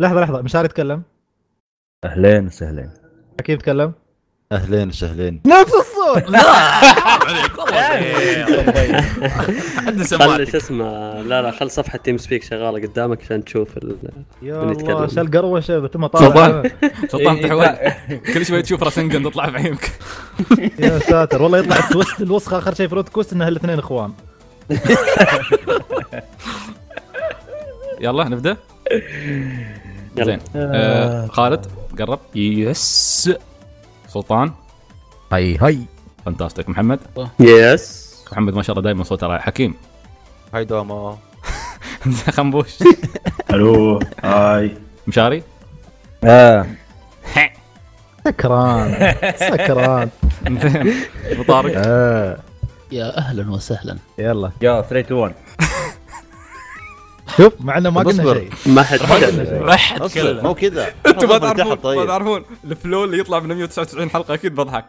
لحظة مشاري يتكلم. اهلين وسهلين. حكيم يتكلم. اهلين وسهلين. نفس الصوت. لا عليك والله. عندنا خل سماعتك. شو اسمه، لا خل صفحة تيم سبيك شغالة قدامك عشان تشوف يا من يتكلم. الله شال قروشة بتم طالع. سلطان تحول كل شوي تشوف راسنجن تطلع في عينك. يا ساتر والله يطلع التويست الوسخة آخر شيء في روت كويست إن هالاثنين إخوان. يلا نبدأ. يلا. زين خالد قرب. يس. سلطان هاي فانتاستيك. محمد يس. محمد ما شاء الله دائما صوته رائع. حكيم هاي دوما. خنبوش. الو هاي. مشاري سكران. زين ابو طارق. يا اهلا وسهلا. يلا يا 3 1. شوف مع انه ما قلنا اصبر. شيء. ما حد ما حد اصبر مو كذا. انتم ما أصبر، تعرفون طيب. ما تعرفون الفلو اللي يطلع من 199 حلقة اكيد بضحك.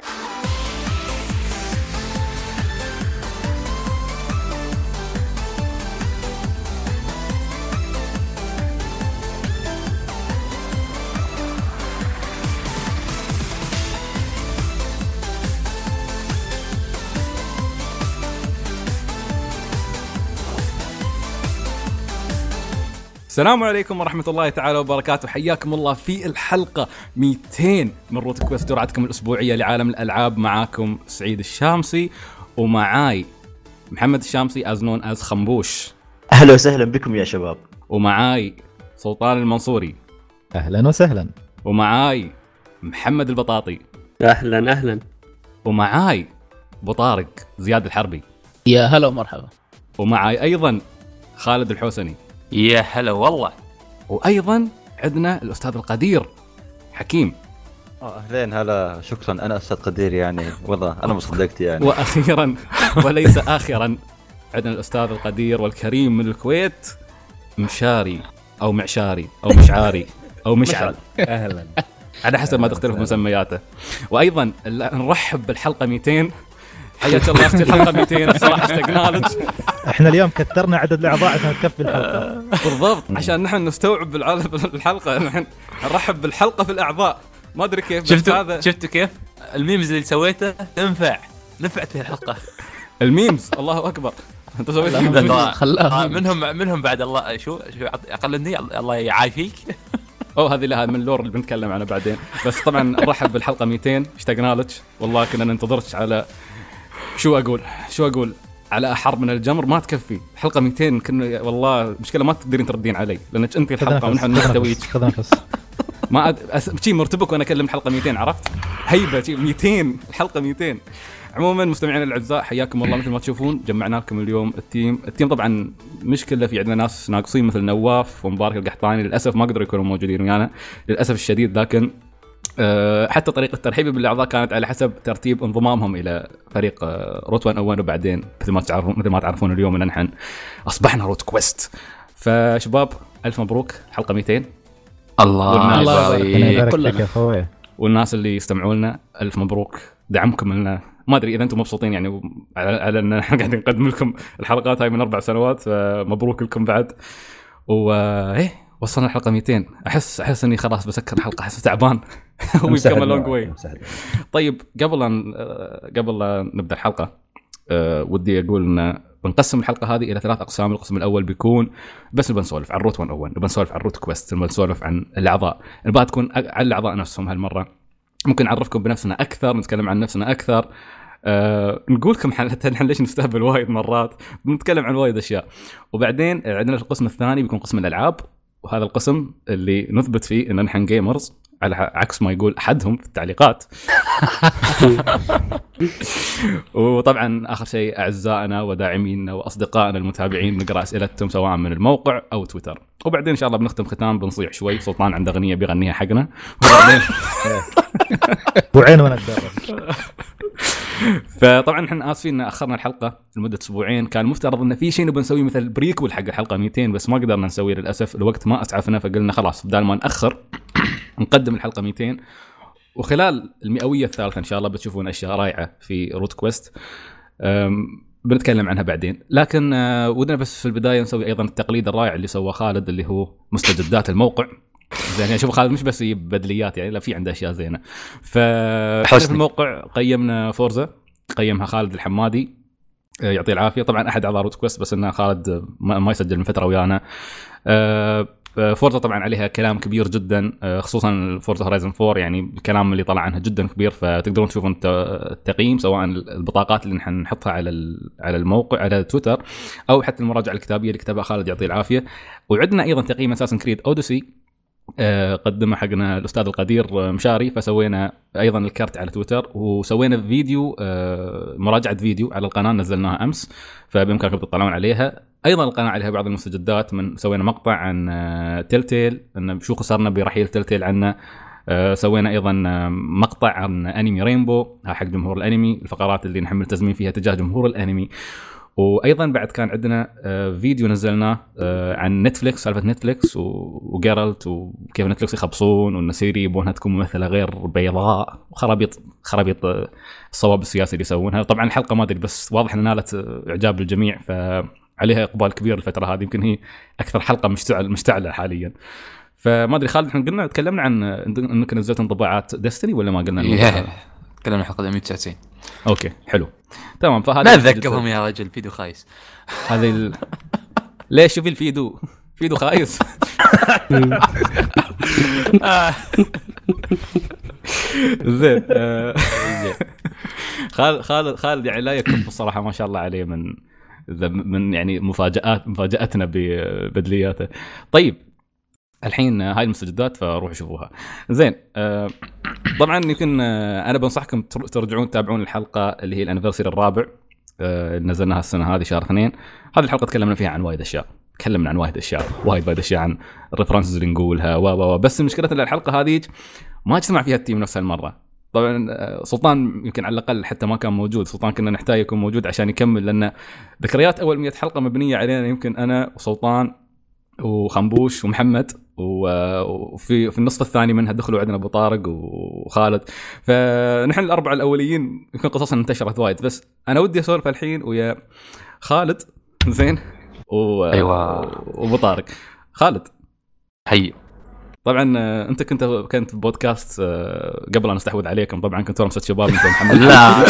السلام عليكم ورحمة الله تعالى وبركاته. حياكم الله في الحلقة 200 من روت كويست، جرعتكم الأسبوعية لعالم الألعاب. معاكم سعيد الشامسي ومعاي محمد الشامسي از نون از خنبوش. اهلا وسهلا بكم يا شباب. ومعاي سلطان المنصوري. أهلا وسهلا. ومعاي محمد البطاطي. أهلا. ومعاي أبو طارق زياد الحربي. يا هلا ومرحبا. ومعاي أيضا خالد الحوسني. يا هلا والله. وأيضا عندنا الأستاذ القدير حكيم. اهلين هلا شكرا. انا استاذ قدير يعني والله انا مصدقت يعني. وأخيرا وليس آخرا عندنا الأستاذ القدير والكريم من الكويت مشاري أو معشاري أو مشعاري أو مشعل اهلا. على حسب ما تختلف مسمياته. وأيضا نرحب بالحلقة 200. حياك الله أختي الحلقة 200. بصراحة اشتقنا لك. احنا اليوم كثرنا عدد الأعضاء عشان تكفي الحلقة. بالضبط عشان نحن نستوعب بالحلقة. نحن نرحب بالحلقة في الأعضاء. ما أدري كيف. شفتوا كيف الميمز اللي سويته نفعت في الحلقة. الميمز الله أكبر. أنت سويت خلاها منهم بعد الله شو أقلني الله يعافيك. هذه من اللور اللي بنتكلم عنه بعدين. بس طبعا نرحب بالحلقة 200. اشتقنا لك والله. كنا ننتظرك على شو أقول على أحر من الجمر. ما تكفي حلقة 200. كنا والله مشكلة ما تقدرين تردين علي لأنك أنت الحلقة ونحن نحتويك. خذ نفس. ما شيء مرتبك وأنا أكلم حلقة 200. عرفت هيبة 200 الحلقة 200. عموما مستمعين الأعزاء حياكم الله. مثل ما تشوفون جمعنا لكم اليوم التيم طبعا مش كله. في عندنا ناس ناقصين مثل نواف ومبارك القحطاني. للأسف ما قدروا يكونوا موجودين ويانا للأسف الشديد. لكن حتى طريقة ترحيبي بالأعضاء كانت على حسب ترتيب انضمامهم إلى فريق روت 101. وبعدين مثل ما تعرفون اليوم إن نحن أصبحنا روت كويست. فشباب ألف مبروك حلقة 200. الله يبارك فيك يا أخوي. والناس اللي يستمعوا لنا ألف مبروك دعمكم لنا. ما أدري إذا أنتم مبسوطين يعني على أن احنا قاعدين نقدم لكم الحلقات هاي من 4 سنوات. فمبروك لكم بعد. وإيه وصلنا الحلقة 200. أحس إني خلاص بسكر الحلقة. أحس تعبان. We've come a long way. طيب قبل لا نبدأ الحلقة ودي أقول إن بنقسم الحلقة هذه إلى 3 أقسام. القسم الأول بيكون بس بنسولف عن روت 101. بنسولف عن روت كويست. بنسولف عن الأعضاء. الباقي تكون عن الأعضاء نفسهم. هالمرة ممكن نعرفكم بنفسنا أكثر. نتكلم عن نفسنا أكثر. نقول لكم نحن ليش نستهبل وايد مرات. بنتكلم عن وايد أشياء. وبعدين عندنا القسم الثاني بيكون قسم الألعاب. وهذا القسم اللي نثبت فيه إن نحن جيمرز على عكس ما يقول أحدهم في التعليقات. وطبعا آخر شيء أعزائنا وداعمينا وأصدقائنا المتابعين نقرأ أسئلتهم سواء من الموقع أو تويتر. وبعدين إن شاء الله بنختم ختام بنصيح شوي. سلطان عنده أغنية بيغنيها حقنا. وبعدين وعين وانا اتدرب. فطبعا احنا اسفين ان اخرنا الحلقه لمده اسبوعين. كان مفترض ان في شيء نبي نسويه مثل بريكول حق الحلقه 200 بس ما قدرنا نسويه للاسف. الوقت ما اسعفنا فقلنا خلاص بدال ما ناخر نقدم الحلقه 200. وخلال المئويه الثالثه ان شاء الله بتشوفون اشياء رائعه في روت كويست بنتكلم عنها بعدين. لكن ودنا بس في البدايه نسوي ايضا التقليد الرائع اللي سواه خالد اللي هو مستجدات الموقع. زين يعني شوف خالد مش بس يجيب بدليات يعني لا في عنده اشياء زينه. في الموقع قيمنا فورزا قيمها خالد الحمادي يعطيه العافيه. طبعا احد اعضاء روت كويست بس انه خالد ما يسجل من فتره ويانا. فورزا طبعا عليها كلام كبير جدا خصوصا فورزا هورايزن 4 يعني الكلام اللي طلع عنها جدا كبير. فتقدرون تشوفون التقييم سواء البطاقات اللي نحن نحطها على الموقع على تويتر او حتى المراجعه الكتابيه اللي كتبها خالد يعطيه العافيه. وعندنا ايضا تقييم اساسا كريد اوديسي قدمه حقنا الاستاذ القدير مشاري. فسوينا ايضا الكارت على تويتر وسوينا فيديو مراجعه فيديو على القناه نزلناها امس فبامكانكم تطلعون عليها. ايضا القناه عليها بعض المستجدات من سوينا مقطع عن تلتيل ان شو خسرنا برحيل تلتيل عنا. سوينا ايضا مقطع عن انمي رينبو حق جمهور الانمي الفقرات اللي نحمل تزمين فيها تجاه جمهور الانمي. وايضا بعد كان عندنا فيديو نزلناه عن نتفليكس سالفه نتفليكس وجيرالت وكيف نتفليكس يخبصون وان سيري يبونها تكون ممثله غير بيضاء وخرابيط الصواب السياسي اللي يسوونها. طبعا الحلقه ما ادري بس واضح انها نالت اعجاب الجميع فعليها اقبال كبير الفتره هذه. يمكن هي اكثر حلقه مشتعله حاليا. فما ادري خالد احنا قلنا تكلمنا عن انك نزلت انطباعات ديستني ولا ما قلنا؟ تكلمنا الحلقه 199. اوكي حلو تمام. فهذا ما اتذكرهم يا رجل فيديو خايس هذه ليش شوفي الفيديو خايس زين خالد يعني لا يكف الصراحه ما شاء الله عليه من يعني مفاجاتنا ببدلياته. طيب الحين هاي المستجدات فروحوا شوفوها. زين طبعا يمكن انا بنصحكم ترجعون تتابعون الحلقه اللي هي الانيفرساري الرابع اللي نزلناها السنه هذه شهر 2. هذه الحلقه تكلمنا فيها عن وايد اشياء وايد اشياء عن الريفرنسز اللي نقولها بس المشكله ان الحلقه هذه ما اجتمع فيها التيم نفس المره. طبعا سلطان يمكن على الاقل حتى ما كان موجود. سلطان كنا نحتاج يكون موجود عشان يكمل لان ذكريات اول 100 حلقه مبنيه علينا يمكن انا وسلطان وخنبوش ومحمد وفي النصف الثاني منها دخلوا عندنا ابو طارق وخالد. فنحن الاربعه الاوليين يمكن قصصنا انتشرت وايد. بس انا ودي اسولف الحين ويا خالد زين وابو طارق. خالد حي طبعا انت كنت في بودكاست قبل ان استحوذ عليكم. طبعا كنت رمسة شباب انت محمد. لا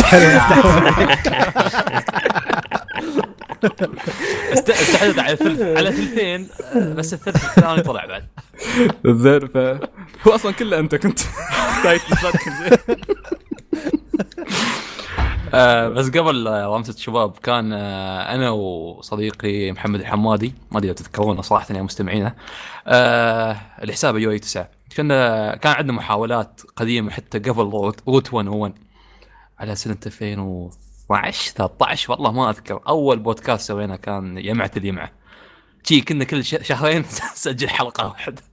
استحدث على ثلثين بس الثلث الثاني طلع بعد زين. هو اصلا كله انت كنت بس قبل رمسة شباب كان انا وصديقي محمد الحمادي ما ادري تذكرونه صراحه يا مستمعينا الحساب يو 9 كان عندنا محاولات قديمه حتى قبل روت 101 على سنه 2012 13 والله ما اذكر. اول بودكاست سوينا كان يمعة اليمعة شي كنا كل شهرين نسجل حلقه واحده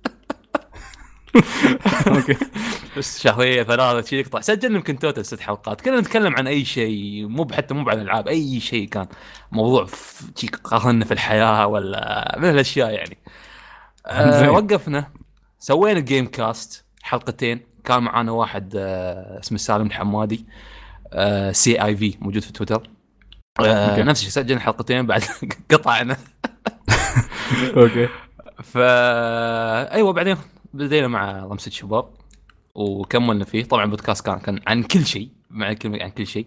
اوكي بس شهرية 3 شيء يقطع. سجلنا يمكن توتال 6 حلقات كنا نتكلم عن اي شيء مو عن العاب اي شيء كان موضوع شيء قارنا في الحياه ولا من الاشياء يعني. وقفنا سوينا جيم كاست حلقتين. كان معانا واحد اسمه سالم الحمادي CIV موجود في تويتر نفس الشيء. سجلنا حلقتين بعد قطعنا اوكي. ايوه بعدين بدينا مع رمسة شباب وكملنا فيه. طبعا بودكاست كان عن كل شيء مع الكلمه عن كل شيء.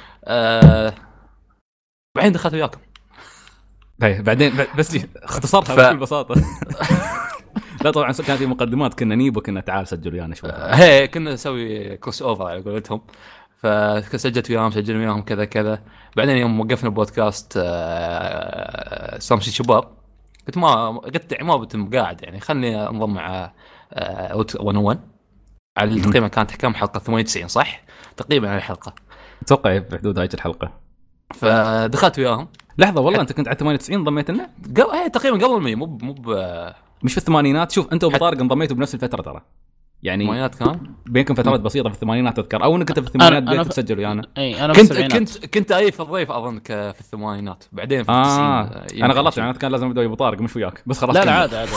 بعدين دخلت وياكم. بعدين بس اختصرتها بكل بساطه. لا طبعا كان في مقدمات كنا نيبو كنا تعال سجل ويانا شوي. هي كنا نسوي كروس اوفر على قولتهم. فسجلت وياهم سجلنا وياهم كذا. بعدين يوم وقفنا البودكاست رمسة شباب قلت ما بتم قاعد يعني خلني انضم مع روت 101 على تقريبا كانت كم حلقه 98 صح تقريبا على الحلقه اتوقع في حدود هاي الحلقه. فدخلت وياهم. لحظه والله انت كنت على 98 ضميت لنا تقريبا قبل 100 مو مش في الثمانينات. شوف انت وابو طارق انضميتوا بنفس الفتره ترى يعني الثمانينات كان بينكم فترات بسيطه في الثمانينات تذكر او انك كنت في الثمانينات بديت تسجل ويانا. اي انا كنت في الضيف اظن في الثمانينات بعدين في 90 انا غلطت يعني كان لازم ابدا ابو طارق مش وياك بس خلاص. لا عادي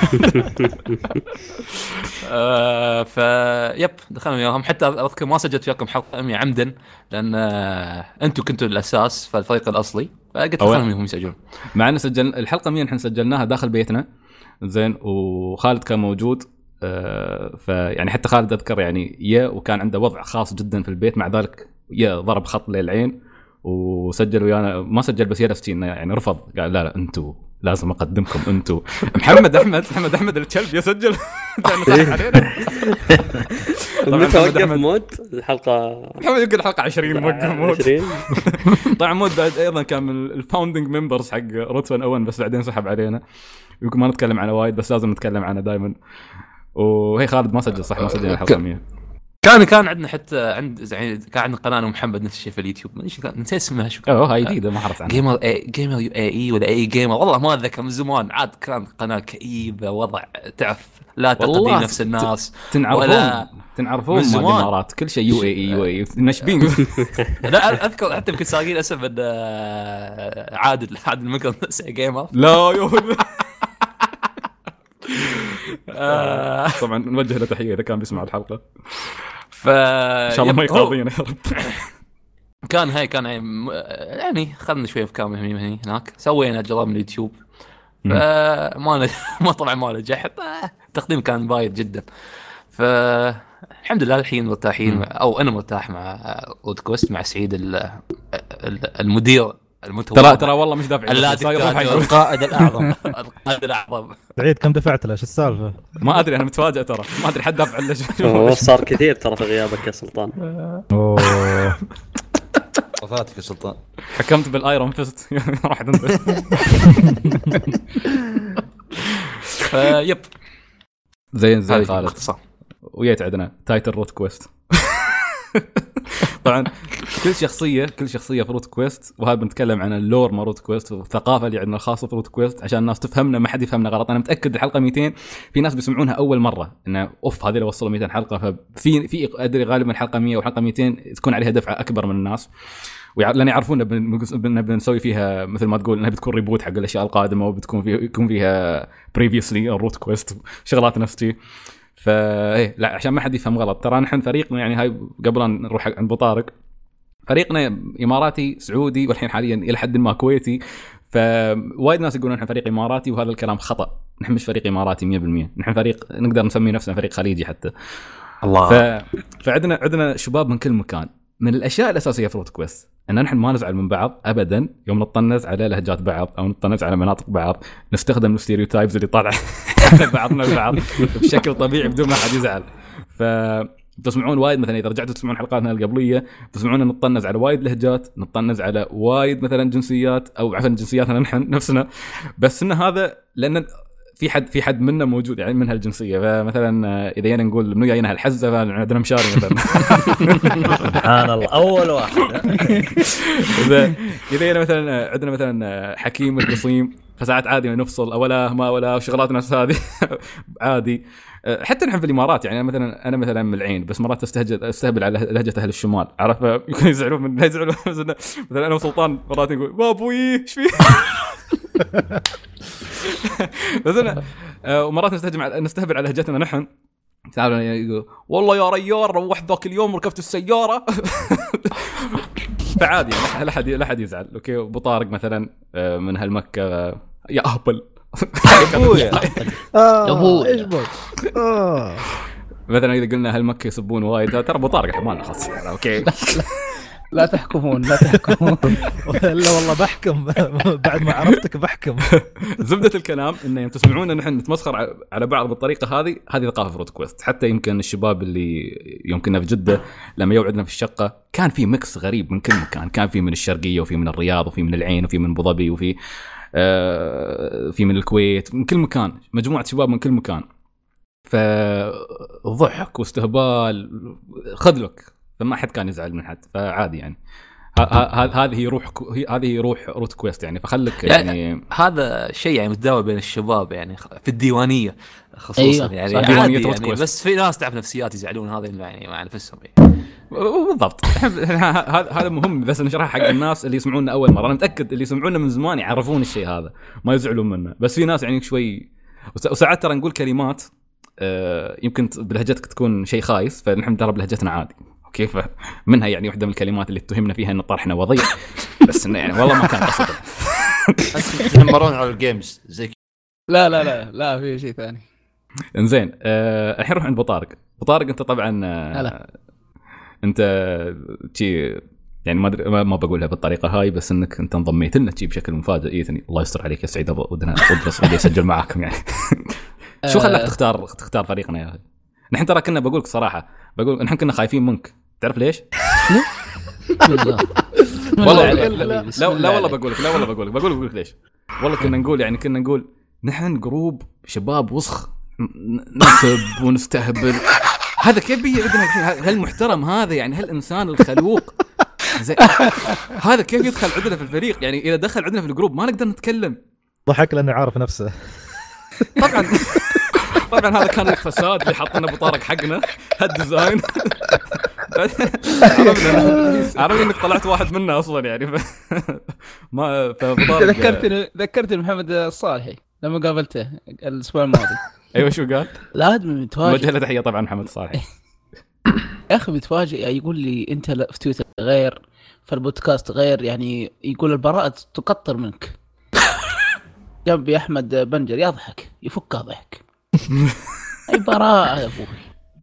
يب دخلنا وياهم. حتى اذكر ما سجلت وياكم حلقه 100 عمدا لان انتم كنتوا الاساس في الفريق الاصلي فقلت خلهم يسجلون. مع ان سجل الحلقه 100 نحن سجلناها داخل بيتنا زين وخالد كان موجود فيعني حتى خالد اذكر يعني وكان عنده وضع خاص جدا في البيت، مع ذلك ضرب خط للعين وسجل ويانا، ما سجل بس يلفتي انه يعني رفض، قال لا انتم لازم اقدمكم انتم. محمد احمد الكلب يسجل متى وقف مود الحلقه؟ محمد يقول الحلقه 20 وقف مود. طبعا مود بعد ايضا كان من الفاوندنج ممبرز حق روتفن اون، بس بعدين سحب علينا، يمكن ما نتكلم عنه وايد بس لازم نتكلم عنه دائما. وهي خالد ما سجل، صح ما سجل الحلقه 100. كان عندنا حتى يعني كان عندنا قناه محمد نفس الشيء في اليوتيوب، ما ادري نسيت اسمها شو. هاي جديده ما حرصت عنها. جيمر اي ولا اي جيمر، والله ما اتذكر من زمان. عاد كان قناه كئيبه، وضع تعرف لا تقضي نفس الناس. تنعرفون مال الامارات كل شيء يو اي نشبين. لا اذكر حتى يمكن ساقين اسم عادل ممكن جيمر. لا طبعا نوجه له تحيه اذا كان بيسمع الحلقه، ان شاء الله ما يقاضينا يا رب. كان يعني خذنا شويه افكار مهمه هناك، سوينا جراب من اليوتيوب ما طبعا ما نجح، التقديم كان بايد جدا. فالحمد لله الحين مرتاحين، او انا مرتاح مع رودكوست، مع سعيد المدير المتواضع. ترى والله مش دافع القائد الاعظم. سعيد كم دفعت له؟ شو السالفه؟ ما ادري، انا متفاجئ ترى، ما ادري حد دافع له. صار كثير ترى في غيابك يا سلطان. وفاتك يا سلطان، حكمت بالايرون فيست. راحت انت. يب زين خالد ويت عندنا تايتل روت كويست. طبعا كل شخصيه في روت كويست، وهذا بنتكلم عن اللور مال روت كويست والثقافه اللي عندنا الخاصه في روت كويست عشان الناس تفهمنا، ما حد يفهمنا غلط. انا متاكد الحلقه 200 في ناس بيسمعونها اول مره انه اوف هذه اللي وصلوا 200 حلقه، ففي ادري غالبا الحلقه 100 وحلقه 200 تكون عليها دفعه اكبر من الناس، لان يعرفون بنسوي فيها مثل ما تقول انها بتكون ريبوت حق الاشياء القادمه، وبتكون فيها بريفيسلي روت كويست شغلات نفسي. فايه لا عشان ما حد يفهم غلط، ترى نحن فريقنا يعني هاي قبل أن نروح عند ابو طارق، فريقنا اماراتي سعودي والحين حاليا الى حد ما كويتي. فوايد ناس يقولون نحن فريق اماراتي، وهذا الكلام خطا. نحن مش فريق اماراتي 100%، نحن فريق نقدر نسمي نفسنا فريق خليجي حتى. الله. فعندنا شباب من كل مكان. من الاشياء الاساسيه في روت كويست ان نحن ما نزعل من بعض ابدا يوم نطنز على لهجات بعض او نطنز على مناطق بعض، نستخدم الستيريوتايبز اللي طالع على بعضنا البعض بشكل طبيعي بدون ما حد يزعل. تسمعون وايد مثلا اذا رجعتوا تسمعون حلقاتنا القبليه تسمعون نطنز على وايد لهجات، نطنز على وايد مثلا جنسيات او عفوا جنسياتنا نحن نفسنا، بس ان هذا لان في حد منا موجود يعني من هالجنسيه. فمثلا اذا يعني نقول منو جاينا هالحزه فعندنا مشاري مثلا. سبحان الله اول واحد. اذا يعني مثلا عندنا مثلا حكيم القصيم، فساعات عادي نفصل اولا ما ولا وشغلات نفس هذه عادي. حتى نحن في الامارات يعني انا مثلا من العين، بس مرات استهبل على لهجه اهل الشمال، عرف يمكن يزعلون من لا يزعلون. مثلا انا وسلطان مرات نقول بابوي ايش في. بس انا ومرات نستهبل على لهجتنا نحن. تعالوا يقول والله يا ريال روحت ذاك اليوم ركبت السياره. فعادي يعني لا حد يزعل. اوكي ابو طارق مثلا من هالمكه يا اهبل ابويا ايش بك مثلا اذا قلنا هالمكه يسبون وايد، ترى ابو طارق حمالنا خاص يعني. اوكي لا تحكمون لا والله بحكم بعد ما عرفتك بحكم. زبدة الكلام إنه تسمعون نحن نتمسخر على بعض بالطريقة هذه ثقافة في روت كويست. حتى يمكن الشباب اللي يمكننا في جدة لما يوعدنا في الشقة كان في ميكس غريب من كل مكان، كان في من الشرقية وفي من الرياض وفي من العين وفي من أبو ظبي وفي في من الكويت، من كل مكان مجموعة شباب من كل مكان. فضحك واستهبال خذلك، فما حد كان يزعل من حد، فعادي يعني. هذه روح روت كويست يعني. فخلك يعني هذا شيء يعني متداول بين الشباب يعني في الديوانيه خصوصا. أيوة. يعني عادي يعني، بس في ناس تعرف نفسيات يزعلون هذا يعني مع نفسهم بالضبط. هذا مهم بس نشرحه حق الناس اللي يسمعونا اول مره. انا متاكد اللي يسمعونا من زمان يعرفون الشيء هذا ما يزعلون منه، بس في ناس يعني شوي وساعات ترى نقول كلمات يمكن بلهجتك تكون شيء خايس، فنحن نضرب لهجتنا عادي. كيف منها يعني واحدة من الكلمات اللي اتهمنا فيها ان طرحنا وضيع، بس انه يعني والله ما كان قصده. تنمرون على الجيمز زي لا في شيء ثاني. انزين الحين نروح عند ابو طارق انت طبعا انت تي يعني ما ادري ما بقولها بالطريقه هاي بس انك انت انضميت لنا تجي بشكل مفاجئ ايثني الله يستر عليك يا سعيد ودنا ادرس اللي يسجل معاكم يعني شو خلاك تختار فريقنا يا اخي نحن ترى كنا بقولك صراحه نحن كنا خايفين منك تعرف ليش والله لا والله بقول لك ليش والله كنا نقول نحن جروب شباب وسخ نسب ونستهبل هذا كيف بيجي عندنا هالمحترم هذا يعني هالإنسان الخلوق هذا كيف يدخل عندنا في الفريق يعني إذا دخل عندنا في الجروب ما نقدر نتكلم ضحك لأنه عارف نفسه طبعا هذا كان الفساد اللي حطنا ابو طارق حقنا هالديزاين عرفنا انك طلعت واحد منا اصلا يعني ما ذكرتني محمد الصالحي لما قابلته الاسبوع الماضي ايوه شو قال لا متفاجئ وجه له تحيه طبعا محمد الصالحي يا اخي متفاجئ يقول لي انت في تويتر غير في البودكاست غير يعني يقول البراءة تقطر منك جنبي احمد بنجر يضحك يفك ضحك اي براءة يا ابوي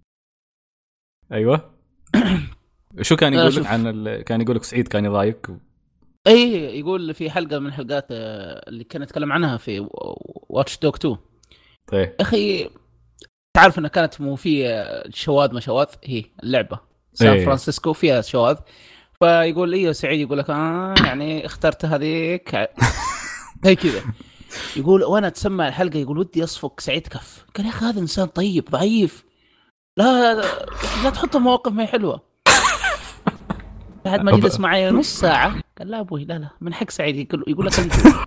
ايوه شو كان يقول لك كان يقول لك سعيد كان يضايق اي يقول في حلقه من الحلقات اللي كنا نتكلم عنها في واتش دوغ 2 طيب اخي تعرف انها كانت مو في شواذ هي اللعبه سان فرانسيسكو فيها شواذ فيقول لي سعيد يقول لك يعني اخترت هذيك هي كذا يقول وانا تسمع الحلقه يقول ودي اصفق سعيد كف قال يا اخي هذا انسان طيب ضعيف لا تحطه مواقف ما هي حلوه بعد ما جلس معي نص ساعه قال لا ابوي لا من حق سعيد يقول لك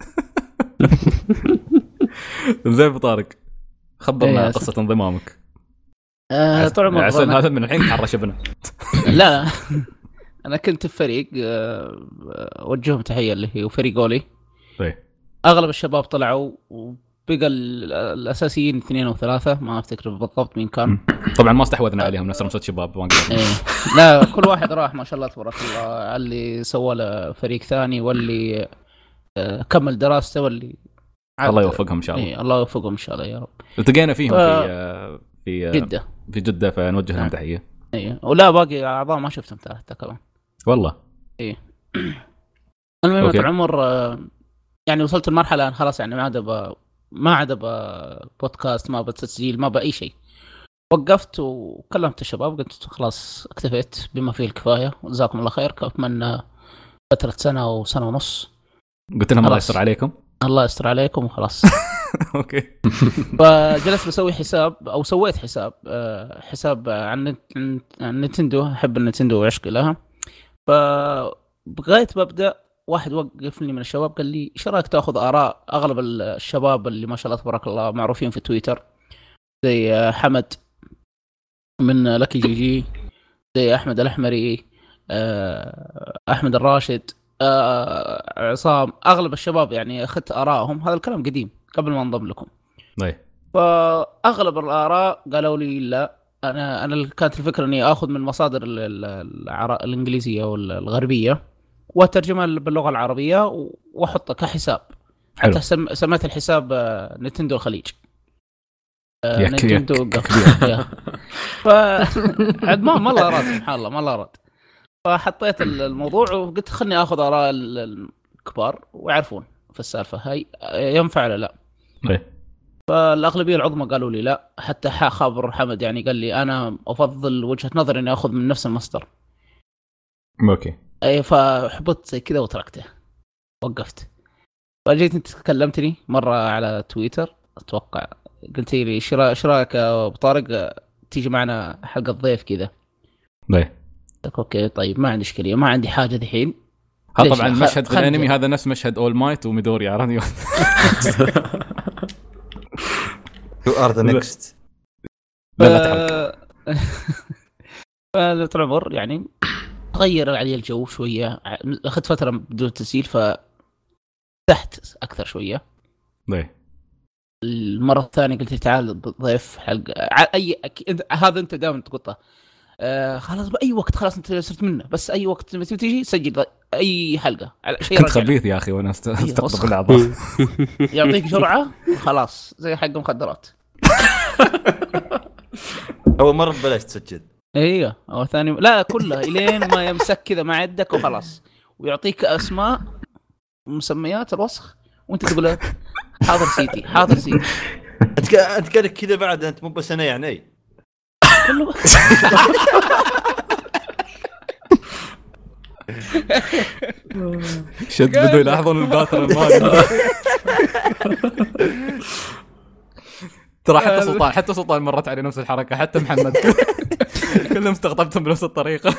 زين ابو طارق خبرنا قصه انضمامك طبعا هذا من الحين حرش ابنه لا انا كنت في فريق وجههم تحيه اللي هي فريق اولي طيب اغلب الشباب طلعوا وبقى الاساسيين 2 أو 3 ما افتكر بالضبط مين كان طبعا ما استحوذنا عليهم نفس رمسة شباب لا كل واحد راح ما شاء الله تبارك الله اللي سوى له فريق ثاني واللي كمل دراسته واللي الله يوفقهم ان شاء الله الله يوفقهم ان شاء الله يا رب التقينا فيهم في جدة فنوجه لهم تحيه ولا باقي اعضاء ما شفتهم حتى كمان والله المهم العمر يعني وصلت المرحله أنا خلاص يعني ما عاد بودكاست ما بتسجيل ما بأي شيء وقفت وكلمت الشباب قلت خلاص اكتفيت بما فيه الكفايه وجزاكم الله خير كمان فتره سنه أو سنة ونص قلت لهم الله يستر عليكم الله يستر عليكم وخلاص اوكي فجلست بسوي حساب او سويت حساب عن نينتندو احب النينتندو وعشق لها فبغيت ببدا واحد وقفني من الشباب قال لي ايش رايك تاخذ اراء اغلب الشباب اللي ما شاء الله تبارك الله معروفين في تويتر زي حمد من لكي جي زي احمد الاحمري احمد الراشد عصام اغلب الشباب يعني اخذت ارائهم هذا الكلام قديم قبل ما انضم لكم فاغلب الاراء قالوا لي لا انا كانت الفكره اني اخذ من مصادر الانجليزيه والغربيه وترجمها باللغه العربيه واحطها كحساب حتى سميت الحساب نينتندو الخليج نينتندو فعد ما الله راد سبحان الله ما الله راد فحطيت الموضوع وقلت خلني اخذ اراء الكبار ويعرفون في السالفه هاي ينفع ولا لا فالاغلبيه العظمى قالوا لي لا حتى خابر حمد يعني قال لي انا افضل وجهه نظري اني اخذ من نفس المصدر اوكي اي فحبطت زي كذا وتركته وقفت فجيت انت تكلمتني مره على تويتر اتوقع قلت لي ايش رايك يا ابو طارق تيجي معنا حلقه ضيف كذا اوكي طيب ما عندي اشكاليه ما عندي حاجه الحين طبعا مشهد في الانمي هذا نفس مشهد اول مايت وميدوري عرفني You are the next لا طول عمر يعني تغير علي الجو شويه اخذت فتره بدون تسجيل فتحت اكثر شويه المره الثانيه قلت تعال ضيف حلقه هذا انت دائما تقطه خلاص باي وقت خلاص انت صرت منه بس اي وقت لما تيجي سجل اي حلقه على شيء كنت خبيث يا اخي وانا استقطب الاعضاء يعطيك جرعه خلاص زي حق مخدرات اول مره ببلاش تسجل. ايوه او ثاني لا كلها الين ما يمسك كذا مع يدك وخلاص، ويعطيك اسماء مسميات الوسخ وانت تقول له حاضر سيدي حاضر سيدي. انت قالك كذا بعد، انت مو بس انا يعني كله شد بدو يلاحظون الباتر الماضي. ترى حتى سلطان مرت عليه نفس الحركه، حتى محمد كلهم استغطبتهم بنفس الطريقه.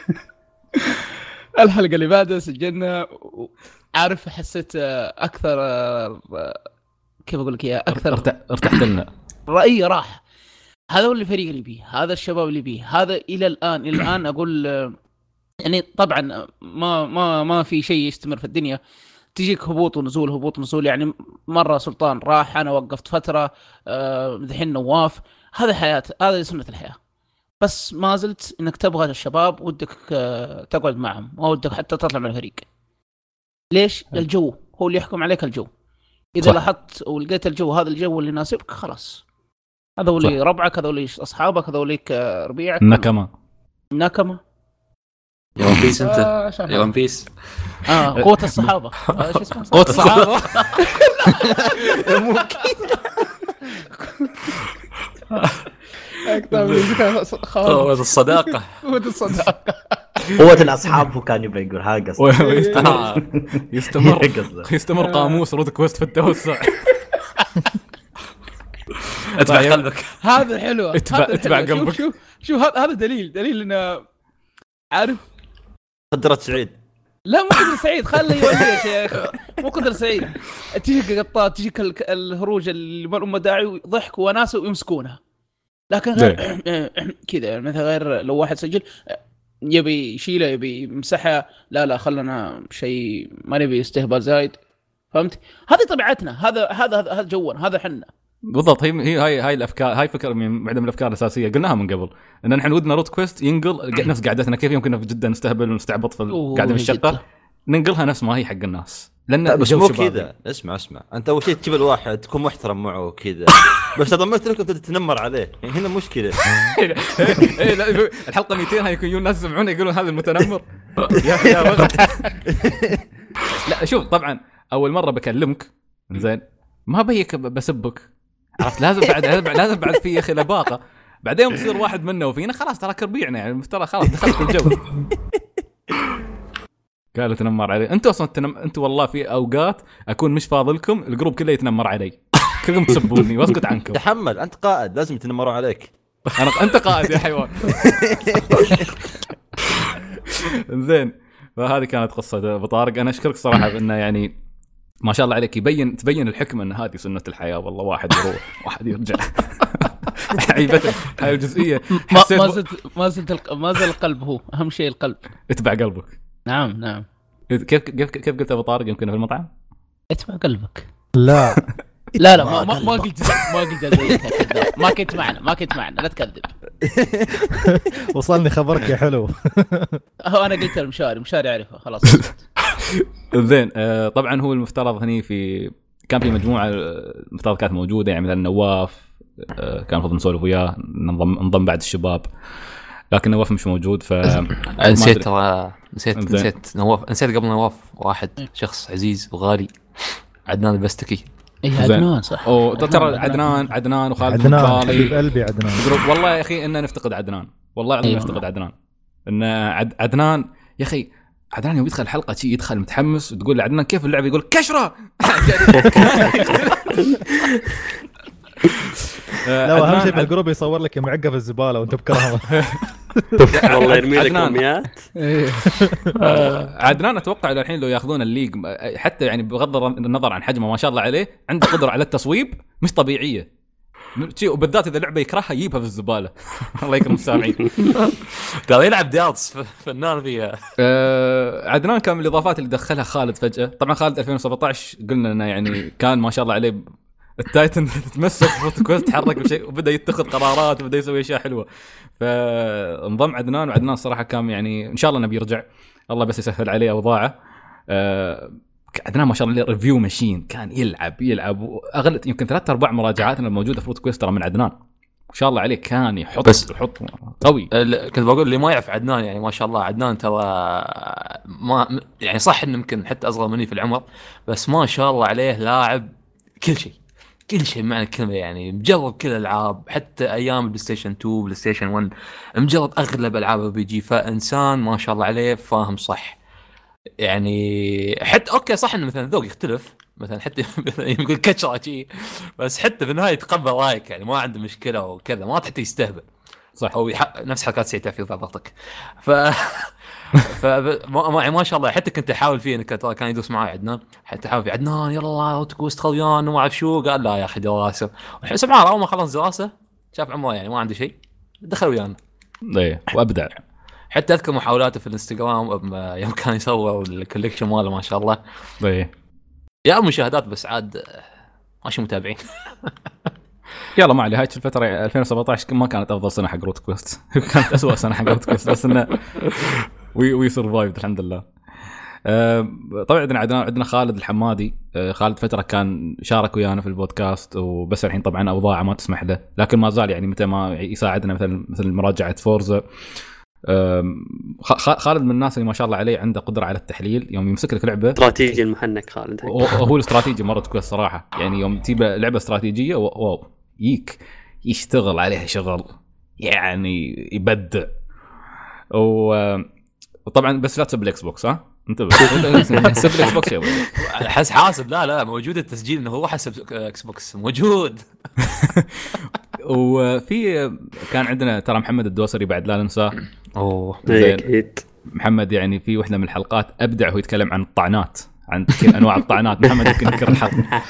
الحلقه اللي بعدها سجلنا عارف حسيت اكثر كيف اقول لك اياها اكثر ارتحت لنا رأيي راح. هذا هو الفريق اللي بيه، هذا الشباب اللي بيه، هذا الى الان اقول يعني طبعا ما في شيء يستمر في الدنيا، تجيك هبوط ونزول هبوط ونزول. يعني مره سلطان راح، انا وقفت فتره، دحين نواف. هذا حياه، هذا سنه الحياه. بس ما زلت انك تبغى الشباب ودك تقعد معهم، ما ودك حتى تطلع من الفريق. ليش؟ الجو هو اللي يحكم عليك. الجو اذا لاحظت ولقيت الجو هذا الجو اللي يناسبك خلاص، هذا اللي ربعك، هذا اللي اصحابك، هذا اللي ربيعك. نكمه يا ون بيس انت يا ون بيس. قوة الصحابة. شو اسمه؟ قوة الصحابة. قوة الصداقة. قوة الأصحاب هو كان يبغى يقول ها قصد. يستمر قاموس رود كويست في التوسع. اتبع قلبك. هذا حلو. اتبع قلبك. شوف هذا دليل انه عارف قدرة سعيد. لا مو قدر سعيد، خليه يولي يا شيخ. مو قدر سعيد. تجيك قطات، تجيك الهروج اللي ما لهم داعي، ضحك وناس ويمسكونها. لكن غير كذا مثلا، غير لو واحد سجل يبي يشيله يبي يمسحها، لا خلنا شيء ما نبي استهبال زايد. فهمت؟ هذه طبيعتنا، هذا جونا، هذا حنا بالضبط. هاي الافكار، هاي فكره من واحده من الافكار الاساسيه قلناها من قبل، ان نحن ودنا روت كويست ينقل نفس قعدتنا. كيف يمكن في جده نستهبل ونستعبط في قاعده في الشقه، ننقلها نفس ما هي حق الناس. لان بس مو كذا. اسمع انت اول شيء تجيب الواحد تكون محترم معه كذا، بس اذا ضمنت لكم تتنمر عليه هنا مشكله. الحلقه 200 هاي يكونوا الناس يسمعون يقولون هذا المتنمر. يا وقت. لا شوف، طبعا اول مره بكلمك زين ما بيك بسبك، عرفت؟ لازم بعد في يا اخي لباقه، بعدين بصير واحد منا وفينا خلاص ترى ربيعنا يعني، ترى خلاص دخلت في الجو. قالوا تنمر علي انتوا اصلا انتوا والله في اوقات اكون مش فاضلكم، الجروب كله يتنمر علي، كلكم تسبوني واسكت عنكم. تحمل، انت قائد لازم يتنمروا عليك. انت قائد يا حيوان. زين، فهذه كانت قصه ابو طارق. انا اشكرك صراحه بانه يعني ما شاء الله عليك تبين الحكمه ان هذه سنه الحياه. والله واحد يروح واحد يرجع. عيبته هاي الجزئيه. ما زال القلب هو اهم شيء، القلب. اتبع قلبك. نعم. كيف قلت ابو طارق يمكن في المطعم؟ اتبع قلبك. لا ما قلت زيك كذاب. ما كنت معنا لا تكذب. وصلني خبرك يا حلو. انا قلت المشاري يعرفه خلاص. زين. طبعا هو المفترض هني كان في مجموعه المفترض كانت موجوده، يعني مثلا نواف كان المفروض نسولف وياه، نضم بعد الشباب، لكن نواف مش موجود. نسيت نواف، نسيت قبل نواف واحد شخص عزيز وغالي، عدنان البستكي. عدنان صح. ترى عدنان وخالد عدنان قلبي عدنان. والله يا اخي اننا نفتقد عدنان، والله العظيم نفتقد عدنان. ان عدنان يا اخي، عدنان يوم يدخل الحلقه شيء يدخل متحمس، وتقول لعدنان كيف اللعبه، يقول كشره. لا اهم شيء في الجروب يصور لك معقه في الزباله وانت بكرهه. والله يرمي لك كميات. عدنان اتوقع الحين لو ياخذون الليج حتى يعني بغض النظر عن حجمه ما شاء الله عليه، عنده قدره على التصويب مش طبيعيه، وبالذات اذا لعبه يكرهها يجيبها في الزباله. الله يكرم السامعين. قال يلعب دارتس فنان فيها. عدنان كان من الاضافات اللي دخلها خالد فجاه. طبعا خالد 2017 قلنا انه يعني كان ما شاء الله عليه التايتن تتمسك في كويست، تحرك بشيء وبدا يتخذ قرارات وبدا يسوي اشياء حلوه. فانضم عدنان، وعدنان الصراحه كان يعني ان شاء الله نبي يرجع، الله بس يسهل عليه اوضاعه. عدنان ما شاء الله ريفيو ماشين، كان يلعب واغلب يمكن 3-4 مراجعاتنا الموجوده في روت كويست ترى من عدنان. ما شاء الله عليه كان يحط قوي. كنت بقول اللي ما يعرف عدنان يعني ما شاء الله عدنان ترى ما يعني صح انه يمكن حتى اصغر مني في العمر بس ما شاء الله عليه لاعب كل شيء معنى الكلمه يعني مجرب كل الالعاب حتى ايام البلاي ستيشن 2 بلاي ستيشن 1 مجرب اغلب العاب بيجي فانسان ما شاء الله عليه فاهم صح يعني حتى اوكي صح انه مثلا الذوق يختلف مثلا حتى يقول كاتشر شيء بس حتى في النهايه يتقبل رايك يعني ما عنده مشكله وكذا ما حتى يستهبل صح او نفس حركات سيئه في ضغطك ما شاء الله حتى كنت احاول فيه انك كان يدوس معي عدنان حتى احاول في عدنان يلا تكوست خليان وما اعرف شو قال لا يا اخي دراسه والحين سبحان الله اول ما خلص دراسه شاف عمره يعني ما عنده شيء دخل ويانا ايه وابدع. حتى اذكر محاولاته في الانستغرام يوم كان يصور الكوليكشن ماله ما شاء الله ايه يا مشاهدات بس عاد ماشي متابعين. يلا ما عليه هاي الفترة 2017 ما كانت أفضل سنة حق روت كويست كانت أسوأ سنة حق روت كويست بس إنه وي سرفايفد الحمد لله. طبعا عندنا خالد الحمادي. خالد فترة كان شارك ويانا في البودكاست وبس الحين طبعا أوضاعه ما تسمح له لكن ما زال يعني متى ما يساعدنا مثل مراجعة فورزا. خالد من الناس اللي ما شاء الله عليه عنده قدرة على التحليل يوم يمسك لك لعبة استراتيجي المحنك خالد هو الاستراتيجي مرة كويس صراحة يعني يوم تجيب لعبة استراتيجية واو يشتغل عليها شغل يعني يبدع. وطبعا بس لا تسب الاكس بوكس ها انتبه سب الاكس بوكس يا ابوي احس حاسب لا موجود التسجيل انه هو حسب اكس بوكس موجود. وفي كان عندنا ترى محمد الدوسري بعد لا ننساه. اكيد محمد يعني في وحده من الحلقات ابدع وهو يتكلم عن الطعنات عن كل انواع الطعنات. محمد يمكن يذكر الحلقه.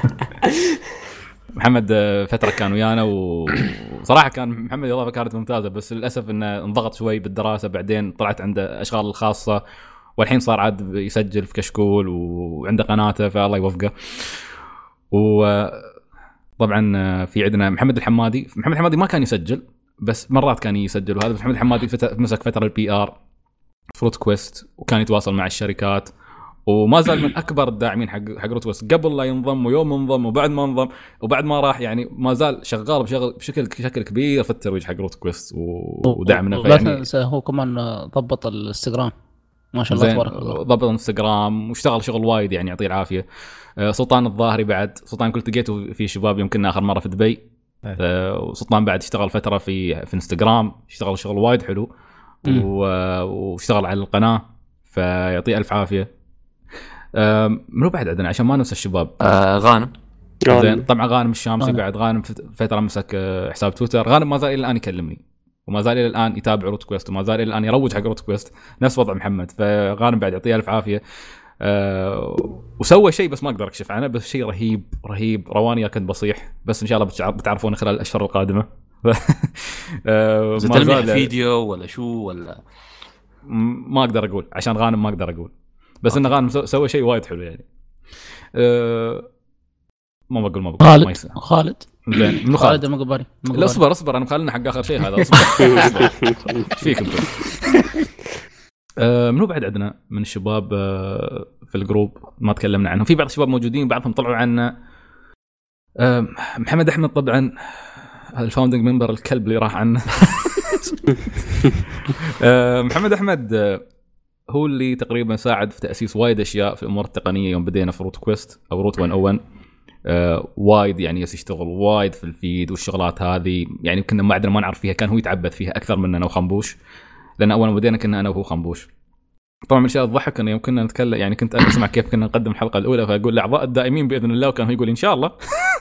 محمد فتره كان ويانا وصراحه كان محمد اضافه كانت ممتازه بس للاسف انه انضغط شوي بالدراسه بعدين طلعت عنده اشغال الخاصه والحين صار عاد يسجل في كشكول وعنده قناته فالله يوفقه. وطبعا في عندنا محمد الحمادي ما كان يسجل بس مرات كان يسجل وهذا محمد الحمادي مسك فتره البي ار فروت كويست وكان يتواصل مع الشركات وما زال من اكبر الداعمين حق روت كويست قبل لا ينضم ويوم انضم وبعد ما انضم وبعد ما راح يعني ما زال شغال بشكل كبير في الترويج حق روت كويست ودعمنا. لا تنسى هو كمان ضبط الانستغرام ما شاء الله تبارك الله ضبط الانستغرام واشتغل شغل وايد يعني يعطيه العافيه. سلطان الظاهري بعد سلطان كنت لقيته في شباب يمكن اخر مره في دبي وسلطان بعد اشتغل فتره في انستغرام اشتغل شغل وايد حلو واشتغل على القناه فيعطيه الف عافيه. منو بعد عندنا عشان ما ننسى الشباب غانم طبعا غانم الشامسي بعد غانم فتره مسك حساب تويتر. غانم ما زال الى الان يكلمني وما زال الى الان يتابع روت كويست وما زال الى الان يروج حق روت كويست نفس وضع محمد. فغانم بعد يعطيه الف عافيه. وسوى شيء بس ما اقدر اكشف عنه بس شيء رهيب رواني كنت بصيح بس ان شاء الله بتعرفونه خلال الاشهر القادمه. ما زال فيديو ولا شو ولا ما اقدر اقول عشان غانم ما اقدر اقول بس انه غانم سوى شيء وايد حلو يعني. ما بقول خالد زين من خالد المقبري. لا اصبر انا مخلينا حق اخر شيء هذا اصبر فيك انت. منو بعد عندنا من الشباب في الجروب ما تكلمنا عنهم. في بعض الشباب موجودين بعضهم طلعوا عنا. محمد احمد طبعا الفاوندنج ممبر الكلب اللي راح عنه. محمد احمد هو اللي تقريبا ساعد في تأسيس وايد أشياء في الأمور التقنية يوم بدينا في روت كويست أو روت 101. وايد يعني يشتغل وايد في الفيد والشغلات هذه يعني كنا ما عندنا ما نعرف فيها كان هو يتعبد فيها أكثر مننا وخنبوش لأن أول ما بدينا كنا أنا وهو خنبوش. طبعا من الأشياء الضحك أنه يوم كنا نتكلم يعني كنت أسمع كيف كنا نقدم الحلقة الأولى فأقول الأعضاء الدائمين بإذن الله وكان هو يقول إن شاء الله.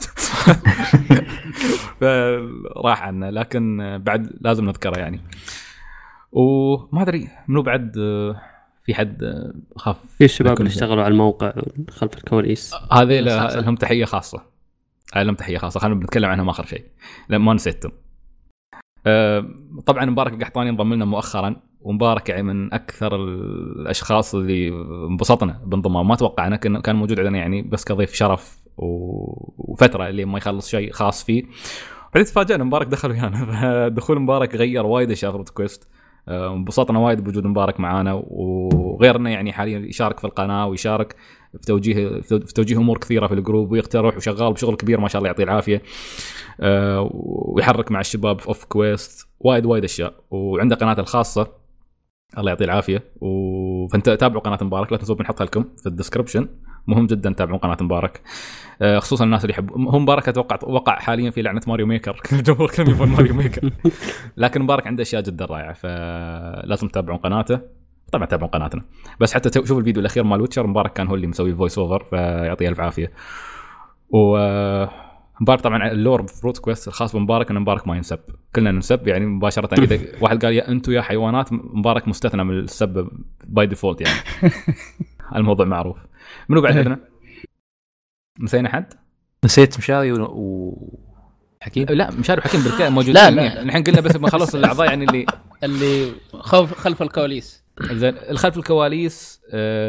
فراح عنا لكن بعد لازم نذكره يعني. وما أدري منو بعد في حد خاف في الشباب اللي اشتغلوا على الموقع خلف الكواليس هذه لهم تحية خاصة. لهم تحية خاصة خلينا بنتكلم عنهم آخر شيء لما ما نسيتهم. طبعا مبارك القحطاني انضم لنا مؤخرا ومبارك يعني من أكثر الأشخاص اللي انبسطنا بانضمام ما توقعنا كان موجود عندنا يعني بس كضيف شرف وفترة اللي ما يخلص شيء خاص فيه. بعدين تفاجأنا مبارك دخل ويانا. دخول مبارك غير وايد أشياء في روت كويست. انبسطنا وايد بوجود مبارك معانا، وغير انه يعني حاليا يشارك في القناه ويشارك في توجيه امور كثيره في الجروب، ويقترح وشغال بشغل كبير ما شاء الله يعطيه العافيه. ويحرك مع الشباب في اوف كويست وايد اشياء، وعنده قناته الخاصه الله يعطيه العافيه. فانت تابعوا قناه مبارك، لا تنسوا بنحطها لكم في الديسكربشن، مهم جدا تتابعون قناه مبارك، خصوصا الناس اللي يحبوا. هو مبارك اتوقع وقع حاليا في لعنه ماريو ميكر، الجمهور كلهم يبون ماريو ميكر، لكن مبارك عنده اشياء جدا رائعه، فلازم تتابعون قناته. طبعا تابعون قناتنا، بس حتى شوفوا الفيديو الاخير مال ويتشر، مبارك كان هو اللي مسوي فويس اوفر، فيعطيه الف عافيه. مبارك طبعا اللور فروت كويست الخاص بمبارك ان مبارك ما ينسب، كلنا ننسب يعني مباشره. اذا واحد قال يا انتم يا حيوانات، مبارك مستثنى من السب باي ديفولت يعني. الموضوع معروف. منو بعد عندنا؟ نسينا حد؟ نسيت مشاري حكيم. لا مشاري وحكيم بالكامل موجودين. لا. نحن قلنا بس ما خلص الاعضاء يعني اللي خلف الكواليس. زين الخلف الكواليس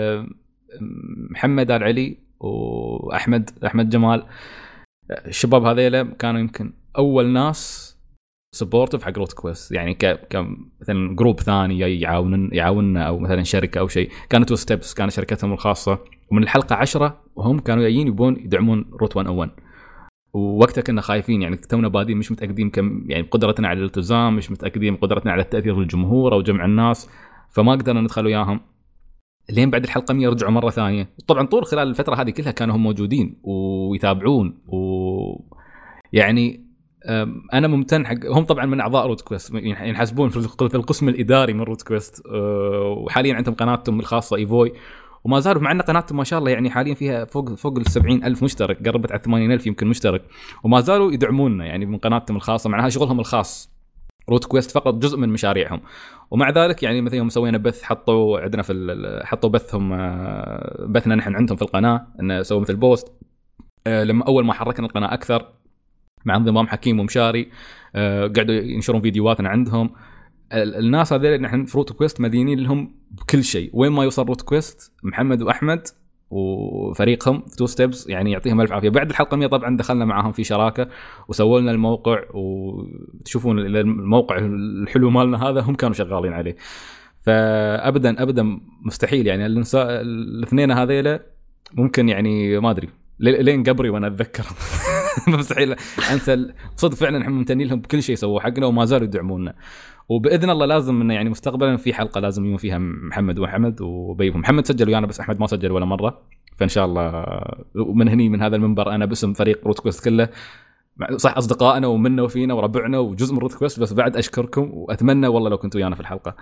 محمد آل علي واحمد جمال. الشباب هذيلا كانوا يمكن اول ناس سبورتيف حق روت كويست، يعني مثلا جروب ثاني يعاوننا او مثلا شركه او شيء. كانت تو ستيبس كانت شركتهم الخاصه، ومن الحلقه 10 وهم كانوا جايين يبون يدعمون روت 101. ووقتها كنا خايفين يعني تونا بادين، مش متاكدين كم يعني قدرتنا على الالتزام، مش متاكدين قدرتنا على التاثير بالجمهور او جمع الناس، فما قدرنا ندخل وياهم. لين بعد الحلقه 100 رجعوا مره ثانيه. طبعا طول خلال الفتره هذه كلها كانوا هم موجودين ويتابعون، ويعني انا ممتن حق هم. طبعا من اعضاء روت كويست ينحسبون في القسم الاداري من روت كويست، وحاليا عندهم قناتهم الخاصه ايفوي، وما زالوا مع ان قناتهم ما شاء الله يعني حاليا فيها فوق ال 70,000 مشترك، قربت على 80,000 يمكن مشترك، وما زالوا يدعموننا يعني من قناتهم الخاصه، معناها شغلهم الخاص. روت كويست فقط جزء من مشاريعهم، ومع ذلك يعني مثلا يوم سوينا بث حطوا عندنا حطوا بثهم بثنا نحن عندهم في القناه، انه سووا مثل بوست لما اول ما حركنا القناه اكثر مع انضمام حكيم ومشاري، قاعدوا ينشرون فيديوهاتنا عندهم. الناس هذول نحن في روت كويست مدينين لهم بكل شيء، وين ما يوصل روت كويست محمد واحمد وفريقهم في تو ستيبس يعني يعطيهم الف عافيه. بعد الحلقه 100 طبعا دخلنا معاهم في شراكه وسووا لنا الموقع، وتشوفون الموقع الحلو مالنا هذا هم كانوا شغالين عليه. فابدا مستحيل يعني الاثنين هذيلا ممكن يعني ما ادري لين قبري وانا اتذكر. مستحيل انسى صدق، فعلا نحن ممتنين لهم بكل شيء سووا حقنا وما زالوا يدعمونا. وباذن الله لازم انه يعني مستقبلا في حلقه لازم يكون فيها محمد واحمد وبيهم. محمد سجل ويانا بس احمد ما سجل ولا مره، فان شاء الله من هني من هذا المنبر انا باسم فريق روت كويست كله، صح اصدقائنا ومنا وفينا وربعنا وجزء من روت كويست، بس بعد اشكركم واتمنى والله لو كنتوا ويانا في الحلقه.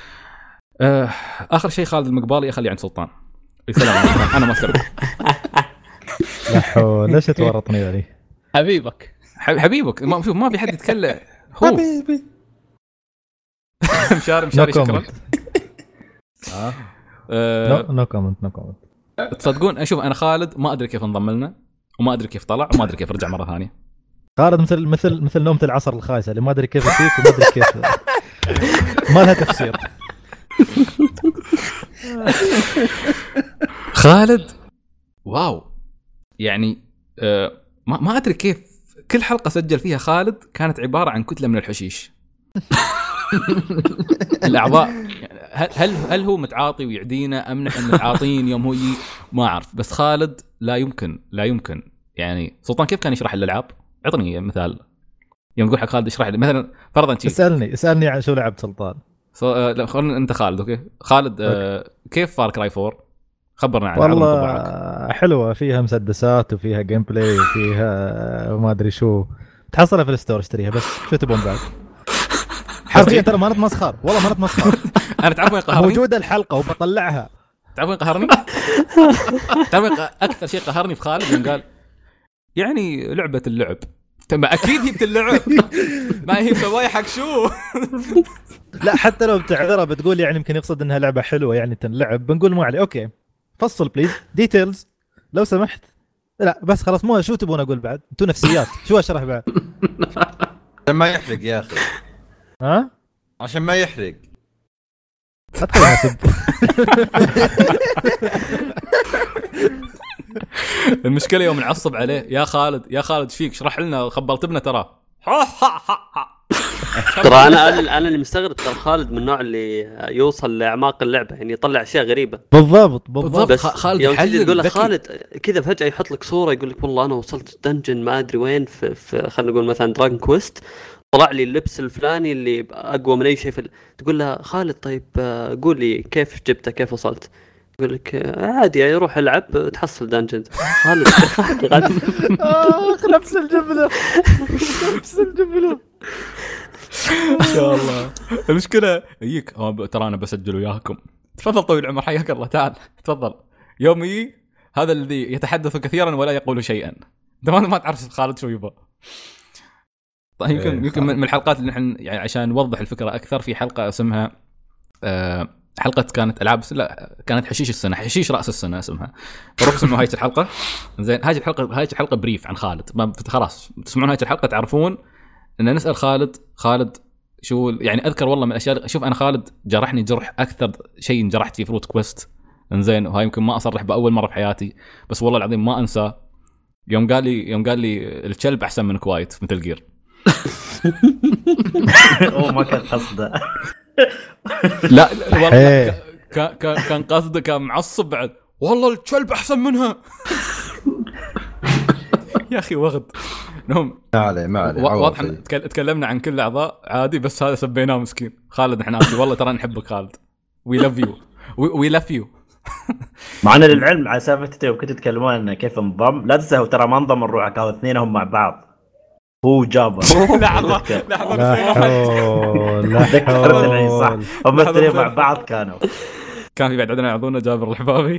اخر شيء خالد المقبالي اخلي عند سلطان. السلام عليكم. انا ما سرت. لا حول، ليش تورطني يعني؟ حبيبك ما في حد يتكلم. هو حبيبي. مشاري شكرا. نو كومنت. تصدقون اشوف انا خالد ما ادري كيف انضم لنا، وما ادري كيف طلع، وما ادري كيف رجع مره ثانيه. خالد مثل نومة العصر الخايسه اللي ما ادري كيف فيك وما ادري كيف ما لها تفسير. خالد واو يعني ما ادري كيف كل حلقه سجل فيها خالد كانت عباره عن كتله من الحشيش. الاعضاء هل هو متعاطي ويعدينا ام نحن متعاطين يوم هو ما اعرف، بس خالد لا يمكن يعني. سلطان كيف كان يشرح الالعاب؟ اعطني مثال. يوم يقول حق خالد اشرح لي مثلا فرضا اسالني عن شو لعبت سلطان. لا خلينا انت خالد. اوكي خالد كيف فار كراي 4 خبرنا عنها. والله حلوه، فيها مسدسات وفيها جيم بلاي وفيها ما ادري شو، تحصلها في الستور اشتريها. بس شو تبون بعد؟ حرفيا ترى ما نتمسخر، والله ما نتمسخر. انا تعرف وين قهرني؟ موجوده الحلقه وبطلعها. تعرف وين قهرني؟ تعرف اكثر شيء قهرني في خالد يوم قال يعني لعبه اللعب. طب اكيد هي اللعب، ما هي سواي حق شو. لا حتى لو بتعذرها بتقول يعني يمكن يقصد انها لعبه حلوه يعني تنلعب، بنقول ما عليه. اوكي فصل بليز ديتيلز لو سمحت. لا بس خلاص، مو شو تبون اقول بعد؟ انتوا نفسيات شو اشرح بعد؟ عشان ما يحرق يا اخي. ها عشان ما يحرق ادخل حاسب. المشكله يوم نعصب عليه يا خالد فيك اشرح لنا، خبلت ابنا ترى. ترى انا اللي مستغرب، ترى خالد من النوع اللي يوصل لاعماق اللعبه، يعني يطلع اشياء غريبه. بالضبط بس خالد يوم تجي يحلل تقول له ذكي. خالد كذا فجاه يحط لك صوره يقول لك والله انا وصلت دنجن ما ادري وين في خلينا نقول مثلا دراجون كويست، طلع لي اللبس الفلاني اللي اقوى من اي شيء تقول له خالد طيب قول لي كيف جبته كيف وصلت، يقول لك عادي يروح العب تحصل دنجن. خالد نفس الجمله نفس الجمله. ان شاء الله. المشكله يجيك ترى انا بسجل وياكم، تفضل طويل العمر حياك الله، تعال تفضل. يوم يجي هذا الذي يتحدث كثيرا ولا يقول شيئا، انت ما تعرف خالد شو يبغى. طيب يمكن من الحلقات اللي نحن يعني عشان نوضح الفكره اكثر، في حلقه اسمها حلقه كانت العاب لا كانت حشيش السنه، حشيش راس السنه اسمها، روح اسمعوا هاي الحلقه. زين هاي الحلقه بريف عن خالد، خلاص تسمعون هاي الحلقه تعرفون ان نسال خالد شو يعني. اذكر والله من الاشياء، شوف انا خالد جرحني جرح اكثر شيء انجرحت فيه فروت كويست، انزين وهاي يمكن ما اصرح باول مره في حياتي، بس والله العظيم ما انسى يوم قال لي الكلب احسن من كوايت مثل جير. هو ما كان قصده. لا والله كان قصده، كان معصب بعد، والله الكلب احسن منها. يا اخي وغد نهم ما عليه واضح تكلمنا عن كل الاعضاء عادي، بس هذا سبيناه مسكين. خالد احنا اسف والله ترى نحبك خالد، وي لاف يو. معنا للعلم على سالفة كنت تتكلمون انه كيف انضم، لا تنسوا ترى ما انضم الروح، كانوا اثنين هم مع بعض، هو جابر. لحظه ذكرت الحين صح، هم الاثنين مع بعض كانوا. كان في بعد عندنا يعطونا جابر الحبابي.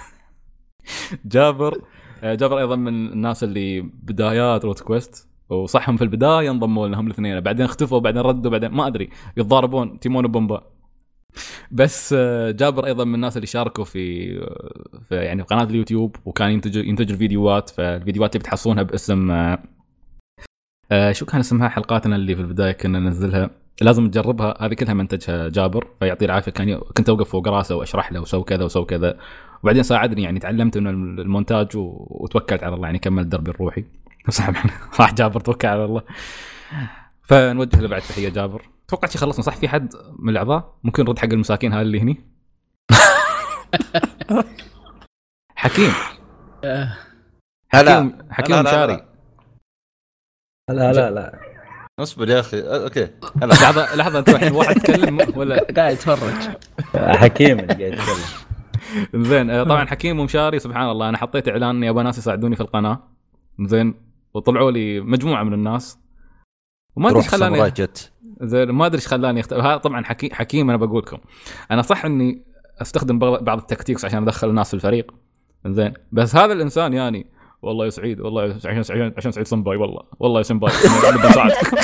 جابر ايضا من الناس اللي بدايات روت كويست، وصحهم في البدايه انضموا لهم الاثنين، بعدين اختفوا بعدين ردوا بعدين ما ادري يتضاربون تيمون وبومبا. بس جابر ايضا من الناس اللي شاركوا في يعني قناه اليوتيوب، وكان ينتج الفيديوهات، فالفيديوهات اللي بتحصلونها باسم شو كان اسمها حلقاتنا اللي في البدايه كنا ننزلها، لازم تجربها، هذه كلها منتجها جابر فيعطيه العافيه. كنت اوقف فوق راسه واشرح له وسوي كذا وسوي كذا، وبعدين ساعدني يعني تعلمت من المونتاج وتوكلت على الله، يعني كمل دربي الروحي. صح جابر توكل على الله. فنوجه له بعد تحيه جابر. توقعت خلصنا صح؟ في حد من الاعضاء ممكن نرد حق المساكين هاي اللي هني؟ حكيم مشاري. لا اصبر يا اخي. اوكي لحظه انت الحين واحد يتكلم ولا قاعد يتفرج؟ حكيم اللي قاعد يتكلم. زين طبعا حكيم ومشاري سبحان الله، انا حطيت اعلان يا ناس يساعدوني في القناه، زين وطلعوا لي مجموعه من الناس، وما ادري ايش خلاني زين ما ادري ايش خلاني هذا طبعا حكيم انا بقول لكم انا صح اني استخدم بعض التكتيكس عشان ادخل الناس في الفريق، زين بس هذا الانسان يعني والله يا سعيد، والله عشان سعيد سمباي، والله يا سمباي نبي نساعدك.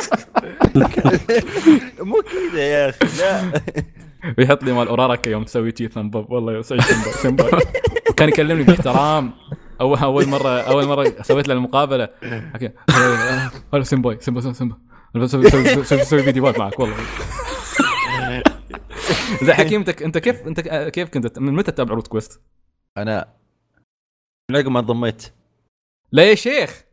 مو كذا يا اخي، لا ويحط لي مال اورارك يوم تسوي تي ثمب اب، والله يا سعيد سمباي. وكان يكلمني باحترام. اول مره سويت له المقابله اوكي والله سمباي سوي فيديوهات معك والله. زي حكيمتك انت كيف كنت من متى تتابع روت كويست؟ انا من عقب ما انضميت. لا يا شيخ.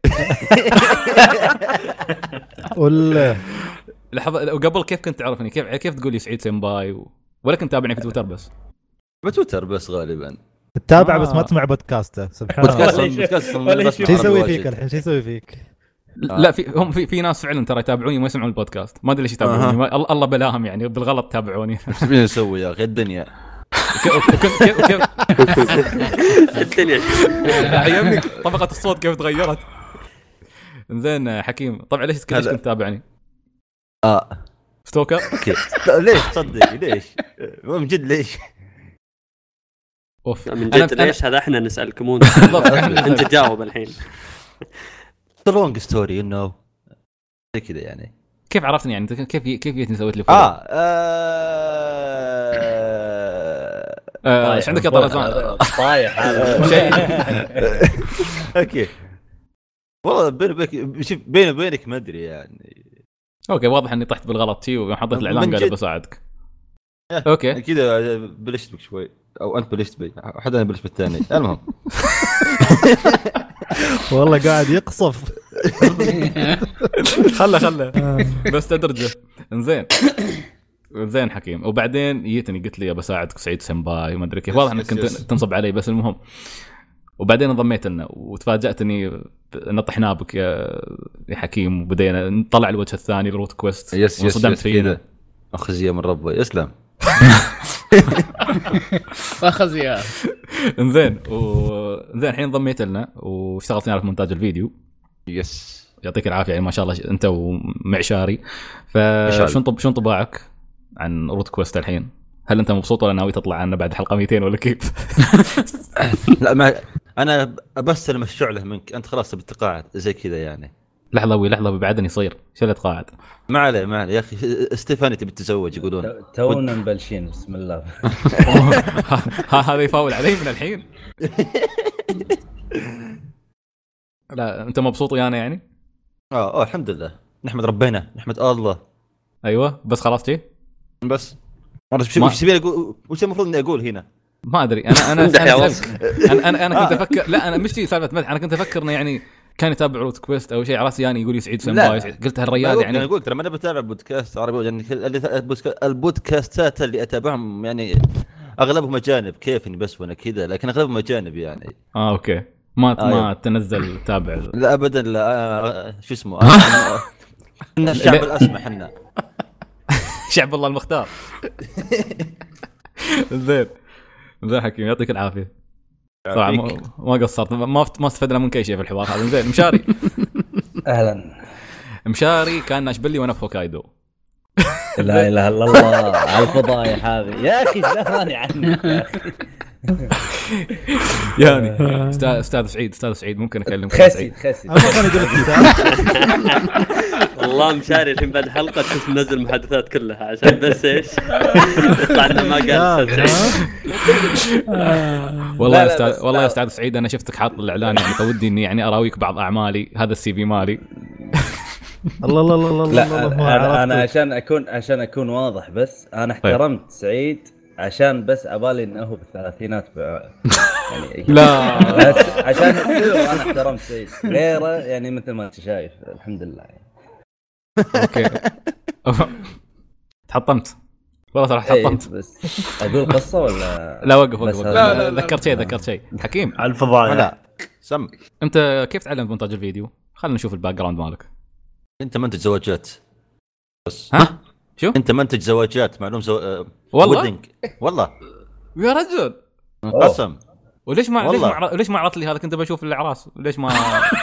ولا لحظه وقبل كيف كنت تعرفني؟ كيف تقول لي سعيد سمباي ولا كنت تتابعني في تويتر بس؟ بتويتر بس غالبا تتابع بس ما تسمع بودكاسته. سبحان الله. بودكاست شو يسوي فيك الحين؟ شو يسوي فيك؟ لا في ناس فعلا ترى يتابعوني وما يسمعون البودكاست، ما ادري ليش يتابعوني. الله بلاهم يعني بالغلط تابعوني. ايش بينا نسوي يا اخي الدنيا؟ كيف الدنيا عيبني طبقه الصوت كيف تغيرت. زين حكيم طبعا ليش كنت تتابعني؟ ستوكر اوكي ليش تصدق ليش من جد ليش اوف من جد ليش هذا احنا نسالكم انت تجاوب الحين. لونج ستوري انه زي كذا يعني. كيف عرفتني يعني كيف جيتني سويت لي ايش عندك يا طرزان طايح هذا شيء. اوكي والله بيني وبينك ما ادري يعني. اوكي واضح اني طحت بالغلط شيء وحطيت الاعلان قال بساعدك. اوكي كذا بلشت بك شوي او انت بلشت بي، احد انا بلشت بالثاني. المهم والله قاعد يقصف. خله بس تدرجه. زين حكيم. وبعدين جيتني قلت لي بساعدك سعيد سمباي ما ادري كيف، واضح انك كنت تنصب علي بس المهم. وبعدين انضميت لنا وتفاجأت اني نطحنا بك يا حكيم، وبدينا نطلع الوجه الثاني لروت كويست. وصدمت فينا اخزيه من ربي يسلم. اخزيه. انزين الحين انضميت لنا واشتغلت في مونتاج الفيديو. يس يعطيك العافيه يعني ما شاء الله انت ومعشاري. فشو انطباعك عن روت كويست الحين؟ هل انت مبسوط ولا ناوي تطلع عنا بعد حلقه 200 ولا كيف؟ لا ما انا بستلم الشعله منك انت، خلاص بتقاعد زي كذا يعني. لحظه بعدني يصير شو اللي تقاعد؟ ما عليه يا اخي. ستيفاني تبي تتزوج يقولون. تونا مبلشين بسم الله. هذا يفاول علي من الحين. لا انت مبسوط ويانا يعني؟ الحمد لله، نحمد ربنا، نحمد الله. ايوه بس خلاص جي بس وش تبي اقول؟ وش المفروض اني اقول هنا؟ ما ادري. انا كنت افكر. لا انا مش سالفه مدح، انا كنت افكر انه يعني كان يتابع روت كويست او شيء على راسي يعني يقول يسعيد سمباي. قلت هالريال يعني انا قلت ترى ما انا بتابع بودكاست عربي يعني البودكاستات اللي اتابعهم يعني اغلبهم اجانب كيفني بس وانا كذا، لكن اغلبهم اجانب يعني. اوكي ما تنزل تابع؟ لا ابدا لا. شو اسمه احنا الشعب الاسمى احنا. شعب الله المختار. زين حكيم يعطيك العافيه. طبعا ما قصرت، ما استفدنا منك اي شيء في الحوار هذا. زين مشاري. اهلا مشاري كان ناشبلي وانا في هوكايدو. لا اله الا الله على الفضايح هذه يا اخي. زهراني عنك يا اخي. يعني استاذ سعيد ممكن اكلمك؟ خسي ما كان يقول الكتاب. والله مشاري الحين بعد حلقه تشوف منزل المحادثات كلها عشان بس ايش يطلع انه ما قال استاذ سعيد. والله يا استاذ سعيد انا شفتك حاط الاعلان يعني فودي اني يعني اراويك بعض اعمالي. هذا السي في مالي. الله لا انا اكون واضح، بس انا احترمت سعيد عشان بس ابالي انه هو بالثلاثينات يعني لا بس عشان يصير انا احترمت سعيد. غيره يعني مثل ما انت شايف الحمد لله يعني. اوكي تحطمت والله صراحه تحطمت. بس اقول قصه ولا لا وقف لا ذكرت شيء حكيم على الفضايح. لا سم انت كيف تعلمت مونتاج الفيديو؟ خلينا نشوف الباك جراوند مالك. انت منتج زواجات بس. ها شو انت منتج زواجات معلوم والله والله يا رجل قسم. وليش ما عرضت لي هذا؟ كنت بشوف الاعراس. ليش ما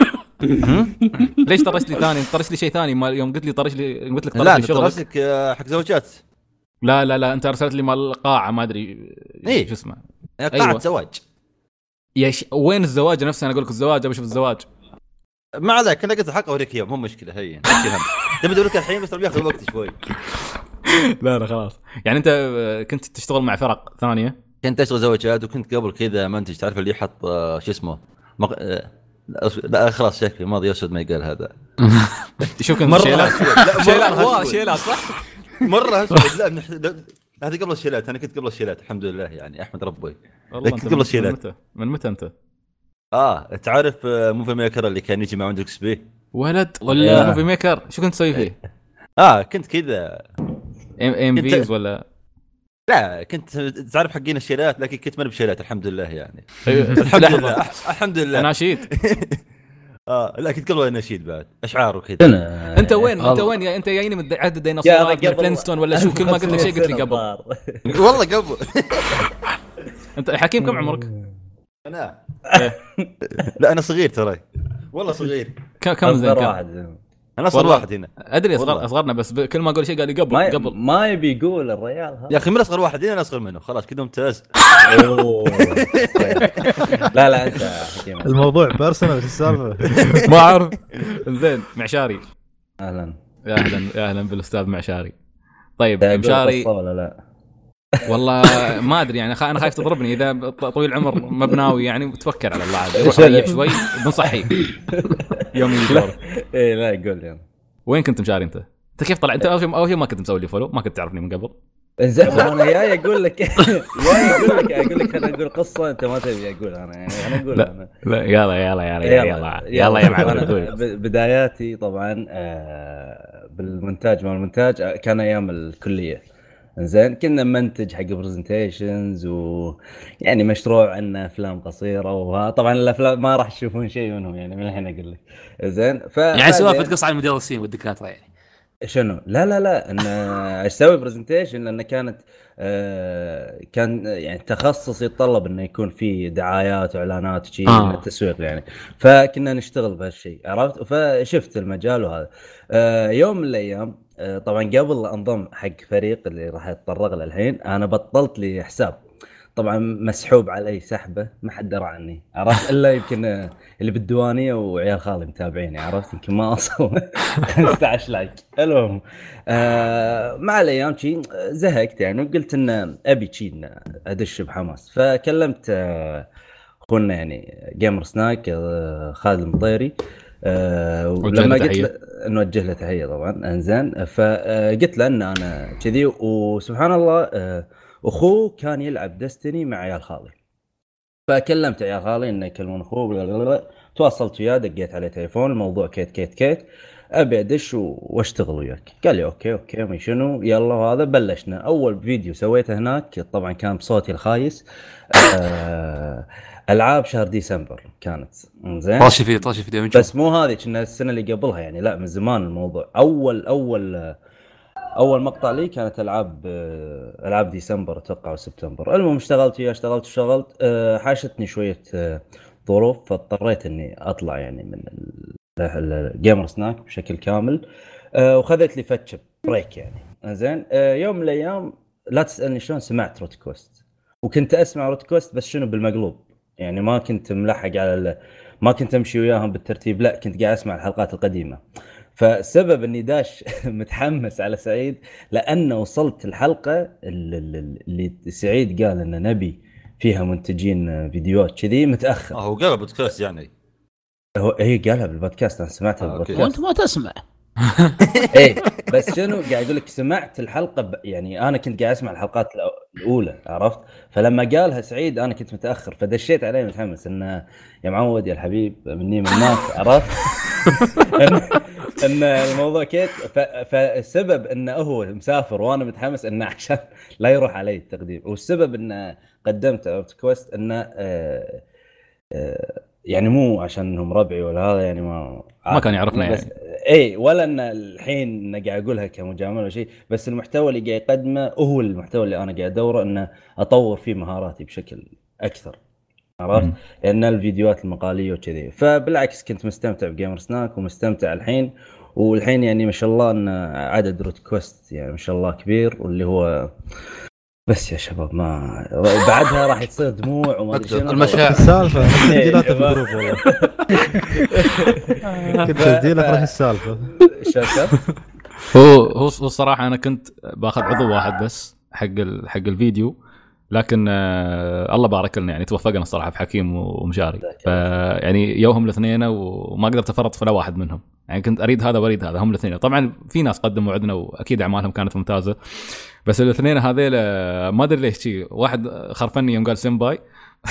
ليش طرشت لي ثاني؟ طرشت لي شيء ثاني ما يوم قلت لك طرش لي شغل. لا طرشك حق زواجات. لا انت ارسلت لي مال القاعه ما ادري شو اسمه قاعه زواج. وين الزواج نفسه؟ انا اقول لك الزواج ابي اشوف الزواج. ما عليك انا قلت الحلقه اوريك اياها مو مشكله. هي تبي اقول لك الحين بس بياخذ وقت شوي. لا خلاص. يعني انت كنت تشتغل مع فرق ثانيه؟ كنت اشتغل زواجات وكنت قبل كذا منتج تعرف اللي يحط شو اسمه لا خلاص شكلي ماضي اسود ما يقال هذا. شوف كنت شيلات صح مره اسود. لا هذه قبل الشيلات. انا كنت قبل الشيلات الحمد لله يعني احمد ربي. كنت قبل الشيلات. من متى انت؟ تعرف موفي ميكر اللي كان يجي مع ويندوز بي ولد ولا موفي ميكر؟ شو كنت تسوي فيه؟ كنت كذا ام فيز ولا لا كنت تعرف حقين الشيلات، لكن كنت ماني بشيلات الحمد لله يعني. الحمد لله ناشيد. لا كنت قبل النشيد بعد اشعار وكذا. انت وين يا انت جايني من عهد الديناصورات فلينستون ولا شو؟ كل ما قلت لك شيء قلت لي قبل. والله قبل. انت حكيم كم عمرك؟ انا لا انا صغير ترى والله صغير. كم زين كم؟ انا اصغر واحد هنا. ادري اصغرنا بس كل ما اقول شيء قال لي قبل ما يبي يقول الرجال هذا. يا اخي من اصغر واحد هنا انا اصغر منه خلاص كذا ممتاز. لا انت حكيم الموضوع بيرسونال السالفه. ما اعرف. زين معشاري اهلا يا اهلا بالاستاذ معشاري. طيب مشاري ولا لا والله ما ادري يعني انا خايف تضربني اذا طويل العمر ما بناوي يعني تفكر على الله عاد روح ريح شوي بنصحي يوم يدور. ايه لا يقول يوم وين كنت مشاري انت كيف طلع انت اول شيء ما كنت مسوي لي فولو ما كنت تعرفني من قبل زين انا جاي اقول لك اقول لك انا اقول قصه انت ما تبي اقول انا يعني انا اقول انا لا يلا يا معلم. بداياتي طبعا بالمونتاج. المونتاج كان ايام الكليه. زين كنا منتج حق برزنتيشنز ويعني مشروع عندنا افلام قصيره وطبعا الافلام ما راح تشوفون شيء منهم يعني من الحين اقول لك. زين يعني سوالف تقص على المدرسين والدكاتره يعني شنو لا ان اسوي برزنتيشن لان كانت كان يعني تخصص يتطلب انه يكون في دعايات واعلانات وشيء من التسويق يعني. فكنا نشتغل بهالشيء عرفت. فشفت المجال وهذا يوم من الايام طبعا قبل انضم حق فريق اللي راح اتطرق له الحين انا بطلت لي حساب. طبعا مسحوب علي سحبه ما حد درى عني عرفت الا يمكن اللي بالديوانيه وعيال خالي متابعيني عرفت يمكن ما اصل 15 لايك. المهم مع الايام شي زهقت يعني وقلت ان ابي شي ادش بحماس. فكلمت اخونا يعني جيمر سناك خالد المطيري ولما قلت له نوجه له تحيه طبعا انزين. فقلت له ان انا كذي وسبحان الله اخوه كان يلعب دستني مع عيال خالي. فكلمت عيال خالي انه يكلمون اخوه تواصلت وياه دقيت عليه تليفون الموضوع كيت ابي ادش واشتغل وياك. قال لي اوكي ما شنو يلا. هذا بلشنا. اول فيديو سويته هناك طبعا كان بصوتي الخايس العاب شهر ديسمبر كانت زين طاشي فيديو بس مو هذه كنا السنه اللي قبلها يعني لا من زمان الموضوع. اول مقطع لي كانت العاب ديسمبر اتوقع وسبتمبر. المهم اشتغلت حاشتني شويه ظروف فاضطريت اني اطلع يعني من الجيمر سناك بشكل كامل وخذت لي فتشه بريك يعني. زين يوم من الايام لا تسالني شلون سمعت روت كويست. وكنت اسمع روت كويست بس شنو بالمقلوب يعني ما كنت ملحق على ما كنت امشي وياهم بالترتيب لا كنت قاعد اسمع الحلقات القديمه. فالسبب اني داش متحمس على سعيد لانه وصلت الحلقه اللي سعيد قال ان نبي فيها منتجين فيديوهات كذي متاخر. هو قال بودكاست يعني هي قالها بالبودكاست انا سمعتها بالبودكاست وانت ما تسمع. ايه بس شنو قاعد اقول لك سمعت الحلقه يعني انا كنت قاعد اسمع الحلقات الاولى عرفت. فلما قالها سعيد انا كنت متاخر فدشيت عليه متحمس انه يا معود يا الحبيب مني منك عرفت ان الموضوع كيت. فالسبب انه هو مسافر وانا متحمس انه عشان لا يروح علي التقديم. والسبب انه قدمت روت كويست انه يعني مو عشان انهم ربعي ولا هذا يعني ما كان يعرفنا يعني اي ولا ان الحين قاعد اقولها كمجامله ولا شيء. بس المحتوى اللي قاعد يقدمه هو المحتوى اللي انا قاعد ادوره انه اطور فيه مهاراتي بشكل اكثر عرفت لان الفيديوهات المقاليه وكذي. فبالعكس كنت مستمتع بجيمر سناك ومستمتع الحين. والحين يعني ما شاء الله ان عدد روت كويست يعني ما شاء الله كبير واللي هو بس يا شباب ما بعدها راح تصير دموع وما ادري شنو المشاعر السالفه تسجيلات في الجروب والله كنت تسجيلك راح السالفه هو الصراحه انا كنت باخذ عضو واحد بس حق الفيديو لكن الله بارك لنا يعني توفقنا الصراحه في حكيم ومشاري. فيعني يوهم الاثنين وما قدرت افرط في واحد منهم يعني كنت اريد هذا واريد هذا هم الاثنين. طبعا في ناس قدموا عندنا واكيد اعمالهم كانت ممتازه بس الاثنين هذيل ما ادري ليش شيء. واحد خرفني يوم قال سيمباي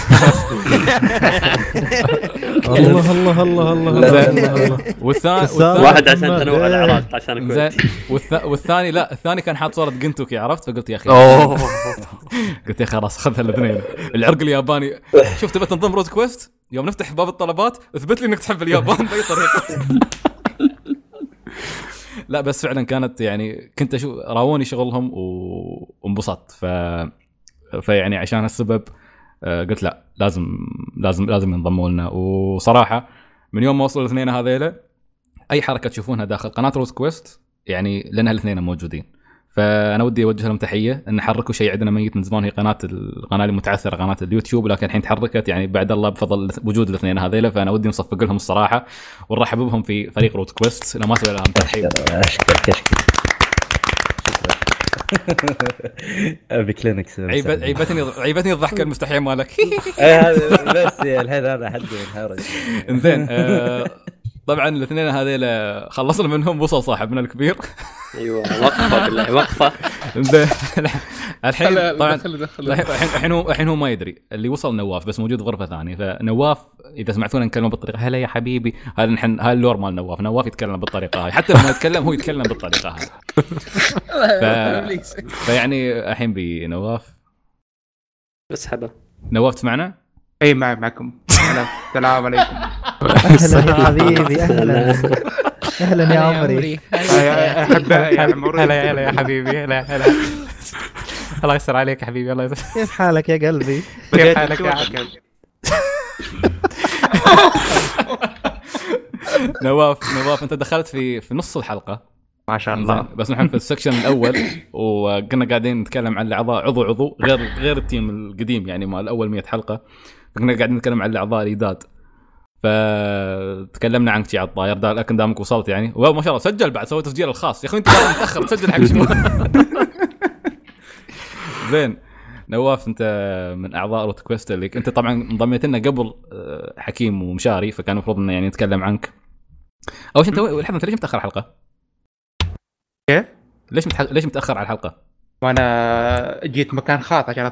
الله والثاني واحد عشان تنوع الاعراض عشان كويس والثاني لا الثاني كان حاط صوره جنتوكي عرفت. فقلت يا اخي قلت يا خلاص خذها الاثنين. العرق الياباني شفت تبي تنظم روت كويست يوم نفتح باب الطلبات اثبت لي انك تحب اليابان باي طريقه. لا بس فعلا كانت يعني كنت اشوف راوني شغلهم وانبسطت فيعني عشان هالسبب قلت لا لازم ينضموا لنا. وصراحه من يوم ما وصلوا الاثنين هذيله اي حركه تشوفونها داخل قناه روت كويست يعني لان الاثنين موجودين. فانا ودي اوجه لهم تحيه ان حركوا شيء عندنا ميت من زمان. هي القناه المتعثره قناه اليوتيوب لكن الحين تحركت يعني بعد الله بفضل وجود الاثنين هذيله. فانا ودي نصفق لهم الصراحه ونرحب بهم في فريق روت كويست. لو ما سوي لهم تحيه اشكرك بكلينكس عيبتني الضحكه المستحيل مالك بس هذا حد ينهرج. انزين طبعا الاثنين هذيل خلصنا منهم وصل صاحبنا الكبير. ايوه وقفه بالله وقفه الحين طبعا دخل الحين هو ما يدري اللي وصل نواف بس موجود غرفه ثانيه. فنواف اذا سمعتونا نتكلم بالطريقه هلا يا حبيبي هذا نحن هاي اللور مال نواف يتكلم بالطريقه هاي حتى لما يتكلم هو يتكلم بالطريقه هاي. فيعني الحين بنواف اسحبه. نواف تسمعنا؟ اي معكم. السلام عليكم. اهلا يا حبيبي اهلا يا عمري. احب يا عمري. هلا يا حبيبي هلا الله يستر عليك يا حبيبي الله يستر. كيف حالك يا قلبي؟ كيف حالك يا عقل؟ نواف انت دخلت في نص الحلقه ما شاء الله. بس نحن في السكشن الاول وكنا قاعدين نتكلم عن الاعضاء عضو غير التيم القديم يعني مال اول 100 حلقه. كنا قاعدين نتكلم عن الاعضاء الجداد فتكلمنا عنك يا عطاير لكن دامك وصلت يعني ما شاء الله سجل بعد سويت تسجيل الخاص يا اخي انت متاخر تسجل حق شنو. زين نواف انت من اعضاء روت كويست اللي انت طبعا انضميت لنا قبل حكيم ومشاري فكان المفروض انه يعني نتكلم عنك. اول شيء انت ليش متاخر على الحلقه؟ كيف ليش متاخر على الحلقه؟ وانا جيت مكان خاص عشان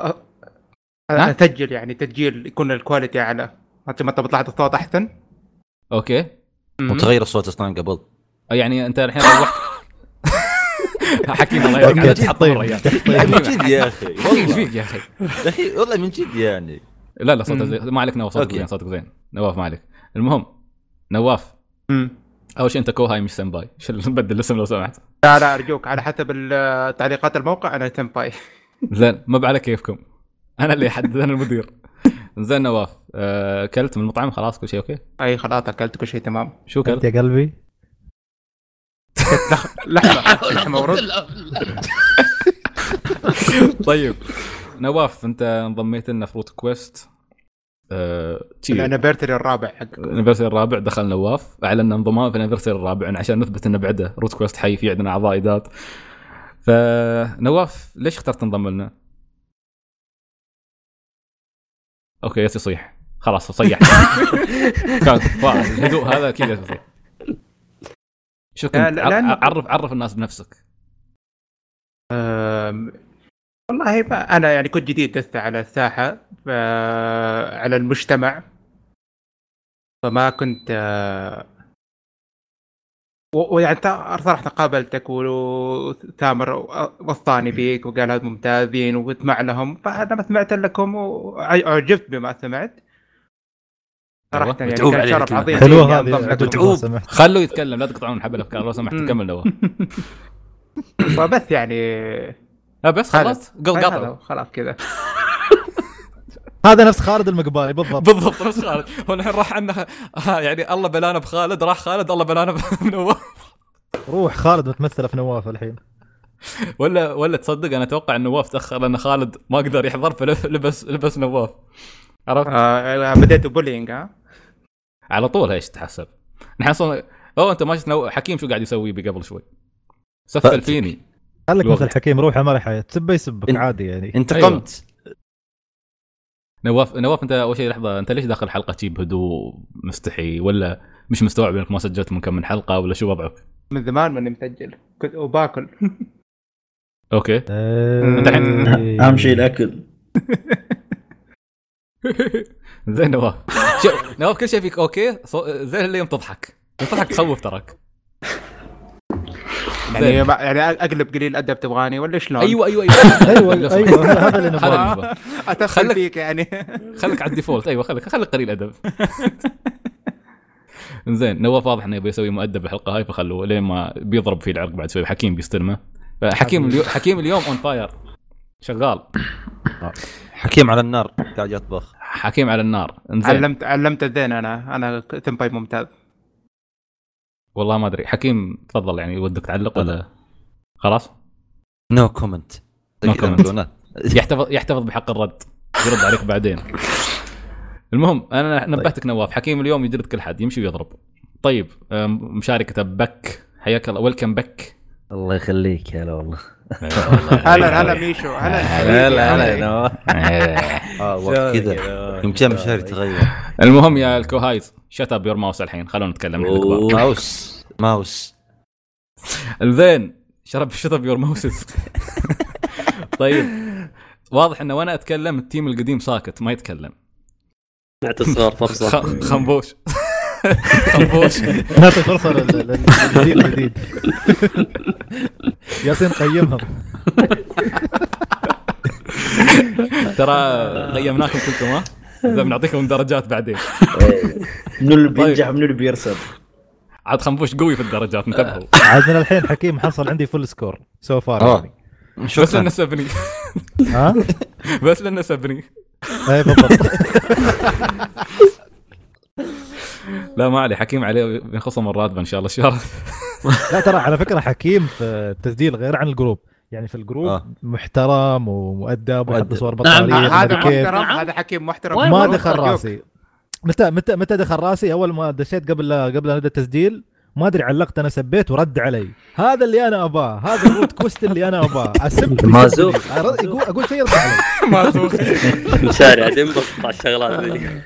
اسجل يعني تسجيل يكون الكواليتي اعلى حتى ما تطلع الصوت احسن. اوكي وتغير الصوت اصلا قبل يعني انت الحين روحت حكيم الله يعينك تحط الريال من جد يا اخي ايش فيك يا اخي والله من جد يعني. لا صوتك ما عليك نواف صوتك زين نواف ما عليك. المهم نواف اول شيء انت كوهاي مش سنباي ايش نبدل الاسم لو سمحت؟ لا ارجوك على حسب تعليقات الموقع انا سنباي. زين ما بعلى كيفكم انا اللي احدد انا المدير. زين نواف اكلت من المطعم خلاص كل شيء اوكي؟ اي خلاص اكلت كل شيء تمام. شو اكلت يا قلبي؟ لحمه ورز. طيب نواف انت انضميت لنا في روت كويست الانيفرساري الرابع حق الانيفرساري الرابع. دخل نواف اعلنا انضمام في الانيفرساري الرابع عشان نثبت انه بعده روت كويست حي في عندنا اعضاء جداد. فنواف ليش اخترت تنضم لنا؟ اوكي يصيح خلاص صيح. كان الهدوء هذا اكيد يصيح. شو كنت عرف الناس بنفسك. والله انا يعني كنت جديد لسه على الساحه على المجتمع فما كنت ويعني صراحه قابلتك وتامر وصاني فيك وقال هذا ممتازين واسمع لهم فانا ما سمعت لكم وعجبت بما سمعت صراحه يعني كان شرف عظيم. حلوه هذه خلوا يتكلم لا تقطعون حبل الافكار لو سمحت كمل نواف. وبس يعني بس خلاص قطع خلاص كذا. هذا نفس خالد المقبالي بالضبط نفس خالد. هو الحين راح عنها يعني الله بلانا بخالد راح خالد الله بلانا بنواف. روح خالد متمثله في نواف الحين. ولا تصدق انا اتوقع ان نواف تاخر لان خالد ما قدر يحضر فلبس نواف عرفت. بديت بولينج على طول ايش تحسب نحن اصلا انت ما شفت حكيم شو قاعد يسوي قبل شوي سفل فيني. خليك مثل حكيم روح ما راح تسبه يسبك عادي يعني انت قمت. نواف انت اول شيء لحظه انت ليش داخل الحلقه تجيب هدوء مستحي ولا مش مستوعب انك ما سجلت من كم من حلقه ولا شو وضعك؟ من زمان ماني مسجل كنت وباكل. اوكي انت الحين اهم شيء الاكل. زين نواف كل شيء فيك اوكي زين اللي يوم تضحك تخوف تراك يعني اقلب قليل ادب تبغاني ولا شلون؟ ايوه هذا اللي نبغاه. اتدخل فيك يعني خليك على الديفولت. ايوه خليك قليل ادب. زين نواف واضح انه يبي يسوي مؤدب الحلقه هاي فخلوه لين ما بيضرب فيه العرق بعد شوي. حكيم بيستلمه حكيم اليوم اون فاير شغال. حكيم على النار قاعد يطبخ. حكيم على النار. علمت الزين انا تمباي ممتاز والله ما ادري. حكيم تفضل يعني ودك تعلق ولا خلاص؟ نو كومنت. يحتفظ بحق الرد يرد عليك بعدين. المهم انا نبهتك نواف حكيم اليوم يجلد كل حد يمشي ويضرب. طيب مشاركة بك حياك الله ويلكم بك. الله يخليك هلا والله. هلا ميشو هلا وقت كذا يمكن مشاري تغير. المهم يا الكوهايز شت اب يور ماوس الحين خلونا نتكلم عن ماوس الزين شرب الشطب يور موسس. طيب واضح انه وانا اتكلم التيم القديم ساكت ما يتكلم. نعطي الصغار فرصه. خنبوش خنبوش نعطي فرصه للجيل الجديد. ياسين قيمهم. ترى قيمناكم كلكم ها، اذا بنعطيكم درجات بعدين. منو اللي بينجح منو اللي بيرسب. عاد خنبوش قوي في الدرجات انتبهوا. عاد من الحين حكيم حصل عندي فول سكور سو فار يعني. بس لانه سبني. ها بس لانه سبني. اي بالضبط. لا ما علي، حكيم عليه بينخصم الراتب ان شاء الله الشهر. لا ترى على فكره حكيم في التسجيل غير عن الجروب، يعني في الجروب محترم ومؤدب وحط صور بطاريه. هذا محترم، هذا حكيم محترم. ما دخل راسي. متى دخل راسي؟ اول ما دشيت قبل لا نبدا التسجيل ما ادري علقت انا سبيت ورد علي. هذا اللي انا اباه، هذا الروت كوست اللي انا اباه. اسب مازوخ. اقول شيء يرد علي. مازوخ شارع دينبسط على الشغلات ذي.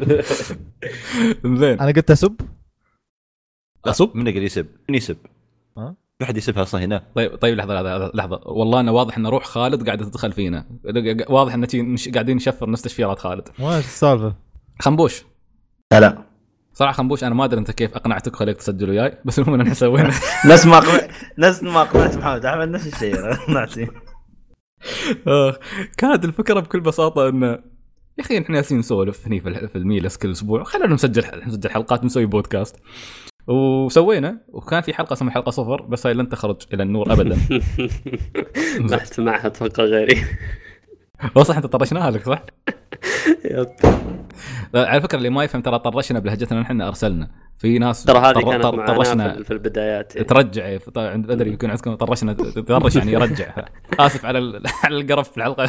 زين انا قلت اسب. اسب من قال يسب؟ من يسب؟ ها في احد يسبها اصلا هنا؟ طيب لحظه والله انه واضح ان روح خالد قاعده تدخل فينا. واضح ان قاعدين نشفر نفس تشفيرات خالد. ما السالفه خنبوش. لا صراحه خنبوش انا ما ادري انت كيف اقنعتك خليك تسجل وياي، بس المهم احنا سوينا نفس ما اقنعت محمد احمد نفس الشيء اقنعتي. كانت الفكره بكل بساطه انه يا اخي احنا جالسين نسولف هني في الميلس كل اسبوع، خلينا نسجل حلقات نسوي بودكاست. وسوينا، وكان في حلقه اسمها حلقه 0 بس هاي لن تخرج الى النور ابدا. ما استمعها اتوقع غيري. صح انت طرشناها لك صح؟ يب. على فكره اللي ما يفهم ترى طرشنا بلهجتنا نحن ارسلنا في ناس ترى هذه كانت طرشنا معنا في البدايات يعني. ترجع عند ادري يمكن عندكم طرشنا تطرش يعني يرجع. اسف على القرف في الحلقه.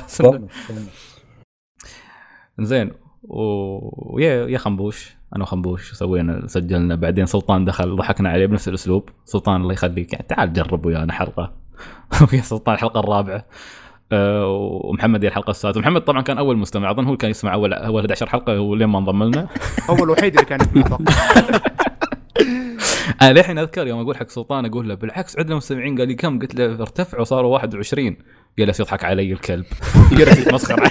زين ويا خنبوش انا وخنبوش سوينا سجلنا، بعدين سلطان دخل ضحكنا عليه بنفس الاسلوب. سلطان الله يخليك يعني تعال جرب ويانا حلقه. ويا سلطان الحلقه الرابعه ومحمد الحلقه السادسه. محمد طبعا كان اول مستمع، اظن هو كان يسمع اول 11 حلقه ولين ما انضم لنا. هو الوحيد اللي كان يسمع. انا للحين اذكر يوم اقول حق سلطان اقول له بالعكس عندنا مستمعين، قال لي كم؟ قلت له ارتفعوا صاروا 21. جلس يضحك علي الكلب. جلس يتمسخر.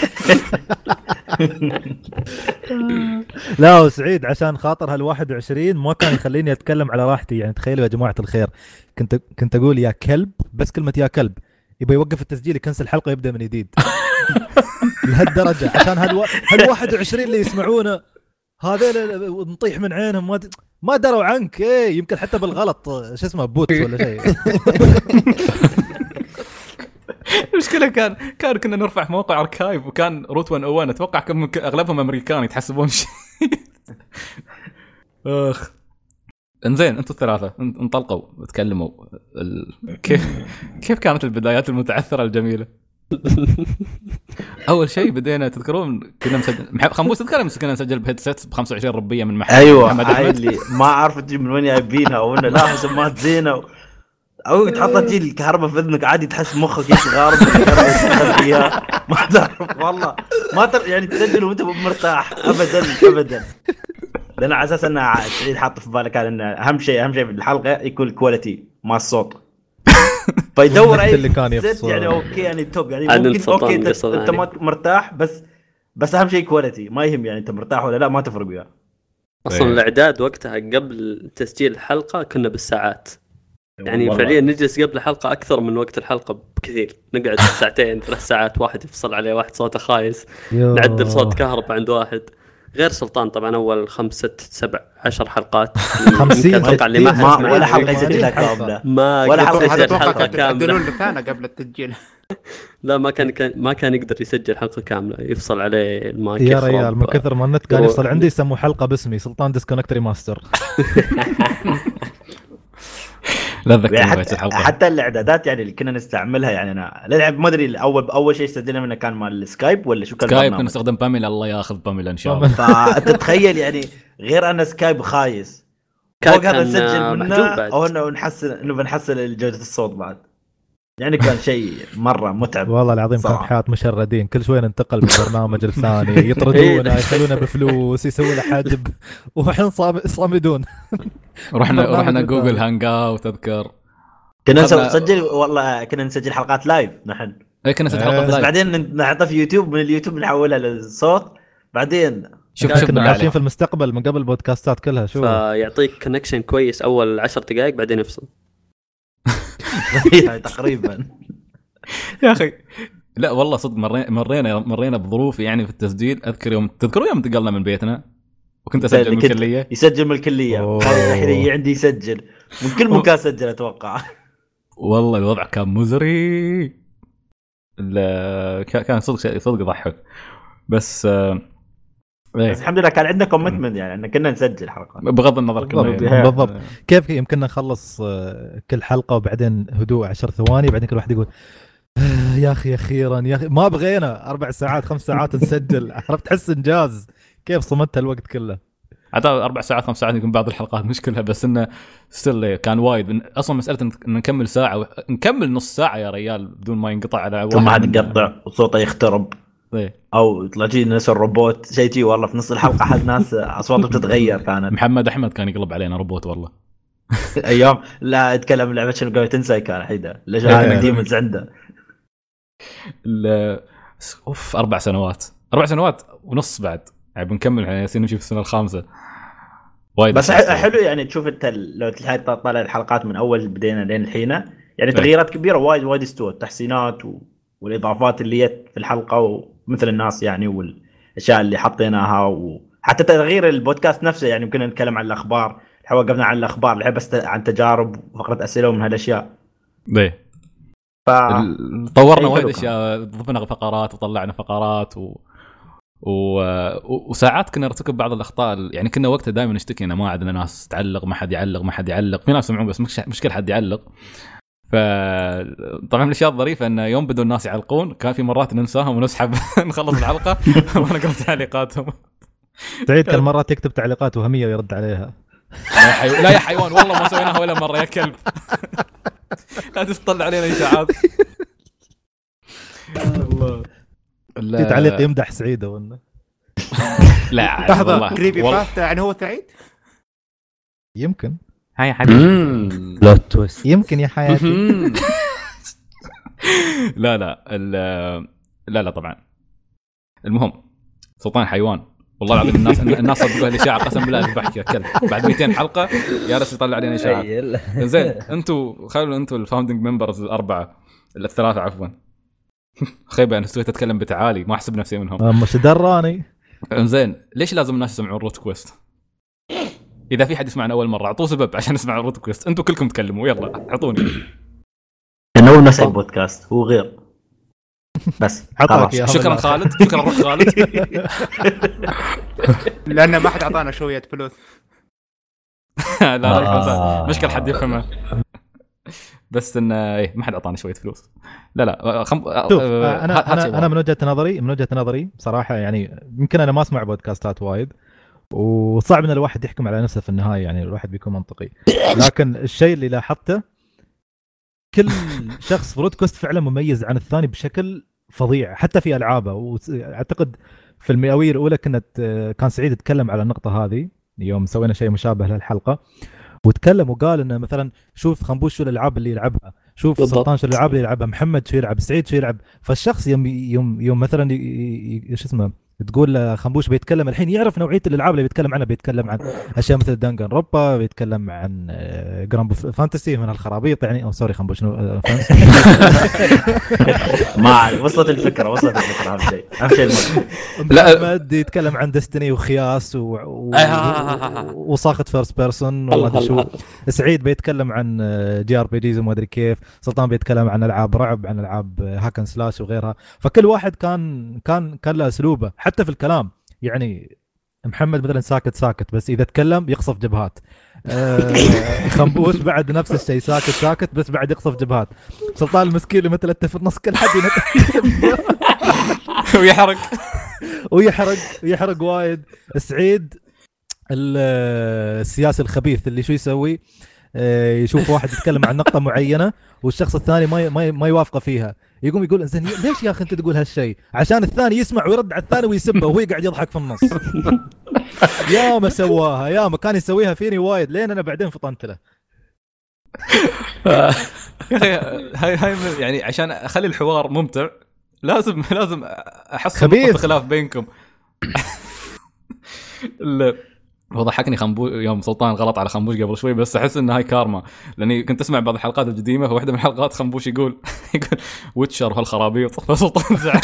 لا وسعيد عشان خاطر هال21 ما كان يخليني اتكلم على راحتي. يعني تخيلوا يا جماعه الخير، كنت اقول يا كلب، بس كلمه يا كلب يبغى يوقف التسجيل يكنسل الحلقه يبدا من جديد. لهالدرجه عشان هال21 اللي يسمعونا هذول نطيح من عينهم ما دروا عنك. ايه يمكن حتى بالغلط شو اسمه بوتس ولا شيء. المشكله كان كنا نرفع في موقع اركايف وكان روت 101 اتوقع كم اغلبهم امريكان يتحسبون شيء. اخ انزين انتم الثلاثه انطلقوا تكلموا كيف كانت البدايات المتعثره الجميله. اول شيء بدينا تذكرون كنا مسجل خنبوش تذكر كنا نسجل بهيدسيت ب 25 ربيه من محل. ايوه هاي اللي ما اعرف تجيب من وين جايبينها وانه لا سماعات زينه او تحط تجي الكهرباء في اذنك عادي تحس مخك يصغر فيها. ما تعرف والله ما يعني تسجل وانت مرتاح ابدا. لان على اساس ان سعيد حاط في بالك ان اهم شيء في الحلقه يكون الكواليتي مع الصوت. فيدور اي اللي كان يفصل يعني اوكي يعني توب يعني ممكن اوكي انت ما مرتاح بس اهم شيء كواليتي، ما يهم يعني انت مرتاح ولا لا ما تفرق وياه. اصلا الاعداد وقتها قبل تسجيل الحلقه كنا بالساعات، يعني فعليا نجلس قبل الحلقه اكثر من وقت الحلقه بكثير. نقعد 2 3 ساعات، واحد يفصل عليه واحد صوته خايس، نعدل صوت كهرباء عند واحد غير سلطان. طبعا اول 5 6 7 10 حلقات 50 اتوقع اللي ما ولا حلقه يسجلها كامله ولا حلقه كامله يعدلون لسانه قبل التسجيل. لا ما كان يقدر يسجل حلقه كامله، يفصل عليه المايك يا ريال من كثر ما النت كان يفصل عندي يسموا حلقه باسمي سلطان ديسكونكت ريماستر. لا حتى الاعدادات يعني اللي كنا نستعملها، يعني انا نلعب ما ادري اول شيء استخدمنا منه كان مال السكايب ولا شو كان سكايب كنا نستخدم باميلا. الله ياخذ باميلا ان شاء الله. فتتخيل يعني غير ان سكايب خايس فوق هذا نسجل منه او انه بنحسن جوده الصوت بعد. يعني كان شيء مره متعب والله العظيم. كانت حياه مشردين، كل شوي ننتقل من برنامج الثاني، يطردونا يخلونا بفلوس، يسوي له حاجب وحين صامدون. رحنا جوجل هانج اوت تذكر كنا نسجل والله، كنا نسجل حلقات لايف نحن. اي كنا نسجل حلقات بس لايف، بعدين نحطها في يوتيوب، من اليوتيوب نحولها للصوت. بعدين شوف كنا عايشين في المستقبل من قبل البودكاستات كلها. شو فيعطيك كونكشن كويس اول 10 دقائق بعدين يفصل. تقريبا. يا اخي لا والله صدق مرينا بظروف يعني في التسجيل. تذكروا يوم انتقلنا من بيتنا وكنت اسجل من الكليه، يسجل من الكليه، الحين عندي يسجل من كل مكان سجل اتوقع. والله الوضع كان مزري، كان صدق يضحك. بس بس الحمد لله كان عندنا كوميتمنت، يعني ان كنا نسجل حلقات بغض النظر بالضبط. كيف يمكن نخلص كل حلقه وبعدين هدوء 10 ثواني، بعدين كل واحد يقول يا اخي اخيرا يا اخي ما بغينا 4 ساعات 5 ساعات نسجل. عرفت تحس انجاز كيف صمدت الوقت كله. حتى 4 ساعات 5 ساعات يكون بعض الحلقات مشكلة، بس انه ستيل كان وايد. اصلا مسألة ان نكمل ساعة نكمل نص ساعة يا ريال بدون ما ينقطع على واحد، ما حد يقطع وصوته يخترب إيه. او يطلع جي ناس الروبوت شيء جي. والله في نص الحلقة حد ناس اصواته بتتغير. كانت محمد احمد كان يقلب علينا روبوت والله. ايام لا اتكلم لعبة شنو قوي تنسى كان حيدا ليش انا ديمونز عنده. اوف 4 سنوات ونص بعد يعني بنكمل يعني نمشي في السنة الخامسة. وايد بس حلو يعني تشوف انت لو تطلع الحلقات من اول بدينا لين الحين يعني تغييرات كبيره وايد استوت. التحسينات والاضافات اللي جت في الحلقه ومثل الناس يعني، والاشياء اللي حطيناها، وحتى تغيير البودكاست نفسه. يعني يمكن نتكلم عن الاخبار، وقفنا عن الاخبار الحين بس عن تجارب وفقره اسئله ومن هالاشياء. طورنا وايد اشياء، ضفنا فقرات وطلعنا فقرات وساعات كنا نرتكب بعض الاخطاء. يعني كنا وقتها دائما نشتكي ان ما عندنا ناس تعلق، ما حد يعلق. في ناس يسمعون بس مش كل حد يعلق. فطبعا الاشياء الظريفه ان يوم بدوا الناس يعلقون كان في مرات ننساهم ونسحب نخلص الحلقه وما نقرا تعليقاتهم. سعيد كان مرات يكتب تعليقات وهميه ويرد عليها. لا يا حيوان والله ما سويناها ولا مره يا كلب. لا تطلع علينا اشاعات. الله في تعليق يمدح سعيد ولا لا لحظه كريبي باستا يعني هو سعيد يمكن. هاي يا حبيبي بلوت تويست يمكن يا حياتي. لا طبعا. المهم سلطان حيوان والله العظيم. الناس صدقوا هالاشاعه قسم بالله اذبحك يا كلب. بعد 200 حلقه يا ريت يطلع علينا اشاعات. زين انتم خلوا انتم الفاوندنج ممبرز الاربعه الثلاثه عفوا خيبه انا سويت اتكلم بتعالي ما احسب نفسي منهم. مش دراني. زين ليش لازم الناس يسمعون روت كويست؟ اذا في حد يسمعنا اول مره اعطوه سبب عشان يسمع روت كويست. انتم كلكم تكلموا يلا اعطوني. انا اول ما اسال بودكاست هو غير بس. شكرا خالد. شكرا روح خالد. لان ما حد اعطانا شويه فلوس. لا مشكله حد يفهمها. بس ان ايه ما حد اعطاني شويه فلوس. لا انا من وجهه نظري بصراحه يعني يمكن انا ما اسمع بودكاستات وايد وصعب ان الواحد يحكم على نفسه في النهايه. يعني الواحد بيكون منطقي، لكن الشيء اللي لاحظته كل شخص في رودكوست فعلا مميز عن الثاني بشكل فظيع حتى في العابه. واعتقد في المئويه الاولى كان سعيد يتكلم على النقطه هذه يوم سوينا شيء مشابه للحلقه، وتكلم وقال انه مثلا شوف خنبوش شو الالعاب اللي يلعبها، شوف سلطان شو الالعاب اللي يلعبها، محمد شو يلعب، سعيد شو يلعب. فالشخص يوم مثلا ايش اسمه تقول خنبوش بيتكلم الحين يعرف نوعيه الالعاب اللي بيتكلم عنها. بيتكلم عن اشياء مثل دانجن روبا، بيتكلم عن جرامبو فانتسي من الخرابيط يعني. او سوري خنبوش ما وصلت الفكره اهم شيء محمد يتكلم عن ديستني وخياس وصاخه فيرست بيرسون وما ادري شو. سعيد بيتكلم عن جي ار بي جيز وما ادري كيف. سلطان بيتكلم عن العاب رعب، عن العاب هاكن سلاش وغيرها. فكل واحد كان له اسلوبه حتى في الكلام. يعني محمد مثلا ساكت بس اذا تكلم يقصف جبهات. خنبوش بعد نفس الشيء ساكت بس بعد يقصف جبهات. سلطان المسكين اللي مثل انت في النص كل حد ويحرق وايد. سعيد السياسي الخبيث اللي شو يسوي، يشوف واحد يتكلم عن نقطة معينة والشخص الثاني ما يوافقه فيها، يقول انزين ليش يا اخي انت تقول هالشيء، عشان الثاني يسمع ويرد على الثاني ويسبه وهو قاعد يضحك في النص. يا ما سواها، يا ما كان يسويها فيني وايد لين انا بعدين فطنت له. يا اخي هاي يعني عشان اخلي الحوار ممتع لازم احس نقطة خلاف بينكم. هو ضحكني يوم سلطان غلط على خنبوش قبل شوي، بس احس ان هاي كارما، لاني كنت اسمع بعض الحلقات القديمه، فواحده من الحلقات خنبوش يقول ويتشر هالخرابيط، فسلطان زعل.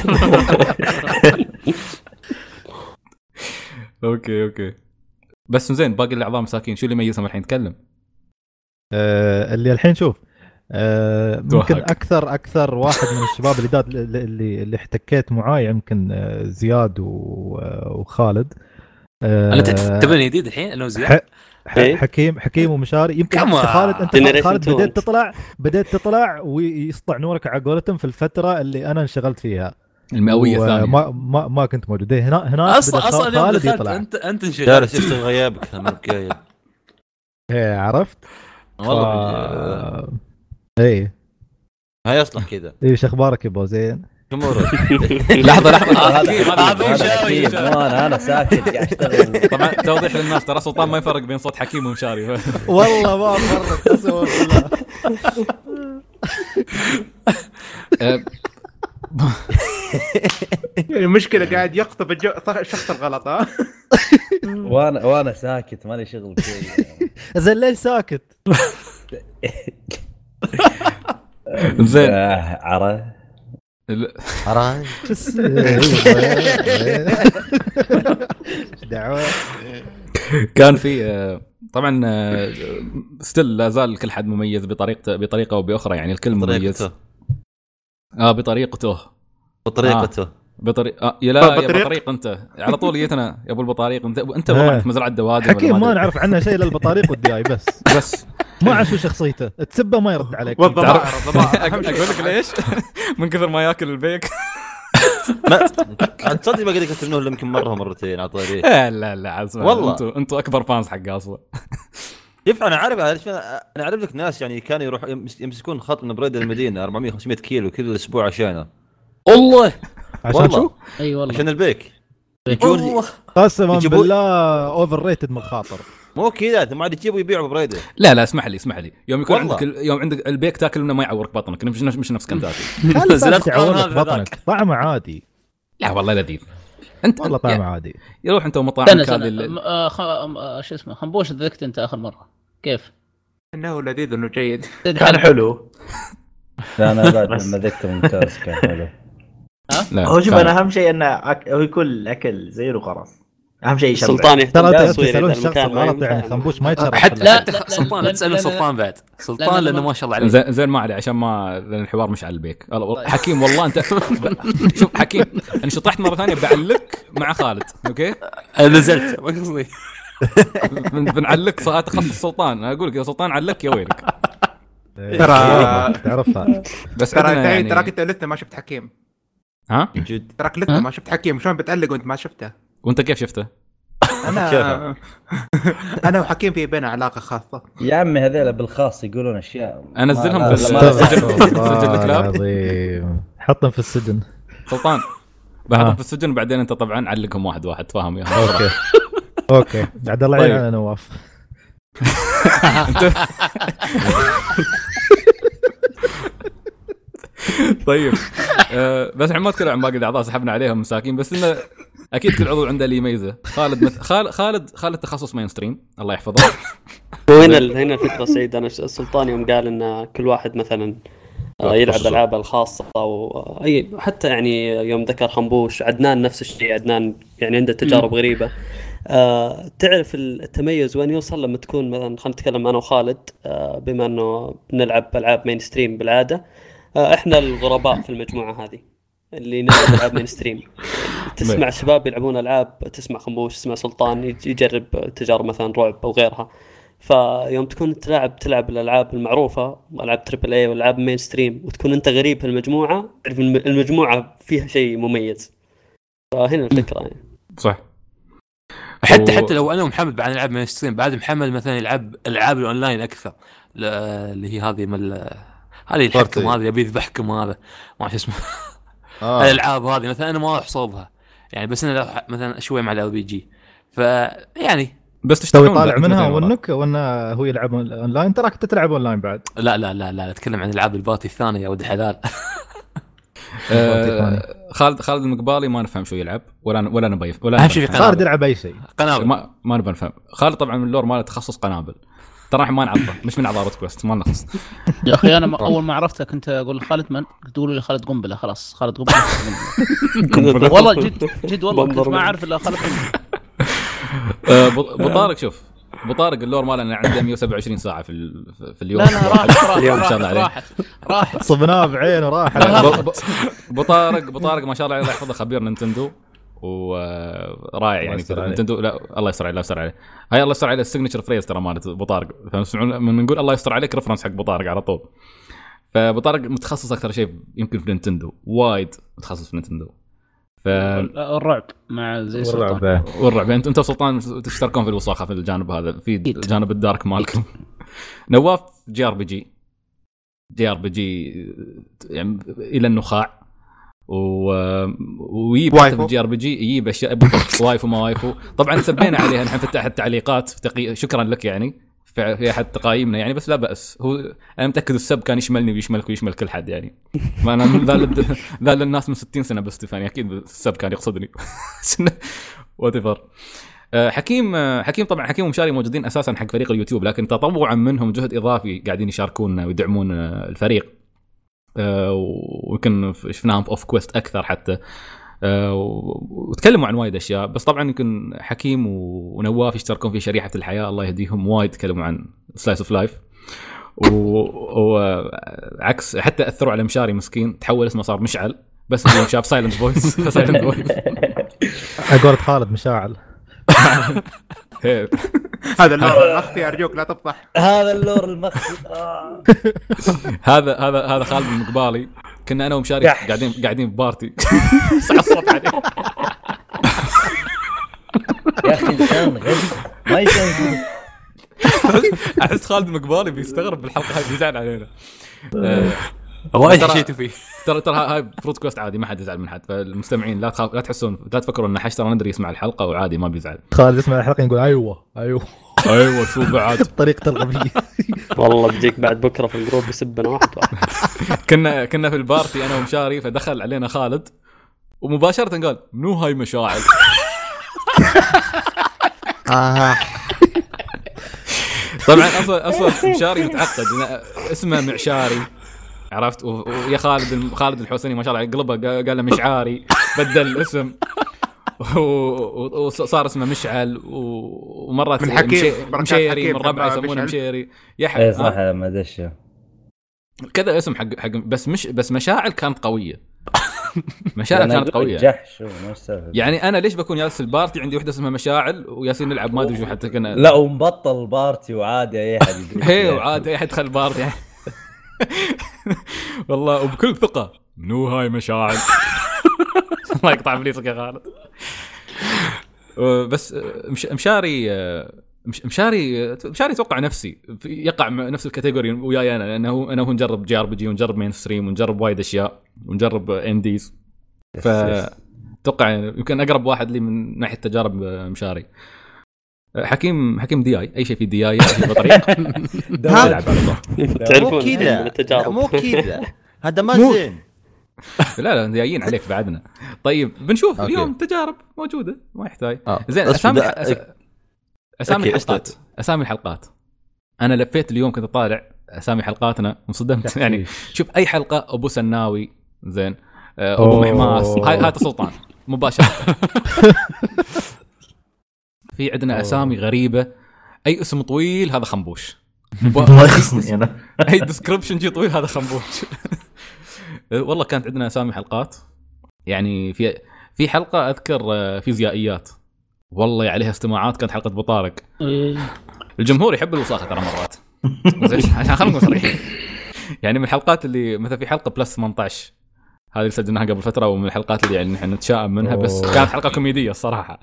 اوكي بس زين، باقي الاعضاء مساكين شو اللي يميزهم الحين؟ تكلم. اللي الحين شوف ممكن اكثر واحد من الشباب اللي احتكيت معاه يمكن زياد وخالد. انا تبني جديد الحين انا وزياد حكيم ومشاري. يمكن خالد انت خالد بديت تطلع ويسطع نورك على قولتهم في الفتره اللي انا انشغلت فيها المئويه الثانيه. ما كنت موجود هنا اصلا خالد يطلع. انت انشغلت جالس يشتغل غيابك الجاي. ايه عرفت والله ايه هاي اصلا كذا. ايش اخبارك يا ابو زين؟ امورك؟ لحظه انا ساكت قاعد اشتغل. طبعا توضيح للناس، ترى سلطان ما يفرق بين صوت حكيم ومشاري. والله ما فرق قسما بالله. يعني المشكله قاعد يخطب الشخص الغلط. ها وانا ساكت مالي شغل شيء. زين ليش ساكت؟ زين عرا دعوه. كان في طبعا ستيل لا زال كل حد مميز بطريقه او باخرى، يعني الكل مميز بطريقته بطريق انت على طول جيتنا يا ابو البطاريق. انت والله مزرعه دوادم. حكيم ما نعرف عنه شيء الا البطاريق والدياي بس ما عشو شخصيته تسبه ما يرد عليك. اقول لك ليش؟ من كثر ما ياكل البيك. ما تصدق ما قد كتبنوه الا يمكن مره مرتين على طاري. لا عزمه والله انتوا اكبر فانز حق اصلا. كيف انا عارف لك ناس يعني كانوا يروحوا يمسكون خط من بريد المدينه 400 500 كيلو كل الاسبوع عشانه. والله عشان شو؟ اي والله عشان البيك. قسما بالله اوفر ريتد من خاطر. مو كذا ثم عاد يجيبوا يبيعوا ببريده. لا اسمح لي يوم يكون عندك البيك تاكل منه ما يعورك بطنك، مش نفس كنتاكي. نزلت تعورك بطنك طعمه عادي. لا والله لذيذ. انت والله طعمه عادي. يروح انت ومطاعم شو اسمه خنبوش ذقت انت اخر مره كيف؟ انه لذيذ انه جيد كان حلو. لا انا بعد لما ذقته ممتاز كان حلو. هو شوف انا اهم شيء انه هو يكون الاكل زين وخلاص. اهم شيء سلطان يحتاج تسألون الشخص الغلط يعني خنبوش ما يتشرف. حتى سلطان تسأله سلطان بعد سلطان لانه ما شاء الله عليه زين ما عليه عشان ما الحوار مش على البيك. حكيم والله انت شوف حكيم انا شطحت مره ثانيه بعلق مع خالد. اوكي نزلت ما قصدي بنعلق صارت تخصص سلطان. اقول لك يا سلطان علق يا ويلك. ترى تعرفها بس تراك انت لسه ما شفت حكيم. ها جد تراك لسه ما شفت حكيم. شلون بتعلق وانت ما شفته؟ وانت كيف شفته؟ انا وحكيم في بيننا علاقه خاصه يا عمي. هذول بالخاص يقولون اشياء انزلهم في السجن الكلاب. عظيم حطهم في السجن سلطان بحطهم في السجن وبعدين انت طبعا علقهم واحد فاهم يا اوكي بعد الله يعين على نواف. طيب بس ما اتكلم عن باقي الاعضاء سحبنا عليهم مساكين، بس انه اكيد كل عضو عنده اللي يميزه. خالد تخصص مين ستريم الله يحفظه. وهنا الفكره سعيد. انا السلطان يوم قال ان كل واحد مثلا يلعب العابه الخاصه او اي حتى يعني يوم ذكر خنبوش عدنان نفس الشيء. عدنان يعني عنده تجارب غريبه. تعرف التميز وين يوصل لما تكون مثلا خلينا نتكلم انا وخالد بما انه بنلعب العاب مين ستريم بالعاده. احنا الغرباء في المجموعه هذه اللي نلعب العاب مين ستريم. تسمع شباب يلعبون العاب، تسمع خنبوش، تسمع سلطان يجرب تجارب مثلا رعب او غيرها. فيوم تكون تلعب الالعاب المعروفه العاب تريبل اي والعاب مين ستريم وتكون انت غريب في المجموعه، تعرف المجموعه فيها شيء مميز. فهنا الفكره يعني. صح. حتى لو انا ومحمد بعد نلعب مين ستريم، بعد محمد مثلا يلعب العاب الاونلاين اكثر اللي هي هذه هذه الحكم هذا يبي يذبحكم هذا ما ايش اسمه. الالعاب هذه مثلا انا ما اروح صوبها يعني، بس انا مثلا شوي مع الار بي جي. فيعني بس تو تشتغل يطالع منها ونك وانا هو يلعب اونلاين. تراك انت تلعب اونلاين بعد؟ لا لا لا لا اتكلم عن العاب البارتي الثانيه يا ولد حلال. خالد المقبالي ما نفهم شو يلعب ولا نبي ولا اهم شيء في خالد يلعب اي شيء قنابل. ما نبي نفهم. خالد طبعا من اللور ماله تخصص قنابل، ترى احنا ما نعرفه، مش من اعضاء كويست، ما نخص. يا اخي انا اول ما عرفته كنت اقول خالد من، تقولوا لي خالد قنبله، خلاص خالد قنبله. والله جد والله كنت ما اعرف الا خالد قنبله. ابو طارق شوف، ابو طارق اللور مالنا عنده 127 ساعه في اليوم. لا راحت صبناه بعينه راح. ابو طارق ما شاء الله الله يحفظه خبير نينتندو ورائع يعني في نينتندو. لا الله يستر عليه، الله يستر عليه. هاي الله يستر عليه السيجنتشر فريز ترى مالت ابو طارق، فنسمعون من نقول الله يستر عليك ريفرنس حق ابو طارق على طول. فابو طارق متخصص اكثر شيء يمكن في نينتندو، وايد متخصص في نينتندو. الرعب مع زي سلطان والرعب انت وسلطان تشتركون في الوساخه في الجانب هذا، في الجانب الدارك مالكم. نواف جي ار بي جي يعني الى النخاع ويجيب في الجي ار بي جي يجيب اشياء وايفو ما وايفو. طبعا سبينا عليها نحن في التعليقات شكرا لك يعني في احد تقايمنا يعني، بس لا باس. هو انا متاكد السب كان يشملني ويشملك ويشمل كل حد يعني. ما انا ذا للناس من 60 سنه بس ستيفاني اكيد السب كان يقصدني. واتيفر. حكيم طبعا حكيم ومشاري موجودين اساسا حق فريق اليوتيوب، لكن تطوعا منهم جهد اضافي قاعدين يشاركونا ويدعمون الفريق. ويمكن شفناهم في اوف كويست اكثر حتى، وتكلموا عن وايد اشياء. بس طبعا يمكن حكيم ونواف يشتركون في شريحه الحياه الله يهديهم، وايد تكلموا عن سلايس اوف لايف. وعكس حتى اثروا على مشاري مسكين، تحول اسمه صار مشعل بس اليوم شاف سايلنت فويس. سايلنت فويس اقول خالد مشاعل. هذا اللور المخفي ارجوك لا تفضح. هذا اللور المخفي. هذا خالد المقبالي. كنا انا ومشاري قاعدين في بارتي. صعصت عليه يا اخي انسان غبي ما يسوي. احس خالد المقبالي بيستغرب بالحلقه هاي، بيزعل علينا. وايد حشيتوا فيه. ترى هاي فروت كوست عادي، ما حد يزعل من حد. فالمستمعين لا تحسون لا تفكروا ان حشتر ندري يسمع الحلقه وعادي ما بيزعل. خالد يسمع الحلقه يقول ايوه شو بعد طريقه الغبيه. والله بيجيك بعد بكره في الجروب يسبنا واحد. كنا في البارتي انا ومشاري، فدخل علينا خالد ومباشره قال منو هاي مشاعل. طبعا اصلا مشاري متعقد اسمه معشاري عرفت، ويا خالد الحسيني ما شاء الله قلبه قال له مشعاري بدل الاسم وصار اسمه مشعل، ومرات مشيري من ربعه يسمونه مشيري. يا صح ما دشه كذا اسم حق بس مشاعل كانت قويه. مشاعل كانت قويه جحش يعني. انا ليش بكون جالس في البارتي عندي وحده اسمها مشاعل وياسين نلعب ما ادري شو حتى كنا لا ومبطل البارتي وعادي اي احد هي وعادي اي احد يدخل البارتي يعني. والله وبكل ثقه منو هاي مشاعل. الله يقطع بليسك يا خالد. بس مشاري اتوقع نفسي يقع نفس الكاتيجوري وياي انا، لانه انا وهو نجرب جي ار بي جي ونجرب مين ستريم ونجرب وايد اشياء ونجرب انديز. فتوقع يمكن اقرب واحد لي من ناحيه تجارب مشاري. حكيم دي اي شيء في دي اي بطريق يلعب على الله. تعرفون كذا مو كذا هذا ما زين. لا جايين عليك بعدنا. طيب بنشوف اليوم تجارب موجوده ما يحتاج. زين اسامي الحلقات انا لفيت اليوم كنت طالع اسامي حلقاتنا انصدمت يعني. شوف اي حلقه ابو سناوي زين، ابو محماس هاي سلطان مباشره. في عندنا اسامي غريبه، اي اسم طويل هذا خنبوش. ما يخصني انا. اي ديسكربشن جي طويل هذا خنبوش. والله كانت عندنا اسامي حلقات يعني. في حلقه اذكر فيزيائيات والله عليها استماعات، كانت حلقه ابو طارق. الجمهور يحب الوساخه ترى مرات. عشان خلينا صريحين يعني. من الحلقات اللي مثلا في حلقه بلس 18 هذه اللي سجلناها قبل فتره، ومن الحلقات اللي يعني نحن نتشائم منها بس كانت حلقه كوميديه الصراحه.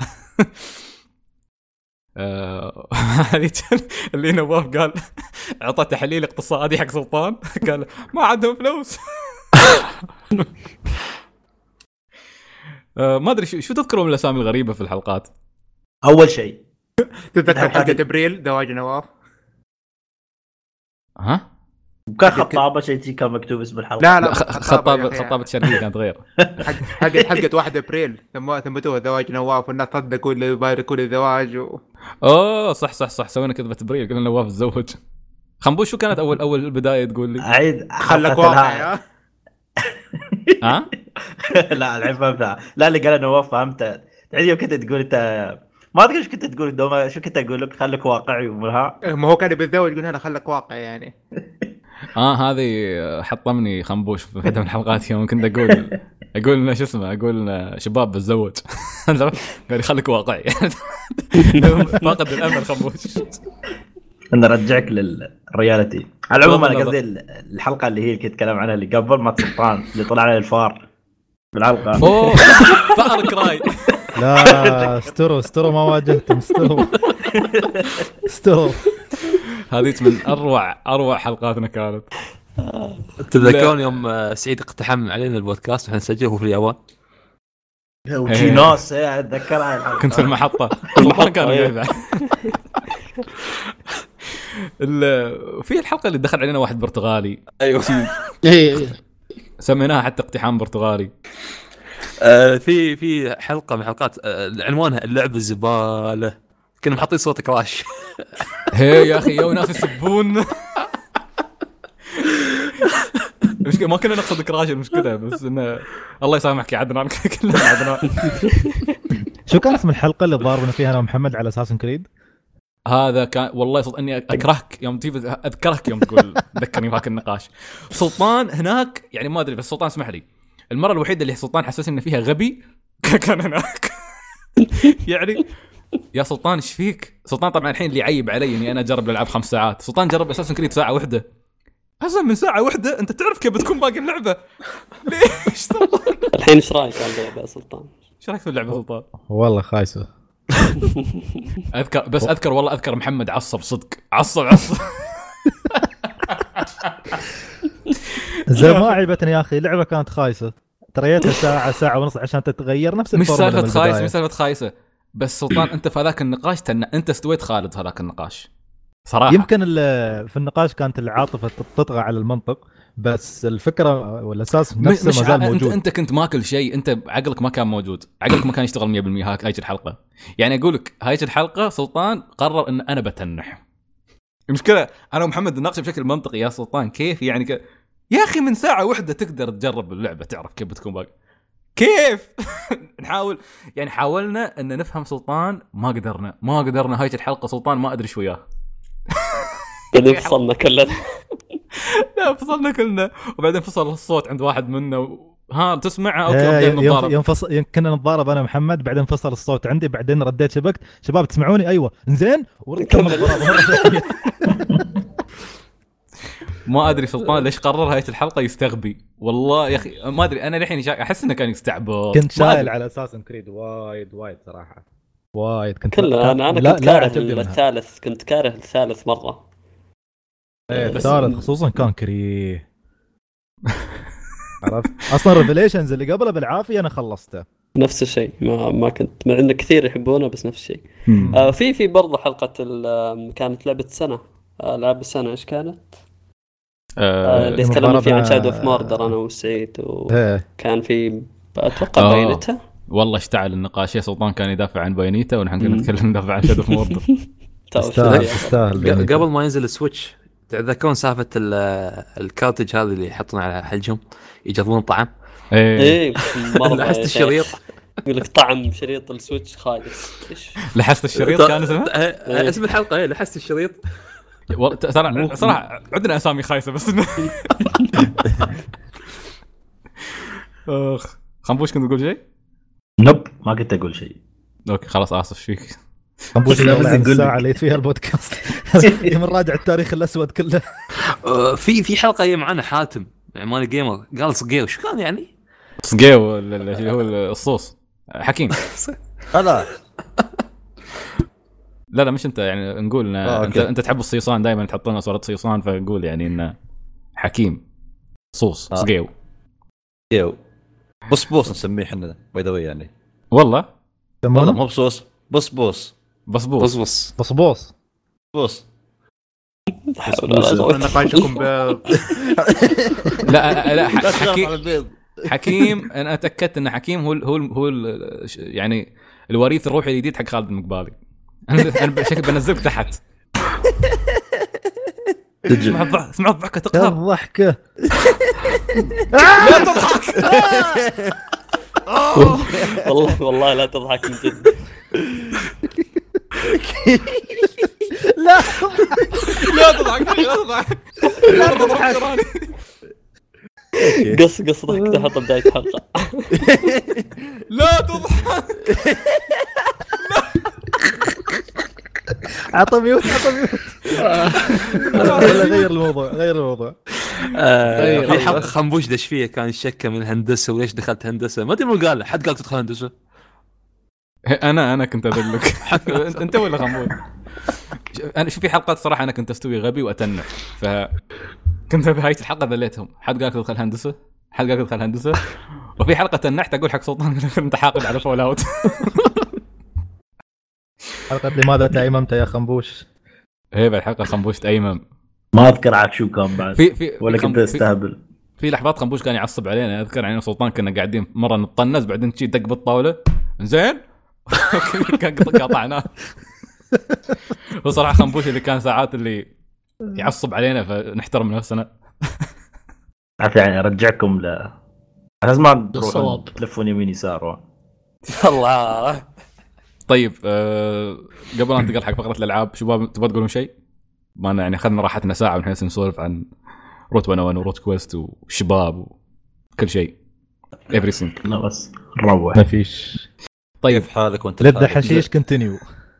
هذه اللي نواف قال عطى تحليل اقتصادي حق سلطان، قال ما عندهم فلوس. ما ادري شو تذكروا من الاسامي الغريبه في الحلقات. اول شيء تتذكر حلقة ابريل زواج نواف؟ ها كان خطابه شيء كان مكتوب اسم الحلقه. لا خطابة شرقية كانت غير. حلقة 1 ابريل ثبتوها زواج نواف والناس صدقوا اللي يباركوا لي زواج اوه صح سوينا كذبة ابريل قلنا نواف تزوج. خنبوش شو كانت اول البداية تقول لي؟ عيد خلك واقع ها؟ لا الحين فهمتها. لا اللي قال نواف فهمت. تعيد يوم كنت تقول انت ما ادري ايش كنت تقول دوما، شو كنت اقول لك خليك واقعي ومرها. ما هو كان بيتزوج يقول انا خلك واقع يعني. هذه حطمني خنبوش في واحدة من الحلقات يوم كنت اقول لنا شو اسمه، اقول لنا شباب بتزوج قال لي خليك واقعي. فاقد الامل خنبوش. انا رجعك للرياليتي. على العموم انا قصدي الحلقه اللي هي اللي كنت اتكلم عنها اللي قبل ما سلطان اللي طلع على الفار بالحلقه. اوه فار كراي. لا سترو ما واجهتم سترو. هذه من اروع حلقاتنا كانت. تذكرون يوم سعيد اقتحم علينا البودكاست وحنا نسجله في اليابان؟ وشي ناس اتذكرها. كنت في المحطة ما كانوا يبع. في الحلقة اللي دخل علينا واحد برتغالي. ايوه سميناها حتى اقتحام برتغالي. في حلقة من حلقات عنوانها اللعبة الزبالة، كنا محطين صوت كراش. هي يا اخي يا ناس يسبون. المشكلة ما كنا نقصد كراش المشكلة، بس انه الله يسامحك يا عدنان. كلنا عدنان. شو كان اسم الحلقة اللي ضاربنا فيها انا ومحمد على اساسن كريد؟ هذا كان والله صدق اني اكرهك يوم تجيب اذكرك يوم تقول ذكرني بهاك النقاش. سلطان هناك يعني ما ادري، بس سلطان اسمح لي، المره الوحيده اللي سلطان حسسني ان فيها غبي كان هناك. يعني يا سلطان ايش فيك؟ سلطان طبعا الحين اللي يعيب علي اني انا اجرب الالعاب 5 ساعات، سلطان جرب اساسن كريد ساعه واحده. اصلا من ساعه واحده انت تعرف كيف بتكون باقي اللعبه. ليش سلطان؟ الحين ايش رايك على اللعبه سلطان؟ ايش رايك في اللعبه سلطان؟ والله خايسه. اذكر والله اذكر محمد عصب صدق عصب. زي ما عيبتني يا اخي، اللعبه كانت خايسه، تريتها ساعه ونص عشان تتغير نفس مش سالفه خايسه بس سلطان انت في هذاك النقاش انت استويت خالد هذاك النقاش صراحه. يمكن في النقاش كانت العاطفه تطغى على المنطق، بس الفكره والاساس نفسه ما زال موجود. انت كنت ماكل شيء، انت عقلك ما كان موجود، عقلك ما كان يشتغل 100%. هاي الحلقه يعني اقول لك هاي الحلقه سلطان قرر ان انا بتنح. المشكله انا ومحمد نناقش بشكل منطقي يا سلطان كيف يعني يا اخي من ساعه واحده تقدر تجرب اللعبه تعرف كيف بتكون باقي كيف. نحاول يعني حاولنا ان نفهم سلطان، ما قدرنا هاي الحلقه سلطان ما ادري شو وياه. بعدين فصلنا كلنا. لا فصلنا كلنا، وبعدين فصل الصوت عند واحد منا ها تسمعها اوكي. كنا نتضارب انا ومحمد، بعدين فصل الصوت عندي، بعدين رديت شبكت شباب تسمعوني ايوه زين وركبنا. ما ادري سلطان ليش قرر هاي الحلقه يستغبي والله يا اخي ما ادري. انا للحين احس انه كان يستعبط. كنت شايل على اساسن كريد وايد صراحه وايد. كنت انا كنت كاره الثالث، كنت كاره الثالث مره. الثالث خصوصا كان كريه. عرفت اصلا ريفيليشنز اللي قبله بالعافيه انا خلصته نفس الشيء. ما كنت مع انه كثير يحبونه بس نفس الشيء. في برضه حلقه كانت لعبه سنه، العاب السنه ايش كانت؟ اللي تكلمنا فيه عن شادو اوف موردر انا وسعيد، وكان في اتوقع باينتها. والله اشتعل النقاش يا سلطان، كان يدافع عن باينيتا ونحن كنا نتكلم ندافع عن شادو اوف موردر. قبل ما ينزل السويتش تذكرون سالفه الكارتج هذا اللي يحطون على حلجهم يجربون طعم؟ ايه مره لاحظت الشريط يقول لك طعم شريط السويتش خايس. لاحظت الشريط كان اسمه اسم الحلقه ايه لاحظت الشريط. صراحه عندنا اسامي خايسه بس. اخ خنبوش كنت تقول شيء؟ نوب ما كنت اقول شيء. اوكي خلاص اسف فيك. خنبوش الساعه اللي فيها البودكاست من راجع التاريخ الاسود كله. في حلقه معنا حاتم يعني مال جيمر قال صقيو، شو كان يعني؟ صقيو اللي هو الصوص حكيم. هذا لا مش انت يعني نقول انت تحب الصيصان دائما تحط لنا صوره صيصان، فنقول يعني انه حكيم صوص صقيو. بص نسميه احنا باي ذا واي يعني. والله مو بصوص بص بصبوص بصبص بصبوص نقاشكم لا تخاف على البيض. حكيم انا اتاكدت ان حكيم هو يعني الوريث الروحي الجديد حق خالد المقبالي. انا بشكل بنزلك تحت. اسمع الضحكه تقهر. الضحكه لا تضحك. والله لا تضحك من جد. لا تضحك. قص ضحك تحت بداية الحلقة. لا تضحك. عطى ميوت غير الموضوع في حلقة خنبوش دش فيها كان الشكة من الهندسة وليش دخلت هندسة ما ادري من قال حد قال تدخل هندسة. انا كنت ادلك. انت ولا خنبوش؟ انا شوف في حلقات صراحه انا كنت استوي غبي واتنع كنت بهاي الحلقه ذليتهم. حد قال تدخل هندسه وفي حلقه تنحت اقول حق سلطان انت حاقد على فول اوت. حلقه لماذا تأيممت يا خنبوش؟ هي بالحلقه خنبوش تأيمم ما اذكر عاد شو كان بعد في ولا كنت استهبل. في لحظات خنبوش كان يعصب علينا. اذكر يعني سلطان كنا قاعدين مره نطنز بعدين تجي دق بالطاوله زين كان قطعناه. وصراحه خنبوش اللي كان ساعات اللي يعصب علينا فنحترم نفسنا. عارف يعني ارجعكم ل اساس ما الصواب. تلفون يمين يسار. الله. طيب قبل أن ننتقل حق فقرة الألعاب شباب تبغى تقولون شيء؟ ما أنا يعني أخذنا راحتنا ساعة ونحن نسولف عن روت 101 وروت كويست والشباب وكل شيء everything. لا بس نروح ما فيش. طيب كيف حالك وانت لذة حشيش كونتينيو.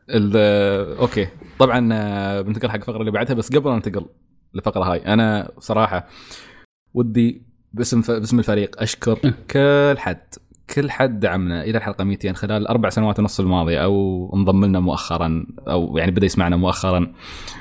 اوكي طبعا بننتقل حق الفقرة اللي بعدها. بس قبل أن ننتقل للفقرة هاي انا صراحة ودي باسم الفريق اشكر كل حد دعمنا الى الحلقة 200 خلال 4 سنوات ونص الماضية او انضم لنا مؤخرا او يعني بدا يسمعنا مؤخرا.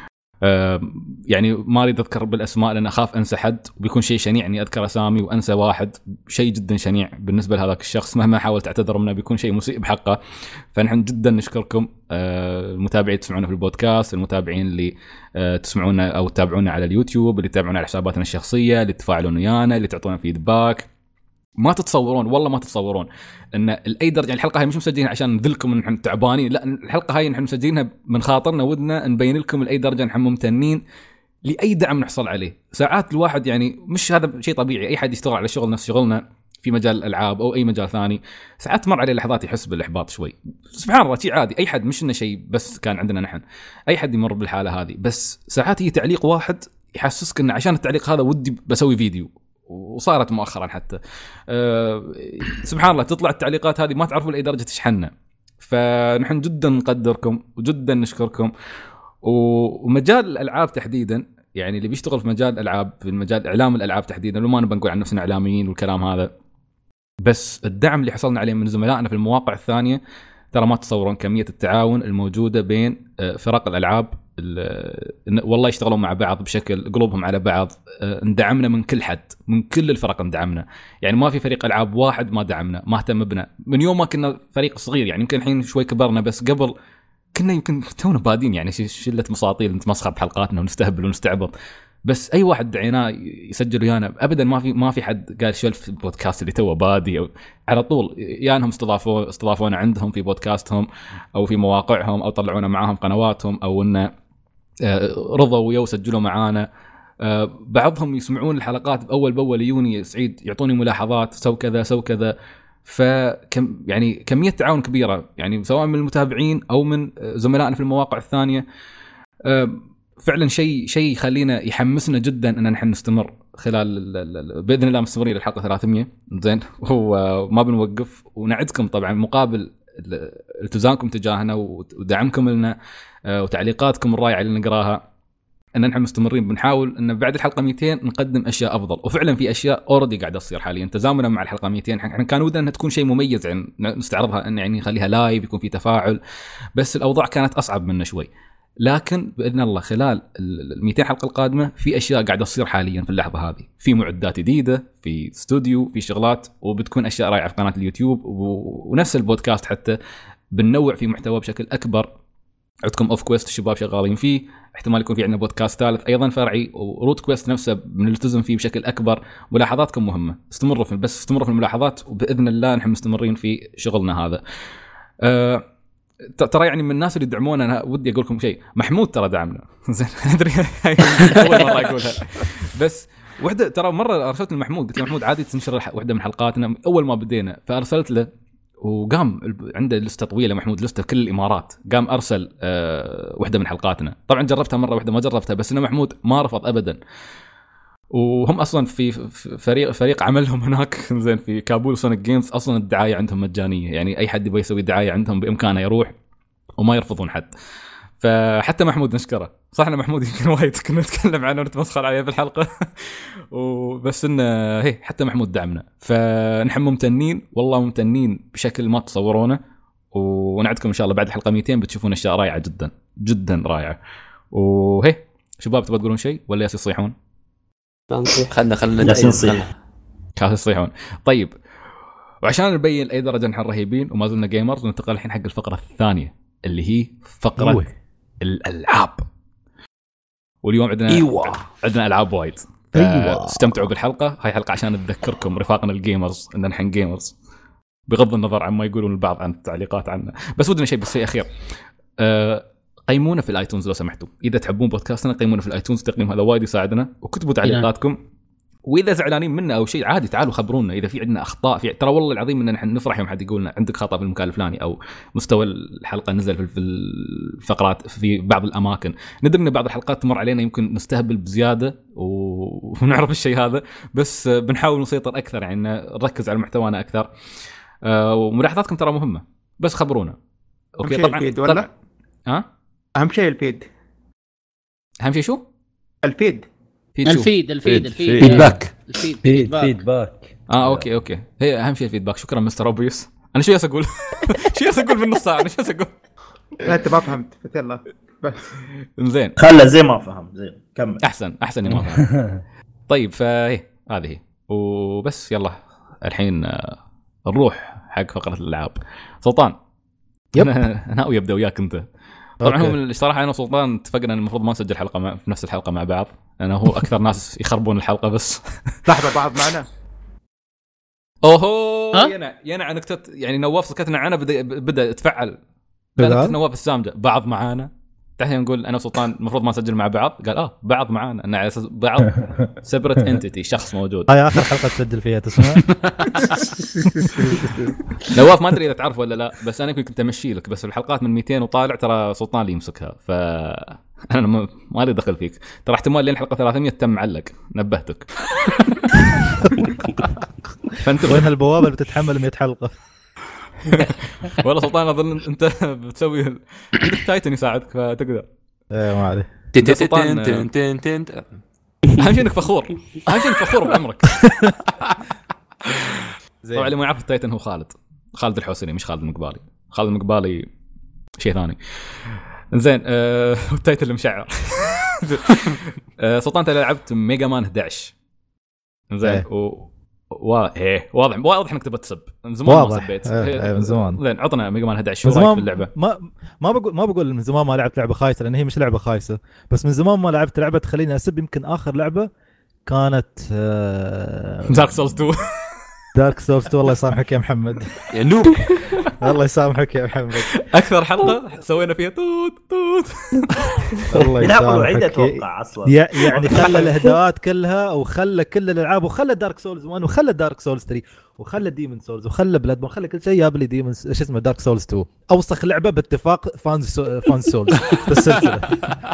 يعني ما اريد اذكر بالاسماء لان اخاف انسى حد وبيكون شيء شنيع اني اذكر اسامي وانسى واحد. شيء جدا شنيع بالنسبه لهذاك الشخص مهما حاولت اعتذر منه بيكون شيء مسيء بحقه. فنحن جدا نشكركم المتابعين تسمعونا في البودكاست، المتابعين اللي تسمعونا او تتابعونا على اليوتيوب، اللي تتابعونا على حساباتنا الشخصيه، اللي تفاعلون ويانا، اللي تعطونا فيدباك. ما تتصورون والله ما تتصورون ان اي درجه يعني الحلقه هاي مش مسجلينها عشان نذلكم ان نحن تعبانين، لا الحلقه هاي نحن مسجلينها من خاطرنا ودنا نبين لكم لاي درجه نحن ممتنين لاي دعم نحصل عليه. ساعات الواحد يعني مش هذا شيء طبيعي، اي حد يشتغل على شغل نفس شغلنا في مجال الالعاب او اي مجال ثاني ساعات تمر عليه لحظات يحس بالاحباط شوي. سبحان الله شيء عادي، اي حد مش انه شيء بس كان عندنا نحن، اي حد يمر بالحاله هذه. بس ساعات هي تعليق واحد يحسسك ان عشان التعليق هذا ودي بسوي فيديو، وصارت مؤخرا حتى سبحان الله تطلع التعليقات هذه ما تعرفوا لاي درجه تشحننا. فنحن جدا نقدركم وجدا نشكركم. ومجال الالعاب تحديدا يعني اللي بيشتغل في مجال الالعاب، في المجال اعلام الالعاب تحديدا، لو ما نبغى نقول عن نفسنا اعلاميين والكلام هذا، بس الدعم اللي حصلنا عليه من زملائنا في المواقع الثانيه ترى ما تتصورون كميه التعاون الموجوده بين فرق الالعاب. والله يشتغلون مع بعض بشكل قلوبهم على بعض. ندعمنا من كل حد، من كل الفرق ندعمنا. يعني ما في فريق العاب واحد ما دعمنا ما اهتم بنا من يوم ما كنا فريق صغير. يعني يمكن الحين شوي كبرنا بس قبل كنا يمكن تونا بادين يعني شله مساطيل نتمسخر بحلقاتنا ونستهبل ونستعبط. بس اي واحد دعيناه يسجل ويانا ابدا ما في حد قال شو في البودكاست اللي توه بادي أو على طول يا انهم استضافونا عندهم في بودكاستهم او في مواقعهم او طلعونا معاهم قنواتهم او ان رضوا ويا سجلوا معانا. بعضهم يسمعون الحلقات باول باول يوني سعيد يعطوني ملاحظات سو كذا. فكم يعني كميه تعاون كبيره يعني سواء من المتابعين او من زملائنا في المواقع الثانيه. فعلا شيء يخلينا يحمسنا جدا ان نحن نستمر خلال باذن الله مستمرين للحلقه 300 زين وما بنوقف. ونعدكم طبعا مقابل التزامكم تجاهنا ودعمكم لنا وتعليقاتكم الرائعه اللي نقراها ان نحن مستمرين. بنحاول ان بعد الحلقه 200 نقدم اشياء افضل، وفعلا في اشياء اوريدي قاعده تصير حاليا تزامنا مع الحلقه 200. احنا كان ودنا انها تكون شيء مميز يعني نستعرضها ان يعني نخليها لايف يكون في تفاعل، بس الاوضاع كانت اصعب منه شوي. لكن باذن الله خلال ال 200 حلقه القادمه في اشياء قاعده تصير حاليا في اللحظه هذه، في معدات جديده، في استوديو، في شغلات، وبتكون اشياء رائعه في قناه اليوتيوب ونفس البودكاست حتى بننوع في محتوى بشكل اكبر عندكم اوف كويست الشباب شغالين فيه، احتمال يكون في عندنا بودكاست ثالث ايضا فرعي، وروت كويست نفسه بنلتزم فيه بشكل اكبر. ملاحظاتكم مهمه، استمروا في الملاحظات، وباذن الله نحن مستمرين في شغلنا هذا. ترى يعني من الناس اللي يدعمونا، انا ودي اقول لكم شيء، محمود ترى دعمنا زين ادري اول مره اقولها، بس وحده ترى مره ارسلت لمحمود قلت له محمود عادي تنشر وحده من حلقاتنا اول ما بدينا، فارسلت له وقام عنده لسته طويله محمود، لسته كل الامارات، قام ارسل وحده من حلقاتنا. طبعا جربتها مره واحده ما جربتها، بس انه محمود ما رفض ابدا، وهم اصلا في فريق عملهم هناك زين في كابول سونيك جيمز، اصلا الدعايه عندهم مجانيه، يعني اي حد يبغى يسوي دعايه عندهم بامكانه يروح وما يرفضون حد. فحتى محمود نشكره، صح ان محمود يمكن وايد كنا نتكلم عنه ونتمسخر عليه في الحلقه وبس انه هي حتى محمود دعمنا، فنحن ممتنين والله ممتنين بشكل ما تصورونه، ونعدكم ان شاء الله بعد الحلقه 200 بتشوفون اشياء رائعه جدا جدا رائعه. وهي شباب تبغى تقولون شيء ولا يصيحون؟ خلنا يصيحون. طيب وعشان نبين اي درجه نحن رهيبين وما زلنا جيمرز، ننتقل الحين حق الفقره الثانيه اللي هي فقره الالعاب. واليوم عندنا العاب وايد. استمتعوا بالحلقه، هاي حلقه عشان نذكركم رفاقنا الجيمرز ان نحن جيمرز، بغض النظر عما يقولون البعض عن التعليقات عنا. بس ودنا شيء اخير، قيمونا في الايتونز لو سمحتوا، اذا تحبون بودكاستنا قيمونا في الايتونز، تقييم هذا وايد يساعدنا، وكتبوا تعليقاتكم، واذا زعلانين منا او شيء عادي تعالوا خبرونا اذا في عندنا اخطاء ترى والله العظيم ان نحن نفرح يوم حد يقول لنا عندك خطا في المكان الفلاني، او مستوى الحلقه نزل في الفقرات في بعض الاماكن. ندري ان بعض الحلقات تمر علينا يمكن نستهبل بزياده ونعرف الشيء هذا، بس بنحاول نسيطر اكثر، يعني نركز على محتوانا اكثر. وملاحظاتكم ترى مهمه، بس خبرونا. اوكي طبعا الفيد ولا اهم شيء الفيد. اهم شيء شو الفيد الفيدباك. الفيدباك. اوكي هي اهم شيء الفيدباك. شكرا مستر اوبيوس. انا شو اقول شو اقول بالنص ساعه، انا شو اقول؟ لا انت ما فهمت يلا بس زين خله زي ما فهم، زين كمل. احسن ما فهم. طيب فهي هذه وبس. يلا الحين نروح حق فقره الالعاب. سلطان انا ناوي ابدا وياك انت. طبعا هو الصراحه انا وسلطان اتفقنا ان المفروض ما نسجل حلقه في نفس الحلقه مع بعض، لانه هو اكثر ناس يخربون الحلقه. بس لحظه بعض معنا ينا نكتت، يعني نواف سكتنا عنه بدا يتفعل. نواف السامجه بعض معانا، تحين نقول انا وسلطان المفروض ما نسجل مع بعض، قال بعض معانا، ان على اساس بعض سيبريت انتيتي، شخص موجود. هاي اخر حلقه تسجل فيها تسمع. نواف ما ادري اذا تعرف ولا لا، بس انا كنت امشي لك، بس الحلقات من 200 وطالع ترى سلطان اللي يمسكها، ف انا ما لي دخل فيك. ترى احتمال لين حلقه 300 تم معلق، نبهتك. فانت وين هالبوابه اللي بتتحمل 100 حلقه؟ والله سلطان اظن انت بتسوي تايتن يساعدك فتقدر. ما عليه. اهم شيء انك فخور، بعمرك. طبعا اللي ما يعرف التايتن هو خالد الحوسني، مش خالد المقبالي. خالد المقبالي شيء ثاني. زين التايتن المشعر. سلطان انت لعبت ميجا مان 11 زين واضح انك تبى تسب من زمان. ما سبيت من زمان. زين عطنا ميجا مان 11 شو رايك باللعبه؟ ما بقول من زمان ما لعبت لعبه خايسه، لان هي مش لعبه خايسه، بس من زمان ما لعبت لعبه تخليني اسب. يمكن اخر لعبه كانت دارك سولز 2. دارك سولز 2. الله يسامحك يا محمد يا نوب. الله يسامحك يا محمد. اكثر حلقه سوينا فيها توت. الله يسامحك. اتوقع اصلا يعني خلى الاهداءات كلها، وخلى كل الالعاب، وخلى دارك سولز 1، وخلى دارك سولز 3، وخلى ديمون سولز، وخلى بلاد بون، خلى كل شيء جاب لي ديمون ايش اسمه دارك سولز 2. اوسخ لعبه باتفاق فان سولز بالسلسله.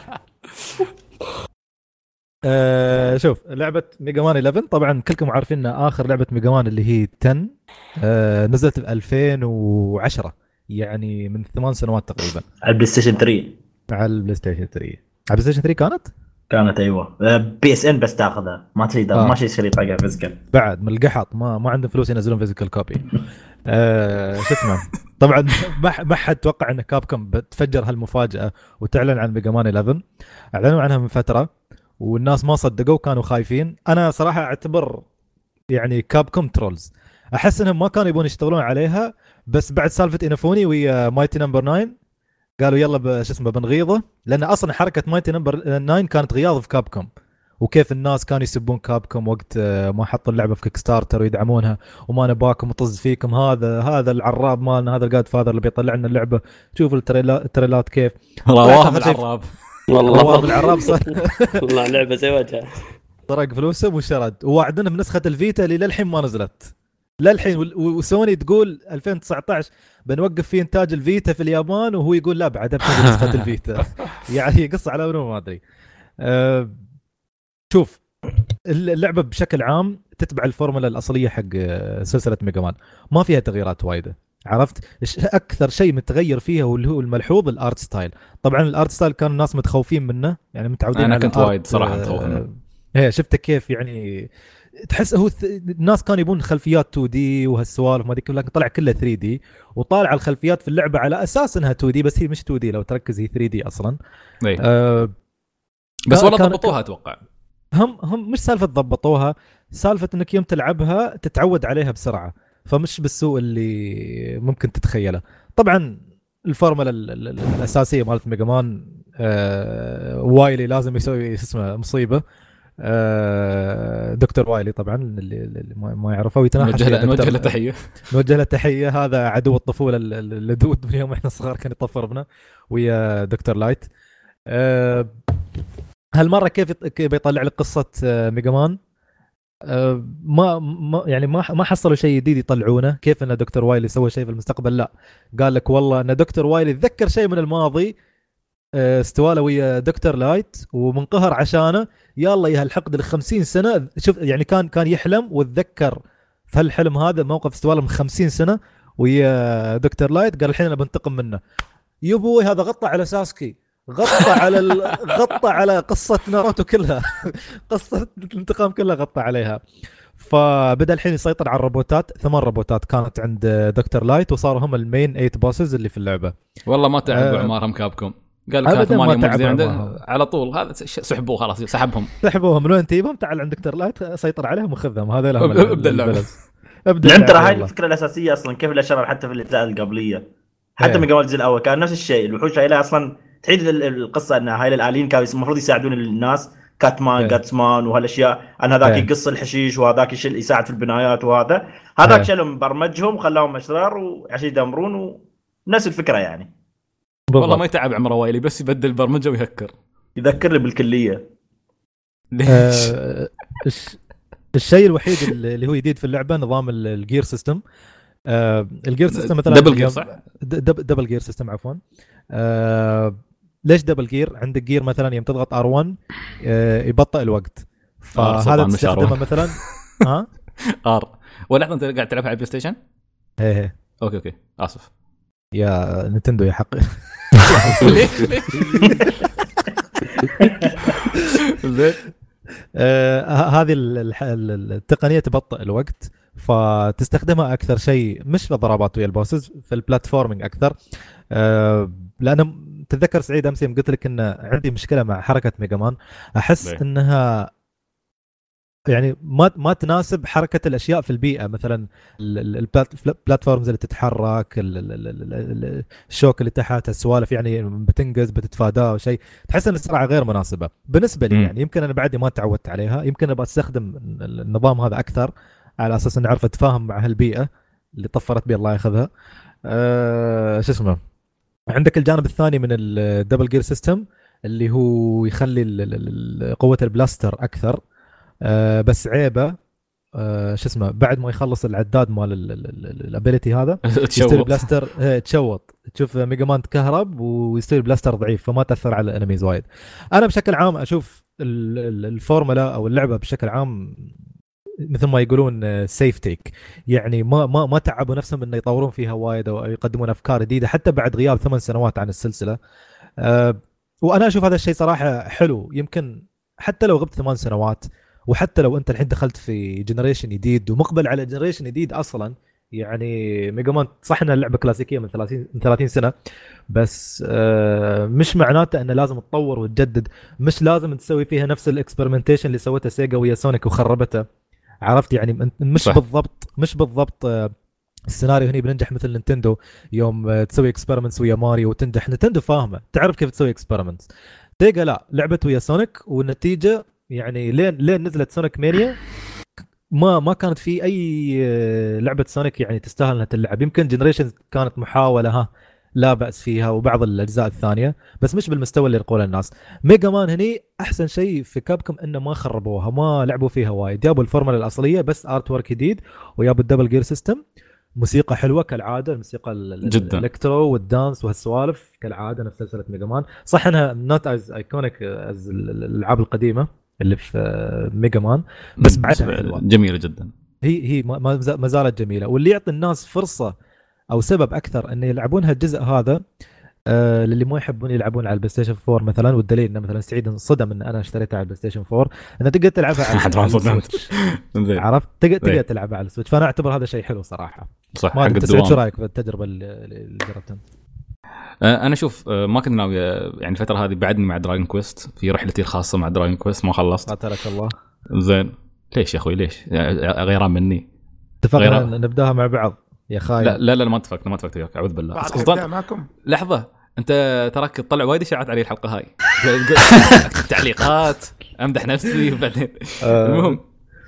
شوف لعبة ميجا مان 11 طبعا كلكم عارفين ان اخر لعبة ميجا مان اللي هي 10 نزلت في 2010، يعني من 8 سنوات تقريبا، على البلاي ستيشن 3. على البلاي ستيشن 3. على البلاي ستيشن 3 كانت ايوه بي اس ان بس تاخذها، ما تقدر ما تشتري طاقه فيزيكال بعد من القحط، ما عندهم فلوس ينزلون فيزيكال كوبي. شو اسمه طبعا ما حد توقع ان كابكوم بتفجر هالمفاجاه وتعلن عن ميجا مان 11. اعلنوا عنها من فتره والناس ما صدقوا، كانوا خايفين. انا صراحه اعتبر يعني كابكوم ترولز، احس انهم ما كانوا يبون يشتغلون عليها، بس بعد سالفه انفوني ويا مايتي نمبر 9 قالوا يلا شو اسمه بنغيظه، لان اصلا حركه مايتي نمبر 9 كانت غياظ في كابكوم، وكيف الناس كانوا يسبون كابكوم وقت ما حطوا اللعبه في كيك ستارتر ويدعمونها، وما نباكم وطز فيكم، هذا العراب مالنا، هذا الجاد فاذر اللي بيطلع لنا اللعبه، شوفوا التريلات كيف رواه العراب. والله العراب صار والله لعبه زي وجهها، طرق فلوسهم وشرد. ووعدنا بنسخه الفيتا اللي للحين ما نزلت للحين، وسوني تقول 2019 بنوقف في انتاج الفيتا في اليابان، وهو يقول لا بعد بتنزل نسخه الفيتا. يعني قصه على منو ما ادري. شوف اللعبه بشكل عام تتبع الفورمولا الاصليه حق سلسله ميجا مان، ما فيها تغييرات وايده. عرفت اكثر شيء متغير فيها واللي هو الملحوظ الارت ستايل. طبعا الارت ستايل كان الناس متخوفين منه، يعني متعودين انا على كنت وايد صراحه متخوف منه. هي شفته كيف يعني تحس هو الناس كانوا يبون خلفيات 2 دي وهالسوالف ما ذيك، لكن طلع كله 3 دي، وطالع الخلفيات في اللعبه على اساس انها 2 دي، بس هي مش 2 دي لو تركز هي 3 دي اصلا. بس والله ضبطوها اتوقع. هم مش سالفه ضبطوها، سالفه انك يوم تلعبها تتعود عليها بسرعه، فمش بالسوء اللي ممكن تتخيله. طبعا الفورمولا الاساسيه مالت ميجا مان، وايلي لازم يسوي اسمه مصيبه. دكتور وايلي طبعا اللي ما يعرفه ويتناحش، نوجه له تحيه. هذا عدو الطفوله اللدود من يوم احنا صغار، كان يطفر بنا ويا دكتور لايت. هالمره كيف بيطلع لك قصه ميجا مان؟ ما حصلوا شيء جديد يطلعونه، كيف ان دكتور وايلي سوى شيء في المستقبل، لا قال لك والله ان دكتور وايلي تذكر شيء من الماضي، استواله ويا دكتور لايت ومنقهر عشانه، يلا يا الحقد ل50 سنه. شوف يعني كان يحلم وتذكر في هالحلم هذا موقف استواله من 50 سنه ويا دكتور لايت، قال الحين انا بنتقم منه. يبوي هذا غطى على ساسكي، غطى على قصه ناروتو كلها. قصه الانتقام كلها غطى عليها. فبدا الحين يسيطر على الروبوتات. 8 روبوتات كانت عند دكتور لايت، وصاروا هم المين 8 بوسز اللي في اللعبه. والله ما تعبوا عمارهم كابكوم، قال لك 8 موجودين عنده على طول، هذا سحبوه خلاص، سحبهم من وين تجيبهم؟ تعال عند دكتور لايت سيطر عليهم وخذهم، هذا لهم ابدا اللعبه. يعني ترى هاي الفكره الاساسيه اصلا، كيف الاشياء حتى في الاجزاء القبليه، حتى من قبل الجزء الاول كان نفس الشيء. الوحوش هاي اصلا تعيد القصه ان هاي الاليين كانوا المفروض يساعدون الناس، كاتمان جاتسمان وهالاشياء، ان هذاك يقص الحشيش وهذاك يساعد في البنايات، وهذا هذاك شلهم برمجهم خلاهم اشرار وعشان يدمرون، ونفس الفكره يعني. والله ما يتعب عمره وايلي، بس يبدل برمجه ويهكر. يذكر لي بالكليه. الشيء الوحيد اللي هو جديد في اللعبه نظام الجير سيستم. الجير سيستم مثلا دبل جير، صح؟ دبل جير سيستم عفوا. ليش دبل جير؟ عندك جير مثلا يوم تضغط R1 يبطئ الوقت، فهذا تستخدمه مثلا ار. ولحظه انت قاعد تلعب على البلاي ستيشن؟ ايه اوكي اسف يا نينتندو يا حق. هذه التقنيه تبطئ الوقت، فتستخدمها اكثر شيء مش في ضربات ويا البوسز، في البلاتفورمينج اكثر. لأنا تتذكر سعيد امس يوم قلت لك ان عندي مشكله مع حركه ميجا مان، احس انها يعني ما تناسب حركه الاشياء في البيئه، مثلا البلاتفورمز اللي تتحرك، الشوك اللي تحت، السوالف يعني بتنقز بتتفاداه او شيء، تحس ان السرعه غير مناسبه بالنسبه لي. يعني يمكن انا بعدي ما تعودت عليها، يمكن ابغى استخدم النظام هذا اكثر على اساس اني اعرف اتفاهم مع هالبيئه اللي طفرت بي الله ياخذها. شو اسمه، عندك الجانب الثاني من الدبل جير سيستم اللي هو يخلي قوه البلاستر اكثر، بس عيبه شو اسمه بعد ما يخلص العداد مال الابيليتي هذا يصير بلاستر تشوط، تشوف ميجا مان تكهرب ويصير بلاستر ضعيف، فما تاثر على الانميز وايد. انا بشكل عام اشوف الفورمولا او اللعبه بشكل عام مثل ما يقولون سيف تيك، يعني ما تعبوا نفسهم انه يطورون فيها وايد او يقدمون افكار جديده حتى بعد غياب 8 سنوات عن السلسله. وانا اشوف هذا الشيء صراحه حلو. يمكن حتى لو غبت 8 سنوات، وحتى لو انت الحين دخلت في جنريشن جديد ومقبل على جنريشن جديد اصلا، يعني ميجا مان صح انها لعبه كلاسيكيه من 30 سنه، بس مش معناته انه لازم تطور وتجدد، مش لازم تسوي فيها نفس الاكسبيرمنتيشن اللي سوته سيجا ويا سونيك وخربته. عرفت يعني مش صح. بالضبط السيناريو هني بننجح مثل نينتندو يوم تسوي اكسبيرمنتس ويا ماريو وتنجح. نينتندو فاهمه تعرف كيف تسوي اكسبيرمنتس. سيجا لا، لعبت ويا سونيك والنتيجه يعني لين نزلت سونيك مانيا ما كانت في اي لعبه سونيك يعني تستاهل انها تلعب. يمكن جنريشن كانت محاوله ها لا باس فيها وبعض الاجزاء الثانيه، بس مش بالمستوى اللي يقوله الناس. ميجا مان هني احسن شيء في كابكم انه ما خربوها، ما لعبوا فيها وايد، جابوا الفورمولا الاصليه بس ارت ورك جديد، وجابوا الدبل جير سيستم. موسيقى حلوه كالعاده، الموسيقى جداً. الالكترو والدانس وهالسوالف كالعاده نفس سلسله ميجا مان. صح انها نوت از ايكونيك از الالعاب القديمه اللي في ميجا مان، بس بعدها حلوه جميله جدا. هي ما زالت جميله. واللي يعطي الناس فرصه او سبب اكثر ان يلعبون هالجزء هذا للي ما يحبون يلعبون على البلاي ستيشن 4 مثلا، والدليل انه مثلا سعيد انصدم ان انا اشتريتها على البلاي ستيشن 4 انه تقدر تلعبها على السويتش. عرفت تقدر تلعبها على السويتش، فانا اعتبر هذا شيء حلو صراحه. صح. ما ادري شو رايك في التجربه اللي جربتها؟ انا شوف ما كنت ناوي يعني الفتره هذه بعدني مع دراجون كويست في رحلتي الخاصه مع دراجون كويست، ما خلصت. قاتلك الله. زين ليش يا اخوي ليش غيران مني؟ اتفقنا نبداها مع بعض يا خايف. لا ما اتفقت وياك، اعوذ بالله. معكم لحظه، انت تراك تطلع وايد اشاعات علي الحلقه هاي تعليقات امدح نفسي وبعدين المهم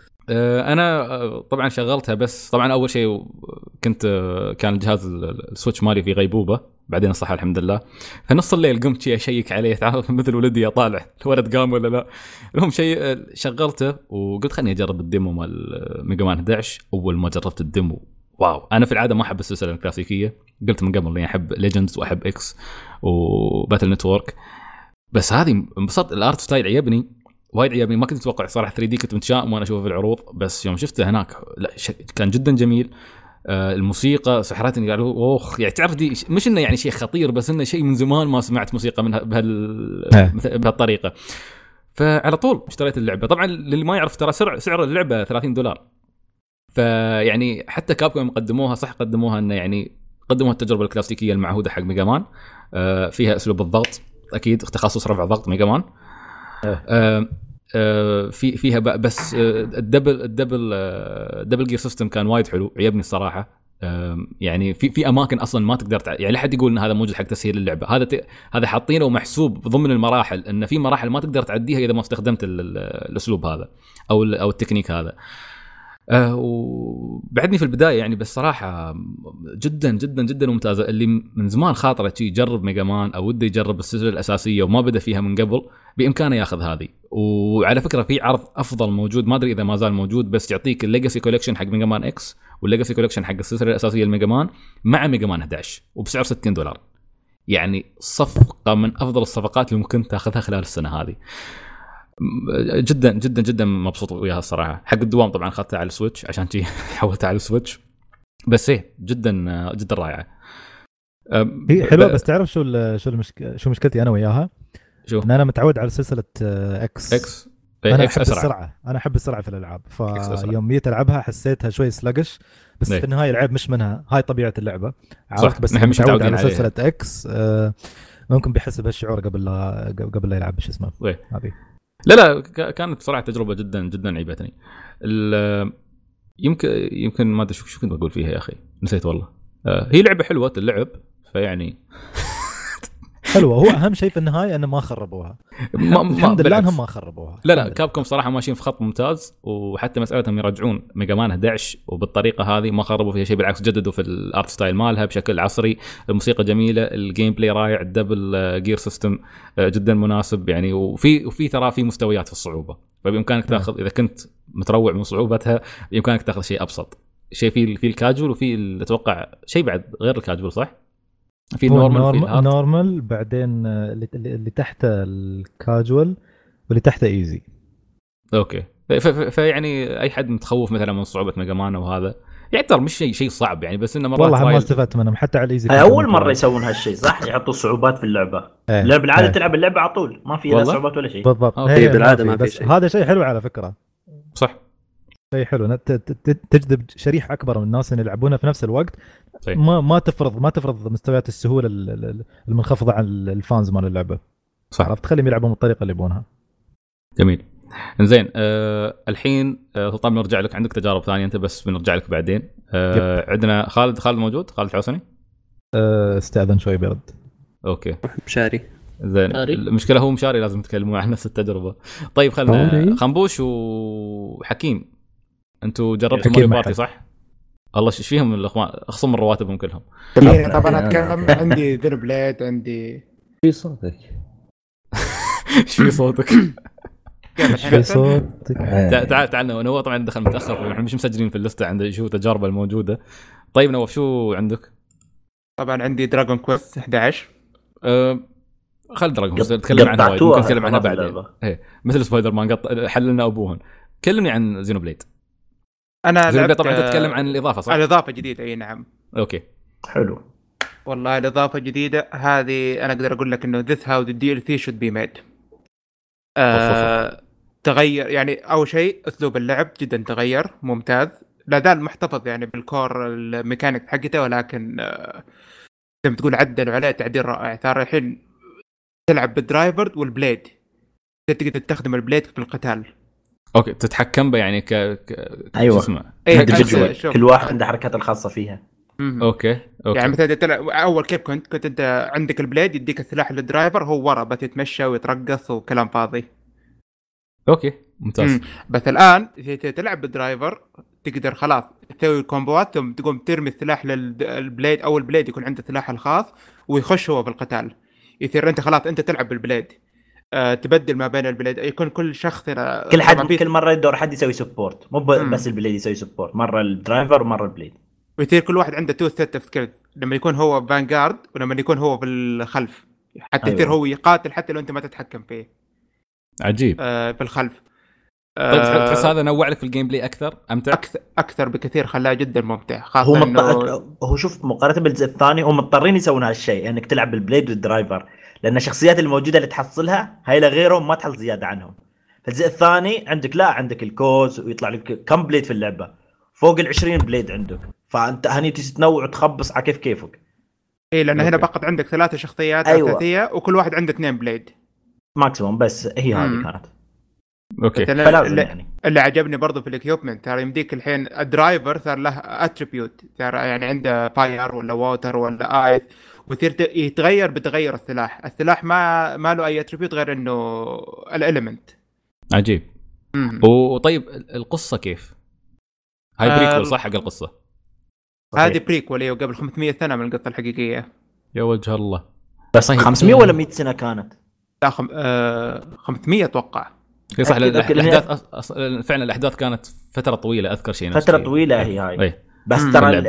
انا طبعا شغلتها، بس طبعا اول شيء كان الجهاز السويتش مالي في غيبوبه، بعدين صح الحمد لله. فنص الليل قمت شيء اشيك عليه، تعرف مثل ولدي اطالع الولد قام ولا لا. المهم شيء شغلته وقلت خليني اجرب الديمو مال ميجا مان 11. اول ما جربت الديمو واو، انا في العاده ما احب السلسله الكلاسيكيه، قلت من قبل اني احب ليجندز واحب اكس وباتل نتورك، بس هذه انبسطت. الارت ستايل عجبني وايد، عجبني. ما كنت اتوقع صراحه 3 دي، كنت متشائم وانا اشوفه في العروض، بس يوم شفته هناك لا كان جدا جميل. الموسيقى سحرتني، قالوا اوخ يعني تعرف دي مش انه يعني شيء خطير، بس انه شيء من زمان ما سمعت موسيقى منها بهالطريقه. فعلى طول اشتريت اللعبه. طبعا للي ما يعرف ترى سعر اللعبه $30، فيعني حتى كابكوم قدموها صح، قدموها انه يعني قدموا التجربه الكلاسيكيه المعهوده حق ميجا مان، فيها اسلوب الضغط اكيد، تخصص رفع ضغط ميجا مان. فيها بس الدبل جير سيستم كان وايد حلو، عجبني الصراحه. يعني في اماكن اصلا ما تقدر يعني لا حد يقول ان هذا موجود حق تسهيل اللعبه، هذا حاطينه ومحسوب ضمن المراحل، ان في مراحل ما تقدر تعديها اذا ما استخدمت الاسلوب هذا او التكنيك هذا. وبعدني في البدايه يعني، بس صراحه جدا جدا جدا ممتازه. اللي من زمان خاطره يجرب ميجا مان او وده يجرب السلسله الاساسيه وما بدا فيها من قبل، بامكانه ياخذ هذه. وعلى فكره في عرض افضل موجود، ما ادري اذا ما زال موجود، بس يعطيك الليجاسي كولكشن حق ميجا مان اكس والليجاسي كولكشن حق السلسله الاساسيه الميجا مان مع ميجا مان 11 وبسعر $60. يعني صفقه من افضل الصفقات اللي ممكن تاخذها خلال السنه هذه. جدا جدا جدا مبسوط وياها الصراحه. حق الدوام طبعا اخذتها على السويتش عشان شي حولتها على السويتش، بس ايه جدا جدا رائعه. هي حلوه بس تعرف شو مشكلتي انا وياها؟ شو؟ ان انا متعود على سلسله اكس. انا احب السرعه، في الالعاب، فيوم جيت العبها حسيتها شوي سلقش، بس في النهايه العيب مش منها، هاي طبيعه اللعبه عرفت. بس نحن مش متعود على عليها. سلسله اكس ممكن بيحس بهالشعور قبل لا يلعب شو اسمه هذه. لا كانت صراحه تجربه جدا جدا عجبتني. يمكن ما ادري شو كنت بقول فيها يا اخي، نسيت والله. هي لعبه حلوه اللعب، فيعني حلوه. هو اهم شيء في النهايه انه ما خربوها. الحمد لله انهم ما خربوها. لا كابكوم صراحه ماشيين في خط ممتاز، وحتى مسالتهم يرجعون ميجا مان 11 وبالطريقه هذه ما خربوا فيها شيء، بالعكس جددوا في الارت ستايل مالها بشكل عصري. الموسيقى جميله، الجيم بلاي رائع، الدبل جير سيستم جدا مناسب يعني. وفي ترى في مستويات في الصعوبه، فبامكانك تاخذ اذا كنت متروع من صعوبتها بامكانك تاخذ شيء ابسط، شيء في الكاجوال، وفي اتوقع شيء بعد غير الكاجوال صح؟ في نورمال بعدين اللي تحت الكاجوال واللي تحت ايزي. اوكي. فيعني اي حد متخوف مثلا من صعوبه ميجا مان وهذا يعتبر مش شيء صعب يعني، بس انه مرات والله ما استفدت منهم حتى على الايزي. اول مره يسوون هالشيء صح، يحطوا صعوبات في اللعبه. لا بالعاده تلعب اللعبه على طول ما في لا صعوبات ولا شيء. بالضبط بالعاده ما في شيء. هذا شيء حلو على فكره. صح، شيء حلو تجذب شريحه اكبر من الناس ان يلعبونها في نفس الوقت. ما تفرض مستويات السهوله المنخفضه عن الفانز مال اللعبه. صح، عرفت تخليهم يلعبون بالطريقه اللي يبونها. جميل. زين الحين سلطان بنرجع لك، عندك تجارب ثانيه انت بس بنرجع لك بعدين. عندنا خالد موجود، خالد حسني. استاذن شوي برد. اوكي مشاري زين. المشكله هو مشاري لازم تكلموا عن نفس التجربه. طيب خلنا خنبوش وحكيم، انتوا جربتوا ماريو بارتي صح؟ الله ايش فيهم الاخوان، اخصم من رواتبهم كلهم. طبعا اتكلم عندي ذن بليد، عندي في صوتك ايش في صوتك؟ في صوتك. تعال نواف طبعا دخل متاخر، احنا مش مسجلين في اللسته عنده شو تجاربه الموجوده. طيب نواف شو عندك؟ طبعا عندي دراجون كويست 11. خل دراجون كويست نتكلم عنها وايد، ممكن نتكلم عنها بعدين. مثل سبايدر مان حللنا ابوهن. كلمني عن زينوبليد. انا زينوبليد طبعا تتكلم عن الاضافه صح؟ الاضافه جديده اي نعم. اوكي حلو والله الاضافه الجديده هذه انا اقدر اقول لك انه this how the DLC should be made. تغير يعني اول شيء اسلوب اللعب جدا تغير ممتاز، لا زال محتفظ يعني بالكور الميكانيك حقته، ولكن زي ما تقول عدلوا عليه تعديل رائع. صار الحين تلعب بالدرايفر والبليد، تقدر تستخدم البليد في القتال. اوكي تتحكم به يعني ايوه اسمه كل واحد عنده حركات الخاصه فيها. اوكي يعني مثلا اول كيف كنت انت عندك البليد يديك السلاح للدرايفر، هو ورا بس يتمشى ويترقص وكلام فاضي. اوكي ممتاز. بس الان اذا تلعب بالدرايفر تقدر خلاص تسوي كومبوات، ثم تقوم ترمي السلاح للبليد او البليد يكون عنده سلاح الخاص ويخش هو في القتال. يصير انت خلاص انت تلعب بالبليد، تبدل ما بين البليد، يكون كل شخص كل حد كل مره يدور حد يسوي سبورت، مو بس البليد يسوي سبورت، مره الدرايفر ومره البليد، ويصير كل واحد عنده تو سيت اوف سكيلز لما يكون هو فانغارد ولما يكون هو في الخلف، حتى يصير هو يقاتل حتى لو انت ما تتحكم فيه. عجيب. في الخلف. طيب تحس هذا نوع لك في الجيم بلاي اكثر امتع؟ اكثر بكثير، خلاه جدا ممتع. خاصه هو شوف مقارنه بالجزء الثاني هم مضطرين يسوون هالشيء، انك تلعب بالبليد والدرايفر، لان الشخصيات الموجوده اللي تحصلها هاي لغيرهم ما تحصل زياده عنهم. في الجزء الثاني عندك الكوز ويطلع لك كم بليد في اللعبه، فوق ال20 بليد عندك، فانت هني تنوع وتخبص على كيفك. اي لان هنا فقط عندك 3 شخصيات اساسيه وكل واحد عنده 2 بليد ماكسيموم، بس هي هذه كانت اوكي. اللي عجبني برضو في الاكيوبمنت ترى يمديك الحين الدرايفر صار له اتريبيوت، ترى يعني عنده فاير ولا ووتر ولا ايس، ويصير يتغير بتغير السلاح ما له اي اتريبيوت غير انه الاليمنت. عجيب. وطيب القصه كيف؟ هاي بريكول صح حق القصه؟ هذه بريكول قبل 500 سنه من القصه الحقيقيه. يا وجه الله. بس 500 ولا 100 سنه كانت؟ لا 500 اتوقع. هي صح. الاحداث فعلا الاحداث كانت فتره طويله، اذكر شيء فتره طويله هي هاي. بس ترى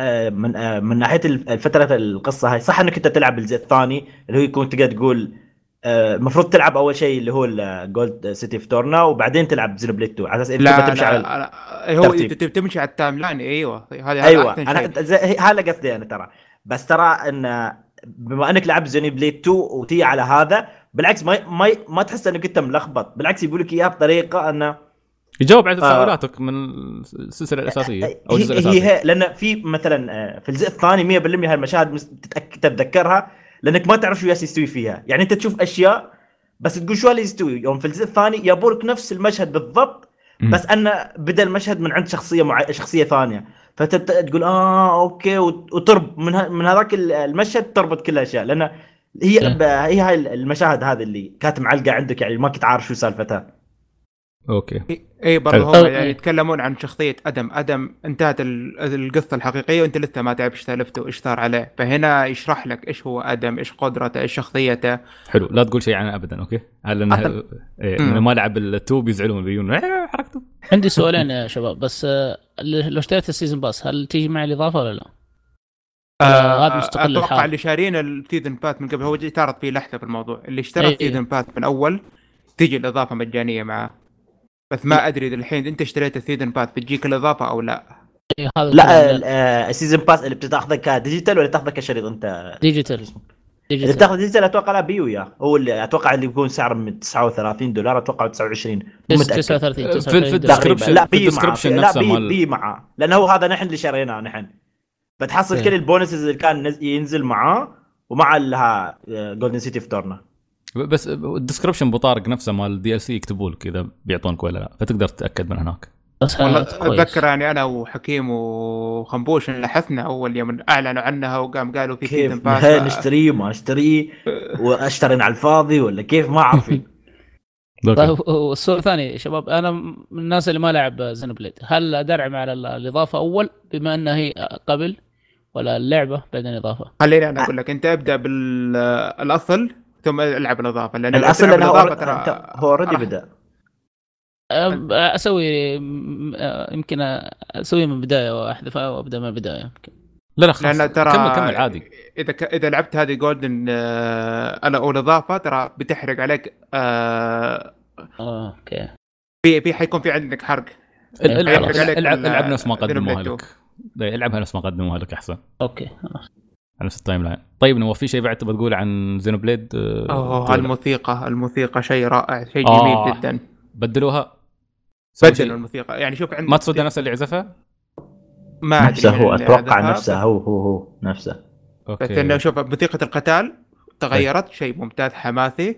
من ناحيه فتره القصه هاي صح انك انت تلعب بالجزء الثاني اللي هو يكون تقدر تقول المفروض تلعب اول شيء اللي هو الجولد سيتي فيتورنا وبعدين تلعب زينوبليد 2 على اساس انت تمشي على هو تمشي على التايم لاين. ايوه هذا ايوه هذا قصدي انا ترى. بس ترى ان بما انك لعب زينوبليد 2 وتي على هذا بالعكس ما تحس انك انت ملخبط، بالعكس يقول لك اياها بطريقه انه يجاوب على تساؤلاتك من السلسله الاساسيه او الجزء الاساسي. هي لان في مثلا في الجزء الثاني 100% هالمشاهد تتذكرها لانك ما تعرف شو يستوي فيها، يعني انت تشوف اشياء بس تقول شو اللي يستوي. يوم في الجزء الثاني يابورك نفس المشهد بالضبط بس انه بدا المشهد من عند شخصيه ثانيه، فتقول اوكي وترب من هذاك المشهد تربط كل الاشياء، لان هي هاي المشاهد هذه اللي كانت معلقه عندك، يعني ما كنت عارف شو سالفتها. اوكي اي برضه هم يعني يتكلمون عن شخصيه ادم انتهت القصه الحقيقيه وانت لسه ما تعرف ايش سالفته وايش صار عليه، فهنا يشرح لك ايش هو ادم، ايش قدرته، ايش شخصيته. حلو، لا تقول شيء عنه ابدا. اوكي على انه ما لعب التوب يزعلون بيجون حركته. عندي سؤالين يا شباب، بس لو اشتريت السيزون باس هل تيجي مع الاضافه ولا لا؟ هذا مستقل الحال. اتوقع اللي شارين السيزون باس من قبل هو تعرض فيه لحظه في الموضوع، اللي اشترى السيزون باس من اول تيجي الاضافه مجانيه معه، بس ما ادري اذا الحين انت اشتريت السيزون باس بتجيك الاضافه او لا. لا السيزون باس اللي بتاخذه كديجيتال ولا تاخذه كشريط؟ انت ديجيتال اللي بتاخذ ديجيتال اتوقع لا بيو يا هو اللي اتوقع اللي بيكون سعره من $39 اتوقع 29 39 في الديسكربشن. لا بي معه لانه هو هذا نحن اللي شريناه نحن بتحصل كل البونسز اللي كان ينزل معاه ومع لها جولدن سيتي فيتورنا. بس الديسكربشن بطارق نفسه مال الدي ال سي يكتبوا لك اذا بيعطونك ولا لا، فتقدر تتاكد من هناك. بس والله كويس. اتذكر يعني انا وحكيم وخنبوش لاحظنا اول يوم اعلنوا عنها قالوا في كيف سيزن باس. نشتريه ما نشتريه واشتري على الفاضي ولا كيف ما عارفين. طيب والسؤال الثاني شباب، انا من الناس اللي ما لعب زينوبليد، هل ادرعم على الاضافه اول بما انها هي قبل، ولا اللعبه بعدين اضافه؟ خليني انا اقول لك، انت ابدا بالاصل ثم العب الاضافه، لان الاصل لانه هو اوريدي راح... بدا. اسوي يمكن اسوي من البدايه واحذفها وابدا من البدايه يمكن. لا خلاص لان ترى كمل عادي. اذا لعبت هذه جولدن اول اضافه ترى بتحرق عليك. اوكي في حيكون في عندك حرق. العب نفس ما قدموها لك. العبها نفس ما قدموها لك احسن. اوكي خلاص على نفس التايم لاين. طيب نواف في شيء بعد تبغى تقول عن زينوبليد؟ الموسيقى شيء رائع، شيء جميل جدا. بدلوا الموسيقى يعني شوف عندك ما تصدق نفس اللي عزفها ما نفسه هو اتوقع نفسه هو نفسه. بس انه شوف موسيقى القتال تغيرت، شيء ممتاز حماسي.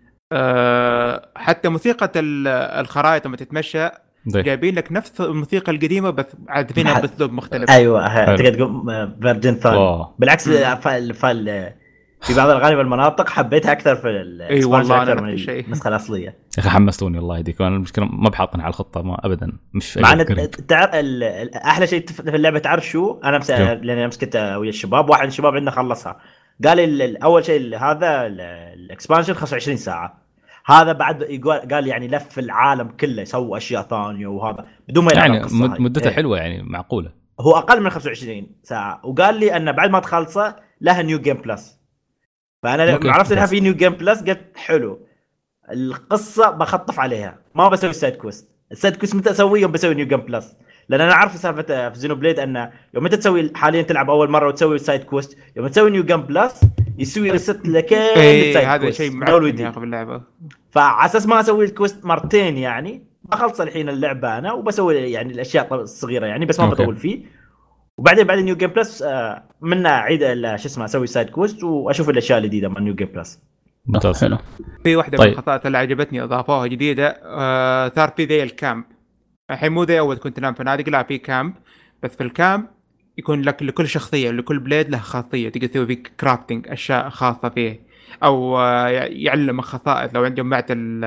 حتى موسيقى الخرائط لما تتمشى جايبين لك نفس الموسيقى القديمه بس عازفينها باسلوب مختلف. ايوه تقدر تقول فيرجن ثاني. بالعكس في بعض الأغاني والمناطق حبيتها أكثر في والله من النسخة الأصلية. يا أخي حمستوني الله يهديك. أنا المشكلة ما بحاطني على الخطة ما أبدا مش مع أن أحلى شيء في اللعبة تعرف شو؟ أنا لأني مسكت ويا الشباب، واحد من الشباب عندنا خلصها قال لي أول شيء هذا الإكسبانشن 25 ساعة. هذا بعد قال يعني لف العالم كله يسوي أشياء ثانية وهذا بدون ما يلعب يعني مدتها حلوة يعني معقولة. هو أقل من 25 ساعة وقال لي أن بعد ما تخلصه لها نيو جيم بلس. فانا لما عرفت انها في نيو جيم بلس قلت حلو القصه بخطف عليها ما بسوي السايد كويست. السايد كويست متى اسويه يوم بسوي نيو جيم بلس، لان انا عارف سالفه في زينوبليد ان يوم انت تسوي حاليا تلعب اول مره وتسوي السايد كويست، يوم تسوي نيو جيم بلس يسوي ريست لك هذا شيء معقول يا اخي باللعبه. فعلى اساس ما اسوي الكويست مرتين يعني بخلص الحين اللعبه انا وبسوي يعني الاشياء الصغيره يعني بس ما بطول فيه. وبعدين بعد نيو جيم بلس منا عيد شو اسمه اسوي سايد كويست واشوف الاشياء الجديده من نيو جيم بلس. ممتاز. في واحده من الخطوات اللي عجبتني اضافوها جديده، صار في زي الكامب. الحين مو زي اول كنت نام فنادق، لا في كامب، بس في الكامب يكون لك لكل شخصيه لكل بليد له خاصيه تقدر تسوي فيه كرافتنج اشياء خاصه فيه، او يعلمك خصائص لو عندهم بعت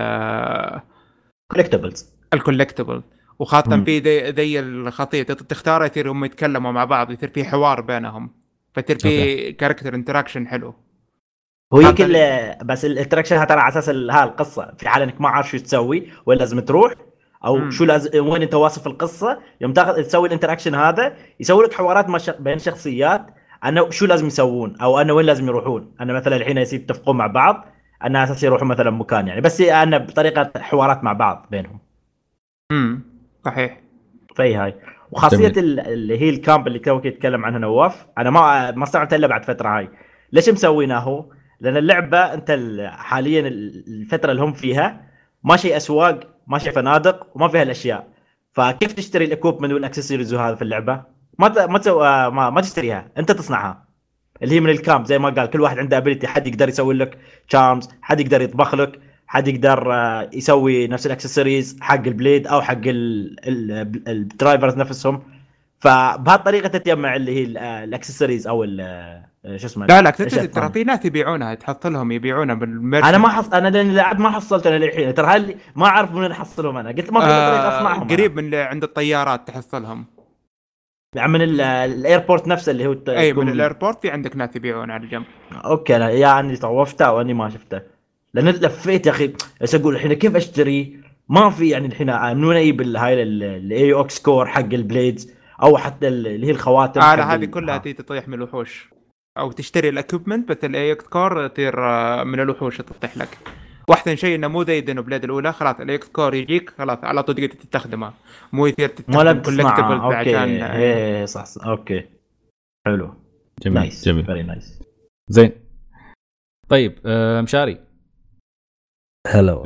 الكولكتبلز وخاصة في زي الخطية تختار يصير هم يتكلموا مع بعض يصير في حوار بينهم فتصير في كاركتر انتراكشن حلو. هو كل بس الانتراكشن ترى على اساس القصة، في حال انك ما عارف شو تسوي وين لازم تروح او شو لازم وين انت واصف القصة، يوم تاخذ تسوي الانتراكشن هذا يسوي لك حوارات بين شخصيات انه شو لازم يسوون او انه وين لازم يروحون. انا مثلا الحين يصير يتفقون مع بعض انه اساس يروحوا مثلا مكان يعني، بس انا بطريقة حوارات مع بعض بينهم. صحيح. في هاي وخاصيه اللي هي الكامب اللي توك يتكلم عنها نواف، انا ما استوعبت الا بعد فتره هاي ليش مسويناه. لان اللعبه انت حاليا الفتره اللي هم فيها ماشي اسواق ماشي فنادق وما فيها الاشياء، فكيف تشتري الاكويبمنت والاكسسوارز وهذا في اللعبه ما تشتريها انت تصنعها اللي هي من الكامب. زي ما قال كل واحد عنده ابيلتي، حد يقدر يسوي لك تشارمز، حد يقدر يطبخ لك، حد يقدر يسوي نفس الاكسسوارز حق البليد او حق الدرايفرز نفسهم. فبهالطريقه تتجمع اللي هي الاكسسوارز او شو اسمه. لا ترى في ناس يبيعونها تحصلهم يبيعونها بالمرشد. انا لاني لعبت ما حصلت انا للحين، ترى هل ما اعرف من احصلهم. انا قلت ما في طريقه اصنعهم. قريب من عند الطيارات تحصلهم يعني من الايربورت نفسه اللي هو اي من الايربورت في عندك ناس يبيعون على الجنب. اوكي انا يعني طوفته واني ما شفته لان لفيت يا اخي. ايش اقول الحين كيف اشتري؟ ما في يعني الحين من وين اجيب هاي الاي اوكس كور حق البليدز او حتى اللي هي الخواتم. هذه كلها تطيح من الوحوش او تشتري الاكويبمنت، بس الاي اوكس كور تصير من الوحوش تطيح لك. واحسن شيء انه مو زي دينوبليد الاولى خلاص الاي اوكس كور يجيك خلاص على طول تقدر تستخدمه، مو يصير تستخدم كولكتبل عشان ايه صح اوكي حلو جميل نايس. جميل فيري نايس زين. طيب مشاري هلا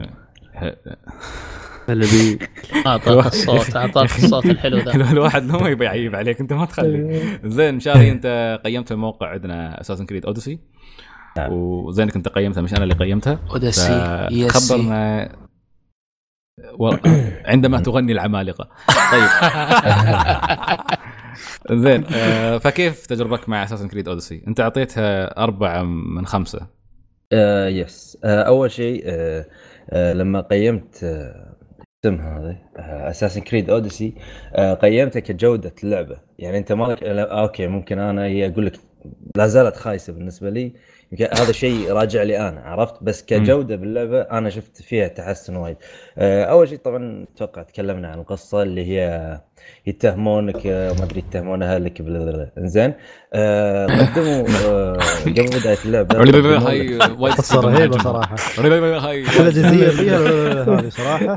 بيك. اعطاك الصوت الحلو ذا. الواحد ما يبي يعيب عليك انت ما تخلي. زين مشاري انت قيمت الموقع عندنا اساسن كريد اوديسي وزينك انت قيمتها مش انا اللي قيمتها. اوديسي خبرنا عندما تغني العمالقة. طيب زين، فكيف تجربتك مع اساسن كريد اوديسي؟ انت اعطيتها 4 من 5. يس. اول شيء لما قيمت اسم هذا اساسن كريد اوديسي، قيمته كجودة اللعبة. يعني انت ما اوكي ممكن انا اقول لك لا زالت خايسة بالنسبة لي، هذا شيء راجع لي انا، عرفت؟ بس كجودة باللعبة انا شفت فيها تحسن وايد. اول شيء طبعا اتوقع تكلمنا عن القصة اللي هي يتهمونك ما ادري يتهمونها لك انزين. قدموا قبل بداية اللعبة هاي وايد قصة رهيبة صراحة، هاي الجزئية فيها هذه صراحة.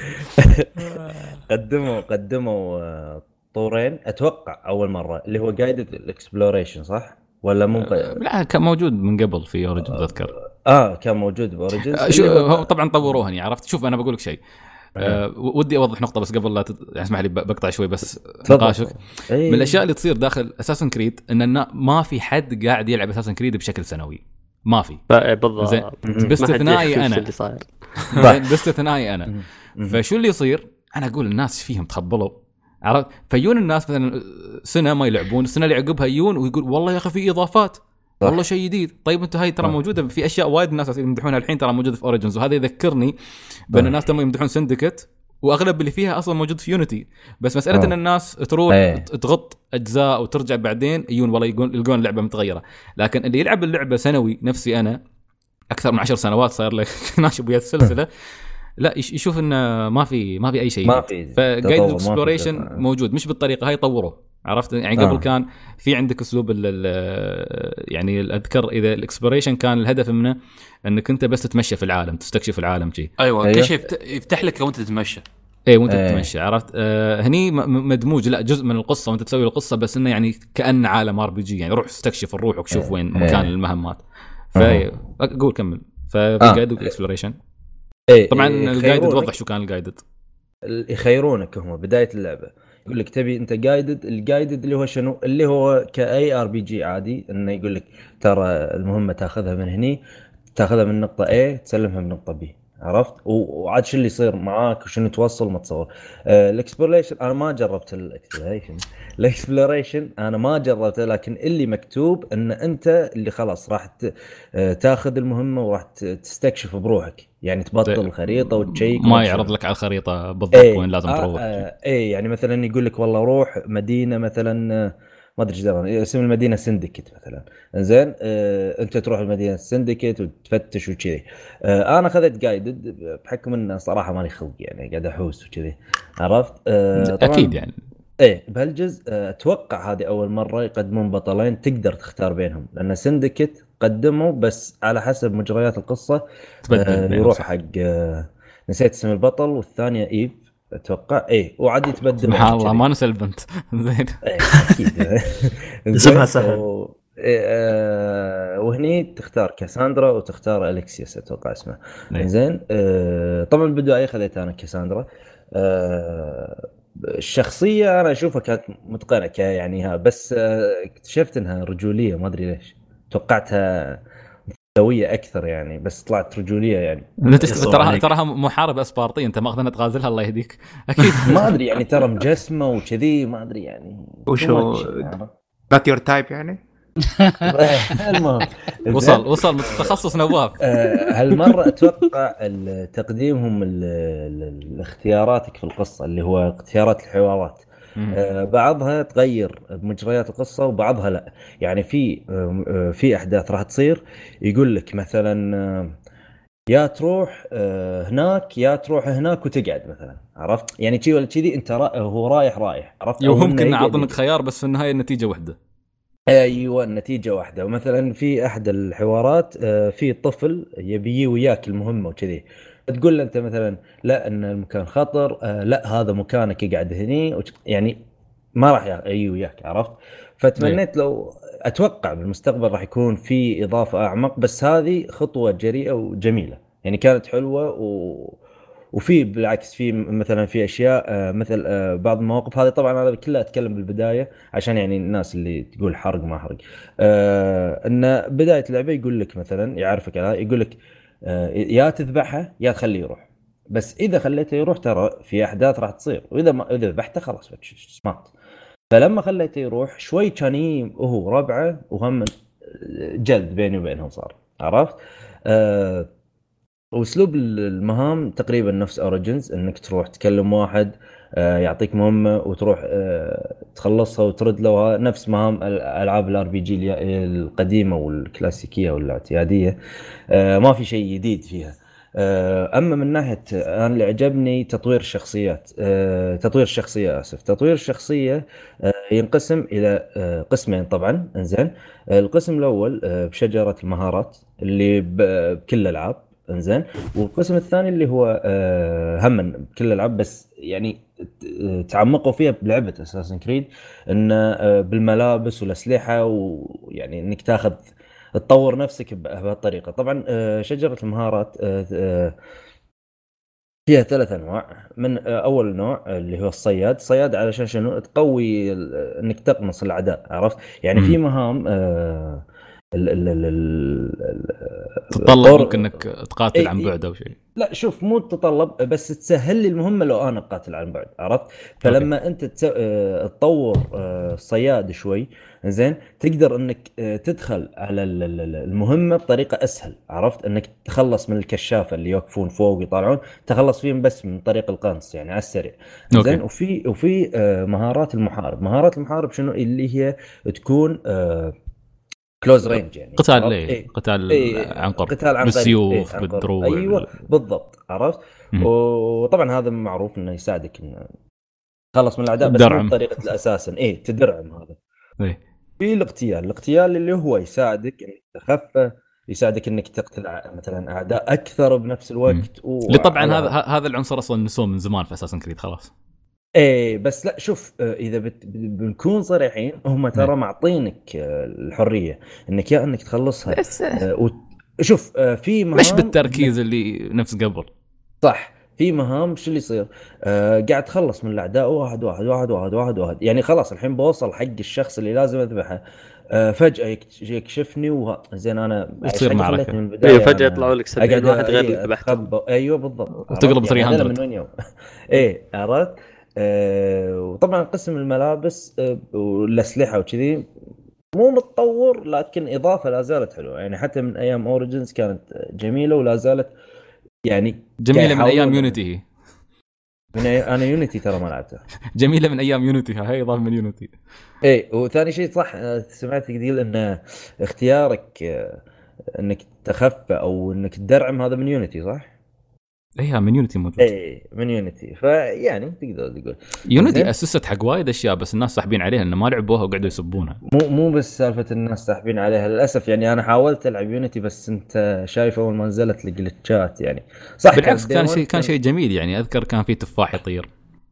قدموا طورين اتوقع اول مرة، اللي هو جايدد الاكسبلوريشن، صح ولا مو؟ لا كان موجود من قبل في اوريجن اذكر. كان موجود باوريجنز. هو طبعا طوروه هني، عرفت؟ شوف انا بقول لك شيء، ودي اوضح نقطه بس قبل لا يعني اسمح لي بقطع شوي بس نقاشك. من الاشياء اللي تصير داخل اساسن كريد ان ما في حد قاعد يلعب اساسن كريد بشكل سنوي، ما في بالضبط، باستثنائي انا اللي صاير باستثنائي انا. فشو اللي يصير؟ انا اقول الناس فيهم تخبلوا، عرفت؟ فيون الناس مثلا سنه ما يلعبون، السنه اللي عقبها يجون ويقول والله يا اخي في اضافات، والله شيء جديد. طيب انت هاي ترى موجوده في اشياء وايد الناس يمدحونها الحين ترى موجوده في اوريجنز، وهذا يذكرني بان الناس تم يمدحون سندكت واغلب اللي فيها اصلا موجود في يونيتي. بس مساله ان الناس تروح تغط اجزاء وترجع بعدين يجون والله يلقون اللعبه متغيره. لكن اللي يلعب اللعبه سنوي نفسي انا اكثر من 10 سنوات صار لك ناشب ويا السلسله، لا يشوف انه ما في اي شيء. فجايد اكسبلوريشن موجود مش بالطريقه هاي، طوره، عرفت؟ يعني قبل كان في عندك اسلوب يعني اذكر اذا الاكسبلوريشن كان الهدف منه انك انت بس تتمشى في العالم، تستكشف العالم شيء. ايوه كل شيء يفتح لك وانت تتمشى. وانت تتمشى، عرفت؟ هني مدموج، لا جزء من القصه وانت تسوي القصه، بس انه يعني كأن عالم ار بي جي، يعني روح استكشف الروح وشوف وين مكان المهمات. فاقول كمل. ففي جايد اكسبلوريشن طبعا الجايد توضح شو كان الجايدد. يخيرونك هم بدايه اللعبه يقول لك تبي انت الجايدد اللي هو شنو؟ اللي هو كاي ار بي جي عادي، انه يقول لك ترى المهمه تاخذها من هني، تاخذها من نقطه A تسلمها من نقطه B، عرفت؟ وعاد شو اللي يصير معاك وشنو توصل ما تصور. الاكسبلوريشن انا ما جربت الاكسبلوريشن انا ما جربته، لكن اللي مكتوب ان انت اللي خلاص راح تاخذ المهمه وراح تستكشف بروحك، يعني تبطل الخريطه وتشيك، ما يعرض لك على الخريطه بالضبط وين لازم تروح. يعني مثلا يقول لك والله روح مدينه مثلا ما ادري اسم المدينه سندكت مثلا، زين انت تروح المدينه سندكت وتفتش وكذي. انا اخذت جايدد بحكم انه صراحه مالي خلق يعني قاعد احوس وكذي، عرفت؟ اكيد يعني بهالجزء اتوقع هذه اول مره يقدمون بطلين تقدر تختار بينهم، لان سندكت قدموا بس على حسب مجريات القصه يروح حق نسيت اسم البطل، والثانيه ايف اتوقع وعاد يتبدل. سبحان الله ما نسى البنت. زين اكيد اسمها سهل. وهني تختار كاساندرا وتختار اليكسيس اتوقع اسمه. زين طبعا بالبدايه خذيت انا كاساندرا. الشخصيه انا اشوفها كانت متقنه يعني بس اكتشفت انها رجوليه، ما ادري ليش توقعتها سويه اكثر يعني، بس طلعت رجوليه يعني. تراها محاربه اسبارطيه، انت ماخذنا تغازلها الله يهديك اكيد. ما ادري يعني ترى مجسمه وكذي، ما ادري يعني وشو ذات يور تايب يعني. المهم وصل تخصص نواف. هالمره اتوقع تقديمهم الاختياراتك في القصه اللي هو اختيارات الحوارات، بعضها تغير بمجريات القصه وبعضها لا. يعني في احداث راح تصير يقول لك مثلا يا تروح هناك يا تروح هناك وتقعد مثلا، عرفت؟ يعني شيء ولا كذي، انت هو رايح عرفت؟ ممكن اعطيك خيار بس في النهايه النتيجه واحده. ايوه النتيجه واحده. ومثلا في احد الحوارات في طفل يبي وياك المهمه وكذي، تقول له انت مثلا لا ان المكان خطر، لا هذا مكانك يقعد هني، يعني ما راح يجي وياك، عرفت؟ فتمنيت لو اتوقع بالمستقبل راح يكون في اضافه اعمق، بس هذه خطوه جريئه وجميله يعني، كانت حلوه. وفي بالعكس في مثلا في اشياء مثل بعض المواقف هذه، طبعا انا كلها اتكلم بالبدايه عشان يعني الناس اللي تقول حرق ما حرق، ان بدايه اللعبه يقول لك مثلا يعرفك على يقول لك يا تذبحها يا تخليه يروح. بس اذا خليته يروح ترى في احداث راح تصير، واذا ما اذا ذبحته خلاص سمعت. فلما خليته يروح شوي كان وهو ربعه وهم جلد بيني وبينهم صار، عرفت؟ واسلوب المهام تقريبا نفس اوريجنز، انك تروح تكلم واحد يعطيك مهمه وتروح تخلصها وترد له، نفس مهام العاب الار بي جي القديمه والكلاسيكيه والاعتياديه. ما في شيء جديد فيها. اما من ناحيه انا اللي عجبني تطوير الشخصيات، تطوير الشخصيه ينقسم الى قسمين طبعا. انزين، القسم الاول بشجره المهارات اللي بكل الالعاب، انزين، والقسم الثاني اللي هو هم بكل الالعاب بس يعني تعمقوا فيها بلعبه اساسن كريد، ان بالملابس والاسلحه، ويعني انك تطور نفسك بهالطريقه. طبعا شجره المهارات فيها 3 انواع. من اول نوع اللي هو الصياد علشان شنو؟ تقوي انك تقنص الاعداء، عرفت؟ يعني في مهام تتطلب ممكن انك تقاتل عن بعد او شيء. لا شوف، مو تتطلب، بس تسهل لي المهمه لو انا قاتل عن بعد، عرفت؟ فلما انت تطور الصياد شوي، زين، تقدر انك تدخل على المهمه بطريقه اسهل، عرفت؟ انك تخلص من الكشافه اللي يوقفون فوق يطالعون، تخلص فيهم بس من طريق القنص يعني على السريع. زين، وفي مهارات المحارب شنو؟ اللي هي تكون كلوز رينج، يعني قتال عن قرب بالسيوف بالدروع. ايوه بالضبط، عرفت؟ وطبعا هذا معروف انه يساعدك انه تخلص من الاعداء، بس مو بطريقه الاساس تدرعم. هذا في الاغتيال اللي هو يساعدك انك تخفى، يساعدك انك تقتل مثلا اعداء اكثر بنفس الوقت. اللي طبعا هذا العنصر اصلا نسوه من زمان في اساسن كريد خلاص. بس لا شوف، اذا بنكون صريحين، هم ترى معطينك الحريه انك يا انك تخلصها. شوف، في مهام مش بالتركيز اللي نفس قبل. صح، في مهام شو اللي يصير؟ قاعد تخلص من الاعداء واحد واحد واحد واحد واحد واحد، يعني خلاص الحين بوصل حق الشخص اللي لازم اذبحه. فجاه يكشفني زين انا يصير معركه من البدايه، فجاه يطلعوا لك 70 واحد غير اللي ذبحته. ايوه بالضبط، وتقلب 300 من وين يوم. عرفت؟ وطبعا قسم الملابس والاسلحه وكذي مو متطور، لكن اضافه لا زالت حلوه، يعني حتى من ايام اوريجنز كانت جميله ولا زالت يعني جميله من ايام يونيتي. انا يونيتي ترى ما لعبتها. جميله من ايام يونيتي، هاي اضافه من يونيتي. وثاني شيء صح، سمعت تقول ان اختيارك انك تخفى او انك تدرعم هذا من يونيتي، صح؟ من يونيتي موجود. من يونيتي، فيعني تقدر تقول يونيتي اسست حق وايد اشياء، بس الناس ساحبين عليها انه ما لعبوها وقعدوا يسبونها. مو بس سالفه الناس ساحبين عليها للاسف. يعني انا حاولت العب يونيتي، بس انت شايف اول ما نزلت الجلتشات يعني. صح، بالعكس كان شيء جميل يعني. اذكر كان في تفاح يطير.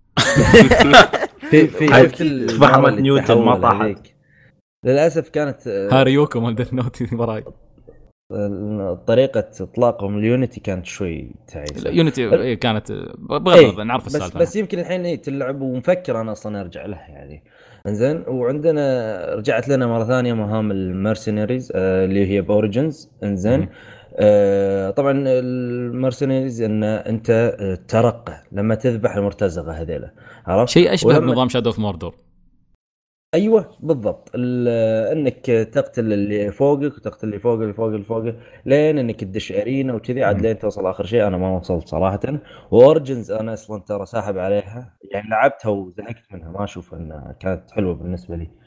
في تفاح نيوتن ما طاحت للاسف. كانت هاريوكو مال ديث نوت وراي. طريقة إطلاقهم اليونيتي كانت شوي تعيسة. يونيتي كانت بغض نعرف السالفة، بس يمكن الحين تلعب ومفكر أنا أصلا أرجع له يعني. إنزين، وعندنا رجعت لنا مرة ثانية مهام المرسينيريز اللي هي بأوريجنز. إنزين، طبعا المرسينيريز إن أنت ترقى لما تذبح المرتزقة هذيلا، عرفت؟ شيء أشبه بنظام شادو اوف موردور. ايوه بالضبط، انك تقتل اللي فوقك وتقتل اللي فوق اللي فوق اللي فوق لين انك تدش ارينا وكذي عاد لين توصل اخر شيء. انا ما وصلت صراحه. واورجنز انا اصلا ترى ساحب عليها، يعني لعبتها وزهقت منها، ما اشوف انها كانت حلوه بالنسبه لي.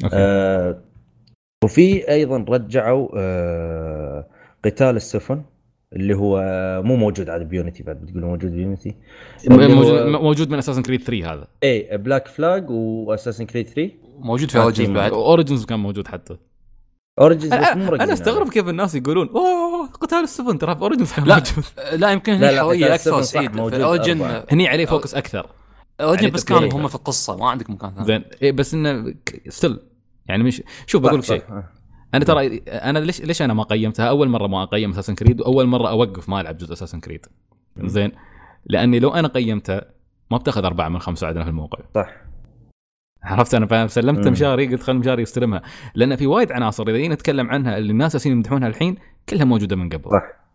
وفي ايضا رجعوا قتال السفن اللي هو مو موجود عاد بيونيتي. بعد بتقولوا موجود بيونيتي؟ موجود من اساسن كريد 3 هذا. بلاك فلاج واساسن كريد 3 موجود في اوريجنز. بعد اوريجنز كان موجود حتى اوريجنز، بس مو انا استغرب كيف الناس يقولون قتال السفن ترى في اوريجنز كان موجود. لا يمكن هي حويه اكثر سعيد في اوريجن. هني عليه فوكس اكثر. اوريجن بس كانوا هم في القصه، ما عندك مكان ثاني. زين بس انه ستيل يعني مش. شوف بقول لك شيء، انا ترى انا ليش انا ما قيمتها اول مره؟ ما اقيم اساسن كريد واول مره اوقف ما العب جزء اساسن كريد. زين، لاني لو انا قيمتها ما بتاخذ 4 من 5 عندنا في الموقع. صح، عرفت؟ انا فاهم. سلمت مشاري، قلت خل مشاري يستلمها، لان في وايد عناصر اذا نتكلم عنها اللي الناس اساسين يمدحونها الحين كلها موجوده من قبل.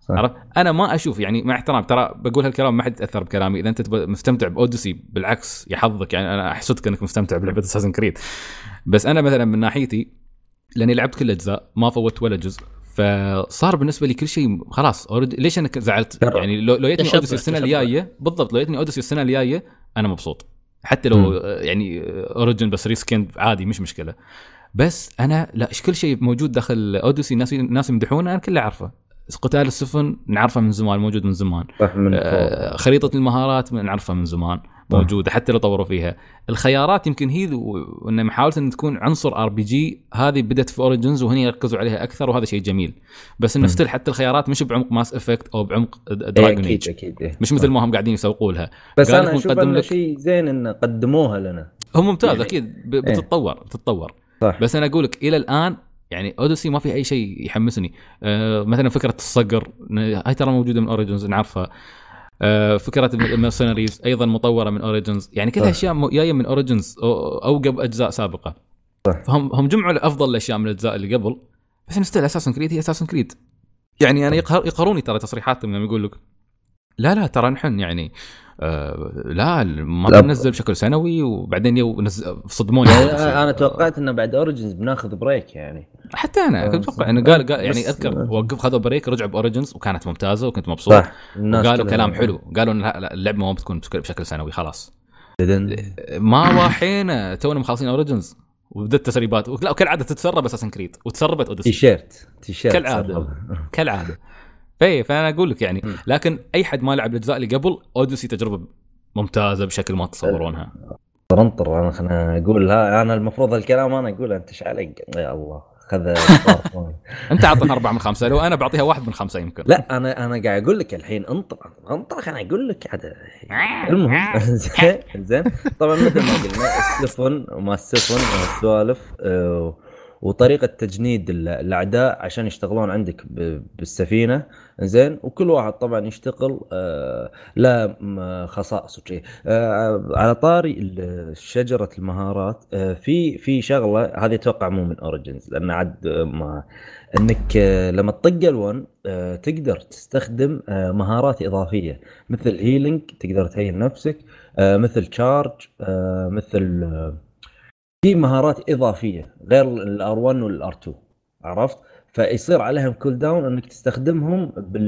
عرفت؟ انا ما اشوف يعني مع احترام ترى بقول هالكلام ما حد يتاثر بكلامي، اذا انت تبغى مستمتع باوديسي بالعكس يحظك، يعني انا احسدك انك مستمتع بلعبه اساسن كريد. بس انا مثلا من ناحيتي لاني لعبت كل الاجزاء ما فوت ولا جزء، فصار بالنسبه لي كل شيء خلاص ليش انا زعلت يعني لو يتني اوديسي السنه الجايه بالضبط، لو يتني اوديسي السنه الجايه انا مبسوط حتى لو يعني اوريجن بس ريسكند عادي مش مشكله. بس انا لا كل شيء موجود داخل اوديسي الناس يمدحونه انا كله عارفه. قتال السفن نعرفه من زمان، موجود من زمان. خريطه المهارات نعرفها من زمان موجوده حتى لو طوروا فيها. الخيارات يمكن هي ان محاوله ان تكون عنصر ار بي جي هذه بدت في اوريجنز وهني يركزوا عليها اكثر وهذا شيء جميل. بس انه ستيل حتى الخيارات مش بعمق ماس افكت او بعمق دراجون ايج، مش مثل ما هم قاعدين يسوقوا لها. بس انا اشوف انه شيء زين ان قدموها لنا، هم ممتاز يعني اكيد بتتطور صح. بس انا اقول لك الى الان يعني اوديسي ما في اي شيء يحمسني. مثلا فكره الصقر هاي ترى موجوده من اوريجنز نعرفها. فكره المرسنريز ايضا مطوره من اوريجنز، يعني كلها اشياء جايه من اوريجنز او قبل اجزاء سابقه. فهم جمعوا افضل الاشياء من الاجزاء اللي قبل. بس نستل اساسن كريد هي اساسن كريد، يعني انا يقهروني ترى تصريحاتهم لما يقول لك لا ترى نحن يعني لا ما بننزل بشكل سنوي وبعدين صدموني. انا توقعت انه بعد اوريجنز بناخذ بريك يعني. حتى انا كنت اتوقع انه قال يعني اذكر وقف خذوا بريك رجعوا باوريجنز وكانت ممتازه وكنت مبسوط وقالوا كلام حلو، قالوا ان اللعبه ما بتكون بشكل سنوي خلاص. ما واحينا تونا مخلصين اوريجنز وبدت تسريبات وكالعاده تتسرب اساسن كريد وتسربت اوديسي تيشيرت كالعاده. فانا اقول لك يعني لكن اي حد ما لعب الاجزاء اللي قبل اوديسي تجربه ممتازه بشكل ما تصورونها. طرنطر انا اقول انا المفروض الكلام انا اقول انت ايش عليك يا الله خذ انت اعطيها 4 من 5 لو انا بعطيها 1 من 5 يمكن. لا انا قاعد اقول لك الحين انطر انا اقول لك هذا المهم زين. طبعا مثل ما قلنا السفن وما السفن والسوالف وطريقه تجنيد الاعداء عشان يشتغلون عندك بالسفينه زين، وكل واحد طبعا يشتغل لا خصائص وشيء. على طاري شجره المهارات في شغله هذه اتوقع مو من اوريجنز لان عاد ما انك لما تطق الون تقدر تستخدم مهارات اضافيه مثل هيلينج، تقدر تهيل نفسك، مثل تشارج، مثل في مهارات إضافية غير الR1 والR2 عرفت، فيصير عليهم كول داون انك تستخدمهم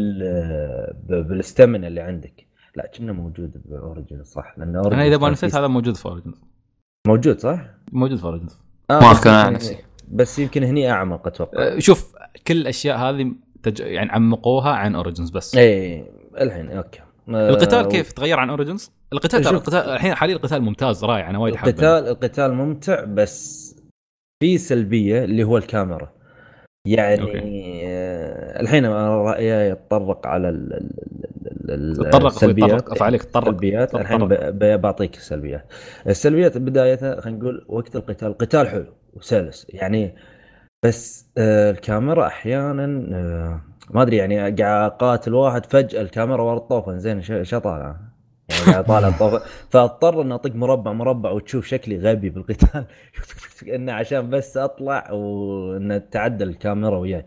بالاستامينا اللي عندك. لا كنا موجود باوريجن صح، لان انا اذا ما نسيت هذا موجود في اوريجن. موجود صح، موجود في اوريجن ما كان نسي، بس يمكن هني اعمق اتوقع. شوف كل الاشياء هذه يعني عمقوها عن اوريجنز بس. اي الحين اوكي. القتال كيف تغير عن اوريجنز؟ القتال الحين حاليا القتال ممتاز رائع، انا وايد حابه. القتال ممتع بس في سلبيه اللي هو الكاميرا يعني. الحين رأيي يتطرق على السلبيات. عليك السلبيات الحين بعطيك السلبيات بدايتها خلينا نقول وقت القتال حلو وسلس يعني، بس الكاميرا احيانا ما ادري يعني قاعد قاتل واحد فجأة الكاميرا ورا الطوفة زين شطالة يعني قاعد طالع الطوفة فاضطر ان اطق مربع وتشوف شكلي غبي بالقتال انه عشان بس اطلع وان تعدل الكاميرا وياي.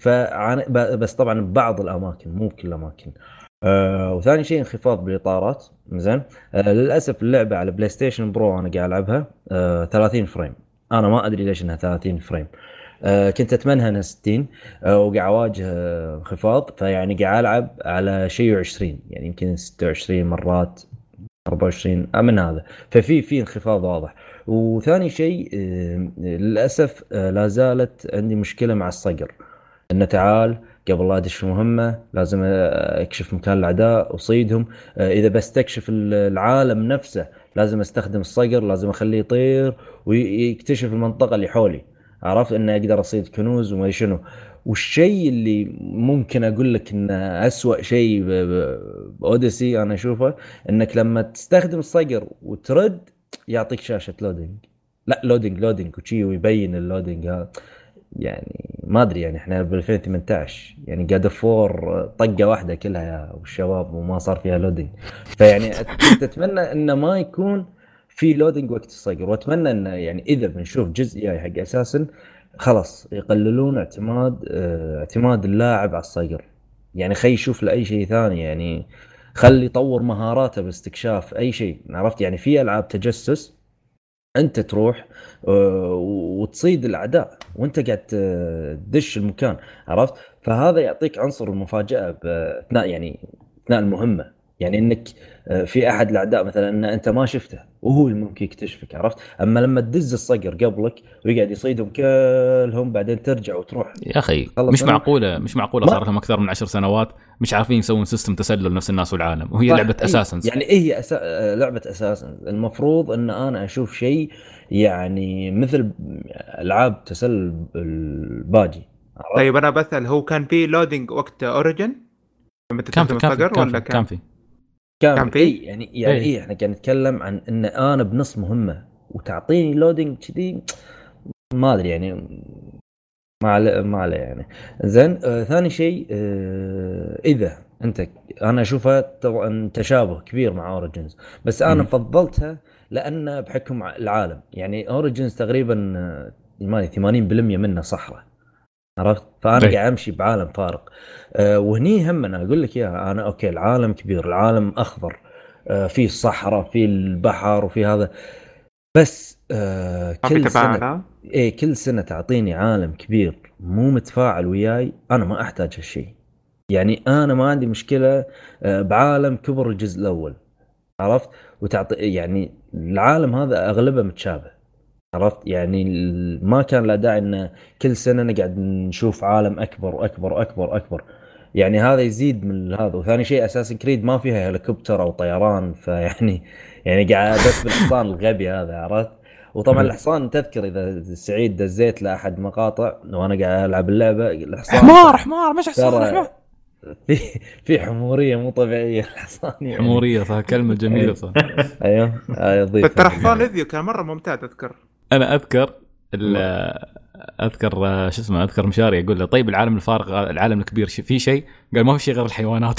بس طبعا ببعض الاماكن مو كل الاماكن. وثاني شيء انخفاض بالاطارات زين. للاسف اللعبة على بلاي ستيشن برو انا قاعد العبها 30 فريم، انا ما ادري ليش انها 30 فريم. كنت اتمنى انها 60 وقاعد اواجه انخفاض، فيعني قاعد العب على شيء 20 يعني يمكن 26 مرات 24 من هذا، ففي انخفاض واضح. وثاني شيء للاسف لا زالت عندي مشكله مع الصقر، انه تعال قبل لا ادش مهمه لازم اكشف مكان الاعداء وصيدهم. اذا بستكشف العالم نفسه لازم استخدم الصقر، لازم اخليه يطير ويكتشف المنطقه اللي حولي، عرفت اني اقدر اصيد كنوز وما شنو. والشيء اللي ممكن اقول لك انه اسوأ شيء باوديسي انا اشوفه انك لما تستخدم الصقر وترد يعطيك شاشه لودينج وشي ويبين اللودينج هذا يعني ما ادري يعني احنا ب 2018 يعني قاعد فور طقه واحده كلها يا والشباب وما صار فيها لودينج. فيعني اتمنى انه ما يكون في لودينج وقت الصقر، واتمنى انه يعني اذا بنشوف جزء جاي حق اساسا خلاص يقللون اعتماد اللاعب على الصقر يعني خي يشوف لاي شيء ثاني، يعني خلي يطور مهاراته باستكشاف اي شيء، عرفت؟ يعني في العاب تجسس انت تروح وتصيد الاعداء وانت قاعد تدش المكان، عرفت؟ فهذا يعطيك عنصر المفاجاه باثناء يعني اثناء المهمه، يعني انك في احد الاعداء مثلا ان انت ما شفته وهو اللي ممكن يكتشفك، عرفت؟ اما لما تدز الصقر قبلك ويقعد يصيدهم كلهم بعدين ترجع وتروح يا اخي خلص مش أنا. معقوله مش معقوله ما- صار لهم اكثر من 10 سنوات مش عارفين يسوون سيستم تسلل نفس الناس والعالم، وهي صح، لعبه إيه. اساسا يعني هي لعبه اساسا، المفروض ان انا اشوف شيء يعني مثل العاب تسلل الباجي، عرفت؟ طيب انا بسال، هو كان في لودينج وقت اوريجن لما تستخدم الصقر ولا كان في كان في؟ اي يعني إيه. ايه احنا قاعد نتكلم عن ان انا بنص مهمه وتعطيني لودينج كذي، ما ادري يعني ما عليه يعني. زين ثاني شيء اذا انت انا اشوفها طبعا تشابه كبير مع اوريجينز، بس انا فضلتها لان بحكم العالم، يعني اوريجينز تقريبا ما 80% منه صحراء، عرفت؟ فانا طيب. قاعد امشي بعالم فارق. وهني هم انا اقول لك اياها، انا اوكي العالم كبير، العالم اخضر، في الصحراء في البحر وفي هذا، بس ما في كل تفاعل سنه ها؟ ايه كل سنه تعطيني عالم كبير مو متفاعل وياي، انا ما احتاج هالشيء. يعني انا ما عندي مشكله بعالم كبر الجزء الاول، عرفت؟ وتعطي يعني العالم هذا اغلبه متشابه، عرفت؟ يعني ما كان له داعي ان كل سنه نقعد نشوف عالم اكبر واكبر واكبر واكبر، يعني هذا يزيد من هذا. وثاني شيء اساسن كريد ما فيها هليكوبتر او طيران، فيعني يعني قاعد ادس بالحصان الغبي هذا، عرفت؟ وطبعا الحصان تذكر اذا سعيد دزيت لاحد مقاطع وانا قاعد العب اللعبه، الحصان حمار مش حصان ترى في حموريه مو طبيعيه الحصان يعني. حموريه صح، كلمه جميله صح. ايوه بس ترى حصان اذيو كان مره ممتاز اذكر. انا اذكر شو اسمه، اذكر مشاري يقول له طيب العالم الفارغ العالم الكبير في شيء؟ قال ما في شيء غير الحيوانات.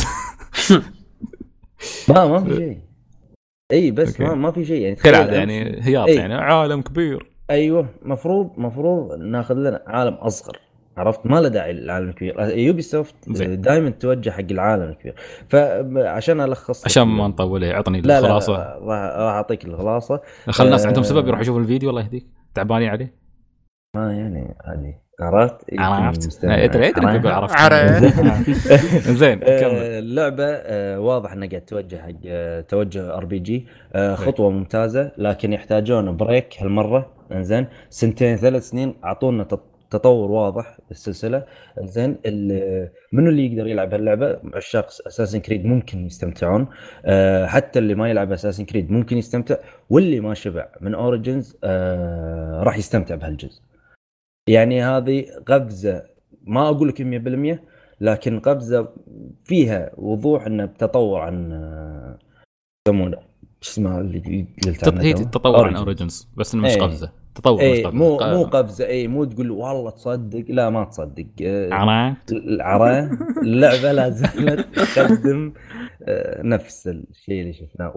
ما في شيء، اي بس أوكي. ما في شيء يعني تلعب يعني هياط إيه. يعني عالم كبير. ايوه مفروض ناخذ لنا عالم اصغر، عرفت؟ ما له داعي للعالم الكبير. يوبي سوفت دائما توجه حق العالم الكبير. فعشان الخص عشان ما نطول عطني لا الخلاصه. لا راح اعطيك الخلاصه. خل الناس عندهم سبب يروح يشوفوا الفيديو، الله يهديك تعبانين عليه. ما يعني هذه عرفت ادري تقول عرفت. زين كمل. اللعبه واضح انها قاعد توجه حق توجه ار بي جي، خطوه ممتازه، لكن يحتاجون بريك هالمره. انزين 2-3 سنين اعطونا تطور واضح بالسلسله. انزين منو اللي يقدر يلعب هاللعبه؟ عشاق اساسن كريد ممكن يستمتعون، حتى اللي ما يلعب اساسن كريد ممكن يستمتع، واللي ما شبع من اوريجينز راح يستمتع بهالجزء. يعني هذه قفزه، ما اقول لك 100%، لكن قفزه فيها وضوح انه بتطور عن يسمونه اسمه اللي هي تطور عن اوريجينز، بس مش قفزه تطور. مش مو قفزه. اي مو تقول والله تصدق، لا ما تصدق. العراء اللعبه لا زالت تقدم نفس الشيء اللي شفناه.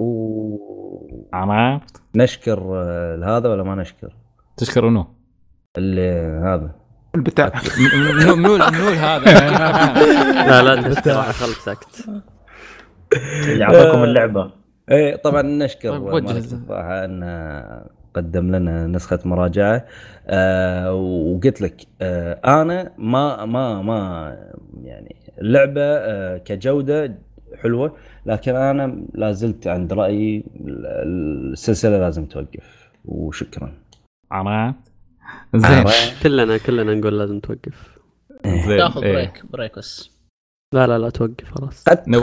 نشكر هذا ولا ما نشكر؟ تشكر انه اللي هذا البتاع منو هذا. لا تشكر، خلك ساكت. يعطيكم اللعبه. ايه طبعا نشكر وجه الصراحه ان قدم لنا نسخه مراجعه. وقلت لك انا ما يعني اللعبه كجوده حلوه، لكن انا لازلت عند رايي السلسله لازم توقف. وشكرا. زين كلنا نقول لازم توقف. تاخذ بريك بس. لا توقف خلاص.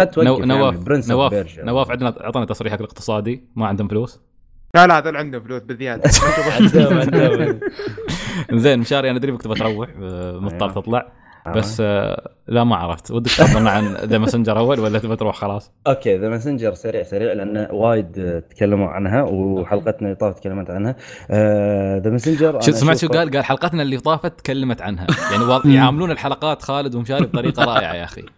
نواف عندنا اعطانا تصريحك الاقتصادي، ما عندهم فلوس. لا هذول عندهم فلوس بزياده. عندهم. زين مشاري انا ادري بك تبغى تروح مضطر تطلع، بس لا ما عرفت ودك تخبرنا عن ذا ماسنجر اول ولا تبغى تروح خلاص؟ اوكي ذا ماسنجر سريع لان وايد تكلموا عنها وحلقتنا اللي طافت تكلمت عنها. ذا ماسنجر سمعت شو قال حلقتنا اللي طافت تكلمت عنها، يعني يعاملون الحلقات خالد ومشاري بطريقه رائعه يا اخي.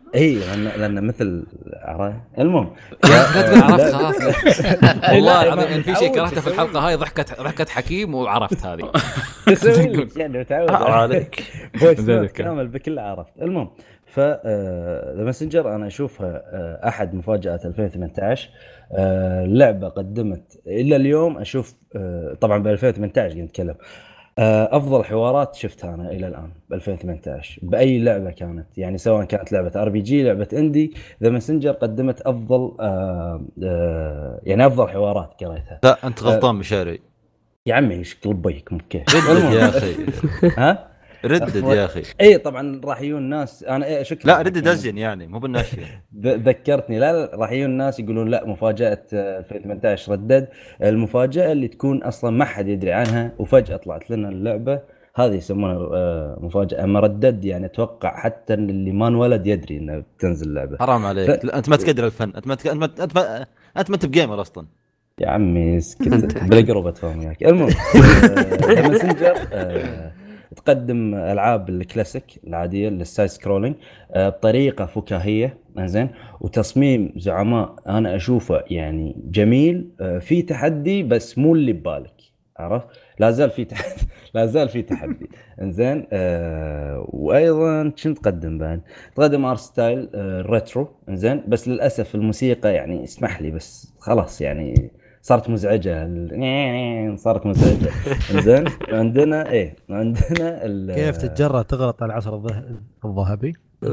اي لان مثل المهم لا تقول عرفت خلاص. والله لا، العظيم ان في شيء متعود كرهته في الحلقه هاي ضحكه حكيم وعرفت هذه. تسوي لك يعني متعود عليك. فويس كامل بكل عرفت. المهم ذا ماسنجر انا اشوفها احد مفاجات 2018. اللعبه قدمت الى اليوم اشوف طبعا ب 2018 قاعد نتكلم افضل حوارات شفتها انا الى الان ب 2018 باي لعبه كانت، يعني سواء كانت لعبه ار بي جي لعبه اندي. ذا ماسنجر قدمت افضل يعني افضل حوارات قريتها. لا انت غلطان مشاري يا عمي ايش قلبيك ممكن ردد يا اخي. ها ردد يا اخي. اي طبعا راح يجون ناس انا شكرا. لا ردد ازين يعني مو بالناشيه. ذكرتني. لا راح يجون الناس يقولون لا مفاجاه 2018 ردد. المفاجاه اللي تكون اصلا ما حد يدري عنها وفجاه طلعت لنا اللعبه هذه يسمونها مفاجاه مردد. يعني اتوقع حتى اللي ما انولد يدري انه بتنزل اللعبه. حرام عليك. انت ما تقدر الفن. انت ما انت بجيمر اصلا يا عمي اسكت بالقرب اتفاهم وياك. المهم ماسنجر تقدم العاب الكلاسيك العاديه للسايد سكرولينج بطريقه فكاهيه زين، وتصميم زعماء انا اشوفه يعني جميل. في تحدي بس مو اللي ببالك، عرفت؟ لا زال في تحدي انزين. وايضا كنت تقدم بعد تقدم ارت ستايل ريترو انزين، بس للاسف الموسيقى يعني اسمح لي بس خلاص يعني صارت مزعجه صارت مزعجه انزين. عندنا كيف تتجرأ تغلط على العصر الذهبي؟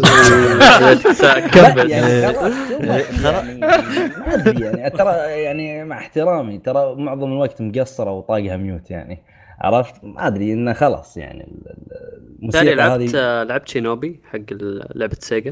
يعني ما ادري يعني ترى يعني مع احترامي ترى معظم الوقت مقصره وطاقها ميوت يعني، عرفت؟ ما ادري انه خلاص يعني الموسيقى هذه. لعبت شينوبي حق لعبه سيجا؟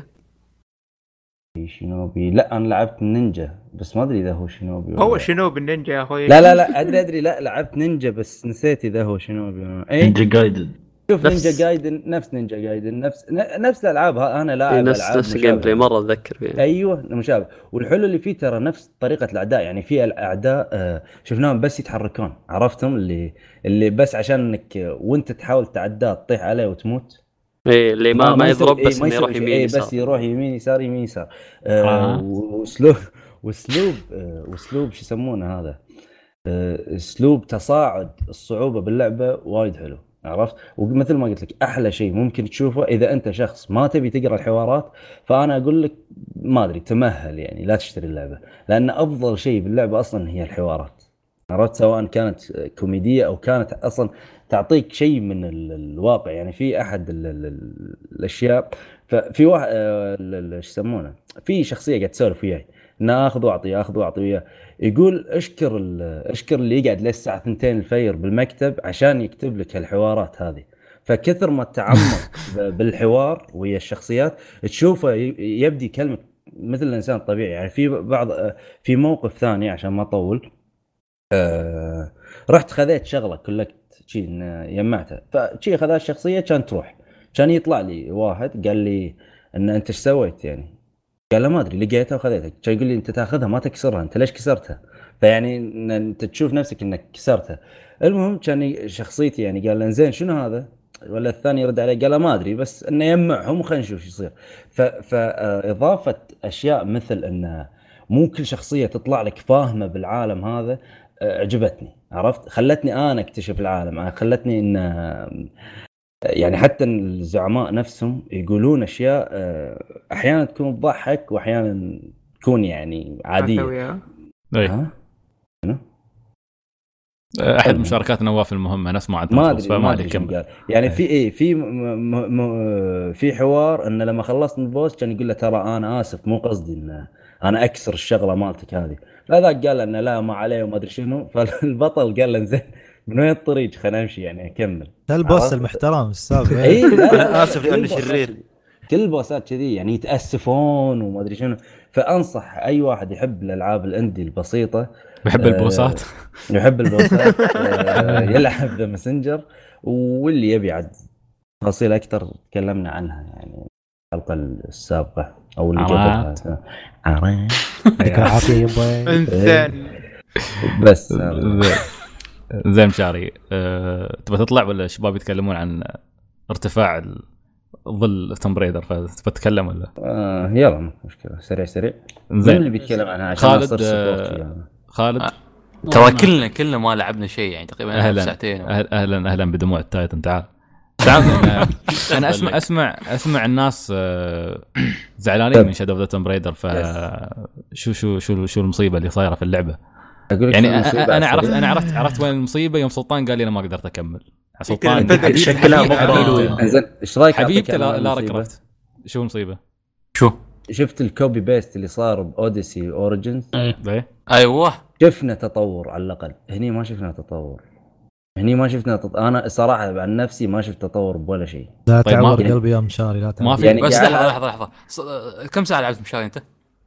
شينوبي لا انا لعبت نينجا بس ما ادري اذا هو شينوبي هو شينوبي النينجا يا اخوي. لا ادري لا لعبت نينجا بس نسيت اذا هو شينوبي. اي نينجا جايدن. شوف نينجا جايدن نفس نينجا جايدن نفس الالعاب. انا لاعب العاب نفس الجيم بلاي مره اتذكر فيها. ايوه مشابه. والحلو اللي فيه ترى نفس طريقه الاعداء، يعني في الاعداء شفناهم بس يتحركون، عرفتهم اللي بس عشان انك وانت تحاول تعداه تطيح عليه وتموت. ايه اللي ما يضرب بس انه يروح يمين يسار. بس يروح يمين يسار يمين يسار. واسلوب شو يسمونه هذا اسلوب تصاعد الصعوبه باللعبه وايد حلو، عرفت؟ ومثل ما قلت لك احلى شيء ممكن تشوفه اذا انت شخص ما تبي تقرا الحوارات، فانا اقول لك ما ادري تمهل يعني لا تشتري اللعبه، لان افضل شيء باللعبه اصلا هي الحوارات، عرفت؟ سواء كانت كوميديه او كانت اصلا تعطيك شيء من الواقع. يعني في احد الاشياء ففي واحد ايش يسمونه في شخصيه قاعد تسولف وياي ناخذ واعطي وياه، يقول اشكر اللي يقعد للساعه 2 الفجر بالمكتب عشان يكتب لك الحوارات هذه. فكثر ما تعمق بالحوار ويا الشخصيات تشوفه يبدي كلمه مثل الانسان الطبيعي. يعني في موقف ثاني عشان ما اطول رحت خذيت شغله كلكت شي يمعتها، فشي خذها الشخصيه كان يطلع لي واحد قال لي ان انت ايش سويت يعني؟ قال ما ادري لقيتها وخذيتها. كان يقول لي انت تاخذها ما تكسرها، انت ليش كسرتها؟ فيعني انت تشوف نفسك انك كسرتها. المهم كان شخصيتي يعني قال زين شنو هذا؟ ولا الثاني يرد عليه قال ما ادري بس انه يمعهم وخلينا نشوف ايش يصير. فاضافه اشياء مثل ان مو كل شخصيه تطلع لك فاهمه بالعالم هذا عجبتني، عرفت؟ خلتني انا اكتشف العالم، خلتني ان يعني حتى الزعماء نفسهم يقولون اشياء احيانا تكون تضحك واحيانا تكون يعني عاديه. احد مشاركات نواف المهمه ناس ما عندهم ما ادري كم قال يعني في حوار انه لما خلصت من البوس كان يقول له ترى انا اسف مو قصدي ان انا اكسر الشغله مالتك هذه. هذاك قال انه لا ما عليه وما ادري شنو. فالبطل قال له زين من وين الطريق خلينا نمشي يعني اكمل. البوس المحترم السابق انا اسف لاني شرير. كل البوسات كذي يعني يتاسفون وما ادري شنو. فانصح اي واحد يحب الالعاب الاندي البسيطه يحب البوسات يلعب ذا ماسنجر. واللي يبي عاد تفاصيل اكثر تكلمنا عنها يعني الحلقه السابقه او اللي قبلها. يعطيك العافيه يا ابوي. انسان بس زين مشاري تبغى تطلع ولا الشباب يتكلمون عن ارتفاع ظل توم بريدر، فتتكلم ولا؟ يلا مو مشكله، سريع من زين اللي بيتكلم عنها عشان خالد. أصير سبورت يعني. خالد ترى كلنا ما لعبنا شيء يعني تقريبا ساعتين. اهلا بدموع التايتن. تعال انا اسمع الناس زعلانين من شادو اوف ذا توم بريدر. ف شو المصيبه اللي صايره في اللعبه؟ يعني انا عرفت وين المصيبه يوم سلطان قال لي انا ما قدرت اكمل. سلطان شكلها زين. ايش رايك حبيبتي لارا كرافت؟ شو المصيبه؟ شفت الكوبي بيست اللي صار باوديسي اوريجنز؟ ايوه شفنا تطور على الاقل. هني ما شفنا تطور. انا صراحه عن نفسي ما شفت تطور بولا شيء. لا تعور قلبي يا مشاري، لا تعور. ما في يعني بس لحظه كم ساعه لعبت مشاري انت؟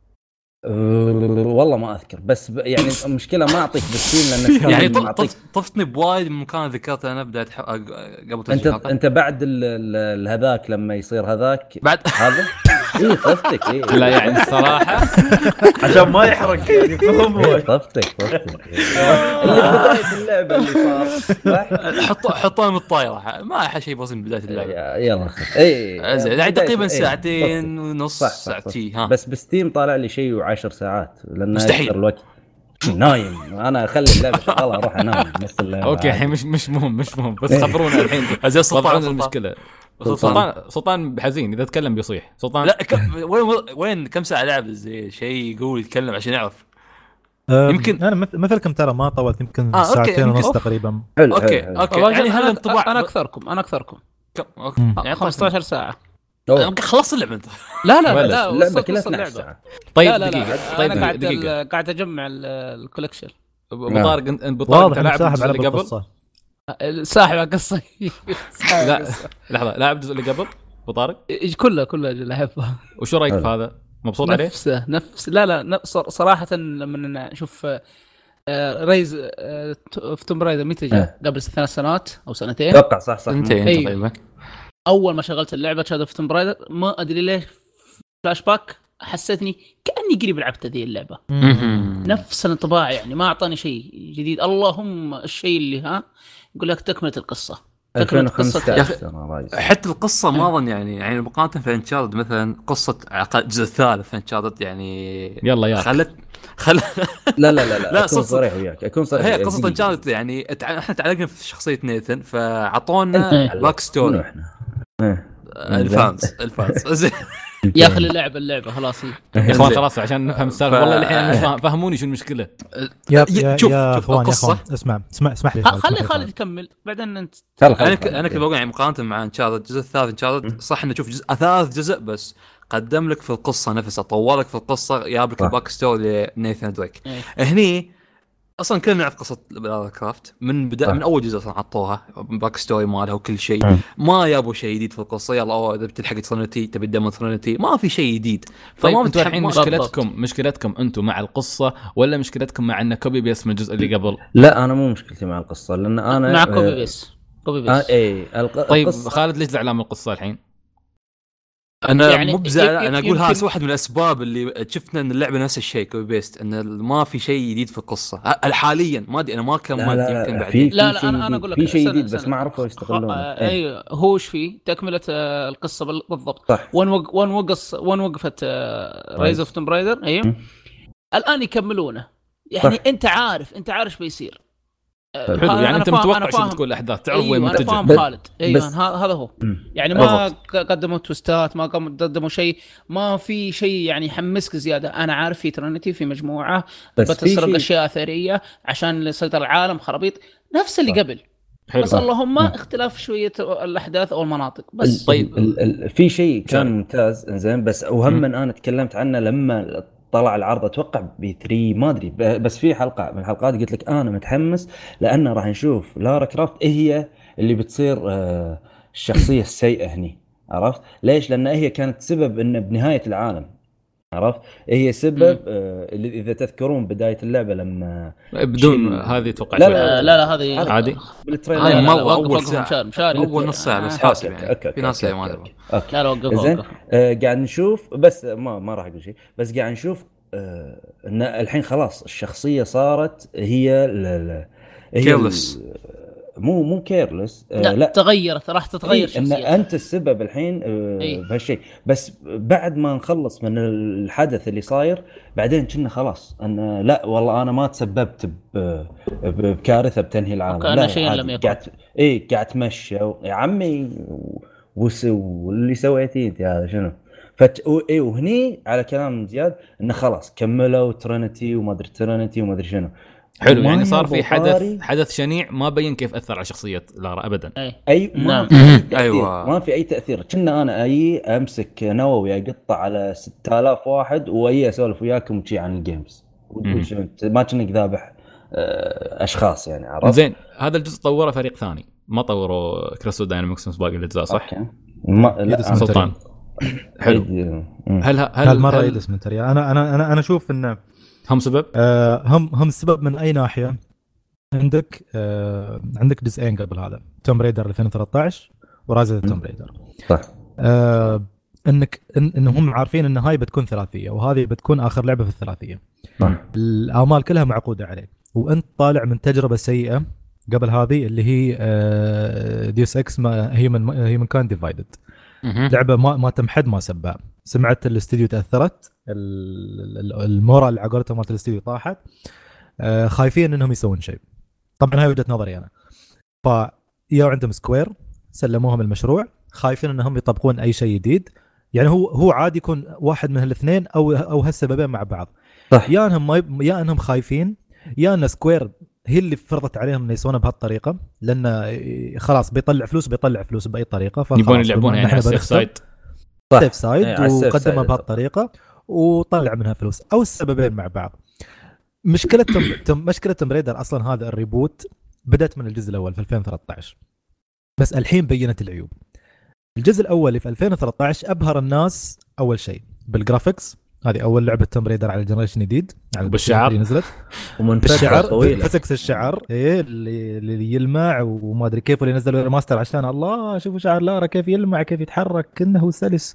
والله ما اذكر، بس يعني المشكله ما اعطيك بالسين لان يعني طفتني بوايد من مكان ذكرته انا بدايه قبل تسجيل انت بعد هذاك لما يصير هذاك بعد هذا طفتك. لا يعني الصراحه عشان ما يحرق يعني فهم. طفتك اللي بدايه اللعبه اللي صار حطها من الطايره ما احد شيء بسيط من بدايه اللعبه. يلا يعني تقريبا ساعتين ونص ساعتين. بس بستيم طالع لي شيء 10 ساعات لان مستحيل الوقت نايم. انا اخلي اللعبه شغاله اروح انام نص اللعبه. اوكي الحين مش مهم بس خبرونا الحين وضعون المشكله. سلطان حزين اذا تكلم بيصيح. سلطان لا وين كم ساعه لعب زي شيء يقول يتكلم عشان يعرف. يمكن انا مثلكم ترى ما طولت، يمكن ساعتين ونص تقريبا. اوكي يعني هل انطباع انا اكثركم يعني 15 ساعه خلص اللعبه انت. لا اللعبه كلها 12 ساعه. طيب دقيقه قاعد اجمع الكولكشن. بطارق انت لاعب ساحب على القصه. ساحب على القصه. لا لحظه، لاعب الجزء اللي قبل بطارق كله لعبها. وشو رايك في هذا؟ مبسوط عليه؟ نفس لا صراحه لما نشوف ريز في توم برايدر متى جاء؟ قبل 3 سنوات او سنتين اتوقع. صح سنتين تقريبا. اول ما شغلت اللعبه شادو اوف توم برايدر ما ادري ليه فلاش باك حسيتني كاني قريب لعبت ذي اللعبه. نفس الانطباع يعني ما اعطاني شيء جديد. اللهم الشيء اللي يقول لك تكمله القصه 2015 حتى القصه ما اظن يعني مقارنه في انشارد مثلا قصه الجزء الثالث في انشارد يعني يلا يا لا اكون صريح وياك هي قصه انشارد يعني احنا تعلقنا في شخصيه نيثن فعطونا باك ستوري. الفانز يا اخي اللعبه خلاص يا اخوان خلاص عشان نفهم السالفه. والله الحين فهموني شو المشكله. يا اخوان اسمح لي خلي خالد يكمل بعدين انت. انا كنت بقول يعني مقارنه مع انشارد الجزء الثالث انشارد صح انه تشوف ثالث جزء بس قدم لك في القصه نفسها، طور لك في القصه، جاب لك الباك ستوري لنيثان دريك. هني اصلا كلنا نعرف قصه لارا كرافت من من اول جزء اصلا حطوها باك ستوري مالها وكل شيء. ما يابوا شيء جديد في القصه. يلا اذا بتلحق ترينيتي تبي تدمر ترينيتي ما في شيء جديد. فما انتوا الحين مشكلتكم انتم مع القصه ولا مشكلتكم مع انه كوبي بيس من الجزء اللي قبل؟ لا انا مو مشكلتي مع القصه لان انا مع كوبي بيس. طيب خالد ليش زعلان من القصه الحين؟ انا يعني مو بزعل. انا اقول هذا واحد من الاسباب اللي شفنا ان اللعبه نفس الشيء كوبي بيست ان ما في شيء جديد في القصه حاليا. ما ادري انا ما كملت يمكن بعدين. لا انا اقول لك في شيء جديد بس ما عرفوا يستغلونه. ايوه هوش فيه تكمله القصه بالضبط. وين وقفت رايز اوف توم برايدر. ايوه الان يكملونه يعني. انت عارف بيصير. حلو يعني انت متوقع شو تكون الاحداث تعرف وين متجه. انا فاهم خالد. هذا هو يعني ما قدموا تويستات، ما قدموا شيء، ما في شيء يعني يحمسك زياده. انا عارف في ترينيتي في مجموعه بتسرق اشياء اثريه عشان يسيطر العالم خرابيط نفس اللي قبل. بس اللهم اختلاف شويه الاحداث او المناطق بس. طيب في شيء كان ممتاز زين بس وهم انا تكلمت عنه لما طلع العرض اتوقع ب3 ما ادري بس في حلقه من الحلقات قلت لك انا متحمس لانه راح نشوف لارا كرافت هي اللي بتصير الشخصيه السيئه هني. عرفت ليش؟ لان هي كانت سبب انه بنهايه العالم. عرفت هي سبب اللي اذا تذكرون بدايه اللعبه لما بدون هذه اتوقع لا هذه عادي بالتريلر اول ساعه اول نص ساعه بس حاسب يعني في ناس ما ادري. لا وقف قاعد نشوف بس ما راح اقول شيء بس قاعد نشوف ان الحين خلاص الشخصيه صارت هي كيرلس. مو كيرلس. لا تغيرت، راح تتغير إن شخصيتها. انت السبب الحين بهالشيء. بس بعد ما نخلص من الحدث اللي صاير بعدين كنا خلاص ان لا والله انا ما تسببت بكارثه بتنهي العالم، لا شيء لم يكن. قاعد تمشي يا عمي واللي سويتيه انت هذا شنو. وهني على كلام زياد انه خلاص كملوا ترينيتي وما ادري ترينيتي وما ادري شنو. حلو، يعني صار في حدث شنيع ما بين كيف اثر على شخصيه لارا ابدا. ما في اي تاثير. كنا انا امسك نووي اقطع على 6000 واحد واي اسولف وياكم شيء عن الجيمز ما كنك ذابح اشخاص يعني. عرفت؟ زين هذا الجزء طوره فريق ثاني، ما طوروا كريستال داينامكس باقي الاجزاء صح؟ لا سلطان. حلو. هل هالمره يدس من تريا. انا اشوف انه هم سبب هم السبب من اي ناحيه. عندك جزئين قبل هذا، توم ريدر 2013 ورايز اوف توم ريدر. صح. انهم عارفين ان هاي بتكون ثلاثيه وهذه بتكون اخر لعبه في الثلاثيه. الامال كلها معقوده عليه، وانت طالع من تجربه سيئه قبل هذه اللي هي ديوس اكس هي من كان ديفايدد. لعبه ما تمحد ما سبها. سمعت الاستديو تاثرت، المورال اللي عقلتها مالت الاستديو طاحت. خايفين انهم يسوون شيء. طبعا هاي وجهه نظري انا. فيا عندهم سكوير سلموهم المشروع، خايفين انهم يطبقون اي شيء جديد. يعني هو عادي يكون واحد من هالاثنين او هالسببين مع بعض. صح. يا انهم خايفين، يا ان سكوير هي اللي فرضت عليهم ان يسوونها بهالطريقه، لان خلاص بيطلع فلوس باي طريقه. يبون يلعبونها يعني على السيف سايد. سيف سايد وقدمها بهالطريقه وطلع منها فلوس، او السببين مع بعض. مشكله توم ريدر اصلا هذا الريبوت بدأت من الجزء الاول في 2013، بس الحين بينت العيوب. الجزء الاول اللي في 2013 ابهر الناس اول شيء بالجرافيكس. هذه اول لعبه توم ريدر على الجنريشن الجديد، على بالشعر اللي نزلت بالشعر فيزكس الشعر اللي يلمع وما ادري كيف، اللي نزلوا ريماستر عشان الله شوفوا شعر لارا كيف يلمع كيف يتحرك كأنه سلس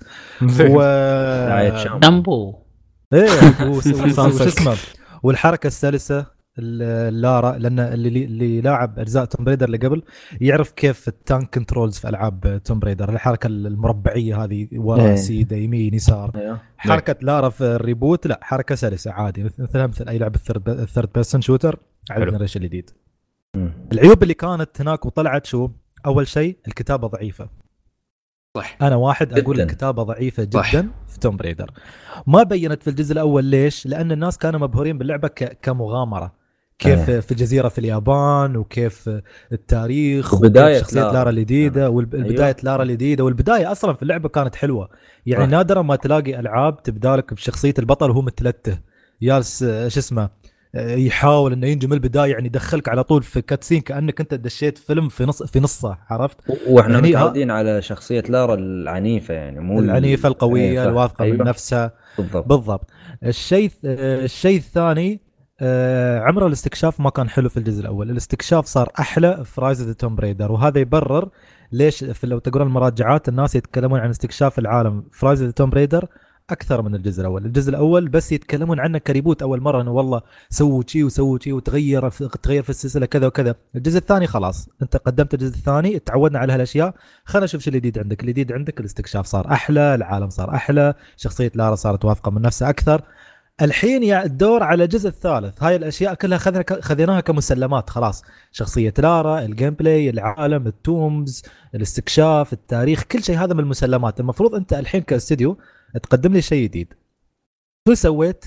دمبو وش اسمه، والحركه السلسه لارا. لان اللي لاعب اجزاء توم بريدر اللي قبل يعرف كيف التانك كنترولز في العاب توم بريدر، الحركه المربعيه هذه ورا سيده يمين يسار. حركه لارا في الريبوت لا حركه سلسه عادي مثل اي لعبه ثيرد بيرسون شوتر على الجنريشن الجديد. العيوب اللي كانت هناك وطلعت شو؟ اول شيء الكتابه ضعيفه. صح. انا واحد اقول الكتابه ضعيفه جدا. صح. في توم بريدر ما بينت في الجزء الاول. ليش؟ لان الناس كانوا مبهورين باللعبه كمغامره، كيف في الجزيره في اليابان، وكيف التاريخ، وبدايه شخصيه لارا الجديده والبدايه لارا الجديده. والبدايه اصلا في اللعبه كانت حلوه يعني. نادرا ما تلاقي العاب تبدالك بشخصيه البطل وهو متلته جالس شو اسمه يحاول انه ينجم البدايه، يعني يدخلك على طول في كاتسين كانك انت دشيت فيلم في نصه. عرفت؟ واحنا يعني متعودين على شخصيه لارا العنيفه، يعني مو العنيفه القويه الواثقه من نفسها. بالضبط. الشيء الثاني عمر الاستكشاف ما كان حلو في الجزء الاول. الاستكشاف صار احلى في رايز اوف توم بريدر، وهذا يبرر ليش لو تقرون المراجعات الناس يتكلمون عن استكشاف العالم في رايز اوف توم بريدر اكثر من الجزء الاول. الجزء الاول بس يتكلمون عنه كريبوت اول مره، انه والله سووا شيء وتغير في السلسله كذا وكذا. الجزء الثاني خلاص انت قدمت الجزء الثاني، تعودنا على هالاشياء، خلينا نشوف شو الجديد عندك. الجديد عندك الاستكشاف صار احلى، العالم صار احلى، شخصيه لارا صارت واثقه من نفسها اكثر. الحين يا الدور على الجزء الثالث. هاي الاشياء كلها خذيناها كمسلمات خلاص. شخصيه لارا، الجيم بلاي، العالم، التومز، الاستكشاف، التاريخ، كل شيء هذا من المسلمات. المفروض انت الحين كاستديو تقدم لي شيء جديد. شو سويت؟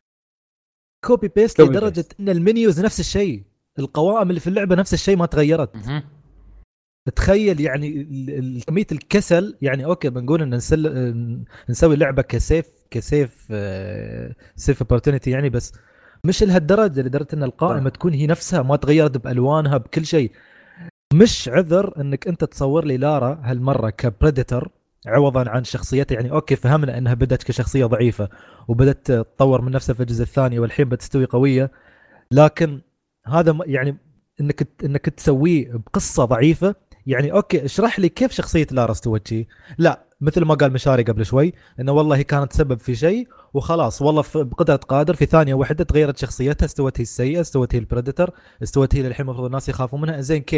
كوبي بيست لدرجه ان المنيوز نفس الشيء، القوائم اللي في اللعبه نفس الشيء ما تغيرت. تخيل يعني كميه الكسل. يعني اوكي بنقول ان نسوي لعبه كسيف اوبورتونيتي يعني، بس مش لهالدرجه، لدرجه ان القائمه تكون هي نفسها ما تغيرت بالوانها بكل شيء. مش عذر انك انت تصور لي لارا هالمره كبريديتور عوضا عن شخصيتها. يعني اوكي فهمنا انها بدت كشخصيه ضعيفه وبدت تطور من نفسها في الجزء الثاني والحين بتستوي قويه، لكن هذا يعني انك تسويه بقصه ضعيفه. يعني اوكي اشرح لي كيف شخصيه لارا استوت شيء. لا مثل ما قال مشاري قبل شوي انه والله هي كانت سبب في شيء وخلاص، والله بقدره قادر في ثانيه واحده تغيرت شخصيتها، استوت هي السيئه، استوت هي البريديتور، استوت هي الحين المفروض الناس يخافوا منها. زين كيف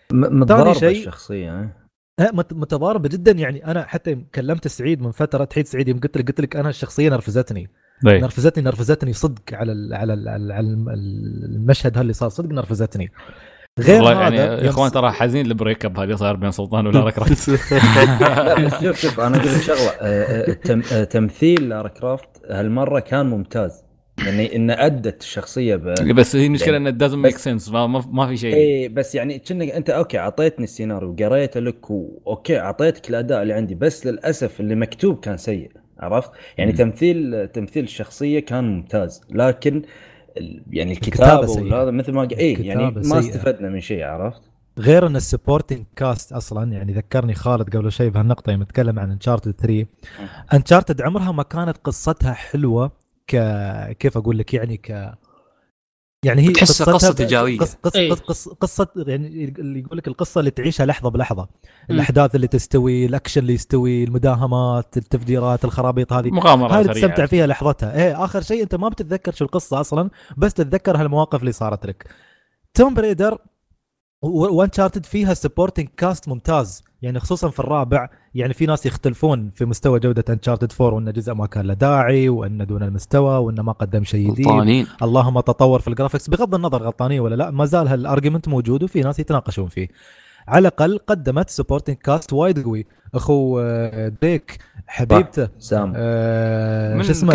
متضاربه شيء- الشخصيه. متضاربه جدا. يعني انا حتى كلمت سعيد من فتره، تحيد سعيد، يوم قلت لك انا الشخصيه نرفزتني إيه. نرفزتني صدق على المشهد اللي صار، صدق نرفزتني. غير والله هذا يعني يا اخوان ترى حزين البريك اب هذا صار بين سلطان ولارا كرافت. لا بس شوف انا اقول لك شغله، تمثيل لارا كرافت هالمره كان ممتاز، يعني ان ادت الشخصيه بس هي المشكله ان it doesn't make sense، ما في شيء. ايه بس يعني كأنك انت اوكي اعطيتني السيناريو وقريته لك اوكي اعطيتك الاداء اللي عندي، بس للاسف اللي مكتوب كان سيء، عرفت يعني. تمثيل الشخصيه كان ممتاز، لكن يعني الكتابه وهذا مثل ما يعني ما استفدنا من شيء، عرفت. غير ان السبورتنج كاست اصلا، يعني ذكرني خالد قبل شيء بهالنقطه يوم نتكلم عن انشارتد 3. انشارتد عمرها ما كانت قصتها حلوه، كيف اقول لك، يعني هي تحسها قصة تجارية. قصة يعني اللي يقول لك القصة اللي تعيشها لحظة بلحظة، الأحداث اللي تستوي، الأكشن اللي يستوي، المداهمات، التفجيرات، الخرابيط هذه مغامرة سريعة تستمتع فيها لحظتها. آخر شيء أنت ما بتتذكر شو القصة أصلا، بس تتذكر هالمواقف اللي صارت لك. توم بريدر وانشارتد فيها سبورتنج كاست ممتاز، يعني خصوصا في الرابع. يعني في ناس يختلفون في مستوى جودة انشارتد 4، وان جزء ما كان له داعي، وان دون المستوى، وان ما قدم شيء جديد. اللهم تطور في الجرافيكس، بغض النظر غلطانين ولا لا، ما زال هالارجيومنت موجود وفي ناس يتناقشون فيه. على الاقل قدمت سبورتنج كاست وايد قوي. اخو دريك، حبيبته سام، شو اسمه،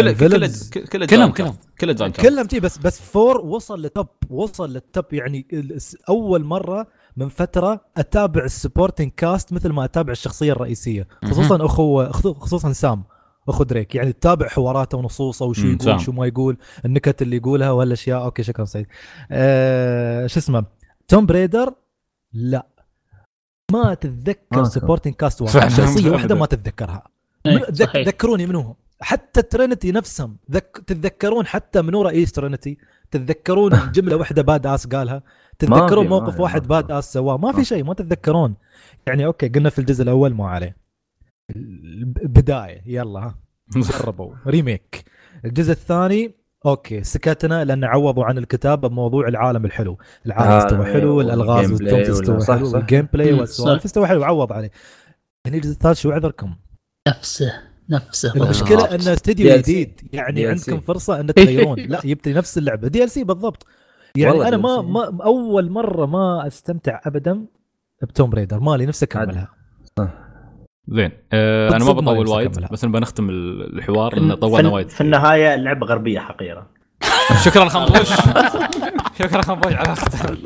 كلهم تي، بس فور وصل للتوب يعني. اول مره من فتره اتابع السبورتنج كاست مثل ما اتابع الشخصيه الرئيسيه، خصوصا سام اخو دريك. يعني تتابع حواراته ونصوصه وشو يقول شو ما يقول، النكت اللي يقولها والاشياء. اوكي شكرا سعيد. شو اسمه، توم بريدر لا، ما تتذكر سبورتنج كاست واحد، شخصيه واحده ما تتذكرها. ذكروني منهم، حتى ترينيتي نفسهم تتذكرون حتى منو رئيس ترينيتي؟ تتذكرون جمله واحده باد اس قالها؟ تتذكرون موقف واحد باد اس سواه؟ ما في شيء، ما تتذكرون. يعني اوكي قلنا في الجزء الاول ما عليه، بدايه يلا ها جربوا ريميك. الجزء الثاني اوكي سكتنا لان عوضوا عن الكتابه بموضوع العالم الحلو، العالم استوى حلو، الالغاز والتومز استوى حلو، والجيم بلاي والسوالف استوى حلو، عوض عليه. هني الجزء الثالث شو عذركم؟ نفسه المشكله ان استديو جديد، يعني عندكم فرصه ان تغيرون. لا يبتدي نفس اللعبه دي ال سي بالضبط. يعني انا ما اول مره ما استمتع ابدا بتوم بريدر، مالي نفسي اكملها. زين انا ما بطول وايد، بس نبغى نختم الحوار لان طولنا وايد. في النهايه اللعبه غربيه حقيره. شكرا خنبوش. شكرا خنبوش على اختار.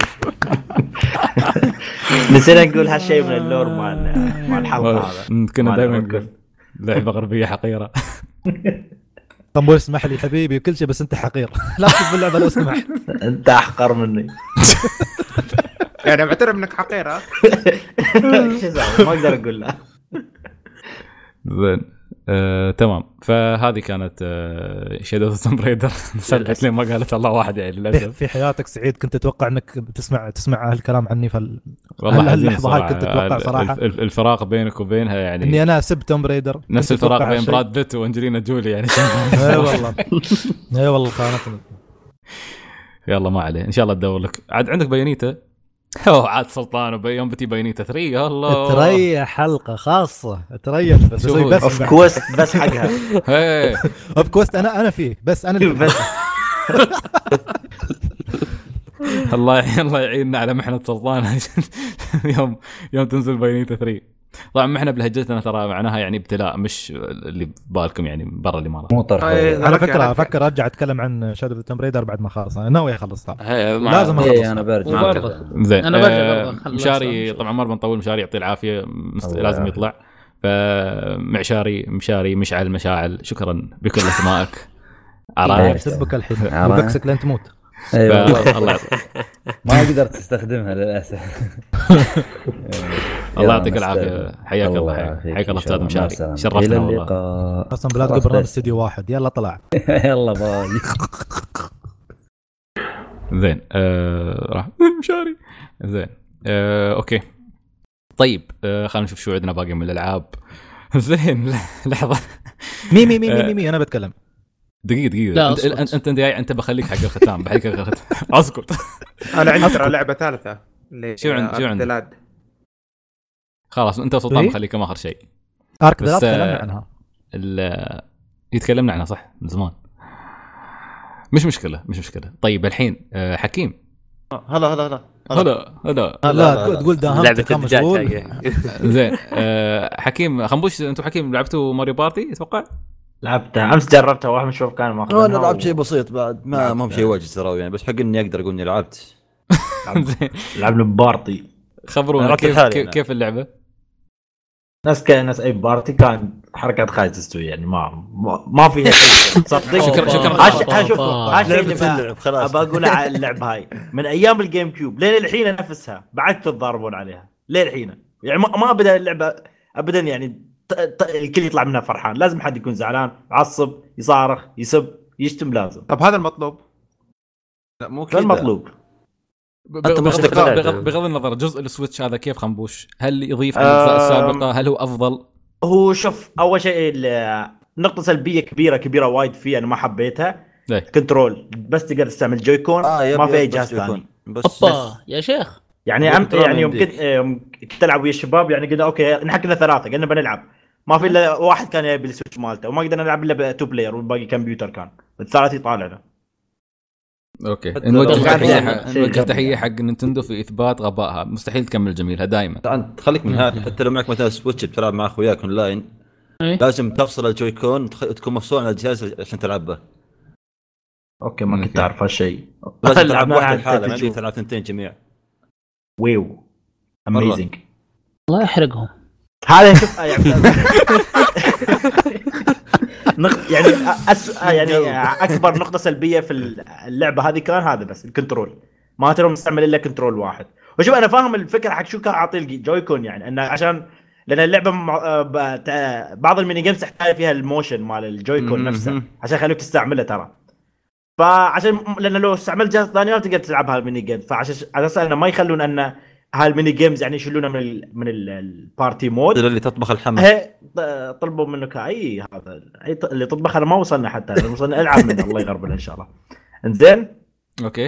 نسينا نقول هالشيء من اللور مع الحلقه هذا. كنا دائما نقول لعبه غربيه حقيره. خنبوش اسمح لي حبيبي وكل شيء، بس انت حقير. لا تلعب اللعبه لو سمحت. انت احقر مني. يعني بعترف انك حقيره. ما اقدر اقول لا. زين تمام. فهذه كانت شادو اوف توم برايدر. سلكت لي ما قالت الله واحد يعني للاسف. في حياتك سعيد كنت تتوقع انك تسمع هالكلام عني والله اللحظه هاي كنت تتوقع صراحه الفراق بينك وبينها يعني اني انا سب توم برايدر نفس الفراق بين براد بيت وانجلينا جولي يعني. اي والله اي والله خانتني. يلا ما عليه، ان شاء الله تدور لك عاد عندك بيانيته. عاد سلطان وبيوم بتي بيانيته 3. يا الله تريح حلقه خاصه، تريح بس اوف كويست بس حقها. اوف كويست انا فيه بس انا اللي بس. الله يعيننا على محنه سلطان. يوم تنزل بيانيته 3. طبعا ما احنا بلهجتنا ترى معناها يعني ابتلاء، مش اللي ببالكم يعني برا الامارات. مو طرح. على فكره افكر ارجع اتكلم عن شادو اوف توم برايدر بعد ما اخلص. انا ناوي اخلص لازم اخلص. انا برجع زين. انا برجع برضه. مشاري طبعا ما بنطول. مشاري يعطيه العافيه لازم يطلع. فمشاري مشعل مشاعل شكرا بكل اسمائك. عرايا سبك الحين وبكسك لين تموت. الله ما قدرت استخدمها للاسف. الله يعطيك العافيه. حياك الله. حياك الله استاذ مشاري، شرفتنا والله. اصلا بلاد برنامج استديو واحد. يلا طلع. يلا باي. زين راح مشاري. زين اوكي طيب خلينا نشوف شو عندنا باقي من الالعاب. زين لحظه. مي انا بتكلم. دقيقة انت بخليك حق الختام. اسكت. انا عندي ترى لعبه ثالثه شو عندك؟ خلاص انت وسلطان خليكم اخر شيء. ارك ذا تكلمنا عنها يتكلمنا عنها صح من زمان. مش مشكله. طيب الحين حكيم. هلا لا تقول داهم كان مشغول. زين حكيم خنبوش، انتم حكيم لعبتوا ماريو بارتي اتوقع؟ لعبتها امس، جربتها واحد من الشباب كان ماخذها. انا لعبت شيء بسيط بعد ما هم شيء واجد ترى يعني، بس حق اني اقدر اقول اني لعبت. لعبنا ببارتي. خبرونا كيف اللعبه؟ ناس اي بارتي كان حركات خايسه تستوي يعني ما فيها شيء تصدق. شكرا شوف خلاص بقول على اللعبه هاي من ايام الجيم كيوب لين الحين نفسها بعد تتضاربون عليها لين الحين يعني ما بدا اللعبه ابدا يعني الكل يطلع منها فرحان، لازم حد يكون زعلان يعصب يصارخ يسب يشتم لازم. طب هذا المطلوب؟ لا مو كذا المطلوب. بغض النظر جزء السويتش هذا كيف خنبوش؟ هل يضيف على الاجزاء السابقه؟ هل هو افضل؟ هو شوف اول شيء نقطه سلبيه كبيره وايد فيه انا ما حبيتها. كنترول بس تقدر تستعمل جويكون ما في اي جهاز ثاني. بس يا شيخ يعني يعني يمكن تلعب ويا الشباب يعني قلنا اوكي نحكي ثلاثه قلنا بنلعب ما في الا واحد كان يبي السويتش مالته وما قدرنا نلعب الا تو بلاير والباقي كمبيوتر كان الثالث يطالعنا. اوكي نوجه تحيه حق نينتندو في اثبات غبائها، مستحيل تكمل جميلها دائما. انت خليك من هذا، حتى لو معك مثلا سويتش بتلعب مع اخوياك اونلاين لازم تفصل الجويكون تكون مفصول عن الجهاز عشان تلعبه. اوكي ما كنت اعرف هالشيء. لازم تلعب واحد الحالة ما يقدر تلعب ثنتين جميع. ويو اميزنج. الله يحرقهم. هذا شوف يعني يعني اكبر نقطه سلبيه في اللعبه هذه كان هذا بس الكنترول، ما ترى مستعمل الا كنترول واحد. وشوف انا فاهم الفكره حق شو كان اعطي الجويكون يعني انه عشان لان اللعبه بعض الميني جيمز تحتاج فيها الموشن مال الجويكون نفسه عشان يخلوك تستعمله ترى. فعشان لان لو استعملت جهاز ثاني ما تقدر تلعب هالميني جيم، فعشان على اساس انه ما يخلون ان هالميني جيمز يعني يشيلونه من البارتي مود اللي تطبخ الحمى. طلبوا منك اي هذا اللي تطبخ انا ما وصلنا حتى وصلنا العب منه الله يغربنا ان شاء الله. انزين اوكي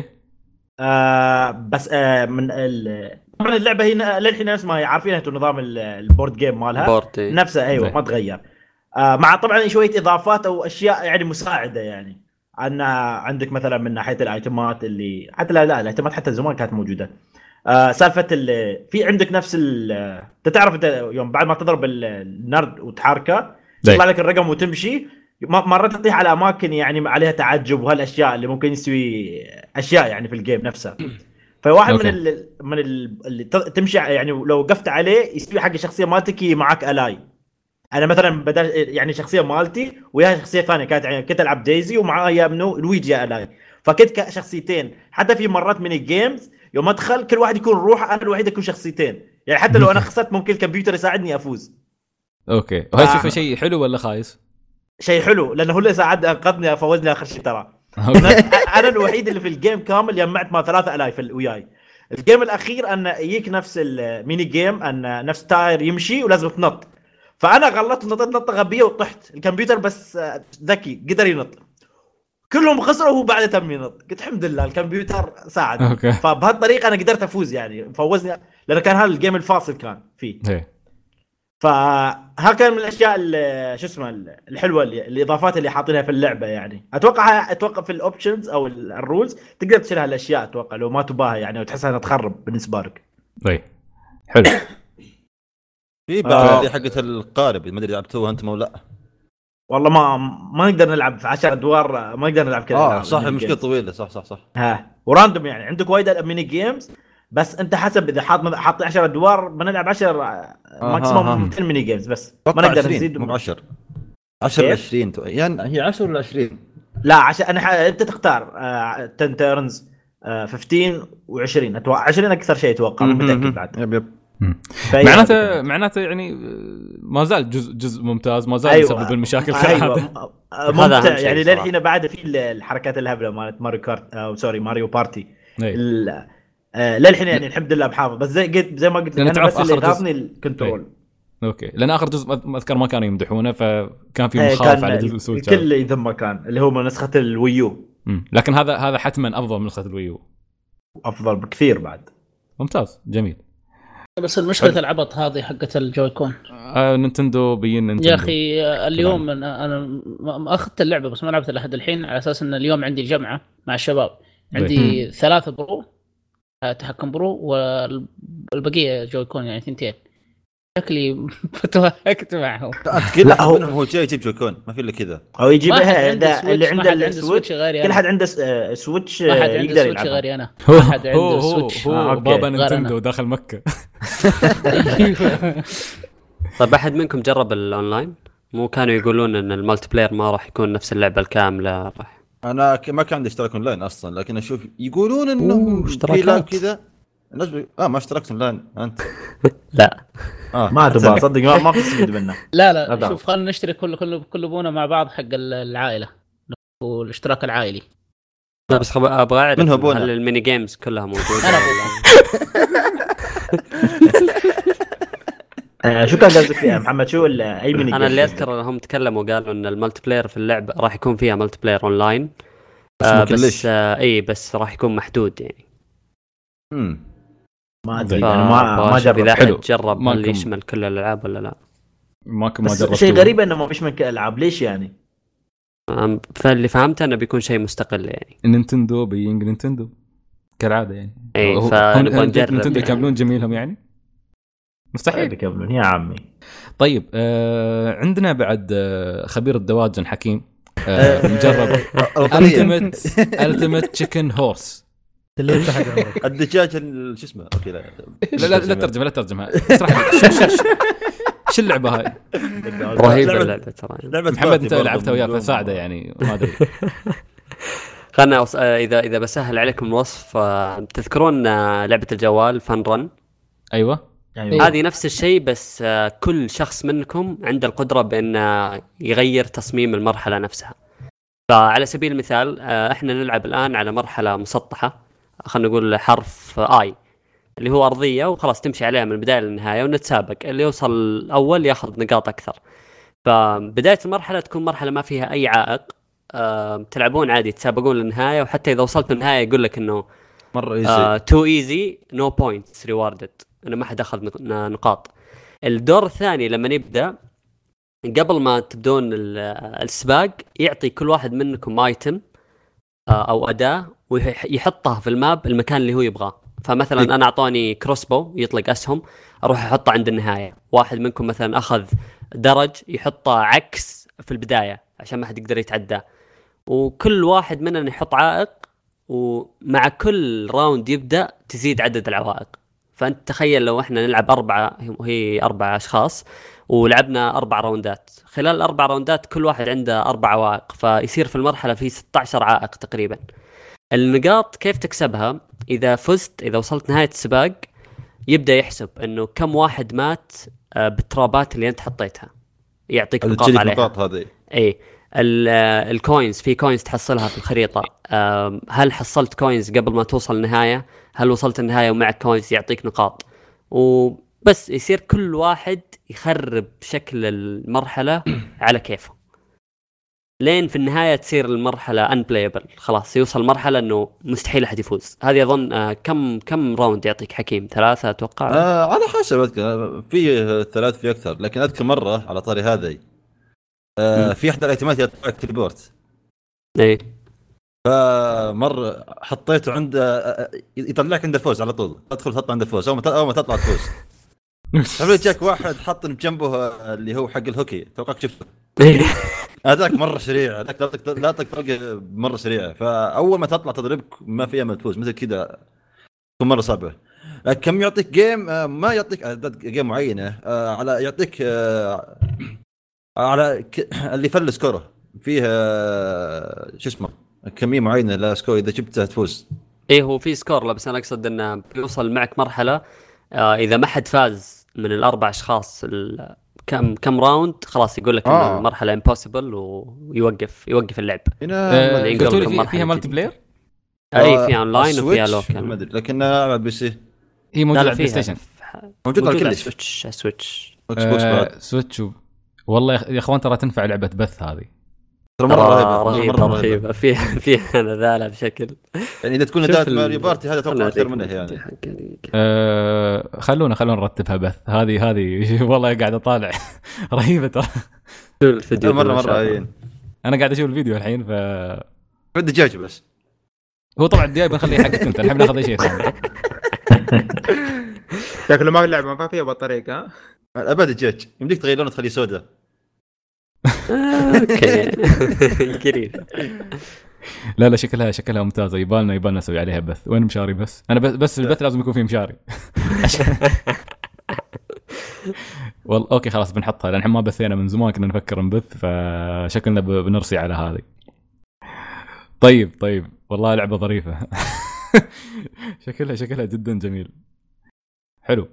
بس من طبعا اللعبه هنا للحين اسمها عارفينها انتم نظام البورد جيم مالها نفسه ايوه ما تغير مع طبعا شويه اضافات او اشياء يعني مساعده يعني ان عندك مثلا من ناحيه الايتمات اللي حتى لا الايتمات حتى زمان كانت موجوده. سالفه في عندك نفس تعرف انت يوم بعد ما تضرب النرد وتحركه يطلع لك الرقم وتمشي مرات تطيح على اماكن يعني عليها تعجب وهالاشياء اللي ممكن يسوي اشياء يعني في الجيم نفسه. فواحد اللي تمشي يعني لو وقفت عليه يسوي حق الشخصيه مالتك معك الاي. انا مثلا بدل يعني شخصيه مالتي وياها شخصيه ثانيه كنت العب دايزي ومعاها منو لويجي الاي، فكنت شخصيتين. حتى في مرات من الجيمز يوم ادخل كل واحد يكون روحه انا الوحيد اكون شخصيتين يعني حتى لو انا خسرت ممكن الكمبيوتر يساعدني افوز. اوكي وهي شوف شيء حلو ولا خايس؟ شيء حلو لانه هو اللي ساعد انقذني افوزني اخر شيء ترى. انا الوحيد اللي في الجيم كامل جمعت مع 3000 وياي. الجيم الاخير ان يجيك نفس الميني جيم ان نفس تاير يمشي ولازم تنط، فانا غلطت نطه غبيه وطحت. الكمبيوتر بس ذكي قدر ينط كلهم خسروا وهو بعد تم ينط. قلت الحمد لله الكمبيوتر ساعد. فبهالطريقه انا قدرت افوز يعني فوزني لان كان هذا الجيم الفاصل كان فيه. فها كان من الاشياء شو اسمه الحلوه الاضافات اللي حاطينها في اللعبه يعني. اتوقع في الاوبشنز او الرولز تقدر تشيل هالاشياء اتوقع لو ما تباها يعني وتحسها انها تخرب بالنسبه لك. طيب حلو. في بعد حقه القارب ما ادري لعبتوها انت او لا؟ والله ما نقدر نلعب في 10 ادوار ما نقدر نلعب كذا. صح المشكله طويله صح ها وراندوم يعني عندك وايد ميني جيمز بس انت حسب اذا حاط 10 ادوار بنلعب 10 ماكسيموم 10 ميني جيمز بس ما نقدر نزيد. مو 10 20 يعني هي 10 ولا 20؟ لا 10 انت تختار 10 تيرنز 15 و20 اتوقع 20 اكثر شيء اتوقع متاكد بعد. يب معناته يعني ما زال جزء ممتاز ما زال يسبب المشاكل ممتع يعني للحين بعد في الحركات الهبله مالت ماريو كارت او سوري ماريو بارتي للحين يعني الحمد لله بحافظ. بس زي ما قلت انا بس اللي غاضني الكنترول. اوكي لان اخر جزء اذكر ما كانوا يمدحونه فكان في مخاوف على جزء السويتش كل يذم مكان اللي هو نسخه الويو. لكن هذا حتما افضل من نسخه الويو. افضل بكثير بعد. ممتاز جميل. بس المشكله العبط هذه حقت الجويكون. نينتندو بين نينتندو يا اخي اليوم انا ما اخذت اللعبه بس ما لعبت لحد الحين على اساس ان اليوم عندي الجمعه مع الشباب. عندي 3 برو تحكم برو والبقيه جويكون يعني 2. شكلي فتوهكت معهم. لا هو جاي يجيب جويكون ما في الا كذا او يجيبها اللي عنده السويتش غيري. كل حد عنده سويتش يقدر يلعب غيري انا. واحد عنده سويتش بابا نينتندو داخل مكة. طيب احد منكم جرب الاونلاين؟ مو كانوا يقولون ان المالتي بلاير ما راح يكون نفس اللعبه الكامله؟ راح انا ما كان عندي اشتراك اونلاين اصلا، لكن اشوف يقولون انه في لا كذا الناس ما اشتركت اونلاين انت؟ لا ما تبغى صدق ما بتستفيد منه. لا شوف خلينا نشترك كل ابونا مع بعض حق العائله والاشتراك العائلي. لا بس ابغى اعرف هل الميني جيمز كلها موجوده؟ شو كان قصدك فيها محمد؟ شو اي ميني انا اللي اذكر انهم تكلموا وقالوا ان المالتي بلاير في اللعبه راح يكون فيها مالتي بلاير اونلاين بس بس راح يكون محدود يعني. ما ادري انا ما جرب. اذا حد جرب هل يشمل كل الالعاب ولا لا؟ ما جربت. شيء غريب انه ما يشمل كل الالعاب، ليش يعني؟ فاللي فهمته انه بيكون شيء مستقل يعني. نينتندو بينج نينتندو كالعاده يعني. اي فنبغى نجرب. نينتندو يكملون جميلهم يعني مستحيل يكملون يا عمي. طيب عندنا بعد خبير الدواجن حكيم مجرب التيمت تشيكن هورس. الدجاج شو اسمه؟ اوكي لا ترجمها اشرح لي شو اللعبه هاي؟ رهيبه اللعبه ترى. محمد انت لعبتها وياه فساعده يعني ما ادري. خلنا اذا بسهل عليكم الوصف. تذكرون لعبه الجوال فان رن؟ ايوه هذه نفس الشيء بس كل شخص منكم عنده القدره بان يغير تصميم المرحله نفسها. فعلى سبيل المثال احنا نلعب الان على مرحله مسطحه، خلينا نقول حرف اي اللي هو ارضيه وخلاص تمشي عليها من البدايه للنهايه ونتسابق، اللي يوصل الاول ياخذ نقاط اكثر. فبداية المرحلة تكون مرحلة ما فيها أي عائق، تلعبون عادي تسابقون للنهاية، وحتى إذا وصلت للنهاية يقول لك إنه مرة إيزي too easy no points rewarded، إنه ما حد أخذ نقاط. الدور الثاني لما نبدأ قبل ما تبدون السباق يعطي كل واحد منكم ايتم أو أداة ويحطها في الماب المكان اللي هو يبغاه. فمثلا أنا أعطاني كروسبو يطلق أسهم أروح أحطه عند النهاية. واحد منكم مثلا أخذ درج يحطه عكس في البداية عشان ما حد يقدر يتعدى. وكل واحد مننا يحط عائق، ومع كل راوند يبدأ تزيد عدد العوائق. فأنت تخيل لو إحنا نلعب 4 وهي 4 أشخاص ولعبنا 4 راوندات، خلال 4 راوندات كل واحد عنده 4 عوائق، فيصير في المرحلة في 16 عائق تقريبا. النقاط كيف تكسبها؟ إذا فزت، إذا وصلت نهاية السباق يبدأ يحسب إنه كم واحد مات بالترابات اللي أنت حطيتها، يعطيك نقاط عليها. نقاط هذه إيه. الكوينز، في كوينز تحصلها في الخريطة. هل حصلت كوينز قبل ما توصل النهاية؟ هل وصلت النهاية ومعك كوينز يعطيك نقاط. وبس يصير كل واحد يخرب شكل المرحلة على كيفه، لين في النهاية تصير المرحلة unplayable. خلاص يوصل مرحلة إنه مستحيل أحد يفوز. هذه أظن كم راوند يعطيك حكيم؟ 3 أتوقع. على حسب، أذكر في 3 في أكثر، لكن أذكر مرة على طاري هذه في إحدى الايتمات يطلع تليبورت. إيه. فمرة حطيته عند يطلعك عند الفوز على طول، تدخل تحط عند الفوز، أول ما تطلع تفوز. قبل جاك واحد حط بجنبه اللي هو حق الهوكي، توقعك شفته هذاك مرة سريع، هذاك لا تطلق مرة سريعة، فأول ما تطلع تضربك ما في أمل تفوز، مثل كذا تكون مرة صعبة. كم يعطيك جيم؟ ما يعطيك جيم معينة، على يعطيك على اللي فل سكوره فيه شو اسمه كمية معينة لا سكور، إذا جبتها تفوز. إيه هو في سكور، لا بس أنا أقصد إنه بيوصل معك مرحلة إذا ما حد فاز من ال4 أشخاص كم راوند خلاص يقول لك إنه المرحلة impossible ويوقف اللعب. قلتوا لي فيها مالتي بلاير؟ أي فيها أونلاين وفيها لوكال، ما أدري، لكن على بي سي. هي موجودة على بلاي ستيشن، موجودة على كل سويتش سويتش. والله يا اخوان ترى تنفع لعبة بث هذه. مره رهيبه رهيبه فيها نذاله بشكل يعني اذا تكون نداء ماريو بارتي هذا اتوقع اكثر منه يعني. خلونا نرتبها بث هذه والله قاعد اطالع رهيبه ترى الفيديو مره عين. انا قاعد اشوف الفيديو الحين بدي دجاج بس هو طبعا الدجاج بنخليه حقك انت نحب ناخذ اي شيء ثاني شكله ما اللعبه ما فيها بطريقه ابد دجاج يمديك تغير لونه تخليه سودا. اوكي قريب. لا شكلها ممتازه يبالنا نسوي عليها بث. وين مشاري؟ بس انا بس البث لازم يكون فيه مشاري والله اوكي خلاص بنحطها لان ما بثينا من زمان كنا نفكر نبث فشكلنا بنرسي على هذه. طيب والله لعبه ظريفه شكلها جدا جميل حلو.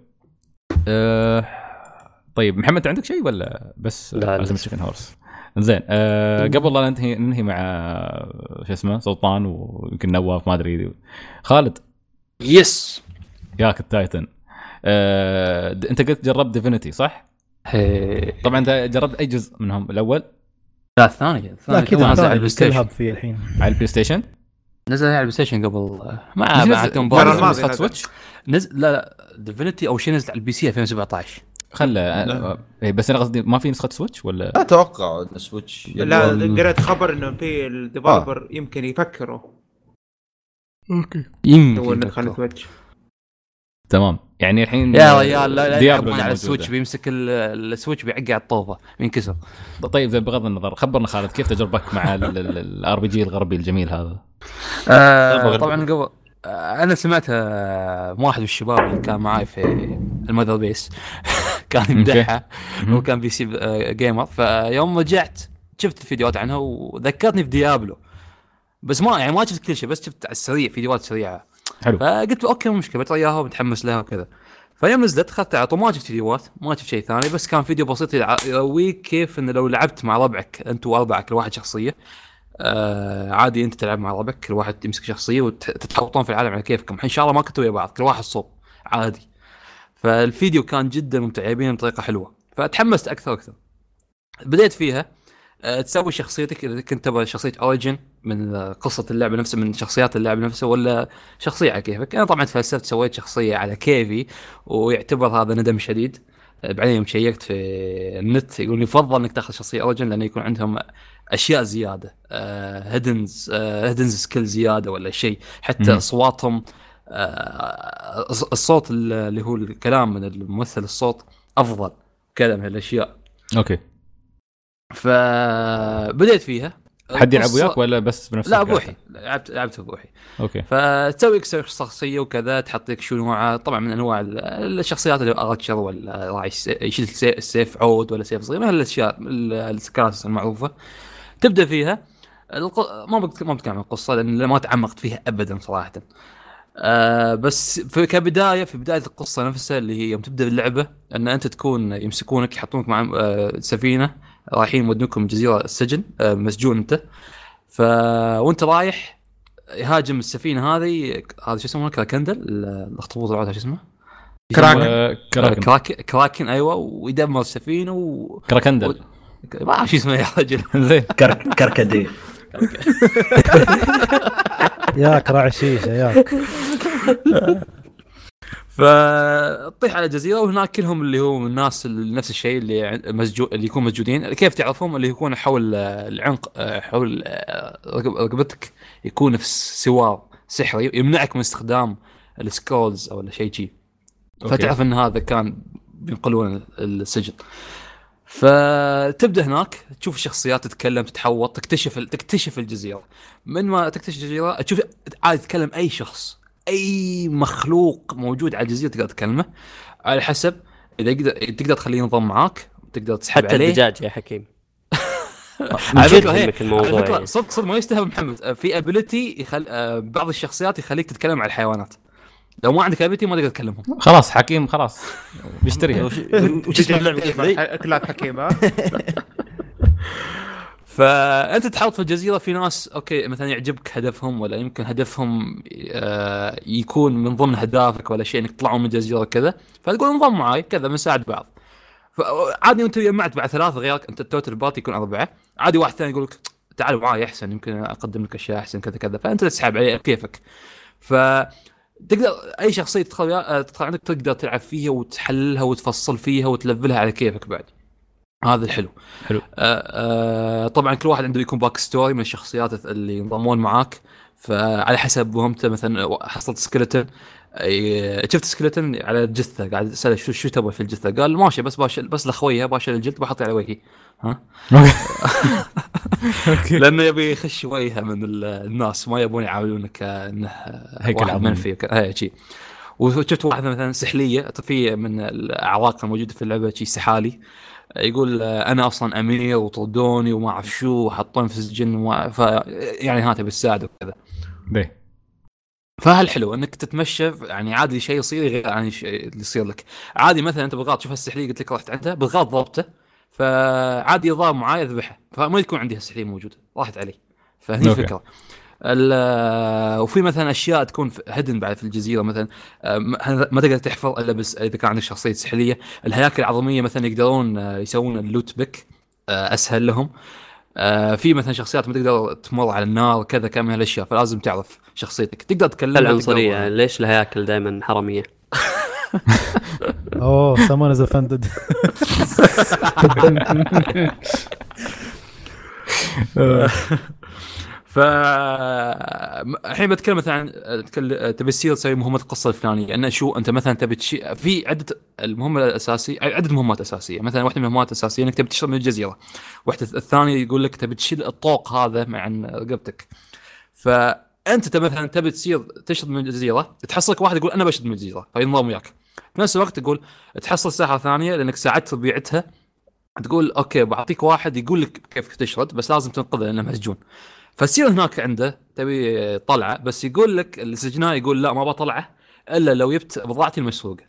طيب محمد عندك شيء ولا بس لازم تشكن هورس؟ زين قبل لا ننهي مع شو اسمه سلطان ويمكن نواف ما ادري خالد. يس ياك التايتن. انت قلت جربت ديفينيتي صح؟ طبعا انت جربت اي جزء منهم الاول؟ لا الثاني اكيد نزل على على البلاي ستيشن فيه الحين على البلاي ستيشن. نزل على البلاي ستيشن قبل مع كم الماضي نسخه سويتش لا ديفينيتي او شيء نزل على البي سي 2017 خله بس انا قصدي ما في نسخه سويتش ولا لا اتوقع سويتش. لا قرأت خبر انه في الديفلوبر يمكن يفكروا اوكي يمكن ندخل سويتش. تمام يعني الحين يا ريال لا ديابلو على السويتش بيمسك السويتش بيعقع الطوفه بينكسر. طيب بغض النظر خبرنا خالد كيف تجربتك مع الار بي جي الغربي الجميل هذا؟ طبعا قبل انا سمعتها واحد من الشباب اللي كان معي في المذر بيس كان يمدحها هو كان بي سي جيمر. فيوم رجعت شفت الفيديوهات عنها وذكرتني في ديابلو بس ما شفت كل شيء بس شفت على السريع فيديوهات سريعه حلو. فقلت اوكي مشكله بترى اياها ومتحمس لها وكذا. فيوم نزلت اخذت على طول ما شفت فيديوهات ما شفت شيء ثاني بس كان فيديو بسيط يرويك كيف انه لو لعبت مع ربعك انتوا اربعه كل واحد شخصيه عادي انت تلعب مع ربعك كل واحد يمسك شخصيه وتتحوطون في العالم على كيفكم ان شاء الله ما كنتوا ويا بعض كل واحد صوب عادي. فالفيديو كان جدا ممتع جايبينه بطريقه حلوه فتحمست اكثر. بديت فيها تسوي شخصيتك اذا كنت تبغى شخصيه اوريجين من قصه اللعبه نفسها من شخصيات اللعبه نفسها ولا شخصيه على كيفك. انا طبعا تفلسفت سويت شخصيه على كيفي ويعتبر هذا ندم شديد. بعدين يوم شيكت في النت يقول يفضل انك تاخذ شخصيه اوريجين لانه يكون عندهم اشياء زياده هيدنز سكيل زياده ولا شيء حتى اصواتهم الصوت اللي هو الكلام من الممثل الصوت افضل كذا من الاشياء. اوكي فبديت فيها. حد يلعب وياك ولا بس بنفسك؟ لا ابوحي لعبت ابوحي. اوكي فتسوي اكسر شخصيه وكذا تحط لك شو نوعها طبعا من انواع الشخصيات اللي ارتشر ولا راح يشيل السيف عود ولا سيف صغير من الاشياء الكلاسس المعروفه. تبدا فيها ما بتكلم عن القصه لان ما تعمقت فيها ابدا صراحه. بس في بدايه القصه نفسها اللي هي يوم تبدا اللعبه ان انت تكون يمسكونك يحطونك مع سفينه رايحين يودونكم جزيره السجن مسجون انت. وانت رايح يهاجم السفينه هذه شو اسمه كراكندل الاخطبوط العود شو اسمه كراكن ايوه ويدمر السفينه كراكندل ما اعرف شو اسمه يا رجل زين كركدي ياك راعي الشيشه ياك. فتطيح على جزيره وهناك كلهم اللي هو الناس نفس الشيء اللي يكون مسجونين. كيف تعرفهم؟ اللي يكون حول العنق حول رقبتك يكون في سوار سحري يمنعك من استخدام السكرولز او شيء شيء. فتعرف ان هذا كان بينقلون السجن. فتبدا هناك تشوف الشخصيات تتكلم تتحوط تكتشف الجزيره. من ما تكتشف الجزيره تشوف عادي تتكلم اي شخص اي مخلوق موجود على الجزيره تقدر تكلمه على حسب اذا تقدر تخليه ينضم معاك تقدر تسحب حتى عليه الدجاج يا حكيم. على فكره صدق ما يستهبل محمد في ابيليتي بعض الشخصيات يخليك تتكلم على الحيوانات. لو ما عندك ابيليتي ما تقدر تكلمهم. خلاص حكيم خلاص بيشتريها. وش اسم اللعبه؟ اكلات حكيمه. فانت تحاول في الجزيره في ناس اوكي مثلا يعجبك هدفهم ولا يمكن هدفهم يكون من ضمن اهدافك ولا شيء انك تطلعوا من الجزيره كذا فتقول انضم معي كذا بنساعد بعض. فعادي انت جمعت بعد 3 غيرك انت التوتال بارتي يكون 4 عادي واحد ثاني يقول لك تعال معاي احسن يمكن اقدم لك اشياء احسن كذا كذا، فانت تسحب عليه كيفك. ف تقدر اي شخصيه تدخل عندك تقدر تلعب فيها وتحللها وتفصل فيها وتلفلها على كيفك بعد. هذا الحلو. حلو. طبعا كل واحد عنده يكون باك ستوري من الشخصيات اللي ينضمون معاك، فعلى حسب مهمته. مثلا حصلت سكيلتون، شفت سكيلتون على الجثه قاعد اساله شو تبغى في الجثه، قال ماشي بس لاخويها باشا الجلد بحط على وجهي. ها لانه يبي يخش وجهه من الناس، ما يبون يعاملونك انه هيكل منفي هاي شيء. وشفت واحده مثلا سحليه في من الاعراق الموجوده في اللعبه شيء سحالي، يقول انا اصلا امير وطردوني وما اعرف شو وحطوني في السجن يعني هاته بالساعد وكذا. ليه؟ فهالحلو انك تتمشى يعني عادي شيء يصير غير عن اللي يصير لك عادي. مثلا انت بالغلط تشوف السحليه قلت لك رحت عندها بالغلط ضربته، فعادي يضارب معاي اذبحه، فما يكون عندي السحليه موجوده راحت علي. فهني الفكره. وفي مثلا اشياء تكون هدن بعد في الجزيره، مثلا ما تقدر تحفظ الا بس اذا كان عندك شخصيه سحليه. الهياكل العظميه مثلا يقدرون يسوون اللوت بيك اسهل لهم. في مثلا شخصيات ما تقدر تمر على النار كذا كم من هالاشياء، فلازم تعرف شخصيتك تقدر تكلمها. العنصريه ليش الهياكل دائما حراميه؟ someone is offended. الحين بتكلم مثلا عن تبي تصير تسوي مهمة القصة الفلانية، أن شو أنت مثلا تبي في عدة المهمة الأساسية، عدة مهمات أساسية. مثلا واحدة من المهمات الأساسية إنك تبي تشرب من الجزيرة، واحدة الثانية يقول لك تبي تشيل الطوق هذا عن رقبتك. فأنت مثلا تبي تصير تشرب من الجزيرة، تحصلك واحد يقول أنا بشرب من الجزيرة فينضم وياك. في نفس الوقت تقول تحصل ساحة ثانية لأنك ساعدت بيعتها، تقول أوكي بعطيك واحد يقول لك كيف تشرد بس لازم تنقذه لأنه مسجون. فتصير هناك عنده تبي طلعه، بس يقول لك السجناء يقول لا ما بطلعه الا لو جبت بضاعتي المسروقه.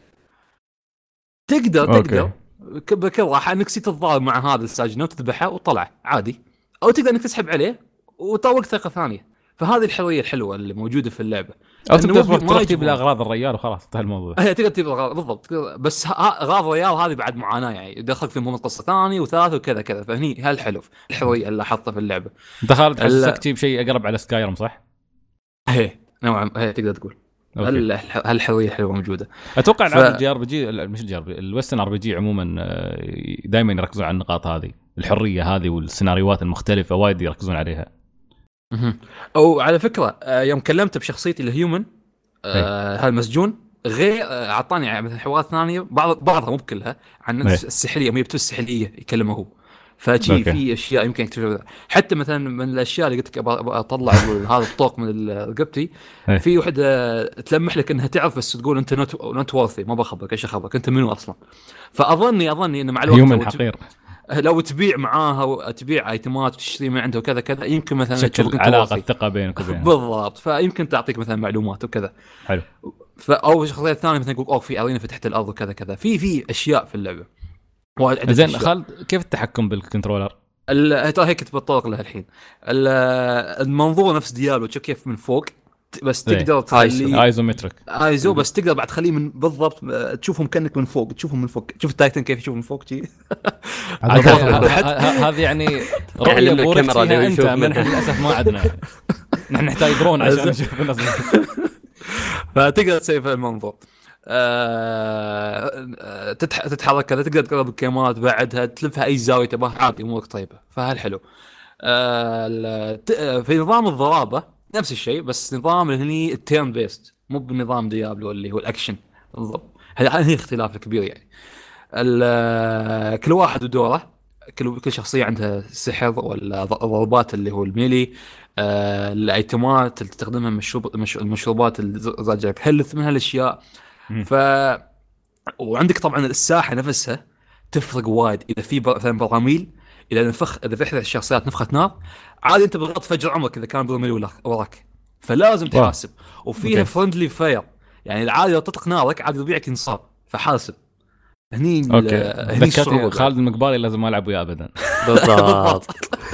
تقدر بكل راحه انك تتضارب مع هذا السجن وتذبحه وطلع عادي، او تقدر انك تسحب عليه وتطوق ثقه ثانيه. فهذه الحريه الحلوه اللي موجوده في اللعبه. او تقدر ترتب الاغراض الريال وخلاص انتهى الموضوع. هي تقدر تجيب الاغراض بالضبط، بس اغراض الريال هذه بعد معاناه يعني يدخلك في مهمه قصه ثانيه وثالث وكذا كذا. فهني هالحلو الحريه اللي حطها في اللعبه. انت خالد حسك تجيب شيء اقرب على سكايرم صح؟ ايه نوعا ما تقدر تقول هالحريه حلوه موجوده. اتوقع العاب الجي ار بي جي مش الجي ار بي الويسترن ار بي جي عموما دائما يركزون على النقاط هذه، الحريه هذه والسيناريوهات المختلفه وايد يركزون عليها. او على فكره يوم كلمت بشخصيتي الهيومن هالمسجون غير اعطاني مثلا حوارات ثانيه بعضها مو بكلها عن السحليه، مو السحليه يكلمه هو. فشي في اشياء يمكن اكتشفها. حتى مثلا من الاشياء اللي قلت لك اطلع هذا الطوق من رقبتي، في وحده تلمح لك انها تعرف بس تقول انت نوت وورثي، ما بخبرك ايش اخبرك انت منو اصلا. فاظني ان مع الوقت لو تبيع معاها وتبيع ايتمات وتشتري من عنده وكذا كذا يمكن مثلا شكل علاقه ثقه بينك وبينه بالضبط. فيمكن تعطيك مثلا معلومات وكذا. حلو. او شخصيه ثانيه مثلا يقول في ارينا فتحت الارض وكذا كذا. في اشياء في اللعبه. زين خالد كيف التحكم بالكنترولر؟ هيك تبطلق له الحين. المنظور نفس ديابلو تشوف كيف من فوق، بس تقدر تخليه ايزومتريك بس تقدر بعد تخليه من بالضبط تشوفهم كأنك من فوق، تشوفهم من فوق. شوف التايتن كيف يشوف من فوق شيء. هذه يعني رؤيه بورك فيها انت من للاسف ما عندنا. نحن نحتاج درون عشان نشوف الناس. فتقدر تسيف المنظور. تتحرك كذا، تقدر تقرب الكاميرات بعدها تلفها اي زاويه تبغاها عادي امورك طيبه. فهالحلو. في نظام الضرابه نفس الشيء، بس نظام هني التيرن بيست مو بنظام ديابلو اللي هو الاكشن بالضبط. هذا اختلاف كبير يعني. كل واحد ودوره، كل شخصيه عندها سحر ولا ضربات اللي هو الميلي، الايتمات اللي تستخدمها المشروبات اللي زاجك هلث من هالاشياء. وعندك طبعا الساحه نفسها تفرق وايد. اذا في مثلا براميل، اذا في احدى الشخصيات نفخت نار عادي انت بالغلط فجر عمرك اذا كان براميل وراك، فلازم تحاسب. وفيها فرندلي فاير يعني العادي لو تطلق نارك عادي يضيعك انصاب، فحاسب. هني ذكرتني خالد المقبالي لازم ما العب وياه ابدا. بالضبط.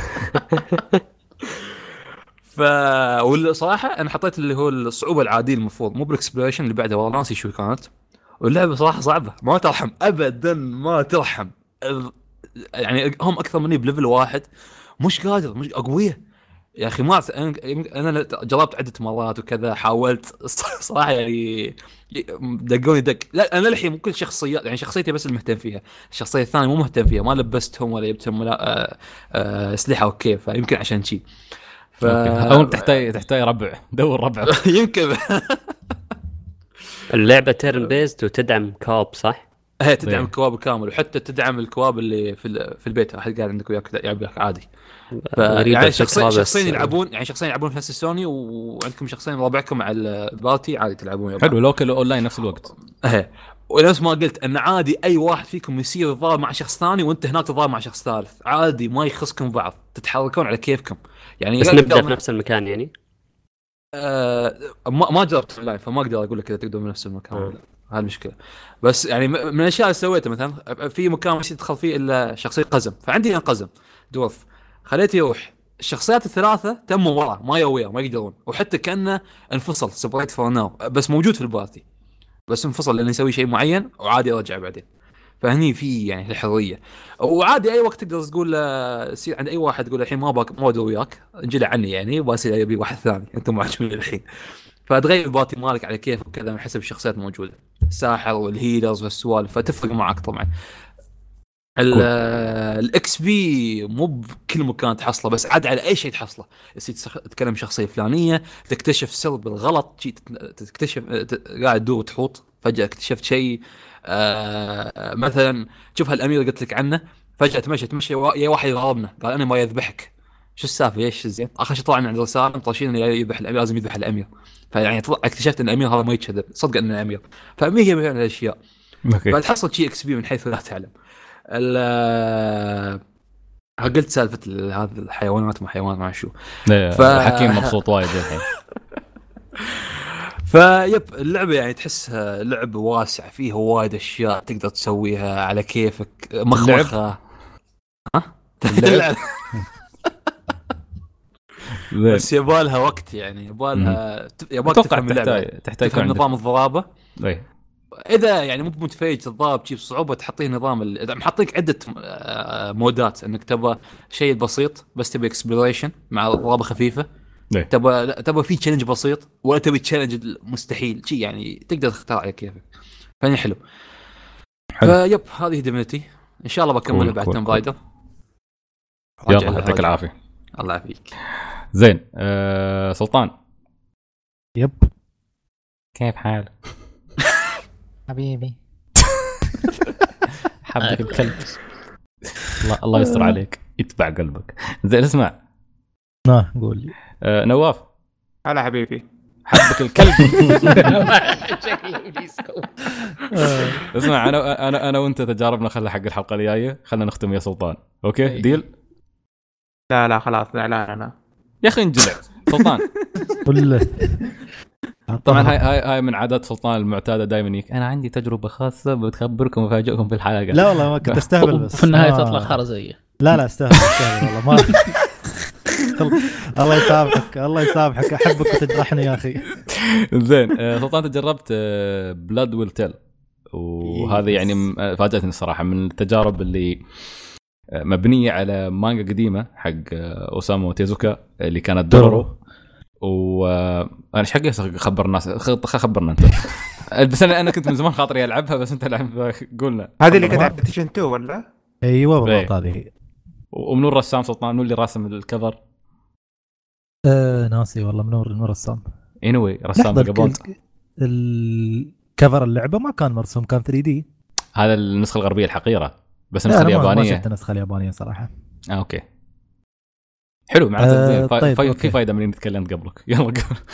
والصراحه انا حطيت اللي هو الصعوبه العاديه المفروض، مو بالاكسبلوريشن اللي بعدها والله ناسي شو كانت. واللعبه صراحه صعبه ما ترحم ابدا، ما ترحم يعني. هم اكثر مني بليفل واحد مش قادر، مش اقويه يا اخي. ما انا جربت عده مرات وكذا، حاولت صراحه يعني دقوني دق. لا انا الحين ممكن شخصيات يعني شخصيتي بس المهتم فيها، الشخصيه الثانيه مو مهتم فيها، ما لبستهم ولا جبتهم ولا اسلحه وكيف، فيمكن عشان شيء او تحتاج ربع، دور ربع. يمكن. اللعبه تيرن بيست وتدعم كوب صح؟ هي تدعم الكواب الكامل، وحتى تدعم الكواب اللي في البيت احد قاعد عندك وياك يلعب لك عادي. يعني شخصين يلعبون، يعني شخصين يلعبون في نفس السوني، وعندكم شخصين ربعكم مع البارتي عادي تلعبون. حلو لوكل اونلاين نفس الوقت. ونفس ما قلت ان عادي اي واحد فيكم يصير يتضارب مع شخص ثاني وانت هناك تتضارب مع شخص ثالث عادي، ما يخصكم بعض، تتحركون على كيفكم يعني. بس نبدا في نفس المكان يعني. ما جربت اونلاين فما اقدر اقول لك اذا تقدرون في نفس المكان. هذه المشكله. بس يعني من الاشياء اللي سويتها مثلا في مكان ما تدخل فيه الا شخصيه قزم، فعندي انا قزم دورف خليته يروح، الشخصيات الثلاثه تموا ورا ما يويا ما يقدرون، وحتى كانه انفصل سبريت فور ناو، بس موجود في البارتي بس انفصل لانه يسوي شيء معين وعادي يرجع بعدين. فهني في يعني الحريه، وعادي اي وقت تقدر تقول يصير عند اي واحد تقول الحين ما ادور وياك انجلع عني يعني وبصير ابي واحد ثاني انتم معجبين الحين، فتغير البارتي مالك على كيف وكذا من حسب الشخصيات الموجوده، الساحر والهيلرز والسوالف، فتفرق معك طبعا. الاكس بي مو بكل مكان تحصله، بس عاد على اي شيء تحصله، تتكلم شخصيه فلانيه تكتشف سر بالغلط، تكتشف قاعد تدور وتحوط فجاه اكتشفت شيء مثلا شوف هالامير قلت لك عنه فجاه تمشي يا واحد يضربنا قال انا ما يذبحك، شو السالفه ايش زين اخر شيء طلع عند رسالة طاشين يذبح الامير لازم يذبح الامير، فيعني اكتشفت ان الامير هذا ما يتشذب صدق انه امير، فما هي من الاشياء فتحصل شيء اكس بي من حيث لا تعلم. قلت سالفه هذه الحيوانات ما حيوانات ما شو حكيم مبسوط وايد الحين. فيب اللعبه يعني تحسها لعبه واسعه فيها وايد اشياء تقدر تسويها على كيفك مخمخه. بس يبالها وقت يعني يبالها تفهم اللعبه، تفهم نظام الضرابه. اذا يعني مو متفيج تضارب تجيب صعوبه تحطيه نظام محطيك عده مودات انك تبغى شيء بسيط بس تبي اكسبلوريشن مع ضربه خفيفه، تبغى في تشالنج بسيط ولا تبي تشالنج مستحيل شيء، يعني تقدر تختار على كيفك. فاني حلو. فيب هذه ديفينيتي ان شاء الله بكملها بعد توم رايدر. يلا يعطيك العافيه. الله يعافيك. زين سلطان. يب كيف حالك حبيبي؟ حبك الكلب. الله يستر عليك يتبع قلبك. زين اسمع قول لي نواف. هلا حبيبي حبك الكلب. اسمع انا وانت تجاربنا خلها حق الحلقه الجايه، خلينا نختم يا سلطان. اوكي ديل؟ لا خلاص زعلان انا يا اخي انجلع سلطان. طبعا هاي من عادات سلطان المعتاده دائما انا عندي تجربه خاصه بتخبركم وفاجئكم في الحلقه. لا والله ما كنت استهبل بس في النهايه تطلع خرزيه. لا استهبل والله ما الله يسامحك احبك وتجرحني يا اخي. زين سلطان تجربت بلاد ويل تيل، وهذا يعني فاجأتني الصراحه من التجارب اللي مبنيه على مانجا قديمه حق اوسامو تيزوكا اللي كانت دورو. وانا ايش حقي خبر الناس خبرنا انت. بس انا كنت من زمان خاطري العبها بس انت لعب قلنا هذه اللي كانت على بلايستيشن 2 ولا؟ ايوه بالضبط هذه. ومنو الرسام سلطان؟ منو اللي راسم الكفر؟ ناسي والله. منو رسام؟ رسام قبل الكفر اللعبه ما كان مرسوم، كان 3D. هذا النسخه الغربيه الحقيره، بس النسخه اليابانيه ما شفت النسخه اليابانيه صراحه. اوكي حلو معناته طيب في فايده من اللي تكلمت قبلك. يلا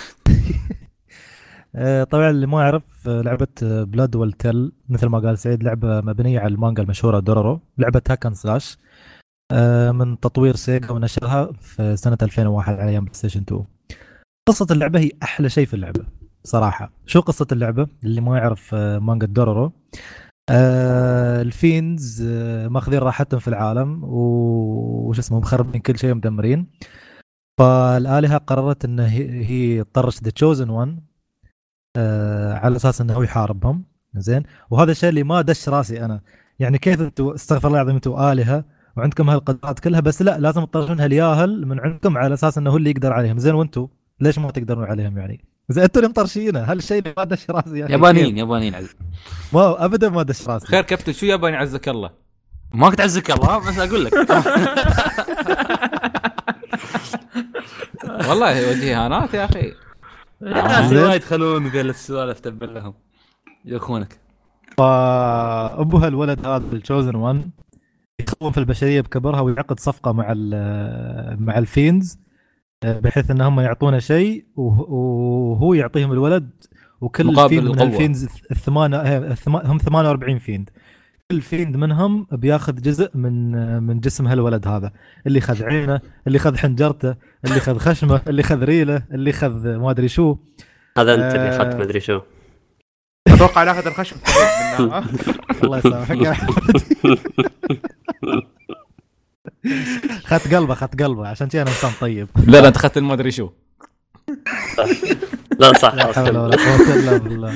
طبعا اللي ما يعرف لعبه بلاد ويل تيل مثل ما قال سعيد لعبه مبنيه على المانجا المشهوره دورورو، لعبه هاكن سلاش من تطوير سيجا ونشرها في سنه 2001 على ايام بلايستيشن 2. قصه اللعبه هي احلى شيء في اللعبه صراحه. شو قصه اللعبه اللي ما يعرف مانجا دورورو؟ الفينز ماخذين راحتهم في العالم وش اسمه مخربين كل شيء مدمرين، فالآلهة قررت ان هي تطرش ذا تشوزن وان على اساس انه هو يحاربهم. زين وهذا الشيء اللي ما دش راسي انا، يعني كيف انتوا استغفر الله العظيم انتوا آلهة وعندكم هالقدرات كلها، بس لا لازم تطلعون هالياهل من عندكم على اساس انه هو اللي يقدر عليهم. زين وانتم ليش ما تقدرون عليهم يعني؟ زين انتم اللي مطرشينه هالشيء اللي ما دش راسي يعني. يابانيين عز. ما ابدا ما دش راسي. خير كابتن شو ياباني عزك الله؟ ما كنت عزك الله بس اقول لك. والله وجهانات يا اخي. ما يدخلون ذي السوالف تبل لهم يا اخوانك. فابو هالولد هذا التشوزن وان يخوف البشريه بكبرها ويعقد صفقه مع الفينز بحيث ان هم يعطونه شيء وهو يعطيهم الولد. وكل فيند من الفيندز هم 48 فيند، كل فيند منهم بياخذ جزء من جسم هالولد هذا، اللي خذ عينه، اللي خذ حنجرته، اللي خذ خشمه، اللي خذ ريله، اللي خذ ما ادري شو. هذا انت اللي اخذت ما ادري شو. اتوقع ناخذ الخشم منها. الله يسامحك يا احمد. خدت قلبه عشان كذا انا انسان طيب. لا انت اخذت ما ادري شو. لا صح. لا حول ولا قوه الا بالله.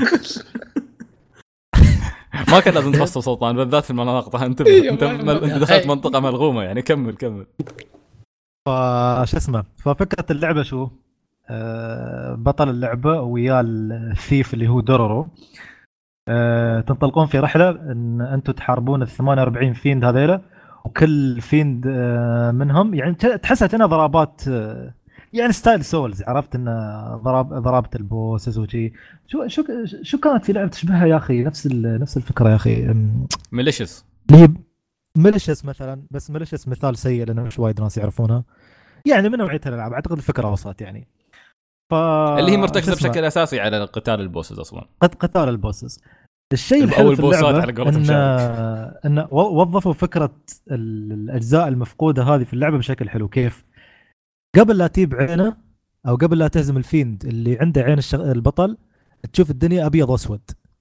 ما كان لازم تفصل سلطان بالذات في المناطق. انتبه انت دخلت منطقه ملغومه يعني. كمل. فاش اسمه، ففكره اللعبه شو؟ بطل اللعبه ويا الثيف اللي هو دورورو، تنطلقون في رحله ان انتم تحاربون ال 48 فيند هذيلا، وكل فيند منهم يعني تحسها كأنها ضربات يعني ستايل سولز، عرفت ان ضرابه البوسز وشي. شو كانت في لعبه تشبهها يا اخي؟ نفس الفكره يا اخي. ميليشيس مثلا، بس ميليشيس مثال سيء لانه مش وايد ناس يعرفونها يعني. من نوعيه الالعاب اعتقد الفكره وصلت يعني. اللي هي مرتكزه بشكل اساسي على قتال البوسز اصلا. قتال البوسز. الشيء الحلو في اللعبه ان وظفوا فكره الاجزاء المفقوده هذه في اللعبه بشكل حلو. كيف؟ قبل لا تجيب عينه او قبل لا تهزم الفيند اللي عنده عين البطل، تشوف الدنيا ابيض واسود.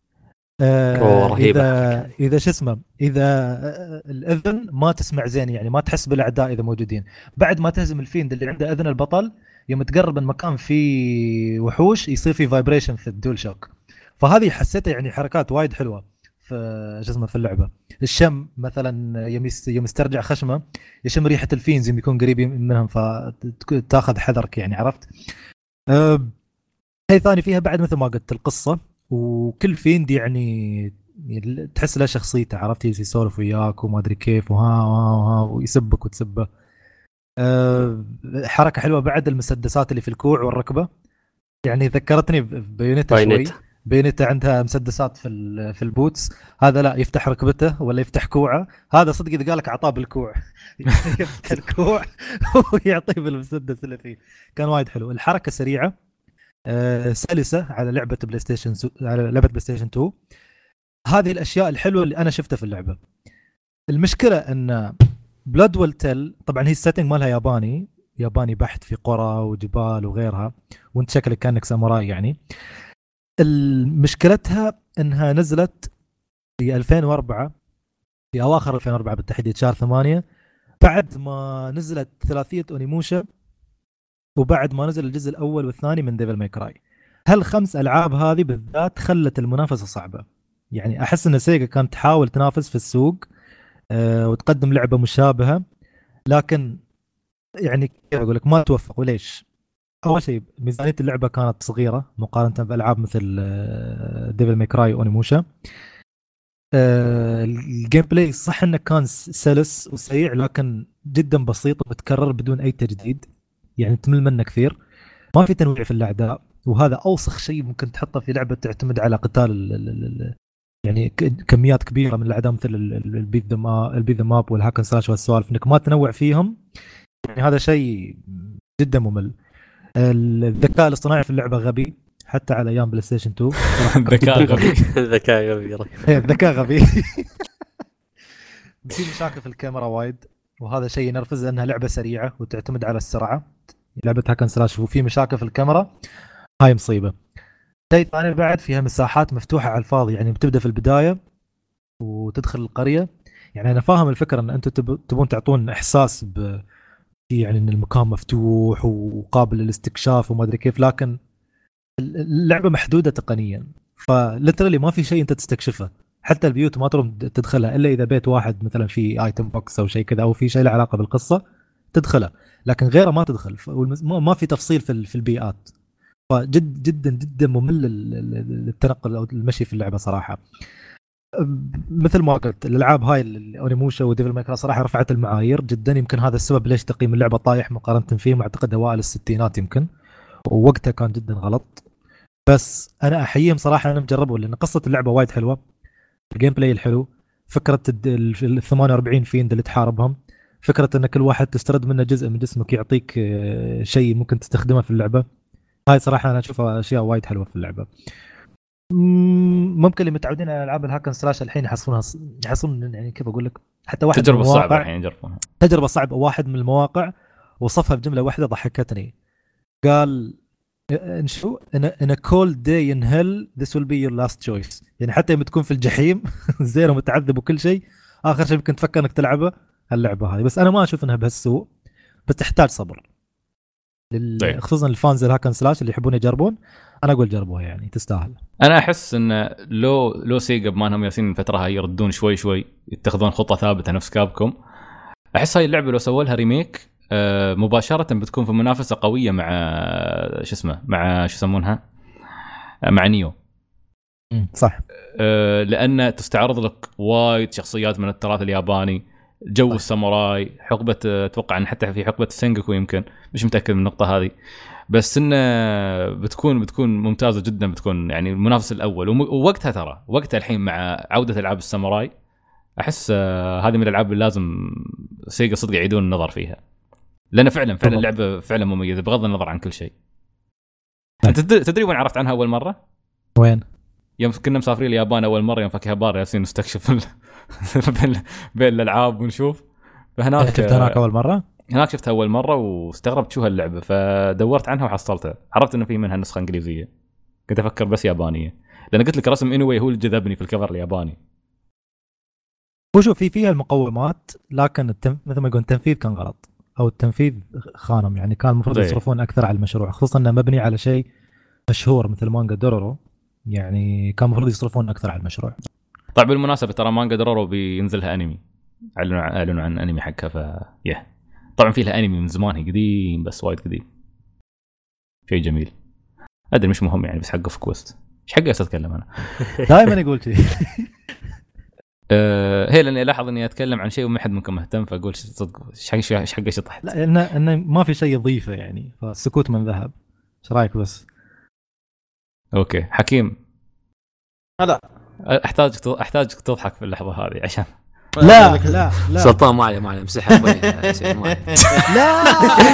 اذا شو اسمه، اذا الاذن ما تسمع زين يعني ما تحس بالاعداء اذا موجودين. بعد ما تهزم الفيند اللي عنده اذن البطل، يوم تقرب من مكان فيه وحوش يصير فيه فايبريشن في الدول شوك. فهذه حسيتها يعني حركات وايد حلوه في جسمه في اللعبه. الشم مثلا يوم يسترجع خشمه يشم ريحه الفينز يوم يكون قريب منهم، فتاخذ حذرك يعني. عرفت؟ هي ثاني فيها بعد مثل ما قلت القصه، وكل فيند يعني تحس له شخصيته، عرفت؟ يسولف وياك وما ادري كيف وها ويسبك وتسبه. حركه حلوه بعد المسدسات اللي في الكوع والركبه، يعني ذكرتني ببيونيتا شوي. بيونيتا عندها مسدسات في البوتس، هذا لا يفتح ركبته ولا يفتح كوعه. هذا صدق اذا قالك عطاه بالكوع يفتح الكوع ويعطيه بالمسدس اللي فيه. كان وايد حلو. الحركه سريعه سلسه على لعبه بلاي ستيشن 2. هذه الاشياء الحلوه اللي انا شفتها في اللعبه. المشكله ان بلاد والتل طبعا هي السيتنج مالها ياباني بحت، في قرى وجبال وغيرها، وانت شكلك كانك ساموراي يعني. مشكلتها انها نزلت في 2004، في اواخر 2004 بالتحديد شهر 8، بعد ما نزلت ثلاثيه اونيموشا وبعد ما نزل الجزء الاول والثاني من ديفل ماي كراي. هالخمس العاب هذه بالذات خلت المنافسه صعبه يعني. احس ان سيجا كانت تحاول تنافس في السوق وتقدم لعبه مشابهه، لكن يعني كيف اقول لك ما توفقوا. ليش؟ اول شيء ميزانيه اللعبه كانت صغيره مقارنه بالعاب مثل ديفل ماي كراي اونيموشا. الجيم بلاي صح انه كان سلس وسريع، لكن جدا بسيط وتكرر بدون اي تجديد يعني، تمل منه كثير. ما في تنويع في الاعداء، وهذا اوسخ شيء ممكن تحطه في لعبه تعتمد على قتال يعني كميات كبيره من الاعداء مثل البيت ذا ماب والهاكن سلاش والسوالف، انك ما تنوع فيهم يعني. هذا شيء جدا ممل. الذكاء الاصطناعي في اللعبه غبي حتى على ايام بلاي ستيشن 2. ذكاء غبي بتصير مشاكل في الكاميرا وايد، وهذا شيء ينرفز لانها لعبه سريعه وتعتمد على السرعه. لعبه هاكن سلاش وفي مشاكل في الكاميرا، هاي مصيبه. شيء ثاني بعد فيها مساحات مفتوحه على الفاضي يعني. بتبدا في البدايه وتدخل القريه يعني. انا فاهم الفكره ان انتم تبون تعطون احساس يعني ان المكان مفتوح وقابل للاستكشاف وما ادري كيف، لكن اللعبه محدوده تقنيا، فليترالي ما في شيء انت تستكشفه. حتى البيوت ما تروم تدخلها الا اذا بيت واحد مثلا في ايتم بوكس او شيء كذا او في شيء له علاقه بالقصه تدخله، لكن غيره ما تدخل. ما في تفصيل في البيئات، فجد جدا جدا ممل التنقل او المشي في اللعبه صراحه. مثل ما قلت الالعاب هاي الاونيموشا وديفل ماي كراي صراحه رفعت المعايير جدا، يمكن هذا السبب ليش تقييم اللعبه طايح مقارنه فيهم، اعتقد اوائل الستينات يمكن، ووقتها كان جدا غلط. بس انا احييهم صراحه، انا مجربه لان قصه اللعبه وايد حلوه، الجيم بلاي الحلو، فكره ال 48 فيند اللي تحاربهم، فكره ان كل واحد تسترد منه جزء من جسمك يعطيك شيء ممكن تستخدمه في اللعبه. هاي صراحه انا اشوفها اشياء وايد حلوه في اللعبه. ممكن اللي متعودين على العاب الهاكن سلاش الحين يحصلون يعني كيف اقول لك، حتى واحد تجربه صعبه الحين يجربونها، تجربه صعبه. واحد من المواقع وصفها بجمله واحده ضحكتني، قال شو in a cold day in hell this will be your last choice، يعني حتى يوم تكون في الجحيم زين ومتعذب وكل شيء، اخر شيء ممكن تفكر انك تلعبه اللعبه هذه. بس انا ما اشوف انها بهالسوء، بس تحتاج صبر خصوصا الفانز الهاكن سلاش اللي يحبون يجربون. انا اقول جربوها يعني تستاهل. انا احس ان لو سيجا بما انهم ياسين الفتره هاي يردون شوي يتخذون خطه ثابته نفس كابكم، احس هاي اللعبه لو سووا لها ريميك مباشره بتكون في منافسه قويه مع شو اسمه، مع شو يسمونها، مع نيو. صح. لان تستعرض لك وايد شخصيات من التراث الياباني، جو الساموراي، حقبه اتوقع ان حتى في حقبه سينجوكو يمكن، مش متاكد من النقطه هذه، بس انه بتكون ممتازه جدا، بتكون يعني المنافس الاول. ووقتها ترى وقتها الحين مع عوده العاب الساموراي احس هذه من الالعاب اللي لازم سيجا صدق يعيدون النظر فيها، لان فعلا اللعبه فعلا مميزه بغض النظر عن كل شيء. انت تدري وين عرفت عنها اول مره؟ وين؟ يوم كنا مسافرين اليابان اول مره، يوم فاكهبار ياسين نستكشف بين الالعاب ونشوف، فهناك شفتها هناك اول مره. هناك شفتها اول مره واستغربت شو هاللعبه، فدورت عنها وحصلتها، عرفت انه في منها نسخه انجليزيه، كنت افكر بس يابانيه، لان قلت لك رسم انوي هو اللي جذبني في الكفر الياباني. وشوف فيها المقومات، لكن مثل ما يقول التنفيذ كان غلط، او التنفيذ خانم، يعني كان المفروض يصرفون اكثر على المشروع، خصوصا انه مبني على شيء مشهور مثل مانجا دورورو، يعني كان المفروض يصرفون اكثر على المشروع. طيب بالمناسبه ترى مانجا دورورو بينزلها انمي، اعلنوا عن انمي حقها طبعا في لها انمي من زمان، هي قديم بس وايد قديم، شيء جميل. ادري مش مهم يعني، بس حقه في كويست. ايش حقه اتكلم انا دائما يقول شيء هي لاني الاحظ اني اتكلم عن شيء وما حد منكم مهتم، فاقول صدق ايش حقه شطحت. لا انه ما في شيء يضيفه يعني، فالسكوت من ذهب. ايش رايك بس؟ اوكي حكيم، لا احتاجك تضحك في اللحظه هذه عشان لا سلطان معي امسحها لا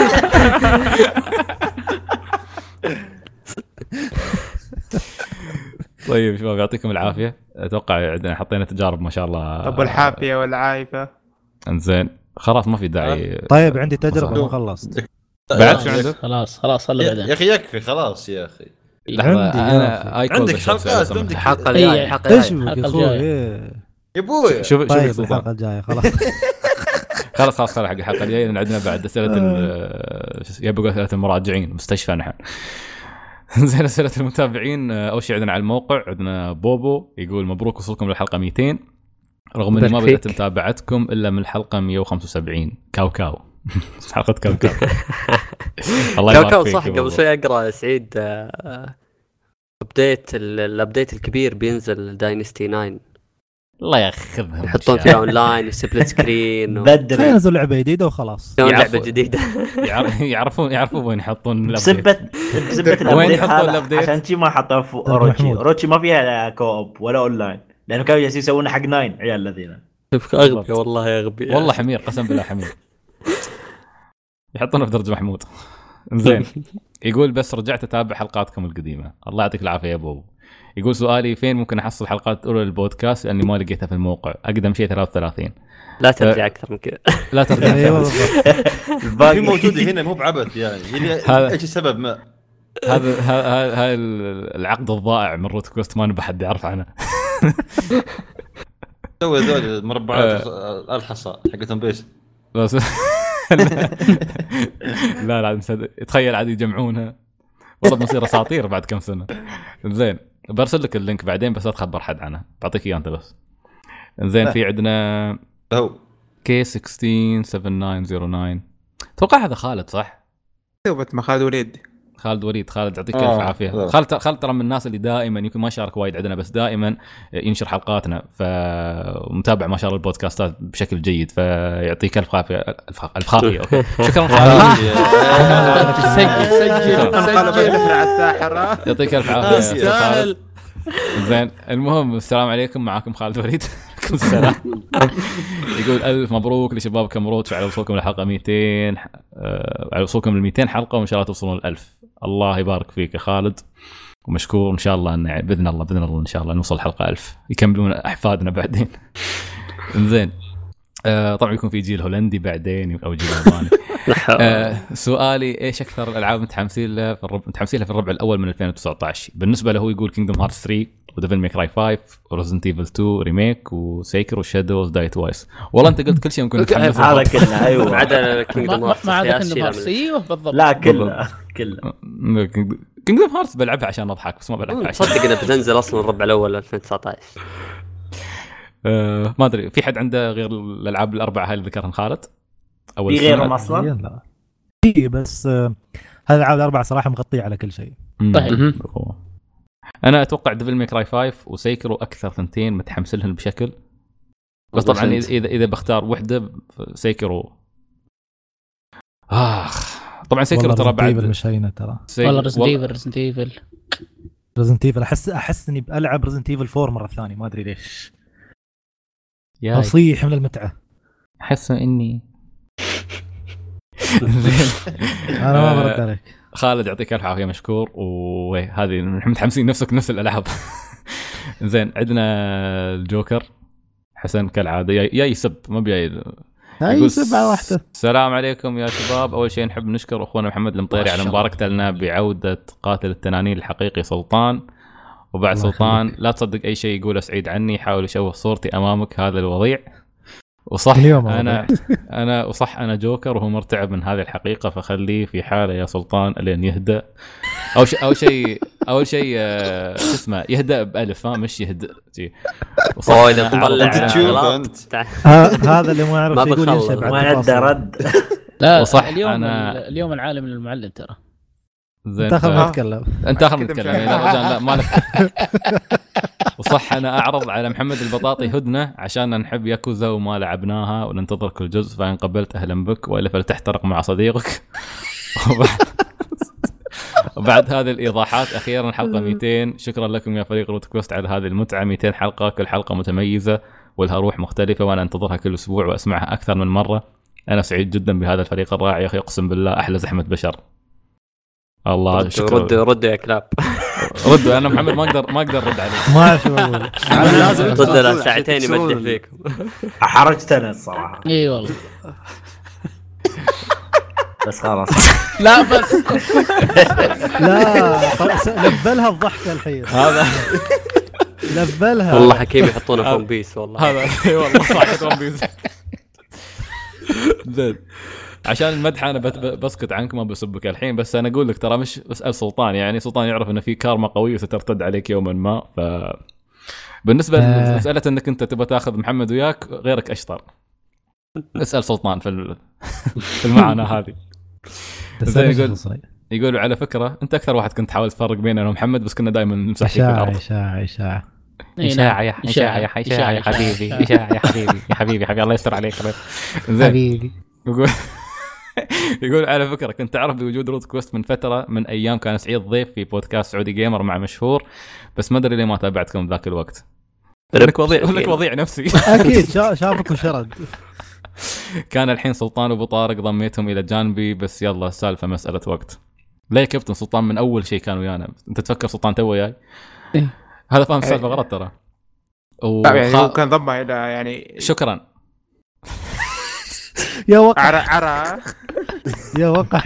طيب شباب يعطيكم العافيه، اتوقع عندنا حطينا تجارب ما شاء الله ابو الحافيه والعايفه. انزين خلاص ما في داعي. طيب عندي تجربه ما خلصت بعد شو عندك؟ خلاص خلي بعدين يا اخي يكفي خلاص يا اخي. لحظه انا عندك حلقات، عندك الحلقه الجايه ايش بك يا اخوي يا ابوي. شوف الحلقه الجايه خلاص حق الحلقه الجايه لان عندنا بعد اسئله يبقى اسئله المراجعين مستشفى نحن. زين اسئله المتابعين. اول شيء عندنا على الموقع عندنا بوبو يقول مبروك وصلكم للحلقه 200 رغم اني ما بدأت متابعتكم الا من الحلقه 175. كاو حلقه كاو الله يبارك كاو فيك. صح قبل شوي اقرا سعيد الابديت الكبير بينزل داينستي 9 الله ياخذهم يحطون فيها اونلاين وسبلت سكرين بدل ينزل لعبه جديده وخلاص لعبه جديده يعرفون وين يحطون بسبت وين يحطون الابديت عشان شي ما حطوا في روتشي ما فيها كوب ولا اونلاين لانه كانوا يسوون حق 9 عيال الذين اغبي والله اغبي والله حمير قسم بالله حمير يحطونه في درج محمود. زين يقول بس رجعت اتابع حلقاتكم القديمه الله يعطيك العافيه يا ابو. يقول سؤالي فين ممكن احصل حلقات اولى للبودكاست لاني ما لقيتها في الموقع اقدم شيء 33. لا ترجع اكثر من كذا لا ترجع الباقي موجوده هنا مو بعبث يعني ايش السبب ما هذا العقد الضائع من روت كوست ما نبى حد يعرف عنه. سوي ذول مربعات الحصى حقتهم بيش بس لا تخيل عاد يجمعونها والله بنصير اساطير بعد كم سنه. زين برسل لك اللينك بعدين بس لا تخبر حد عنه بعطيك اياه انت بس. زين في عندنا هو K167909 اتوقع هذا خالد صح؟ توبة ما خالد وليد. خالد وليد. خالد يعطيك الف عافيه. خالد ترى من الناس اللي دائما يمكن ما شارك وايد عندنا بس دائما ينشر حلقاتنا فمتابع ما شاء الله البودكاستات بشكل جيد فيعطيك الف عافيه. الف خافيه اوكي شكرا خالد. سجل على الساحره. يعطيك الف عافيه. زين المهم السلام عليكم معاكم خالد وليد. السلام. يقول الف مبروك لشباب كاميروت على وصولكم للحلقه 200 على وصولكم ل 200 حلقه وان شاء الله توصلون ل1000. الله يبارك فيك يا خالد ومشكور ان شاء الله ان باذن الله ان شاء الله نوصل حلقه 1000 يكملون احفادنا بعدين. زين طبعا يكون في جيل هولندي بعدين او جيل ياباني. سؤالي ايش اكثر الالعاب متحمسين لها في الربع الاول من 2019؟ بالنسبه له يقول كينجدوم هارتس 3 وديفل ميك راي 5 وريزنت ايفل 2 ريميك وسيكرو شادوز دايت وايس. والله انت قلت كل شيء ممكن تحمس هذا كله ايوه ما عدا كينجدوم هارتس. ما عدا كينجدوم هارتس ايوه بالضبط. لا كله كينجدوم هارتس بلعبها عشان اضحك بس ما بلعبها عشان صدق انها بتنزل اصلا الربع الاول 2019. ما ادري في حد عنده غير الالعاب الاربعه هاي اللي ذكرهم خالد؟ في غيرهم اصلا؟ لا في بس هذه الالعاب الاربعه صراحه مغطيه على كل شيء. صحيح. انا اتوقع ديفل ميك راي 5 وسيكرو اكثر ثنتين متحمس لهم بشكل بس طبعا اذا بختار وحده سيكرو. طبعا سيكرو ترى بعد مش هينه ترى والله ريزنت ايفل احس اني بالعب ريزنت ايفل 4 مره ثانيه ما ادري ليش اصيح من المتعه احس اني انا ما برد عليك خالد يعطيك الف عافيه مشكور. وهذه متحمسين نفس الالعاب. زين عندنا الجوكر حسن كالعاده يا يسب ما بيا يسب على واحده. السلام عليكم يا شباب. اول شيء نحب نشكر اخونا محمد المطيري على مباركته لنا بعوده قاتل التنانين الحقيقي سلطان. وبعد سلطان لا تصدق اي شيء يقوله سعيد عني يحاول يشوه صورتي امامك هذا الوضيع. وصح انا جوكر وهو مرتعب من هذه الحقيقه فخليه في حاله يا سلطان لين يهدأ. اول شيء اسمه يهدأ بالف مش يهدأ وصح انت تشوف انت هذا اللي ما يعرف يقول ينشب ما عنده رد. لا وصح اليوم العالم للمعلم ترى. انت اخر نتكلم لا مالك. وصح انا اعرض على محمد البطاطي هدنه عشان نحب ياكوزا وما لعبناها وننتظر كل جزء فان قبلت اهلا بك والا فلتحترق مع صديقك. وبعد هذه الايضاحات اخيرا حلقه 200 شكرا لكم يا فريق روت كويست على هذه المتعه. 200 حلقه كل حلقه متميزه ولها روح مختلفه وانا انتظرها كل اسبوع واسمعها اكثر من مره. انا سعيد جدا بهذا الفريق الرائع يا اخي اقسم بالله احلى زحمه بشر. الله شكرا. ردوا يا كلاب. ردوا انا محمد ما اقدر ارد عليك. ما اعرف شو اقول. لازم ردوا ساعتين يمدح فيكم. حرجت انا الصراحه. اي والله. بس خلاص لا بس لا لبلها الضحكه الحين هذا لبلها والله حكيم يحطونه في ون بيس والله هذا اي والله صح ون بيس. زين عشان المدح انا بسكت عنك ما بسبك الحين بس انا اقول لك ترى مش اسال سلطان يعني سلطان يعرف انه في كارما قويه وسترتد عليك يوما ما. ف بالنسبه لمساله انك انت تبغى تاخذ محمد وياك غيرك اشطر اسال سلطان في المعاناه هذه. يقولوا على فكره انت اكثر واحد كنت تحاول تفرق بيننا ومحمد بس كنا دائما نمسح فيك الارض. اشاعه يا حبيبي يا حبيبي الله يستر عليك حبيبي. يقول على فكره كنت اعرف بوجود روت كويست من فتره من ايام كان سعيد ضيف في بودكاست سعودي جيمر مع مشهور بس ما ادري ليه ما تابعتكم ذاك الوقت. لك وضيع نفسي. اكيد شافك وشرد. كان الحين سلطان وابو طارق ضميتهم الى جانبي بس يلا السالفه مساله وقت. ليه كابتن سلطان من اول شيء كان ويانا انت تفكر سلطان تو وياي هذا فاهم السالفه غلط ترى. يعني هو كان ضمه الى يعني شكرا يا وقع عرا يا وقع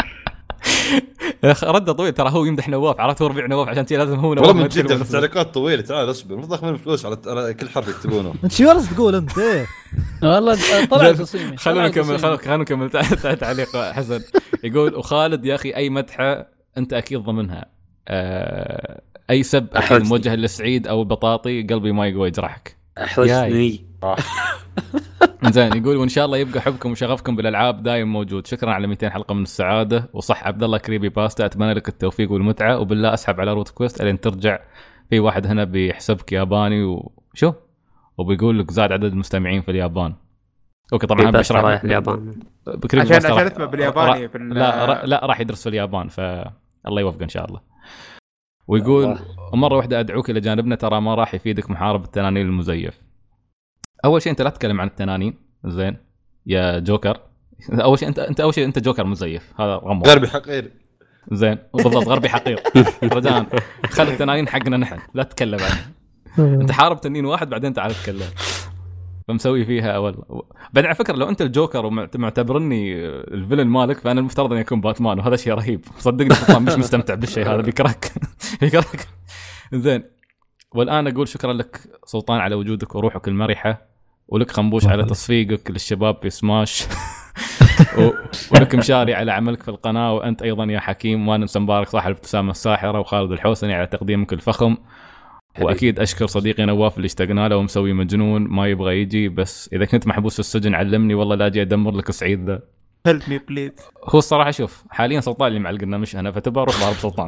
رده طويل ترى هو يمدح نواف عرفت هو ربيع نواف عشان لازم هو والله من جد التعليقات طويله تعال اصبر مو ضخم الفلوس على كل حرف يكتبونه. انت شو جالس تقول انت ايه والله طلع تصميمي. خلونا نكمل تعليق حسن. يقول وخالد يا اخي اي مدحه انت اكيد ضمنها اي سب اكيد موجه للسعيد او البطاطي قلبي ما يقوى يجرحك. احرجني. زين يقول وان شاء الله يبقى حبكم وشغفكم بالالعاب دايم موجود. شكرا على 200 حلقه من السعاده. وصح عبد الله كريبي باستا اتمنى لك التوفيق والمتعه وبالله اسحب على روت كويست لين ترجع. في واحد هنا بيحسبك ياباني وشو وبيقول لك زاد عدد المستمعين في اليابان. اوكي طبعا بشرح رايح اليابان عشان اسمه بالياباني لا راح يدرس في اليابان فالله يوفقه ان شاء الله. ويقول مره واحده ادعوك الى جانبنا ترى ما راح يفيدك محارب التنانين المزيف. اول شيء انت لا تتكلم عن التنانين زين يا جوكر. اول شيء انت اول شيء انت جوكر مزيف هذا رقم غربي حقير زين بالضبط غربي حقير رجاء خلي التنانين حقنا نحن لا تتكلم عنه. انت حارب تنين واحد بعدين تعال تتكلم فمسوي فيها والله. بعد على فكره لو انت الجوكر ومعتبرني الفيلن مالك فانا المفترض ان يكون باتمان وهذا شيء رهيب صدقني سلطان مش مستمتع بالشيء هذا بيكرهك بيكرهك زين. والان اقول شكرا لك سلطان على وجودك وروحك المرحه ولك خنبوش على تصفيقك للشباب في سماش ولك مشاري على عملك في القناه وانت ايضا يا حكيم وما ننسى مبارك صاحب الابتسامه الساحره وخالد الحوسني على تقديمك الفخم. واكيد اشكر صديقي نواف اللي اشتقنا له ومسوي مجنون ما يبغى يجي بس اذا كنت محبوس في السجن علمني والله لا اجي ادمر لك سعيد ذا. هيلب مي بليز. هو الصراحه شوف حاليا سلطان اللي معلقنا مش انا فتبى اروح ضارب سلطان.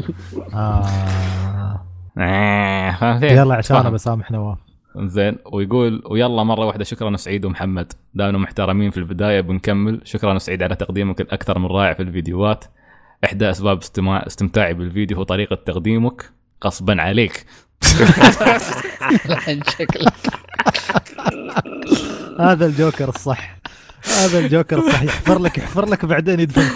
يلا عشان انا بسامح نواف. زين ويقول ويلا مره واحده شكرا سعيد ومحمد دانوا محترمين في البدايه بنكمل. شكرا سعيد على تقديمك الاكثر من رائع في الفيديوهات. احدى اسباب استمتاعي بالفيديو هو طريقه تقديمك غصبا عليك. شكلك هذا الجوكر الصح هذا الجوكر الصح يحفر لك بعدين يدفنك.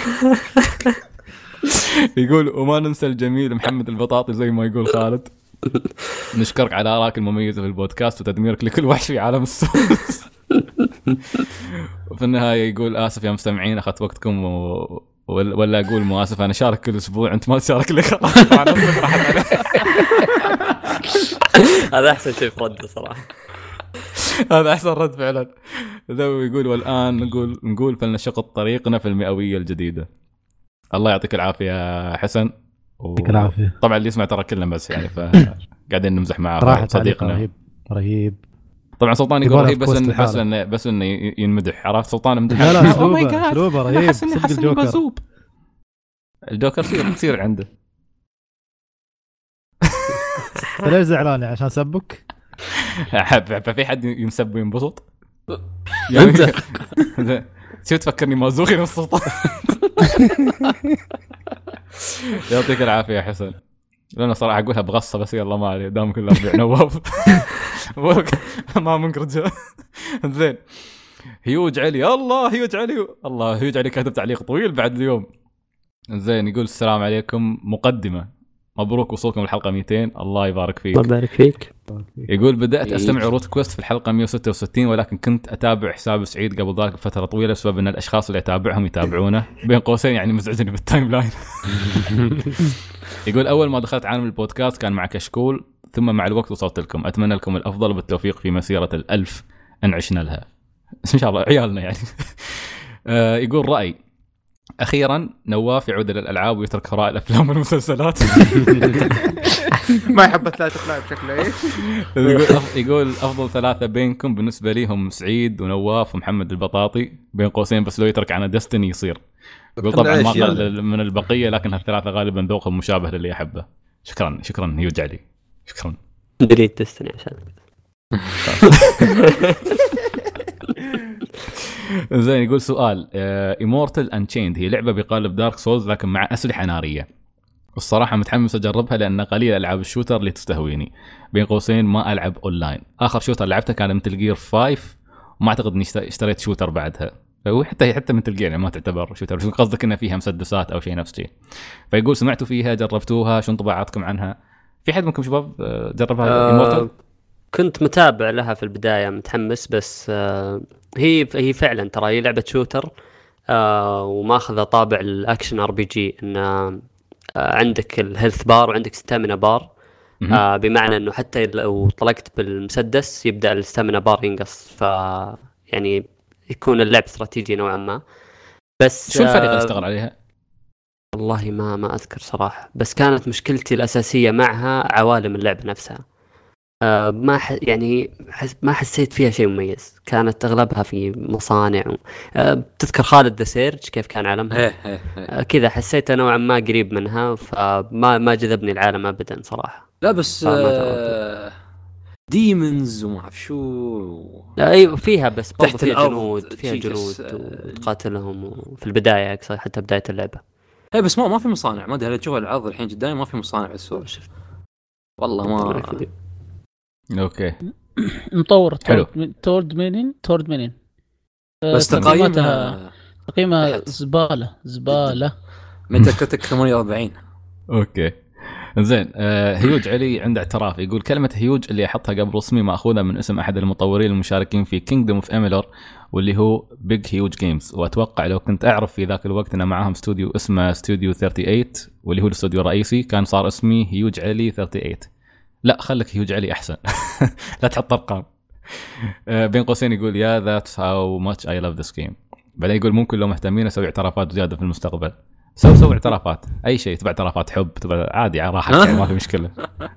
يقول وما ننسى الجميل محمد البطاطي زي ما يقول خالد. نشكرك على آرائك المميزة في البودكاست وتدميرك لكل وحش في عالم السوس. وفي النهاية يقول آسف يا مستمعين أخذت وقتكم ولا أقول مو آسف أنا شارك كل أسبوع أنت ما تشارك لي خلاص. هذا أحسن شيء في رد صراحة. هذا أحسن رد فعلا. ذو يقول والآن نقول فلنشق طريقنا في المئوية الجديدة. الله يعطيك العافية يا حسن. يعطيك العافية. طبعا اللي يسمع ترى كلنا بس يعني فقاعدين نمزح معه صديقنا رهيب. طبعا سلطان يقول رهيب بس انه ينمدح عرفت سلطان مدح. لا اسلوبه رهيب صدق الجوكر. الجوكر يصير عنده. فليش زعلان عشان سبك؟ في حد ينسب وينبسط يعني انت شو تفكرني مازوخي من سلطان. يعطيك العافيه يا حسن. لأن صراحة أقولها بغصة بس يلا ما عليه دام كل أربع نواف ما منكر. زين هيوج علي الله هيوج علي كاتب تعليق طويل بعد اليوم. زين يقول السلام عليكم مقدمة مبروك وصولكم الحلقة 200 الله يبارك فيك. الله يبارك فيك. يقول بدأت أستمع روت كويست في الحلقة 166 ولكن كنت أتابع حساب سعيد قبل ذلك بفترة طويلة بسبب أن الأشخاص اللي أتابعهم يتابعونه بين قوسين يعني مزعجني بالتايم لاين. يقول أول ما دخلت عالم البودكاست كان مع كشكول ثم مع الوقت وصلت لكم. أتمنى لكم الأفضل بالتوفيق في مسيرة 1000 أن عشنا لها إن شاء الله عيالنا يعني. يقول رأي أخيرا نواف يعود إلى الألعاب ويترك هراء الأفلام والمسلسلات. ما يحب ثلاثة أفلام بشكل إيه. يقول أفضل ثلاثة بينكم بالنسبة لي هم سعيد ونواف ومحمد البطاطي بين قوسين بس لو يترك عنا ديستني يصير. يقول طبعا ما قل من البقية لكن هالثلاثة غالبا ذوقهم مشابه للي أحبه. شكرا يوجع لي شكرا. دريت ديستني عشان زين. يقول سؤال Immortal Unchained هي لعبة بقالب دارك سولز لكن مع أسلحة نارية. والصراحة متحمس أجربها لأن قليل ألعاب الشوتر اللي تستهويني بين قوسين ما ألعب أونلاين. آخر شوتر لعبته كان مثل جير 5 وما أعتقد إني اشتريت شوتر بعدها. حتى مثل جير يعني ما تعتبر شوتر بس قصدك إن فيها مسدسات أو شيء نفس شيء. فيقول سمعتوا فيها جربتوها شو انطباعاتكم عنها؟ في حد منكم شباب جربها Immortal؟ كنت متابع لها في البداية متحمس بس هي فعلا ترى هي لعبة شوتر وماخذة طابع الأكشن RPG إن عندك الهيلث بار وعندك ستامينا بار بمعنى إنه حتى لو طلقت بالمسدس يبدأ الستامينا بار ينقص يعني يكون اللعب استراتيجي نوعا ما. بس شو الفرق اللي اشتغل عليها؟ والله ما أذكر صراحة، بس كانت مشكلتي الأساسية معها عوالم اللعبة نفسها. ما حسيت فيها شيء مميز، كانت أغلبها في مصانع تذكر خالد ذا سيرج كيف كان عالمها؟ كذا حسيت نوعا ما قريب منها، فما جذبني العالم أبدا صراحة. لا بس ديمونز وما أعرف شو. لا أيوة فيها، بس تحت فيها الأرض جنود، فيها جنود وتقاتلهم في البداية أقصد، حتى بداية اللعبة. هي بس ما في مصانع، ما ادري تشوف العرض الحين قدامي ما في مصانع بالسوق. والله ما اوكي مطور تورد مينين بس تقييمها زبالة متى 48. اوكي زين. هيوج علي عنده اعتراف، يقول كلمة هيوج اللي احطها قبل اسمي ماخوذة من اسم احد المطورين المشاركين في كينجدوم اوف ايميلر واللي هو بيج هيوج جيمز، واتوقع لو كنت اعرف في ذاك الوقت ان معاهم استوديو اسمه استوديو 38 واللي هو الاستوديو الرئيسي، كان صار اسمي هيوج علي 38. لا خلك هيوج علي احسن. لا تحط ارقام. بين قوسين يقول يا ذاتس هاو ماتش اي لاف ذس جيم. بعدين يقول ممكن لو مهتمين اسوي اعترافات زياده في المستقبل. سوي اعترافات، اي شيء تبع اعترافات حب تبع عادي على راحتك يعني ما في مشكله.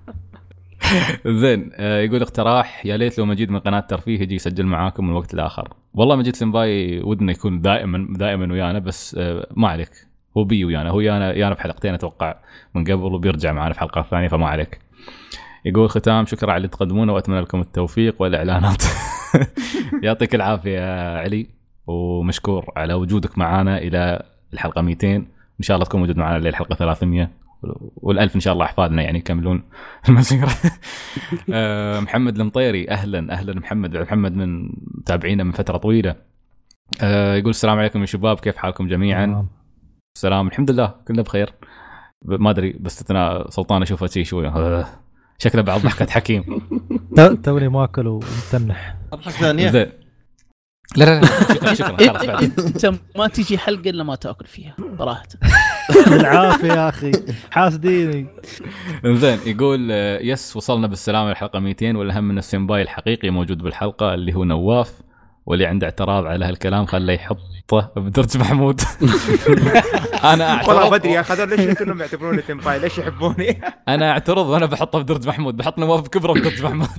زين. يقول اقتراح يا ليت لو مجيد من قناه ترفيه يجي يسجل معاكم من وقت لاخر. والله مجيد سنباي ودنا يكون دائما ويانا، بس ما عليك، هو بي ويانا، هو يانا في حلقتين اتوقع من قبل، وبيرجع معنا في حلقه ثانيه فما عليك. يقول ختام شكرا على اللي تقدمونه واتمنى لكم التوفيق والاعلانات. يعطيك العافيه يا علي، ومشكور على وجودك معنا الى الحلقه 200، ان شاء الله تكون موجود معنا للحلقه 300 والألف ان شاء الله احفادنا يعني يكملون المسيره. محمد المطيري اهلا محمد من متابعينا من فتره طويله. يقول السلام عليكم يا شباب، كيف حالكم جميعا؟ السلام الحمد لله كلنا بخير، ما ادري بس سلطان اشوفه شوي شكله بعض ضحكة حكيم. توني ماكل ومتنح. أضحك ثانية. زين. لا شكرا خلاص. انت ما تيجي حلقة إلا ما تأكل فيها صراحة. العافية يا أخي حاسديني. زين. يقول يس وصلنا بالسلامة للحلقة 200، والأهم من السيمباي الحقيقي موجود بالحلقة اللي هو نواف، واللي عنده اعتراض على هالكلام خليه يحطه بدرج محمود. انا اعترض والله بدري يا اخي، ليش كلهم يعتبروني تيمباي؟ ليش يحبوني؟ انا اعترض وانا بحطه بدرج محمود، بحط نواف بكبره بدرج محمود.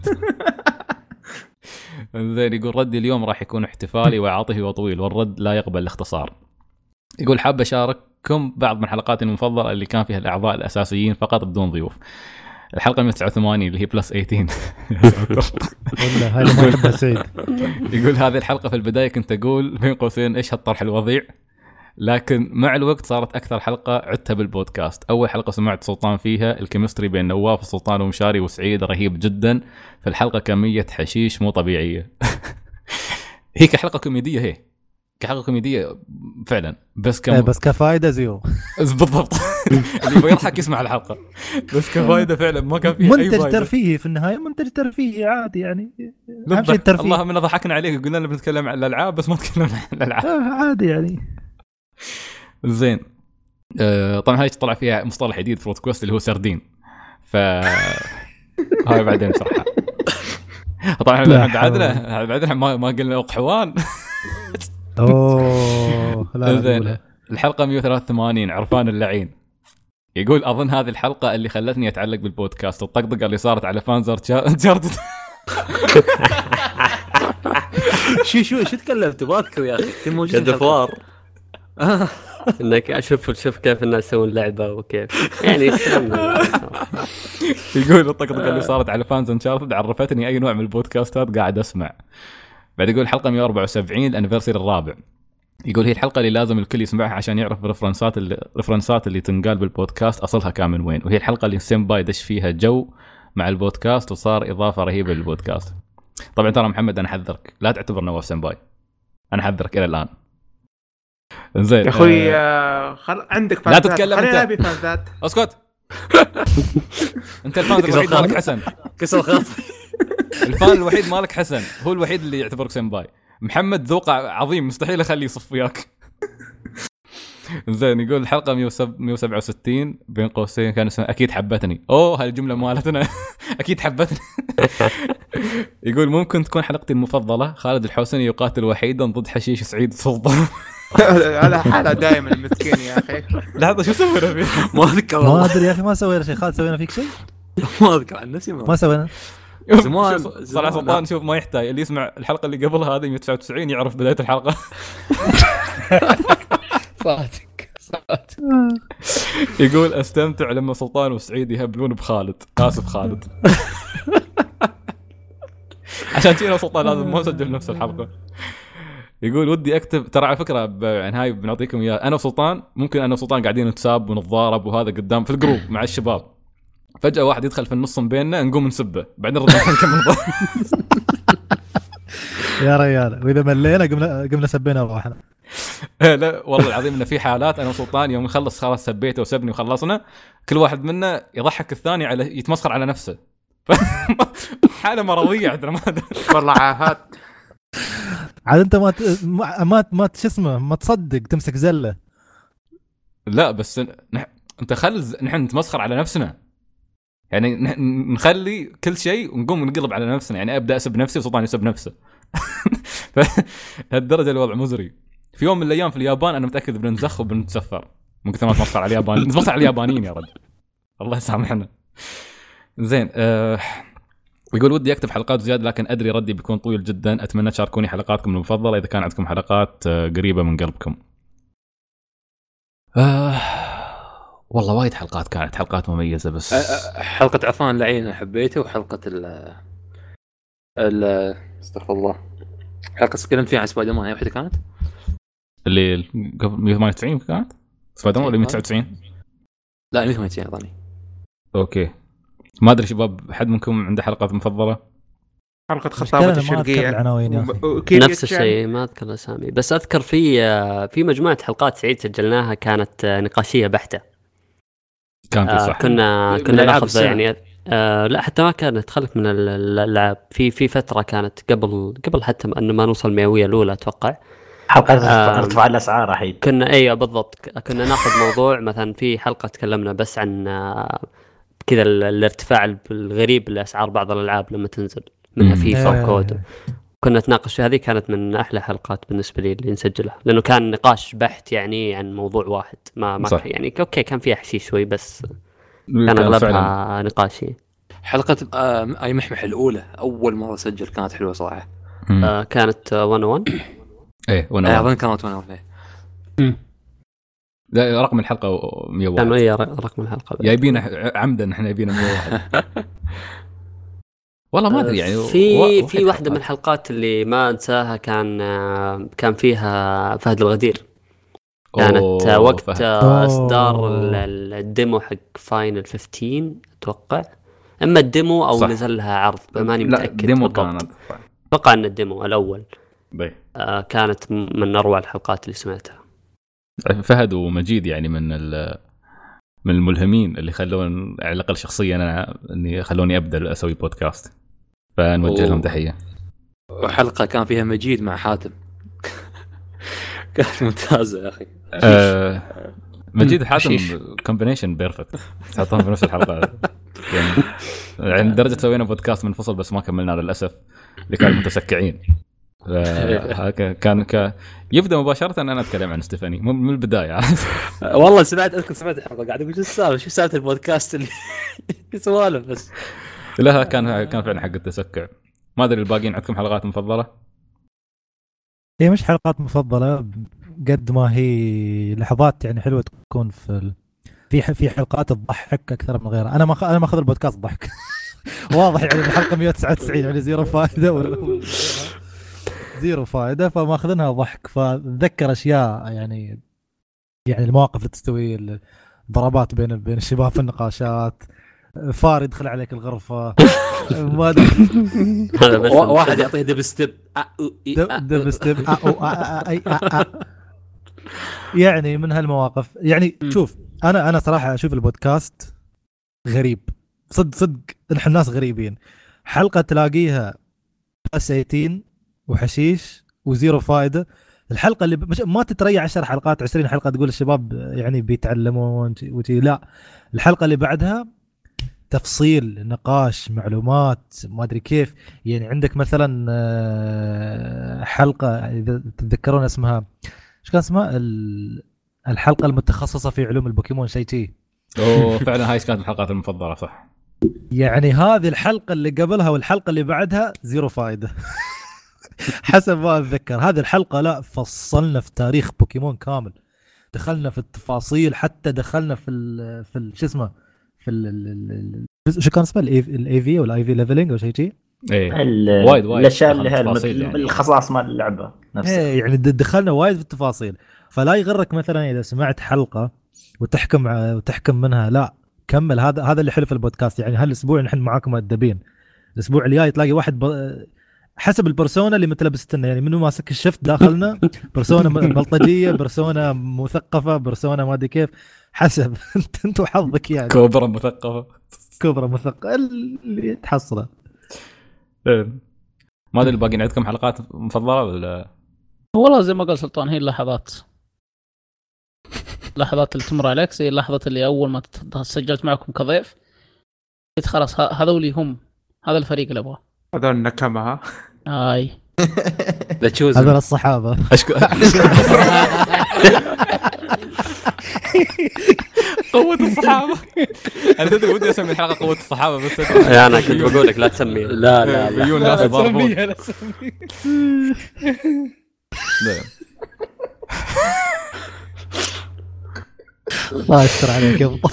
زين. يقول ردي اليوم راح يكون احتفالي وعاطفي وطويل، والرد لا يقبل الاختصار. يقول حاب اشارككم بعض من حلقاتي المفضله اللي كان فيها الاعضاء الاساسيين فقط بدون ضيوف. الحلقه 189 اللي هي بلس 18. والله هاي ما يحبها سعيد. يقول هذه الحلقه في البدايه كنت اقول بين قوسين ايش هالطرح الوضيع، لكن مع الوقت صارت اكثر حلقه عدتها بالبودكاست. اول حلقه سمعت سلطان فيها، الكيمستري بين نواف وسلطان ومشاري وسعيد رهيب جدا، في الحلقه كميه حشيش مو طبيعيه. هي كحلقه كوميديه، هي كحلقه كوميديه فعلا، بس كفايده زيرو. بالضبط. اللي يبغى يضحك يسمع الحلقه، بس كفايده فعلا ما كان فيها اي منتج ترفيهي في النهايه، منتج ترفيهي عادي يعني. اللهم إن ضحكنا عليك قلنا لنا بنتكلم عن الالعاب بس ما تكلمنا عن الالعاب. عادي يعني. زين. طبعا هاي طلع فيها مصطلح جديد فروت كويست اللي هو سردين، ف هاي بعدين صراحه. طبعا بعدنا ما قلنا قحوان. اوه لا. الحلقه 183 عرفان اللعين. يقول اظن هذه الحلقه اللي خلتني اتعلق بالبودكاست، الطقطقه اللي صارت على فانزر جاردت. شو تكلمت باكر يا اخي؟ كذفوار. انك شوف كيف الناس يسوون لعبه وكيف يعني. يقول الطقطقه اللي صارت على فانز انشارتد عرفتني اي نوع من البودكاستات قاعد اسمع. بعد يقول الحلقه 174 الانيفرساري الرابع. يقول هي الحلقه اللي لازم الكل يسمعها عشان يعرف الرفرنسات اللي تنقال بالبودكاست اصلها كان من وين، وهي الحلقه اللي سيمباي دش فيها جو مع البودكاست وصار اضافه رهيبه للبودكاست. طبعا ترى محمد انا احذرك لا تعتبر نواف سيمباي، انا احذرك الى الان. زين يا اخوي عندك لا تتكلم خلينا انت. اسكت. انت الفان الوحيد مالك حسن. كسر خاطر. الفان الوحيد مالك حسن هو الوحيد اللي يعتبرك سيمباي. محمد ذوقه عظيم مستحيل اخليه يصف وياك. زين يقول الحلقه 167 بين قوسين كان اسمها اكيد حبتني. اوه هالجمله مالتنا اكيد حبتني. يقول ممكن تكون حلقتي المفضله خالد الحوسني يقاتل وحيدا ضد حشيش سعيد سلطان. هذا حالة دائما المسكين يا اخي. لحظه شو سوينا فيه؟ ما اذكر ما والله. ادري يا اخي ما سوينا شيء. خالد سوينا فيك شيء؟ ما اذكر عن نفسي ما سوينا. زمان صراحه سلطان شوف ما يحتاج اللي يسمع الحلقه اللي قبلها هذه 199 يعرف بدايه الحلقه. صادق. يقول استمتع لما سلطان وسعيد يهبلون بخالد. اسف خالد. عشان كذا سلطان لازم ما نسجل نفس الحلقه. يقول ودي اكتب ترى على فكره يعني هاي بنعطيكم اياه. انا وسلطان ممكن انا وسلطان قاعدين نتساب ونتضارب وهذا قدام في الجروب مع الشباب، فجاه واحد يدخل في النص بيننا نقوم نسبه بعدين نرد نكمل ضرب. يا ريال واذا ملينا قمنا سبينا وروحنا. لا والله العظيم انه في حالات انا وسلطان يوم نخلص خلاص سبيته وسبني وخلصنا كل واحد منا يضحك الثاني على يتمسخر على نفسه. حاله مرضيه عندنا ما ادري والله عاهات. عاد انت ما شو اسمه ما تصدق تمسك زله. لا بس انت نحن نتمسخر على نفسنا يعني نخلي كل شيء ونقوم نقلب على نفسنا يعني ابدا اسب نفسي وسلطان يسب نفسه. فهالدرجه الوضع مزري. في يوم من الايام في اليابان انا متاكد بننزخ وبنتسفر من كثر ما نتمسخر على اليابان. نتمسخر على اليابانيين يا رجل الله يسامحنا. زين ويقول ودي اكتب حلقات زياده لكن ادري ردي بيكون طويل جدا. اتمنى تشاركوني حلقاتكم المفضله اذا كان عندكم حلقات قريبه من قلبكم. والله وايد حلقات كانت حلقات مميزه بس حلقه عفان العين حبيته وحلقه ال استغفر الله حلقه تكلمت فيها عن سبايدر مان هي وحده كانت اللي قبل 198 كانت سبايدر مان ولا 199 لا 198 اظني. اوكي ما ادري شباب حد منكم عنده حلقات مفضله؟ حلقة خطابة الشرقية نفس الشيء ما أذكر الأسامي بس أذكر في مجموعة حلقات سعيد سجلناها كانت نقاشية بحتة. كان في صح كنا ناخذ يعني لا حتى ما كانت خلق من الألعاب في فترة كانت قبل حتى أن ما نوصل مئوية الأولى أتوقع حلقة ارتفاع الأسعار الحين كنا أيوة بالضبط كنا ناخذ موضوع مثلا في حلقة تكلمنا بس عن كذا الارتفاع الغريب لأسعار بعض الألعاب لما تنزل منها فيفا وكود. كنا نتناقش في هذه كانت من أحلى حلقات بالنسبة لي اللي نسجلها لأنه كان نقاش بحت يعني عن موضوع واحد ما يعني أوكي كان فيها حشيش شوي بس كان أغلبها نقاشي. حلقة أي محمح الأولى أول مرة سجل كانت حلوة صراحة. كانت 101 إيه 101 أظن كانت 101 لا رقم الحلقة 101 كانوا إيه رقم الحلقة جايبينه عمدا إحنا جايبينه 101. والله ما أدري يعني في واحدة من الحلقات اللي ما أنساها كان فيها فهد الغدير. كانت وقت إصدار الديمو حق فاينل 15 أتوقع إما الديمو أو صح. نزلها عرض ماني متأكد بالضبط. أتوقع أن الديمو الأول كانت من أروع الحلقات اللي سمعتها. فهد ومجيد يعني من الملهمين اللي خلون على الأقل شخصيا أنا إني خلوني أبدأ أسوي بودكاست فنوجه لهم تحية. وحلقة كان فيها مجيد مع حاتم كانت ممتازة يا أخي. مجيد حاتم كومبينيشن بيرفكت تحطهم في نفس الحلقة يعني درجة سوينا بودكاست منفصل بس ما كملنا للأسف اللي كانوا متسكعين. كان يبدأ مباشرة أنا أتكلم عن ستيفاني من البداية. والله سمعت الحلقة قاعد أقول شو سالفة البودكاست اللي سوالف بس لها كان فعلا حق التسكع. ما أدري الباقيين عندكم حلقات مفضلة؟ هي مش حلقات مفضلة قد ما هي لحظات يعني حلوة تكون في حلقات تضحك أكثر من غيرها. أنا ما أخذ البودكاست ضحك. واضح يعني الحلقة 199 يعني زيرو فائدة ولا زيرو فائدة فما أخذناها ضحك. فذكر أشياء يعني المواقف اللي تستوي الضربات بين الشباب في النقاشات فار يدخل عليك الغرفة ما واحد يعطيه دب ستيب يعني من هالمواقف يعني شوف أنا صراحة أشوف البودكاست غريب صدق نحن الناس غريبين. حلقة تلاقيها بس 18 وحشيش وزيرو فائدة الحلقه اللي ما تتريح 10 حلقات 20 حلقه تقول الشباب يعني بيتعلمون لا، الحلقه اللي بعدها تفصيل، نقاش، معلومات، ما ادري كيف. يعني عندك مثلا حلقه اذا تتذكرون اسمها ايش كان اسمها، الحلقه المتخصصه في علوم البوكيمون شيء تي. فعلا هاي كانت الحلقات المفضله صح. يعني هذه الحلقه اللي قبلها والحلقه اللي بعدها زيرو فايده حسب ما اتذكر. هذه الحلقه لا فصلنا في تاريخ بوكيمون كامل، دخلنا في التفاصيل، حتى دخلنا في شو اسمه في شو كان اسمه الاي في ولا اي في ليفلينج او شيء شيء. وايد الاشياء اللي هي يعني. الخصائص مال اللعبه نفسها. يعني دخلنا وايد في التفاصيل. فلا يغرك مثلا اذا سمعت حلقه وتحكم منها، لا كمل. هذا اللي حلو في البودكاست. يعني هالاسبوع نحن معاكم مؤدبين، الاسبوع الجاي تلاقي واحد حسب البرسونا اللي متلبستنا، يعني منو ماسك الشفت داخلنا، برسونا بلطجيه، برسونا مثقفه، برسونا ما ادري كيف، حسب انت وحظك. يعني كوبرا مثقفه اللي تحصله. ما ادري الباقيين عندكم حلقات مفضله ولا؟ والله زي ما قال سلطان، هي اللحظات اللي تمر عليك، زي اللحظه اللي اول ما سجلت معكم كضيف قلت خلاص هذولي هم، هذا الفريق اللي ابغاه، هذول النكمه. اي لا تشوز هذول الصحابه. قوة الصحابة. أنا تدري ودي أسمي الحلقة قوة الصحابة بس أنا كنت بقول لك لا تسمي. لا يجون ناس يضربون. الله يستر عليك يا بطل.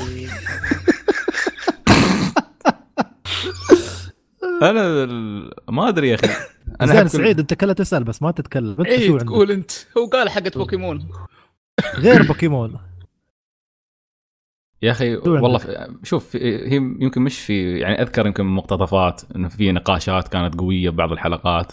أنا ما أدري يا أخي. أنا سعيد أنت كلا تسأل بس ما تتكلم. أنت شو عندك؟ تقول أنت. هو قال حقة بوكيمون غير بوكيمون يا أخي. والله شوف هي يمكن مش في، يعني أذكر يمكن مقتطفات إنه في نقاشات كانت قوية ببعض الحلقات،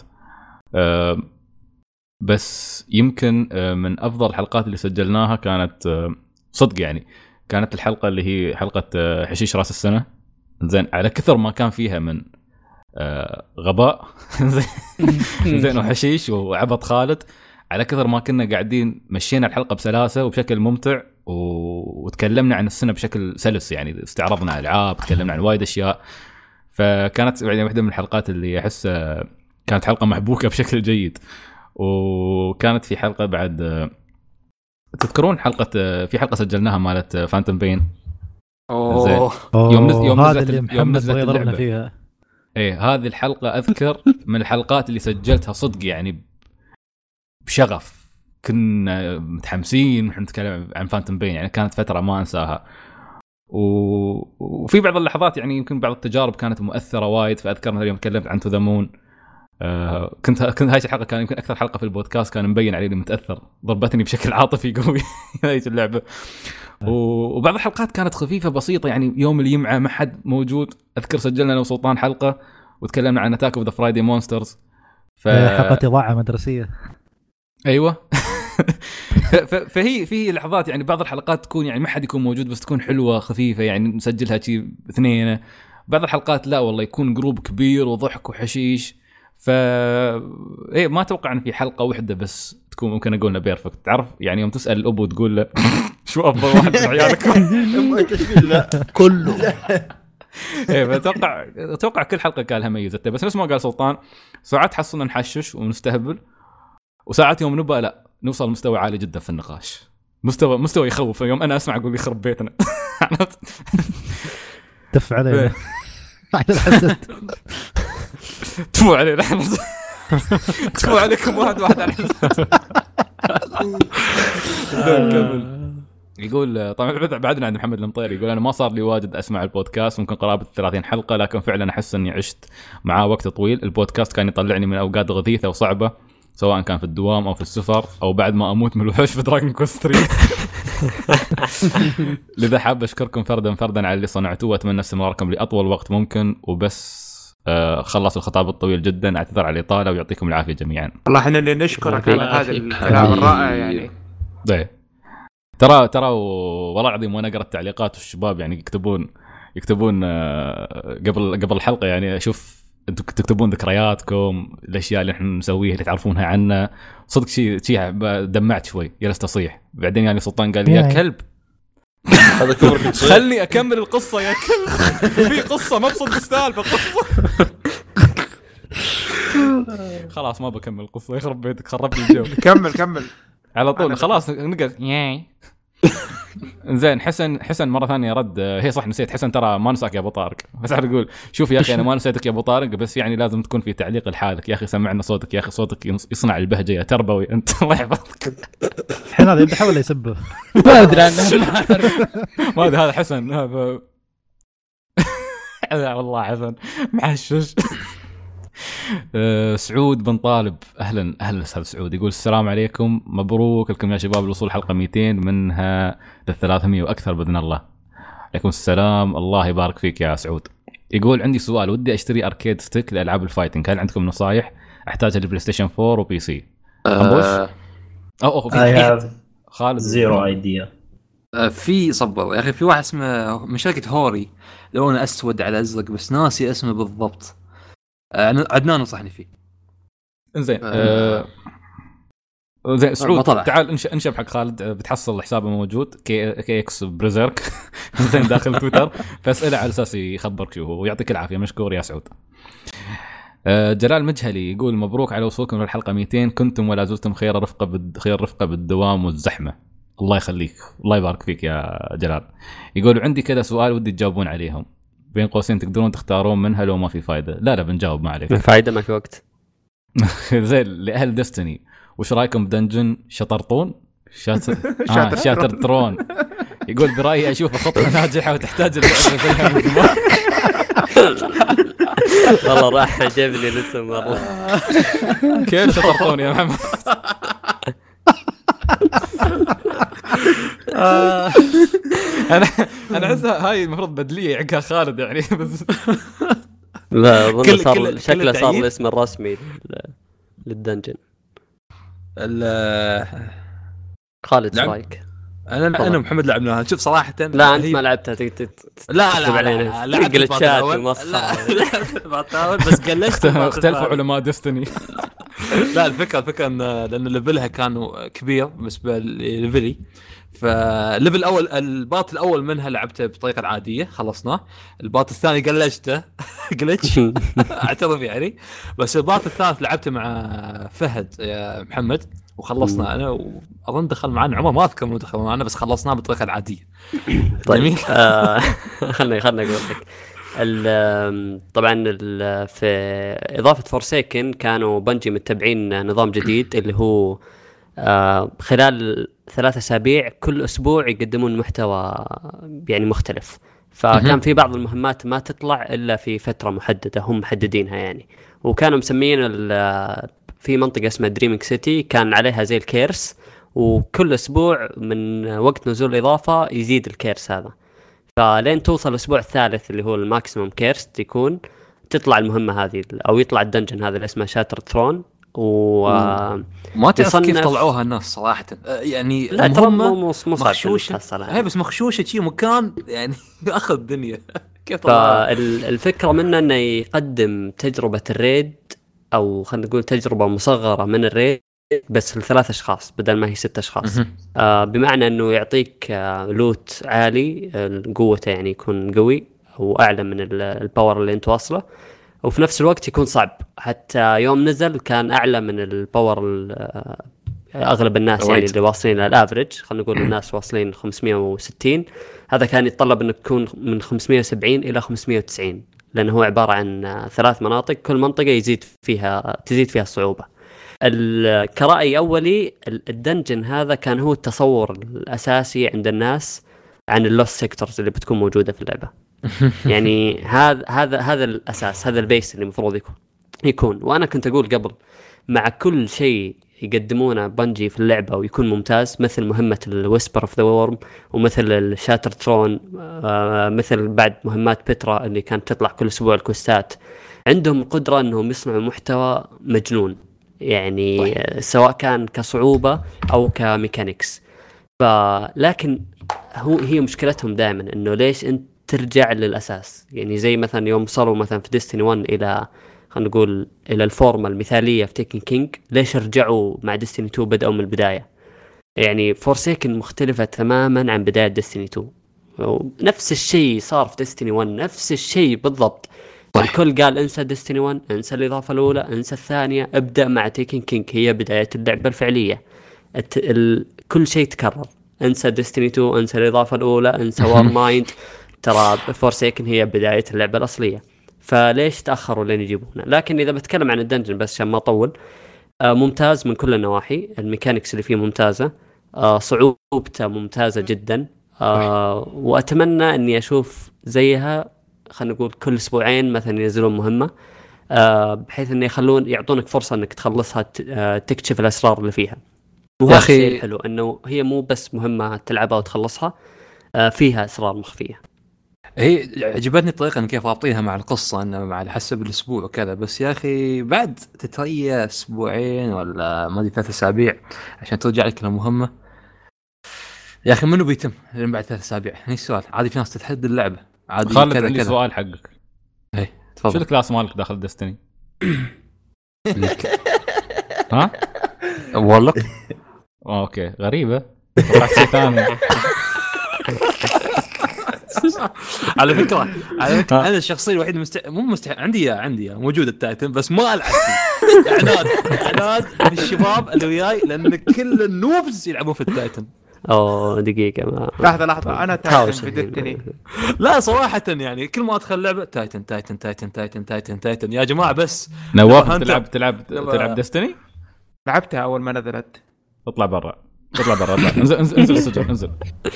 بس يمكن من أفضل الحلقات اللي سجلناها كانت صدق يعني كانت الحلقة اللي هي حلقة حشيش رأس السنة. زين على كثر ما كان فيها من غباء زين وحشيش وعبط خالد، على كثر ما كنا قاعدين مشينا الحلقة بسلاسة وبشكل ممتع وتكلمنا عن السنة بشكل سلس. يعني استعرضنا ألعاب، تكلمنا عن وايد أشياء. فكانت يعني واحدة من الحلقات اللي أحس كانت حلقة محبوكة بشكل جيد. وكانت في حلقة بعد تذكرون في حلقة سجلناها مالت فانتوم بين. يوم نزلت اللعبة فيها. ايه هذه الحلقة أذكر من الحلقات اللي سجلتها صدق يعني بشغف، كنا متحمسين ونحن نتكلم عن فانتوم بين. يعني كانت فترة ما أنساها. وفي بعض اللحظات يعني يمكن بعض التجارب كانت مؤثرة وايد. فأذكر مثلا يوم تكلمت عن تو ذا مون، كنت هاي الحلقة كان يمكن أكثر حلقة في البودكاست كان مبين علي متأثر، ضربتني بشكل عاطفي قوي هاي اللعبة. وبعض الحلقات كانت خفيفة بسيطة، يعني يوم الجمعة ما حد موجود. أذكر سجلنا أنا وسلطان حلقة وتكلمنا عن أتاك أوف ذا فرايدي مونسترز. حلقة إضاعة مدرسية. أيوة. فهي في لحظات يعني بعض الحلقات تكون يعني ما حد يكون موجود بس تكون حلوة خفيفة، يعني نسجلها شيء اثنين. بعض الحلقات لا والله يكون جروب كبير وضحك وحشيش. ايه ما اتوقع ان في حلقه واحده بس تكون ممكن اقولنا بيرفكت. تعرف يعني يوم تسال الاب وتقول له شو افضل واحد من عيالك كله. ايه اتوقع كل حلقه قالها ميزته. بس نفس ما قال سلطان، ساعات حصلنا نحشش ونستهبل، وساعات يوم نبقى لا نوصل مستوى عالي جدا في النقاش، مستوى يخوف. يوم انا اسمع اقول يخرب بيتنا تف علينا بعد الحسد تفو علينا تفو عليكم واحد على الحسد. يقول طبعا بعدنا عند محمد المطيري، يقول انا ما صار لي واجد اسمع البودكاست، ممكن قرابه 30 حلقه، لكن فعلا احس اني عشت معاه وقت طويل. البودكاست كان يطلعني من اوقات غثيثه وصعبه، سواء كان في الدوام او في السفر او بعد ما اموت من الوحوش في دراجون كويست 3. لذا حاب اشكركم فردا على اللي صنعتوه، واتمنى استمراركم لاطول وقت ممكن. وبس خلص الخطاب الطويل جدا، اعتذر على الاطاله ويعطيكم العافيه جميعا. والله احنا اللي نشكرك على هذا الكلام الرائع. يعني ترى والله العظيم وانا اقرا التعليقات والشباب يعني يكتبون قبل الحلقه، يعني اشوف تكتبون ذكرياتكم، الاشياء اللي احنا نسويها اللي تعرفونها عنا. صدق شيء دمعت شوي، جلست اصيح. بعدين يعني سلطان قال لي يا كلب هذا كبر خلني اكمل القصه يا كلب، في قصه ما تصدق السالفه قصه. خلاص ما بكمل القصه، يخرب بيتك خربت الجو. كمل على طول خلاص نقص ياي. زين حسن مره ثانيه رد، هي صح نسيت حسن ترى ما نساك يا ابو طارق، بس احنا نقول شوف يا اخي انا ما نسيتك يا ابو طارق، بس يعني لازم تكون في تعليق لحالك يا اخي، سمعنا صوتك يا اخي، صوتك يصنع البهجه يا تربوي انت. الله يحفظك. الحين هذا يمدح ولا يسبه؟ ما ادري عنه. ما ادري هذا حسن هذا والله حسن محشش. سعود بن طالب اهلا استاذ سعود، يقول السلام عليكم، مبروك لكم يا شباب الوصول حلقه 200 منها لل 300 واكثر باذن الله. عليكم السلام، الله يبارك فيك يا سعود. يقول عندي سؤال، ودي اشتري اركيد ستيك لالعاب الفايتنج، هل عندكم نصايح؟ احتاجها للبلاي ستيشن 4 وبي سي. خالد زيرو ايديا. في صبر يا اخي، في واحد اسمه من شركه هوري لونه اسود على ازرق بس ناسي اسمه بالضبط. عدنان نصحني فيه. زين زين سعود تعال انشب حق خالد، بتحصل حسابه موجود كي اكس بريزيرك زين داخل تويتر، فاسئله على اساس يخبرك شو هو، ويعطيك العافيه. مشكور يا سعود. جلال مجهلي يقول مبروك على وصولكم للحلقه 200، كنتم ولا زلتم خير رفقه بالدوام والزحمه. الله يخليك، الله يبارك فيك يا جلال. يقول عندي كذا سؤال ودي تجاوبون عليهم، بين قوسين تقدرون تختارون منها لو ما في فايده. لا بنجاوب، ما عليك فايده ما في وقت. زين لأهل ديستني، وش رايكم بدنجن شطرطون شاتر ترون؟ يقول برأيي اشوفه خطوه ناجحه وتحتاج اللعبه فيها من زمان. والله راح عجبني الاسم والله. كيف شطرطون يا محمد؟ انا احسها هاي المفروض بدليه يعقها خالد يعني بس. لا اظن شكله صار الاسم الرسمي للدنجن. خالد رايك؟ انا محمد لعبناها. شوف صراحه لا انت ما لعبتها. لا لعبت لا بس قلشت. اختلفوا علماء ديستني. لا الفكره ان لان ليفلها كانوا كبير بالنسبه لليفلي، فالليفل الاول الباط الاول منها لعبته بطريقه العاديه خلصناه، الباط الثاني قلشته قلتش اعترف يعني، بس الباط الثالث لعبته مع فهد يا محمد وخلصنا انا، واظن دخل معنا عمر، ما اذكر انه دخل معنا، بس خلصناه بالطريقه العاديه. طيب خلني اقول لك طبعا في اضافه فورسيكن كانوا بنجي متبعين نظام جديد اللي هو خلال 3 أسابيع كل اسبوع يقدمون محتوى يعني مختلف، فكان في بعض المهمات ما تطلع الا في فتره محدده هم محددينها يعني، وكانوا مسمين في منطقه اسمها دريمينج سيتي كان عليها زي الكيرس، وكل اسبوع من وقت نزول الاضافه يزيد الكيرس هذا، فلين توصل الاسبوع الثالث اللي هو الماكسيموم كيرس يكون تطلع المهمه هذه او يطلع الدنجن هذا اللي اسمه شاتر ثرون. ما تعرف كيف طلعوها الناس صراحه يعني. لا ترى مخشوشه هي بس مخشوشه شيء مكان يعني اخذ الدنيا. كيف طلعوها؟ الفكره منه انه يقدم تجربه الريد او خلينا نقول تجربه مصغره من الريد بس ل3 أشخاص بدل ما هي 6 أشخاص. بمعنى انه يعطيك لوت عالي، قوته يعني يكون قوي او اعلى من الباور اللي انت واصله، وفي نفس الوقت يكون صعب. حتى يوم نزل كان اعلى من الباور اغلب الناس يعني اللي واصلين للافريج، خلينا نقول الناس واصلين 560، هذا كان يتطلب انك تكون من 570 الى 590، لانه هو عباره عن 3 مناطق كل منطقه تزيد فيها الصعوبه. كرأي اولي الدنجن هذا كان هو التصور الاساسي عند الناس عن اللوست سيكتورز اللي بتكون موجوده في اللعبه. يعني هذا الاساس، هذا البيس اللي المفروض يكون. وانا كنت اقول قبل مع كل شيء يقدمونه بنجي في اللعبه ويكون ممتاز، مثل مهمه الويسبر اوف ذا وورم ومثل الشاتر ترون، مثل بعد مهمات بترا اللي كانت تطلع كل اسبوع الكوستات، عندهم القدره انهم يصنعوا محتوى مجنون يعني سواء كان كصعوبه او كميكانيكس. لكن هي مشكلتهم دائما انه ليش انت ترجع للاساس، يعني زي مثلا يوم صاروا مثلا في ديستني 1 الى خلينا نقول الى الفورمه المثاليه في تيكن كينج، ليش رجعوا مع ديستني 2 بدأوا من البدايه؟ يعني فورسيكن مختلفه تماما عن بدايه ديستني 2، نفس الشيء صار في ديستني 1، نفس الشيء بالضبط. الكل قال انسى ديستني 1، انسى الاضافه الاولى، انسى الثانيه، ابدا مع تيكن كينج، هي بدايه اللعبه الفعليه. كل شيء تكرر، انسى ديستني 2، انسى الاضافه الاولى، انسى وار مايند، ترى فورسيكن هي بدايه اللعبه الاصليه. فليش تاخروا لين يجيبونا؟ لكن اذا بتكلم عن الدنجن بس عشان ما اطول، ممتاز من كل النواحي، الميكانيكس اللي فيه ممتازه، صعوبته ممتازه جدا، واتمنى اني اشوف زيها، خلينا نقول كل اسبوعين مثلا ينزلون مهمه، بحيث انه يعطونك فرصه انك تخلصها، تكتشف الاسرار اللي فيها. وهذا الشيء الحلو انه هي مو بس مهمه تلعبها وتخلصها، فيها اسرار مخفيه. هي عجبتني الطريقه ان كيف رابطينها مع القصه، انه على حسب الاسبوع وكذا. بس يا اخي بعد تتريى اسبوعين ولا ما ادري 3 أسابيع عشان ترجع لك المهمه، يا اخي منو بيتم لين بعد 3 أسابيع؟ هني السؤال. عادي في ناس تتحدى اللعبه عادي. خالد عندي سؤال حقك. اي تفضل. شو الكلاس مالك داخل ديستني؟ ها والله اوكي غريبه، طلعت شيء ثاني. على فكره انا الشخصيه الوحيده عندي موجود التايتن، بس ما العب فيه. عناد من الشباب اللي وياي، لان كل النوبز يلعبون في التايتن. دقيقه ما لحظه انا تايتن في ديستني. لا صراحه يعني كل ما ادخل لعبه تايتن تايتن تايتن تايتن تايتن تايتن يا جماعه. بس نواف تلعب ديستني؟ لعبتها اول ما نزلت. اطلع برا انزل السجن انزل.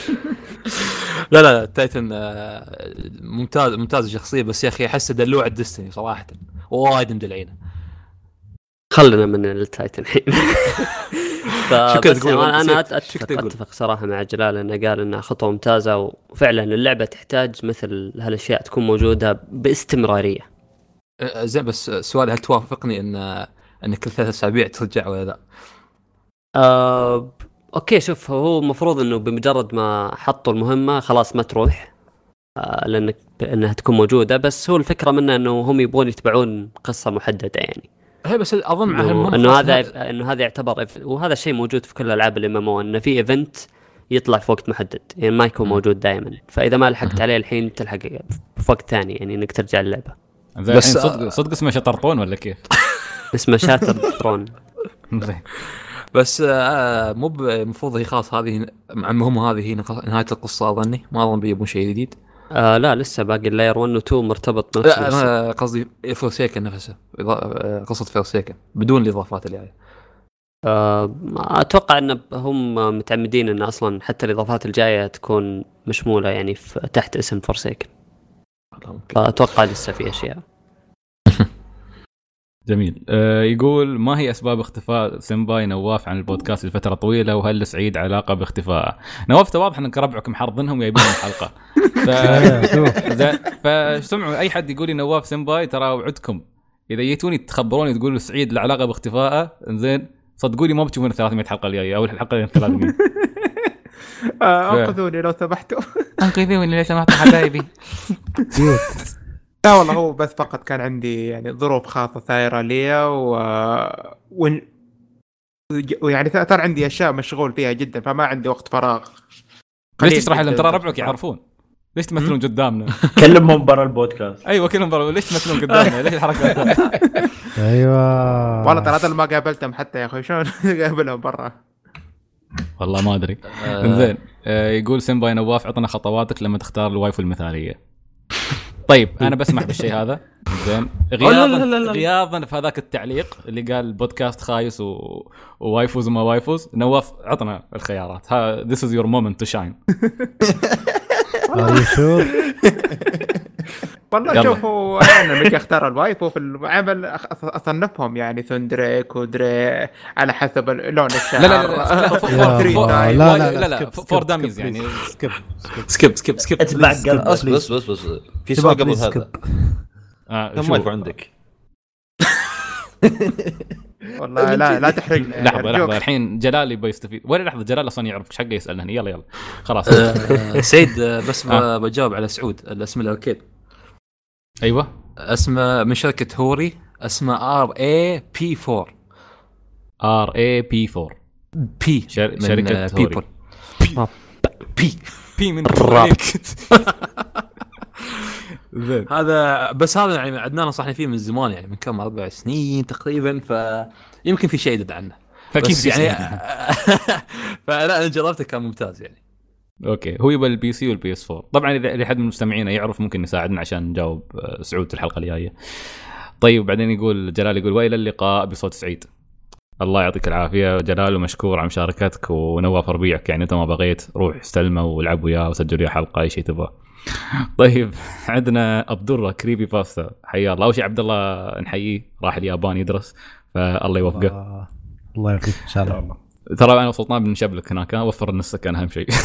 لا تايتن ممتاز الشخصيه، بس يا اخي احس دلوع الديستني صراحه وايد مدلعينه. خلنا من التايتن الحين. انا اتفق صراحه مع جلال انه قال انها خطوه ممتازه، وفعلا اللعبه تحتاج مثل هالاشياء تكون موجوده باستمراريه. زين بس سؤال، هل توافقني ان كل 3 أسابيع ترجع ولا لا؟ اوكي شوف، هو المفروض انه بمجرد ما حطوا المهمه خلاص ما تروح، انها تكون موجوده. بس هو الفكره منه انه هم يبغون يتبعون قصه محدده يعني. هي بس اظن انه هذا يعتبر وهذا الشيء موجود في كل العاب الام ام او، انه في ايفنت يطلع في وقت محدد يعني ما يكون موجود دائما، فاذا ما لحقت عليه الحين تلحق في وقت ثاني يعني انك ترجع اللعبه. بس صدق اسمه شطرطون ولا كيف؟ اسمه شاتر ثرون. بس مو المفروض هي خلاص هذه المهمه، هذه هي نهايه القصه. اظني ما اظن بيجيبون شيء جديد. لا لسه باقي اللاير 1 و 2 مرتبط نفسه. لا انا قصدي فورسيكن نفسه، قصه فورسيكن بدون الاضافات اللي هي. اتوقع ان هم متعمدين ان اصلا حتى الاضافات الجايه تكون مشموله يعني تحت اسم فورسيكن، فاتوقع لسه في اشياء. جميل. يقول ما هي اسباب اختفاء سيمباي نواف عن البودكاست لفتره طويله، وهل سعيد علاقه باختفائه؟ نواف واضح انك ربعكم حرضنهم ويبين الحلقه. فسمعوا اي حد يقول لي نواف سيمباي ترى وعدكم اذا جيتوني تخبروني تقولوا سعيد العلاقه باختفائه، انزين صدقوني ما بتشوفون 300 حلقه الجايه او الحلقه 300. انقذوني لو سمحتوا. انقذوني لو سمحتوا حبايبي. لا والله هو بس فقط كان عندي يعني ظروف خاصة ثائرة لي ويعني ترى عندي أشياء مشغول فيها جدا، فما عندي وقت فراغ. ليش تشرح لهم؟ ترى ربعك يعرفون. ليش تمثلون قدامنا؟ كلمهم برا البودكاست. ايوه كلهم برا. ليش تمثلون قدامنا؟ ليش الحركات؟ ايوه والله ترى هذا ما قابلتهم حتى يا اخوي، شلون قابلهم برا؟ والله ما ادري. زين يقول سيمباي نواف عطنا خطواتك لما تختار الوايفو المثاليه. طيب انا بسمح بالشيء هذا. زين غياظا في هذاك التعليق اللي قال البودكاست خايس ووايفوز وما وايفوز، نواف عطنا الخيارات. this is your moment to shine. والله شوفوا انا لما اختار الوايفو في العمل اصنفهم يعني ثندريك ودري على حسب لون الشعر. لا فور داميز يعني. سكيب اتبع قلبك. بس في سؤال قبل هذا. كم وايفو عندك؟ والله لا تحرقنا. لحظه الحين جلال يبي يستفيد. ولا لحظه جلال اصلا يعرف ايش حقه يسالنا هنا. يلا خلاص. سيد بس بجاوب على سعود الاسم الاركيد. ايوه اسمه من شركه هوري اسمه RAP4 RAP4 بي شركة بيبل بي من عليك. زين هذا بس هذا يعني عدنان نصحني فيه من زمان يعني من كم 4 سنين تقريبا فيمكن في شيء يدد عنه فاكيد يعني فلا انا جربته كان ممتاز يعني. اوكي هو يبقى البي سي والبي اس 4 طبعا اذا حد من المستمعين يعرف ممكن يساعدنا عشان نجاوب سعود الحلقه الجايه. طيب بعدين يقول جلال يقول والى اللقاء بصوت سعيد. الله يعطيك العافيه جلال ومشكور على مشاركتك ونواف ربيعك يعني انت ما بغيت روح استلمه والعب وياه وسجل وياه حلقه اي شيء تبغى. طيب عندنا عبد الله كريبي باستا حيا الله. اول شيء عبد الله نحييه راح اليابان يدرس فالله يوفقه. الله يعافيك ان شاء الله. ترى انا وسلطان بنشبلك هناك وفر النص كان اهم شيء.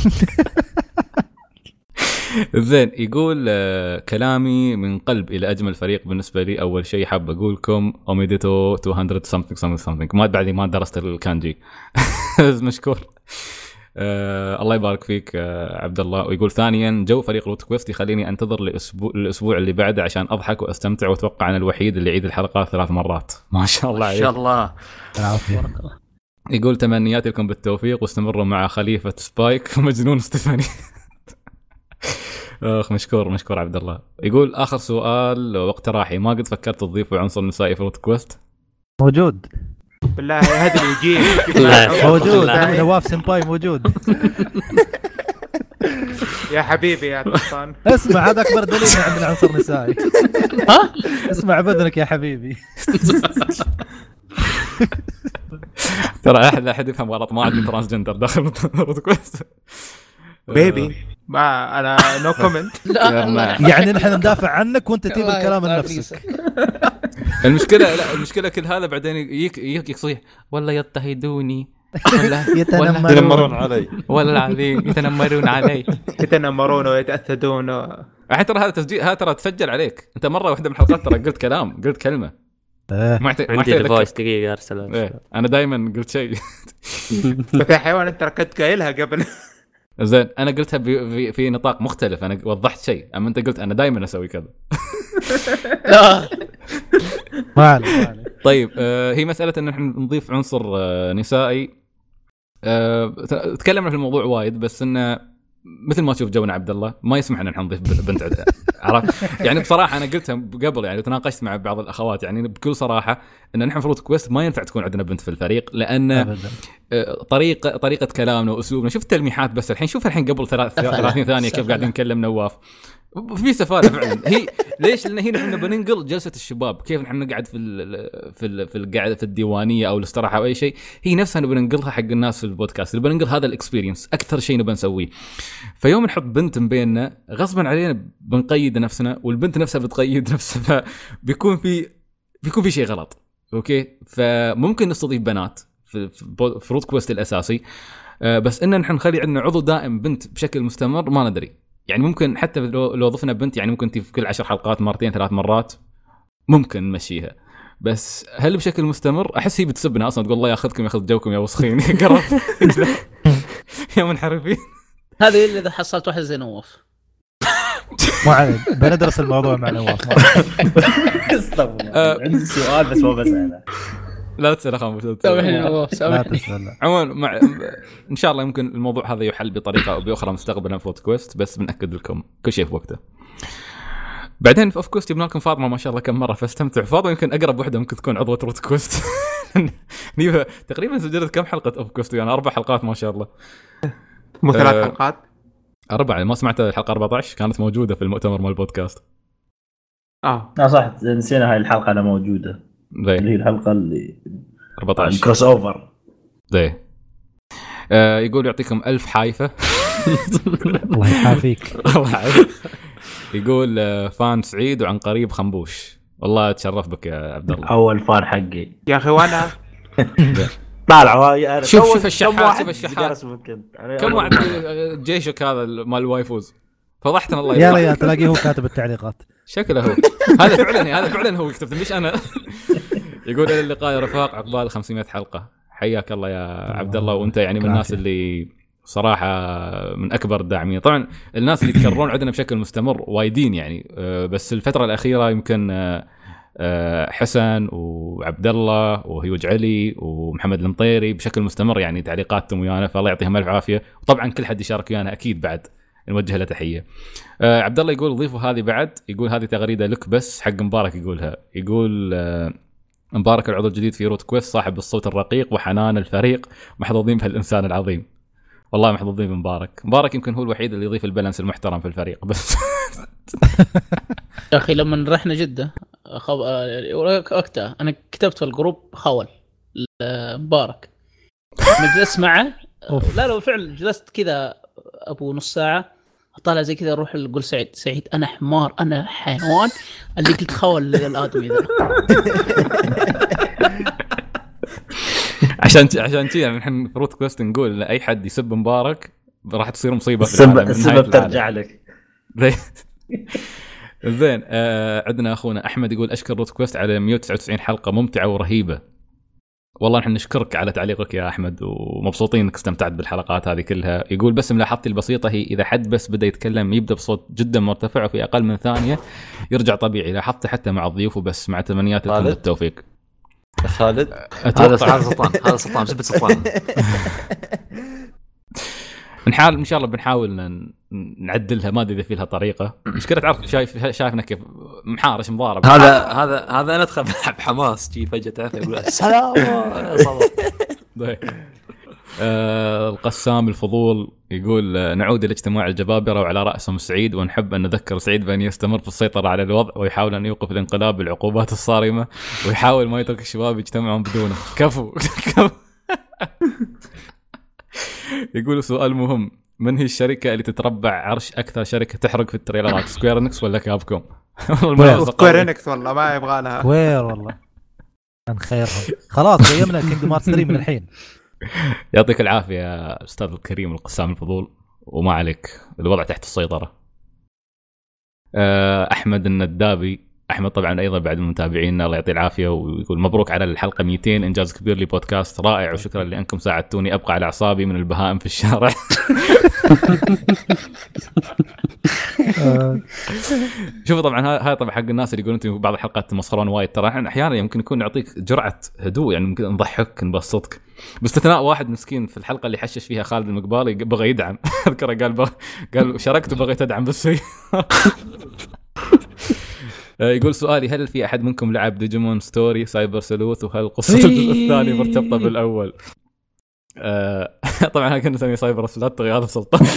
زين يقول كلامي من قلب الى اجمل فريق بالنسبه لي. اول شيء حاب اقول لكم اوميديتو 200 something ما بعدي ما درست الكانجي. مشكور. الله يبارك فيك عبد الله. ويقول ثانيا جو فريق روت كويست يخليني انتظر الاسبوع اللي بعده عشان اضحك واستمتع واتوقع انا الوحيد اللي يعيد الحلقات 3 مرات. ما شاء الله عليك. ما شاء الله. يقول تمنياتي لكم بالتوفيق واستمروا مع خليفه سبايك ومجنون ستيفاني. مشكور عبد الله. يقول اخر سؤال واقتراحي ما قد فكرت تضيفوا عنصر نسائي في روت كويست؟ موجود بالله هذا اللي يجي موجود. نواف سمباي موجود. يا حبيبي يا طفان اسمع هذا اكبر دليل ان عندنا عنصر نسائي. اسمع بدنك يا حبيبي. ترى احد يفهم غلط ما عندي ترانسجندر داخل روت كويست. بيبي ما انا نو كومنت. يعني نحن ندافع عنك وانت تجيب الكلام لنفسك. المشكله كل هذا بعدين يصيح والله يضطهدوني ولا يتنمرون علي ولا العظيم يتنمرون علي يتنمرون ويتأثدون. ترى هذا تسجيل هذا ترى تسجل عليك انت مره واحده من الحلقات ترى قلت كلمه عندي الفويس دقيقه ارسل. انا دائما قلت شيء. بس يا حيوان انت كنت قايلها قبل. زين انا قلتها في نطاق مختلف انا وضحت شيء اما انت قلت انا دائما اسوي كذا. لا ما عليه. طيب هي مساله ان احنا نضيف عنصر نسائي. تكلمنا في الموضوع وايد بس انه مثل ما تشوف جونا عبد الله ما يسمح ان احنا نضيف بنت عرفت يعني بصراحه انا قلتها قبل يعني تناقشت مع بعض الاخوات يعني بكل صراحه ان نحن في روت كويست ما ينفع تكون عندنا بنت في الفريق لان طريقه كلامنا واسلوبنا شوف التلميحات بس الحين قبل 30 ثانيه كيف قاعدين نكلم نواف في سفاله فعلا. هي ليش؟ لان هنا احنا بننقل جلسه الشباب كيف نحن نقعد في القعده في الديوانيه او الاستراحه او اي شيء هي نفسها نبنقلها حق الناس في البودكاست اللي بننقل هذا الاكسبيرينس اكثر شيء نبي نسويه. فيوم نحط بنت بيننا غصبا علينا بنقيد نفسنا والبنت نفسها بتقيد نفسها فبيكون في شيء غلط. اوكي فممكن نستضيف بنات في روت كويست الاساسي بس ان نحن نخلي عندنا عضو دائم بنت بشكل مستمر ما ندري يعني ممكن حتى لو ضفنا بنت يعني ممكن في كل 10 حلقات مرتين 3 مرات ممكن نمشيها بس هل بشكل مستمر احس هي بتسبنا اصلا تقول الله ياخذكم ياخذ جوكم يا وسخين قرب يا منحرفين. هذه اللي اذا حصلت واحد زي نواف ما عليه بندرس الموضوع مع نواف. عندي سؤال بس ما بسأله. لا تسأل أخوان عموما إن شاء الله يمكن الموضوع هذا يحل بطريقة أو بأخرى مستقبلا في روت كويست بس بنأكد لكم كل شيء في وقته. بعدين في أوف كويست جبنا لكم فاطمة ما شاء الله كم مرة فاستمتع. فاطمة يمكن أقرب واحدة ممكن تكون عضوة روت كويست. تقريبا سجلت كم حلقة أوف كويست يعني 4 حلقات ما شاء الله مو 3 حلقات 4 ما سمعت الحلقة 14 كانت موجودة في المؤتمر مال البودكاست. صح نسينا هاي الحلقة أنا موجودة اللي هي الحلقة اللي 14 كروس اوفر زي يقول يعطيكم 1000 حايفة. الله يحافيك. يقول فان سعيد وعن قريب خنبوش. والله اتشرف بك يا عبد الله. اول فان حقي يا اخي وانا طالع شوف الشحات كم واحد جيشك هذا مال الوايفوز فضحتنا الله يا ريت تلاقيه هو كاتب التعليقات شكله هو هذا فعلا هو يكتب مش انا. يقول الى اللقاء يا رفاق عقبال 500 حلقة. حياك الله يا عبد الله وانت يعني من الناس اللي صراحة من أكبر الداعمين. طبعا الناس اللي يتكررون عندنا بشكل مستمر وايدين يعني بس الفترة الأخيرة يمكن حسن وعبد الله وهيوج علي ومحمد المطيري بشكل مستمر يعني تعليقاتهم ويانا، فالله يعطيهم الف عافيه. وطبعا كل حد يشارك ويانا اكيد بعد نوجه له تحيه. عبد الله يقول ضيفوا هذه بعد، يقول هذه تغريده لك بس حق مبارك يقولها، يقول مبارك العضو الجديد في روت كويست صاحب الصوت الرقيق وحنان الفريق، محظوظين بهالانسان العظيم. والله محظوظين بمبارك. مبارك يمكن هو الوحيد اللي يضيف البالانس المحترم في الفريق بس. يا اخي لما رحنا جده وقتها انا كتبت في الجروب خول مبارك مجلس معه. لا فعلا جلست كذا ابو نص ساعه طالع زي كذا اروح اقول سعيد انا حمار انا حيوان اللي قلت خول الادمي ذا. عشان كذا نحن في روت كويست نقول لاي حد يسب مبارك راح تصير مصيبه في العالم، السبب ترجع لك. زين. عندنا اخونا احمد يقول اشكر روت كويست على 199 حلقه ممتعه ورهيبه. والله نحن نشكرك على تعليقك يا احمد ومبسوطين انك استمتعت بالحلقات هذه كلها. يقول بس ملاحظتي البسيطه هي اذا حد بس بدا يتكلم يبدا بصوت جدا مرتفع وفي اقل من ثانيه يرجع طبيعي. لاحظت حتى مع الضيوف وبس. مع تمنيات لكم بالتوفيق. خالد هذا سلطان زبد سلطان. بنحاول ان شاء الله بنحاول نعدلها، ما ادري اذا في لها طريقه. مشكله تعرف شايفنا كيف محارش مضارب. هذا انا ادخل بحماس جي فجاه تعرف يقول السلام. القسام الفضول يقول نعود الى اجتماع الجبابره وعلى راسهم سعيد، ونحب ان نذكر سعيد بان يستمر في السيطره على الوضع ويحاول ان يوقف الانقلاب بالعقوبات الصارمه ويحاول ما يترك الشباب يجتمعون بدونه. كفو. يقول سؤال مهم، من هي الشركه اللي تتربع عرش اكثر شركه تحرق في التريلرات، سكوير انكس ولا كابكوم؟ سكوير انكس والله ما يبغى لها. سكوير والله كان خيرهم. خلاص قيمنا كينجدم هارتس 3 من الحين. يعطيك العافيه يا استاذ الكريم القسام الفضول، وما عليك الوضع تحت السيطره. احمد الندابي، احمد طبعا ايضا بعد من متابعينا الله يعطيه العافيه، ويقول مبروك على الحلقه 200، انجاز كبير لبودكاست رائع وشكرا لانكم ساعدتوني ابقى على اعصابي من البهائم في الشارع. شوفوا طبعا هاي طبعا حق الناس اللي يقولون انتم بعض الحلقات تمسخرون وايد، ترى احنا احيانا يمكن نكون نعطيك جرعه هدوء يعني ممكن نضحك نبسطك، باستثناء واحد مسكين في الحلقه اللي حشش فيها خالد المقبالي بغى يدعم. اذكره قال شاركت وبغيت ادعم بس. يقول سؤالي، هل في احد منكم لعب ديجيمون ستوري سايبر سلوث، وهل قصه الجزء الثاني مرتبطه بالاول؟ طبعا كنا نسميه سايبر سلوث هذا سلطان.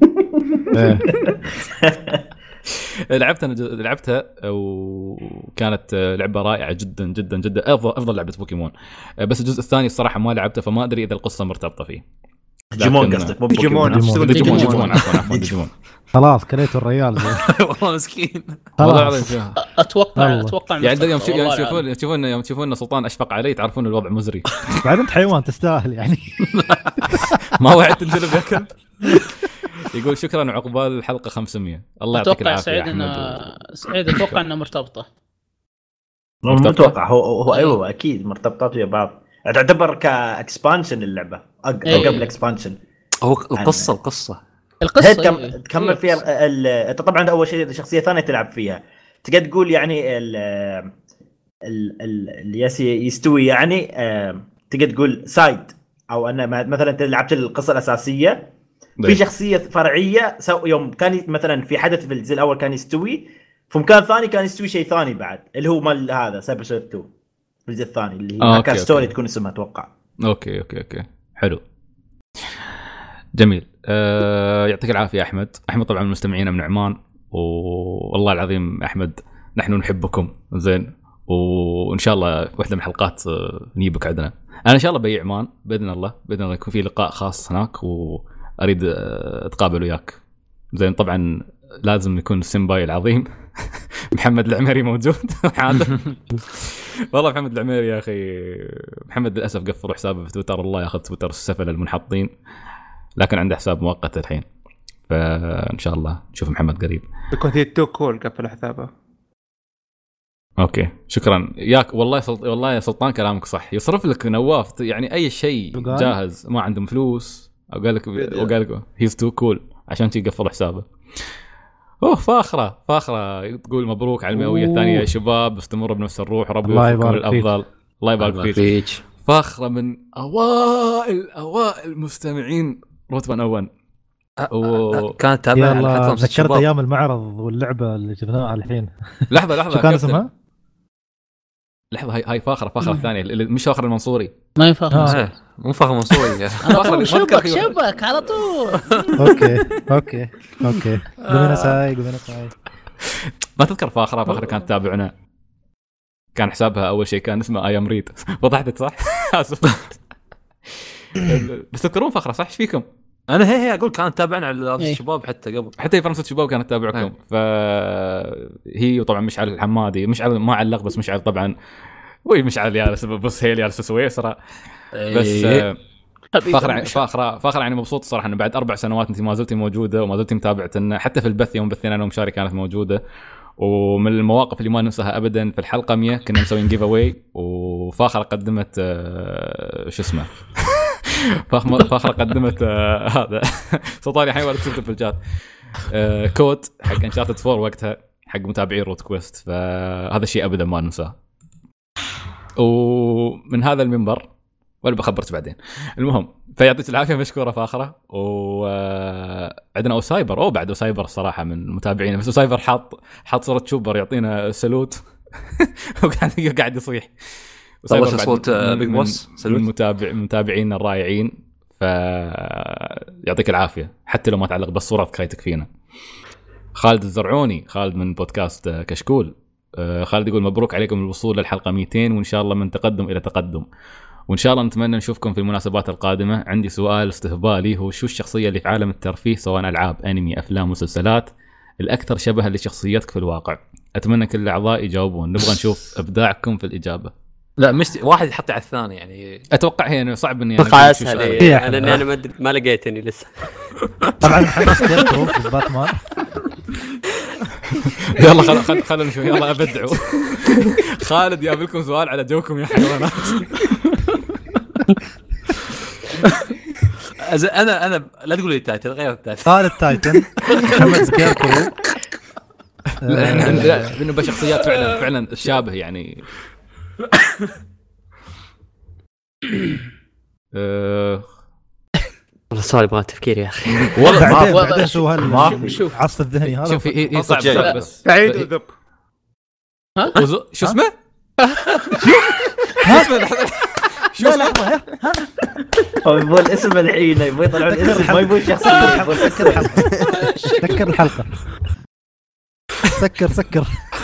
لعبتها وكانت لعبه رائعه جدا جدا جدا، افضل لعبه بوكيمون. بس الجزء الثاني الصراحه ما لعبته فما ادري اذا القصه مرتبطه فيه. ديجيمون قصدك؟ ديجيمون ديجيمون. خلاص كليت الريال. والله مسكين. اتوقع يعني يوم تشوفون سلطان اشفق علي تعرفون الوضع مزري. بعد انت حيوان تستاهل يعني. ما وعدت تنجلب يا كلب. يقول شكرا وعقبال الحلقه 500. الله يعطيك العافيه يا احمد. سعيد اتوقع انها مرتبطه. متوقع هو ايوه اكيد مرتبطات ويا بعض. تعتبر كاكسبانشن اللعبه قبل اكسبانشن. هو القصه تكمل فيها طبعا اول شيء شخصيه ثانيه تلعب فيها تقدر تقول يعني اللي يستوي يعني تقدر تقول سايد، او انا مثلا انت لعبت القصه الاساسيه في شخصيه فرعيه يوم كان مثلا في حدث في الجزء الاول كان يستوي في مكان ثاني كان يستوي شيء ثاني بعد اللي هو مال هذا سايبر سيرف 2 في الجزء الثاني اللي هي كان ستوري تكون اسمها اتوقع. اوكي حلو جميل. يعطيك العافيه احمد طبعا مستمعينا من عمان، والله العظيم احمد نحن نحبكم زين، وان شاء الله واحده من الحلقات نجيبك عندنا. انا ان شاء الله بي عمان باذن الله يكون في لقاء خاص هناك واريد اتقابل وياك زين. طبعا لازم يكون السمباي العظيم محمد العميري موجود. والله محمد العميري يا اخي، محمد للاسف قفل حسابه في تويتر، الله ياخذ تويتر السفل المنحطين، لكن عنده حساب مؤقت الحين، فان شاء الله نشوف محمد قريب. يكون في تو كول قفل حسابه. اوكي شكرا ياك والله يا سلطان كلامك صح، يصرف لك نواف يعني اي شيء جاهز ما عندهم فلوس، وقال لك هيز تو كول عشان تقفل حسابه. فاخره تقول مبروك على المئويه الثانيه يا شباب، استمروا بنفس الروح، ربي الله يوفقكم يبارك فيك. الافضل. الله يبارك فيك. فاخره من اوائل مستمعين روتمان اول. كانت تابعة على يلا بلاتفورم ذكرت الشباب. ايام المعرض واللعبه اللي شفناها الحين. لحظه شو كان اسمها؟ لحظه هاي فاخره الثانيه اللي مش فاخر المنصوري. ما ينفع مو فاهم منصوري. شبك على طول. اوكي قومنا ساي. ما تذكر فاخره كانت تابعنا، كان حسابها اول شيء كان اسمه اي ام ريد. وضحت صح؟ بس تذكرون فاخره صح؟ ايش فيكم؟ انا هي اقول كانت تابعنا على الشباب حتى قبل، حتى فرنسا الشباب كانت تتابعكم. فهي وطبعا مشعل الحمادي، مشعل ما علق بس مشعل طبعا مشعل يا بس هي اللي سويسرا. بس فاخره يعني مبسوط الصراحه انه بعد 4 سنوات انت ما زلتي موجوده وما زلتي متابعتنا، حتى في البث يوم بثنا انا ومشاري كانت موجوده. ومن المواقف اللي ما ننساها ابدا في الحلقه 100 كنا مسوين جيف اواي، وفاخره قدمت شو اسمه فاخره قدمت هذا سلطاني حيوان كتبته في الشات كود حق انشارتد 4 وقتها حق متابعين روت كويست. فهذا الشيء ابدا ما ننساه. ومن هذا المنبر ولا بخبرت بعدين. المهم فيعطيك العافيه مشكوره فاخره. وعندنا اوسايبر بعد اوسايبر الصراحه من متابعينا، بس اوسايبر حاط صوره شوبر يعطينا سلوت وقاعد يصيح. طبعا صوت بيج بوس متابعين الرائعين، فيعطيك العافيه حتى لو ما تعلق بس صورتك خايتك فينا. خالد الزرعوني، خالد من بودكاست كشكول، خالد يقول مبروك عليكم الوصول للحلقه 200 وان شاء الله من تقدم الى تقدم، وان شاء الله نتمنى نشوفكم في المناسبات القادمه. عندي سؤال استهبالي، هو شو الشخصيه اللي في عالم الترفيه سواء العاب انمي افلام مسلسلات الاكثر شبها لشخصيتك في الواقع؟ اتمنى كل الاعضاء يجاوبون، نبغى نشوف ابداعكم في الاجابه. لا مش واحد يحط على الثاني يعني. اتوقع هي انه صعب اني اتوقع اسهل. انا ما لقيتني لسه. طبعا محمد سكيرتو في باتمان. يلا خلينا نشوف. يلا ابدعوا. خالد جاب لكم سؤال على جوكم يا حيوانات. انا لا تقول لي تايتن، غير التايتن. قال التايتن محمد سكيرتو. لانه بشخصيات فعلا الشابه يعني. والله السؤال يبغى تفكير يا اخي. والله بعدين شو العصف الذهني هذا. شوف هي صعب بس سعيد وذب. شو اسمه؟ شو اسمه؟ هو يبغى الاسم الحين، يبغى يطلعون الاسم ما يبغى شخصيه. سكر الحلقه. سكر.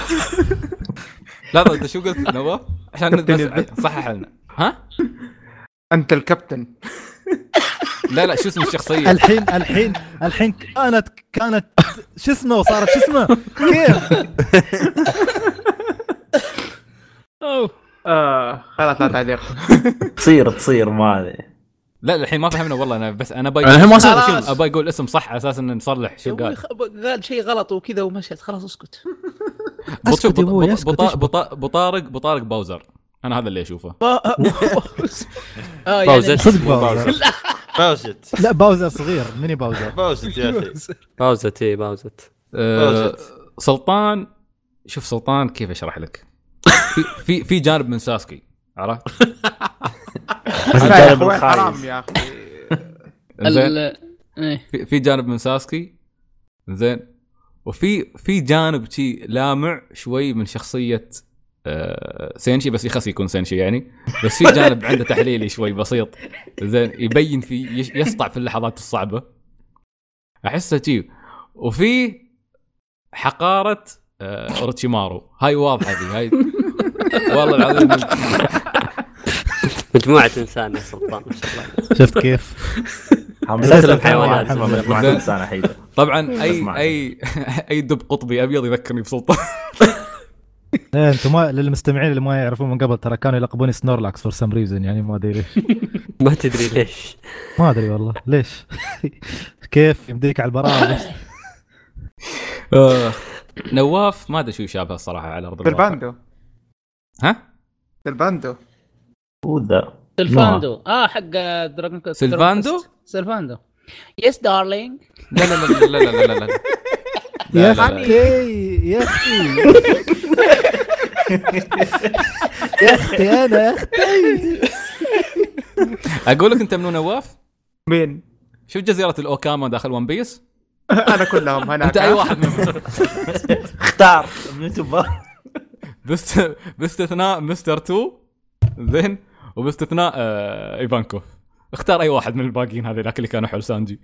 لا انت شو قلت نواف عشان صحح لنا؟ ها انت الكابتن. لا شو اسم الشخصيه الحين كانت شو اسمه وصارت شو اسمه كيف؟ خلاص لا تعليق. تصير ما ادري. لا الحين ما فهمنا والله. انا بس انا ابغى اقول اسم صح على اساس ان نصلح شو قال شيء غلط وكذا ومشيت خلاص اسكت. بطارق باوزر. انا هذا اللي اشوفه. باوزر صدق باوزت. لا باوزر صغير ميني باوزر. باوزت يا اخي. باوزت. سلطان. شوف سلطان كيف اشرح لك. في جانب من ساسكي عرفت. حرام يا اخي. في جانب من ساسكي زين، وفي جانب شيء لامع شوي من شخصيه سينشي، بس يخص يكون سينشي يعني. بس في جانب عنده تحليلي شوي بسيط زين، يبين في يسطع في اللحظات الصعبه احسه شيء. وفي حقاره اوروتشيمارو، هاي واضحه دي هاي والله العظيم. مجموعه انسان يا سلطان ما شاء الله. شفت كيف حملات الحيوانات مجموعه انسان حيده. طبعا اي دب قطبي ابيض يذكرني بسلطان. انتم ما للمستمعين اللي ما يعرفون من قبل ترى كانوا يلقبوني سنورلاكس فور سم ريزن، يعني ما ادري ليش. ما تدري ليش؟ ما ادري والله ليش. كيف يمديك على البراءه. نواف ما ادري شو يشابه الصراحه على ارض الواقع. الباندو. ها الباندو وذا سلفاندو حق دراجون كوست. سلفاندو يس دارلينج. لا يا لا، اخي يا اختي يا اختي انا يا اختي اقول لك انت منو نواف؟ مين؟ شوف جزيره الاوكاما داخل ون بيس، انا كلهم هناك. انت اي واحد منهم. اختار من تبغى. باستثناء مستر 2 زين، وباستثناء ايفانكوف. اختار اي واحد من الباقيين هذيلاك اللي كانوا حول سانجي.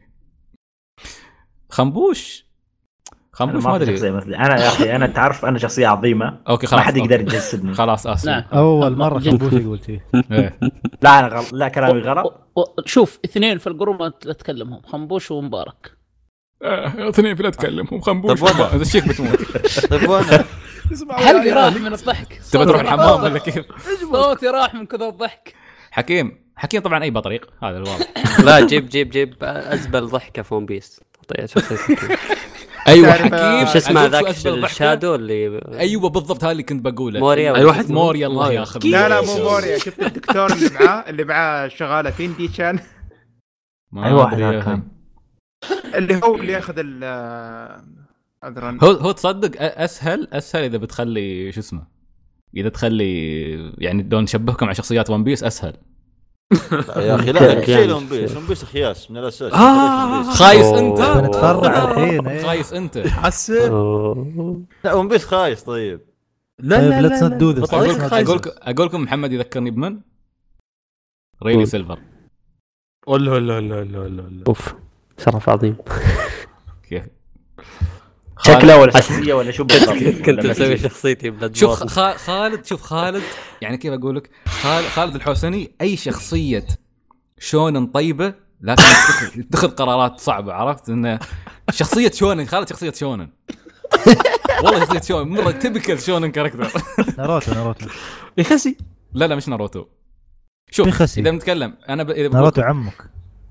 خنبوش ما ادري. انا يا اخي انا تعرف انا شخصيه عظيمه. اوكي خلاص، ما حد يقدر يجسدني. خلاص اسف. نعم. اول مره خنبوش يقول شيء. إيه. لا انا لا كلامي غلط. شوف اثنين في الجروب ما تكلمهم، خنبوش ومبارك. اثنين في لا تكلمهم، خنبوش طب وأنا؟ هذا الشيك بتموت. طيب وانا حلقي راح من الضحك. تبى تروح الحمام ولا كيف؟ صوتي راح من كذا الضحك. حكيم طبعا اي بطريق، هذا الواضح. لا جيب ازبل ضحكه في ون بيس. طيب شخصيتك ايوه تعرف، حكيم. وش اسمه أقول شو ذاك أسبل ضحكة؟ الشادو اللي ايوه بالضبط هذا اللي كنت بقوله. موريا. أي واحد؟ موريا الله ياخذ. لا مو موريا. شفت الدكتور اللي معاه شغاله تندي شان، اي واحد كان اللي ياخذ ال عذرا. هو تصدق اسهل اذا بتخلي شو اسمه، اذا تخلي يعني دون نشبهكم على شخصيات ون بيس اسهل. يا اخي لا شيل ون بيس خياس من الاساس. خايس انت. بنتفرع الحين. خايس انت. حسن. لا ون بيس خايس. طيب طيب ليتس نوت دو ذس. اقول لكم محمد يذكرني بمن؟ ريلي سيلفر. ولا اوف شرف عظيم. كيف شكله ولا شخصيه ولا شو بالضبط؟ كنت اسوي شخصيتي بلاد. شوف خالد يعني كيف اقول لك، خالد الحوسني اي شخصيه شونن طيبه لكن يتخذ قرارات صعبه. عرفت انه شخصيه شونن، خالد شخصيه شونن والله شخصيه شونن مره تبكل شونن كاركتر. ناروتو يخسي. لا مش ناروتو. شوف اذا بنتكلم انا ناروتو عمك.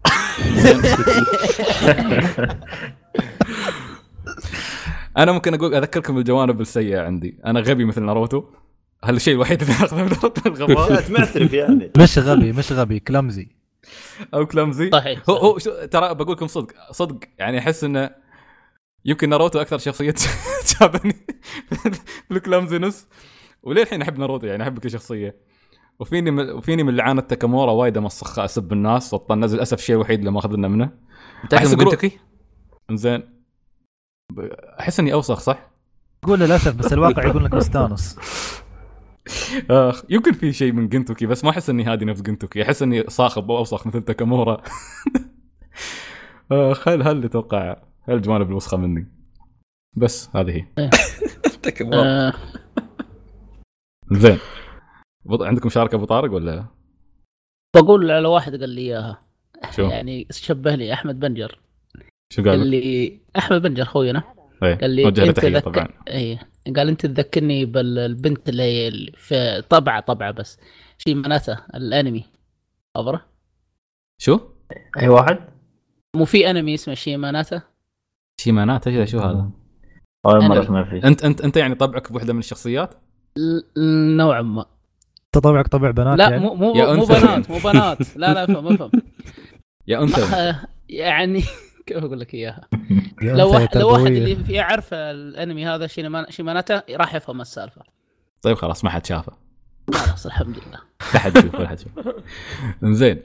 انا ممكن اقول اذكركم بالجوانب السيئه عندي. انا غبي مثل ناروتو، هذا الشيء الوحيد اللي اخذه من ناروتو الغباء. معترف يعني مش غبي كلامزي او كلامزي. صحيح. هو ترى بقول لكم صدق يعني احس انه يمكن ناروتو اكثر شخصيه تعبني بالكلامزينس، وللحين احب ناروتو يعني احب كل شخصيه. وفيني من لعانه تاكامورا وايد امسخ اسب الناس وطنز. للاسف الشيء الوحيد اللي ما اخذنا منه. احس جنتوكي زين احس اني اوسخ صح؟ قول للاسف بس الواقع يقول لك مستانس. يمكن في شيء من جنتوكي بس ما احس اني هادي نفس جنتوكي. احس اني صاخب واوسخ مثل تاكامورا. هل اللي توقع هالجوانب الوسخه مني بس هذه هي. تاكامورا. زين عندكم مشاركه ابو طارق ولا؟ بقول على واحد قال لي اياها شو؟ يعني شبه لي احمد بنجر. شو قال لي احمد بنجر خوينا. قال لي وجه له تحيه طبعا. قال انت تذكرني بالبنت اللي هي في طبعه بس شي مناته الانمي عبره. شو اي واحد مو في انمي اسمه شي مناته شو هذا؟ اول مره ما في. انت يعني طبعك بوحده من الشخصيات نوعا ما. انت طبعك طبع بنات لا يعني؟ مو بنات لا افهم يا انت يعني كيف اقول لك اياها. لو واحد اللي يعرف الانمي هذا شيماناتا راح يفهم السالفه. طيب خلاص ما حد شافه. خلاص الحمد لله. لا حد يشوف. زين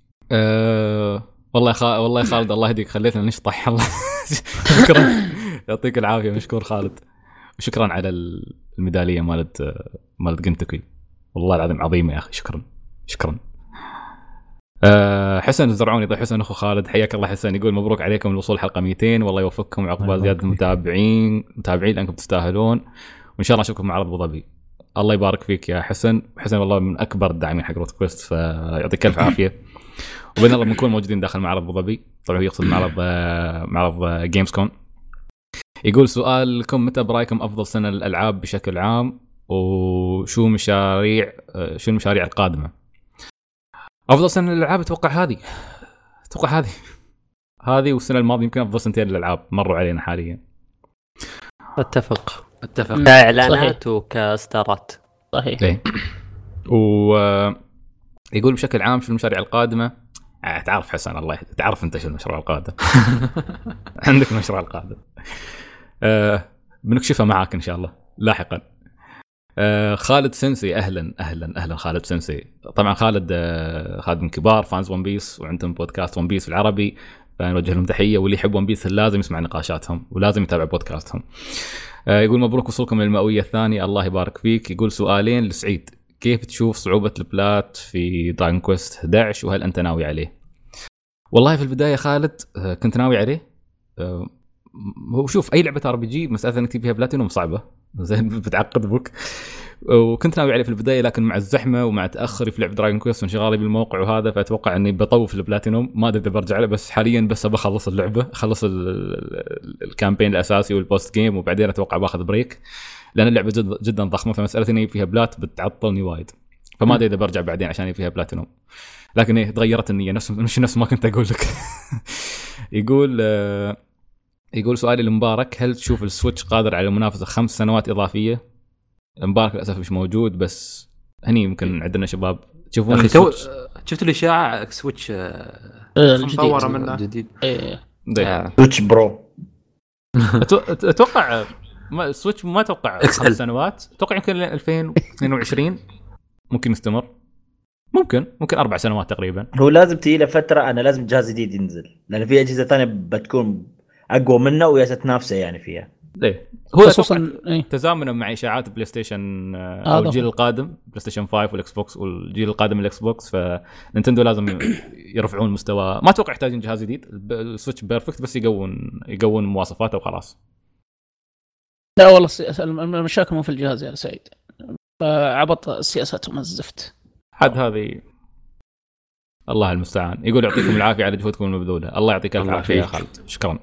والله خالد الله يهديك خليتنا نشطح. الله شكرا يعطيك العافيه. مشكور خالد وشكرا على الميداليه مالت جنتوكي والله العظيم عظيمه يا اخي. شكرا. حسن الزرعوني طيب حسن اخو خالد حياك الله. حسن يقول مبروك عليكم الوصول حلقه 200 والله يوفقكم وعقبال زياده المتابعين لانكم تستاهلون وان شاء الله نشوفكم مع عرض ابو ظبي. الله يبارك فيك يا حسن والله من اكبر الداعمين حق روت كويست فيعطيك الف عافيه. وباذن الله بنكون موجودين داخل معرض ابو ظبي. طبعا يقصد معرض جيمز كون. يقول سؤالكم متى برايكم افضل سنه للالعاب بشكل عام وشو المشاريع القادمه؟ افضل سنه للالعاب اتوقع هذه والسنه الماضيه يمكن افضل سنتين للالعاب مروا علينا حاليا. اتفق كاعلانات وكاستارات صحيح. ايه يقول بشكل عام شو المشاريع القادمه. تعرف حسن الله تعرف انت شو المشروع القادم. عندك مشروع القادم بنكشفها معاك ان شاء الله لاحقا. خالد سنسي، اهلا خالد سنسي. طبعا خالد من كبار فانز ون بيس، وعندهم بودكاست ون بيس العربي، فنوجه لهم تحيه، واللي يحب ون بيس لازم يسمع نقاشاتهم ولازم يتابع بودكاستهم. يقول مبروك وصولكم للمئويه الثانيه، الله يبارك فيك. يقول سؤالين لسعيد، كيف تشوف صعوبه البلات في دراجون كويست 11 وهل انت ناوي عليه؟ والله في البدايه خالد كنت ناوي عليه. هو شوف اي لعبه ار بي جي مساله انك تجيب فيها بلاتينوم صعبه زين بتعقد بك، وكنت ناوي عليه في البدايه، لكن مع الزحمه ومع تاخري في لعب دراجون كويست وانشغالي بالموقع وهذا، فاتوقع اني بطوف البلاتينوم، ما ادري اذا برجع له، بس حاليا بس بخلص اللعبه، اخلص الكامبين الاساسي والبوست جيم، وبعدين اتوقع باخذ بريك، لان اللعبه جدا ضخمه، فمساله اني فيها بلات بتعطلني وايد، فما ادري اذا برجع بعدين عشان فيها بلاتينوم. لكن ايه تغيرت النيه، نفس ما كنت اقول لك. يقول سؤالي لمبارك، هل تشوف السويتش قادر على المنافسه 5 سنوات اضافيه؟ مبارك للاسف مش موجود، بس هني يمكن عندنا شباب تشوفون السويتش. شفتوا الاشاعه سويتش مطوره منه جديد سويتش برو. اتوقع السويتش ما اتوقع 5 سنوات، اتوقع يمكن 2022 ممكن يستمر، ممكن 4 سنوات تقريبا. هو لازم تجي له فتره، انا لازم جهاز جديد ينزل، لان في اجهزه ثانيه بتكون اقوى منه ويتنافسه يعني فيها. ليه هو خصوصا تزامنا مع اشاعات بلاي ستيشن او الجيل القادم، بلاي ستيشن 5 والاكس بوكس والجيل القادم من الاكس بوكس، فنينتندو لازم يرفعون مستوى. ما اتوقع يحتاجون جهاز جديد، السويتش بيرفكت، بس يقون مواصفاته وخلاص. لا والله المشاكل مو في الجهاز يا سعيد، فعبط سياساتهم الزفت حد هذه، الله المستعان. يقول يعطيكم العافيه على جهودكم المبذوله. الله يعطيك الف عافيه يا خالد، شكرا.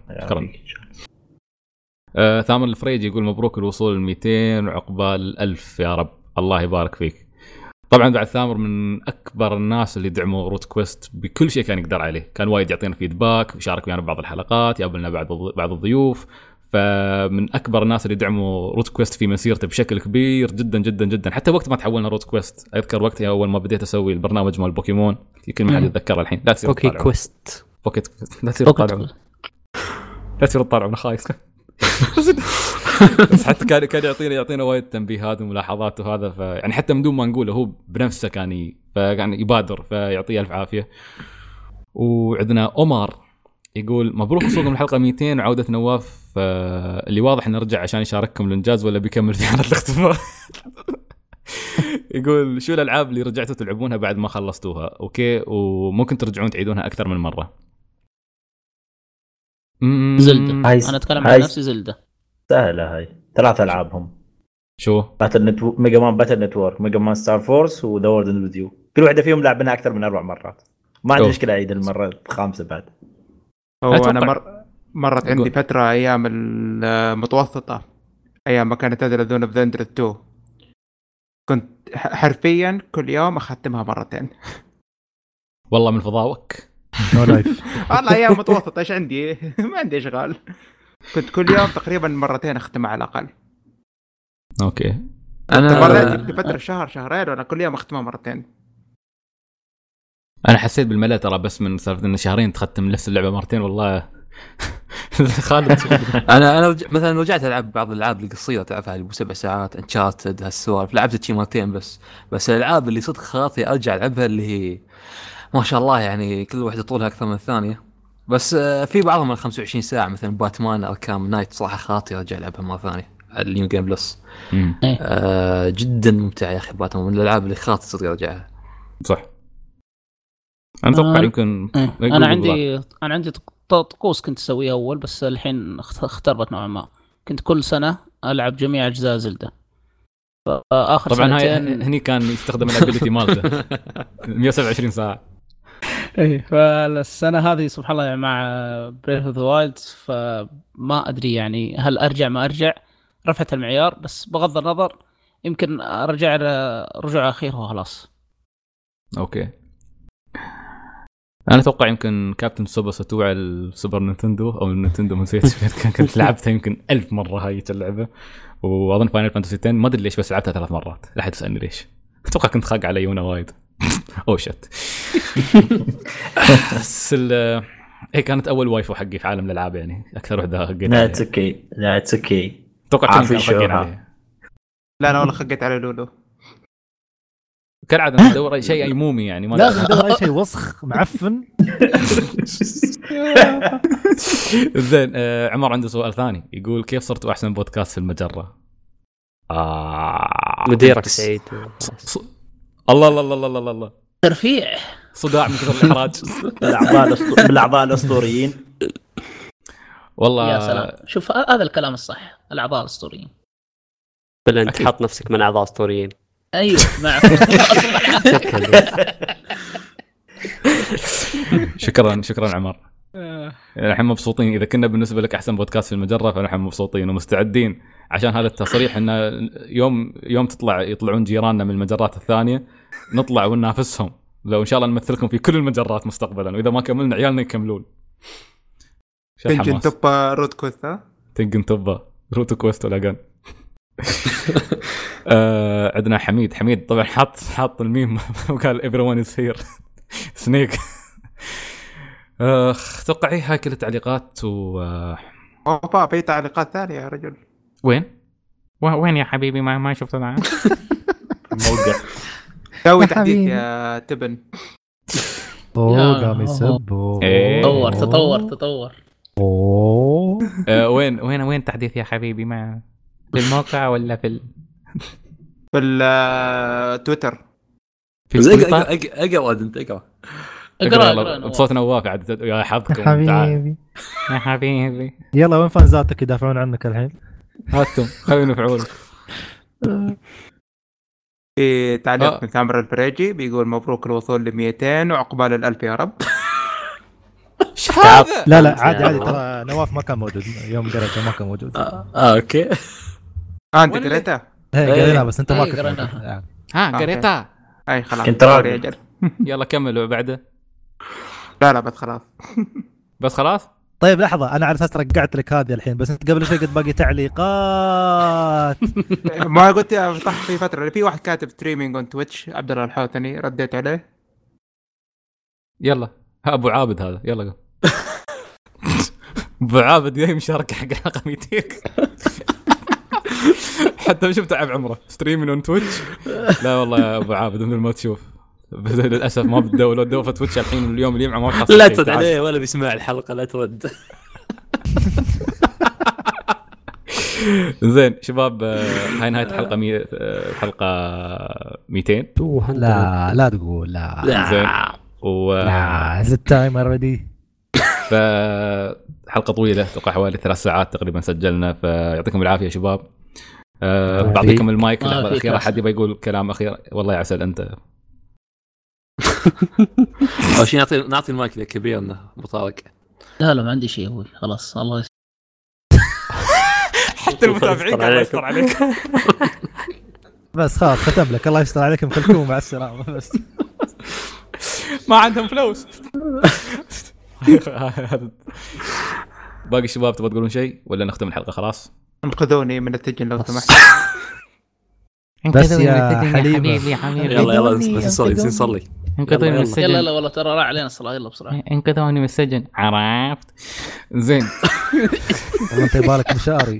ثامر الفريجي يقول مبروك الوصول 200 وعقبال 1000 يا رب، الله يبارك فيك. طبعا بعد ثامر من اكبر الناس اللي دعموا روت كويست بكل شيء كان يقدر عليه، كان وايد يعطينا فيدباك ويشارك ويانا بعض الحلقات، يقابلنا بعض الضيوف، فمن اكبر الناس اللي دعموا روت كويست في مسيرته بشكل كبير جدا جدا جدا. حتى وقت ما تحولنا روت كويست، اذكر وقتها اول ما بديت اسوي البرنامج مال بوكيمون، يمكن ما حد يتذكره الحين، لا تصير بوكي كويست، لا تصير تطالعون انا خايس. بس حتى كان يعطينا وايد تنبيهات وملاحظات وهذا، يعني حتى من دون ما نقوله هو بنفسه كان يبادر، فيعطيه الف عافيه. وعندنا عمر يقول مبروك وصولكم الحلقه 200 وعوده نواف، اللي واضح انه رجع عشان يشارككم الانجاز ولا بيكمل في حاله الاختفاء. يقول شو الالعاب اللي رجعتوا تلعبونها بعد ما خلصتوها؟ اوكي، وممكن ترجعون تعيدونها اكثر من مره. زلدة، انا اتكلم عن نفسي. زلدة سهله هاي، 3 العابهم. شو ميجا مان باتل نتورك، ميجا مان ستار فورس، وذا وورد اند فيديو، كل واحده فيهم لعبناها اكثر من 4 مرات، ما عندي مشكله اعيد المره الخامسه بعد. هو انا مرت عندي فتره ايام المتوسطه، ايام ما كانت تنزل ذون اوف ذا اندر 2، كنت حرفيا كل يوم اختمها مرتين. والله من فضاوك. والله ايام متوسطه ايش عندي؟ ما عندي اشغال، كنت كل يوم تقريبا مرتين اختمها على الاقل. اوكي، انا في فتره شهرين وانا كل يوم اختمها مرتين. انا حسيت بالملل ترى، بس من صار لنا شهرين تختم نفس اللعبه مرتين والله. خالد انا مثلا رجعت العب بعض الالعاب القصيره تعرفها اللي ب7 ساعات، انشارتد هالسوالف، لعبت شي مرتين بس الالعاب اللي صدق خاطري ارجع العبها اللي هي ما شاء الله يعني كل واحده طولها اكثر من الثانيه، بس في بعضهم من 25 ساعه مثلا باتمان اركام نايت، صراحه خاطري ارجع العبها مره ثانيه على النيو جيم بلس. جدا ممتع يا اخي باتمان، من الالعاب اللي خاطري صدق ارجعها. صح، انا اتوقع يمكن انا عندي طقوس كنت اسويها اول، بس الحين اختربت نوعا ما. كنت كل سنه العب جميع اجزاء زلدة، فاخر طبعا هني كان يستخدم الابيليتي مالته 127 ساعه. اي، فالسنه هذه سبحان الله يعني مع بريث اوف ذا وايلد، فما ادري يعني هل ارجع ما ارجع، رفعت المعيار، بس بغض النظر يمكن ارجع رجوع اخير وخلاص. اوكي، انا اتوقع يمكن كابتن سوبر ستو على السوبر نينتندو او النينتندو من سويتش، كنت لعبتها يمكن 1000 مره هاي اللعبه. واظن فاينل فانتسي 10 ما ادري ليش بس لعبتها 3 مرات، لا حد يسالني ليش. اتوقع كنت خاق على يونا وايد. او شت. بس هي كانت اول وايفو حقي في عالم الالعاب يعني اكثر وحده حقيت لا عليها. تسكي لا تسكي اتوقع عارف كلنا إيش حقين هو. عليها لا انا والله خقيت على لولو. كالعاده ندور اي شيء ايمومي يعني ما لازم ندور اي شيء وسخ معفن. زين عمر عنده سؤال ثاني يقول كيف صرتوا احسن بودكاست في المجره؟ مديرك سعيد. الله الله الله الله الله ترفيع صداع من كثر الاحراج. الاعضاء الاسطوريين. والله يا سلام شوف هذا الكلام الصح. الاعضاء الاسطوريين بل انت حط نفسك من اعضاء اسطوريين. ايوه معك. شكرا عمر. نحن مبسوطين اذا كنا بالنسبه لك احسن بودكاست في المجره فنحن مبسوطين ومستعدين عشان هذا التصريح ان يوم يطلعون جيراننا من المجرات الثانيه نطلع وننافسهم. لو ان شاء الله نمثلكم في كل المجرات مستقبلا واذا ما كملنا عيالنا يكملون. تنجن توبا رود كويست. ها تنجن توبا رود كويست ولا جن. عندنا حميد طبعا حاط الميم وقال everyone is here سنيك. اتوقع هاي كل التعليقات اوبا في تعليقات ثانيه يا رجل. وين يا حبيبي ما شفت انا موقع سوي تحديث يا تبن. قام يسب. تطور. وين تحديث يا حبيبي ما في الموقع ولا في التويتر؟ اقرا انت اقرا بصوت نواف قاعد يا حظكم حبيبي يا حبيبي. يلا وين فانزاتك يدافعون عنك الحين؟ هاتهم خلينا نفعول. في تعليق من ثامر الفريجي بيقول مبروك الوصول ل 200 وعقبال ال1000 يا رب. لا عادي ترى نواف ما كان موجود يوم قريته ما كان موجود. اوكي انت قريته؟ قرينا بس انت ما كنت قرينا. قريتها اي خلاص كنت راجل. يلا كمل بعده. لا بس خلاص. طيب لحظه انا على اساس رجعت لك هذه الحين بس انت قبل شوي قلت باقي تعليقات. ما قلت صح في فتره في واحد كاتب ستريمينج اون تويتش عبد الله الحوثني رديت عليه. يلا ابو عابد هذا يلا ابو عابد جاي مشاركه حق حلقه 200. حتى مش بتعب عمره ستريمينج اون تويتش. لا والله يا ابو عابد مثل ما تشوف للاسف ما بدو في تويتش الحين اليوم اللي يمعه ما حصل. لا ترد عليه ولا بيسمع الحلقه لا ترد. زين شباب هاي نهايه حلقه 200. لا تقول لا زين زد تايم اوريدي. فحلقه طويله اتوقع حوالي 3 ساعات تقريبا سجلنا فيعطيكم العافيه يا شباب. بعطيكم المايك اللحظه الاخيره حد يبغى يقول كلام اخير. والله يا عسل انت اول شيء نعطي المايك لكبيرنا ابو طارق. لا ما عندي شيء ابوي خلاص الله حتى المتابعين الله يستر عليك. بس خلاص ختم لك الله يستر عليكم كلكم مع السلامه. بس ما عندهم فلوس. باقي الشباب تبغى تقولون شيء ولا نختم الحلقه خلاص؟ انقذوني من السجن لو سمحت. بس يا حبيبي يلا نصلي. انقذوني من السجن. يلا والله ترى راح علينا الصلاه يلا بسرعه. انقذوني من السجن عرفت. زين والله انت يبالك مشاري.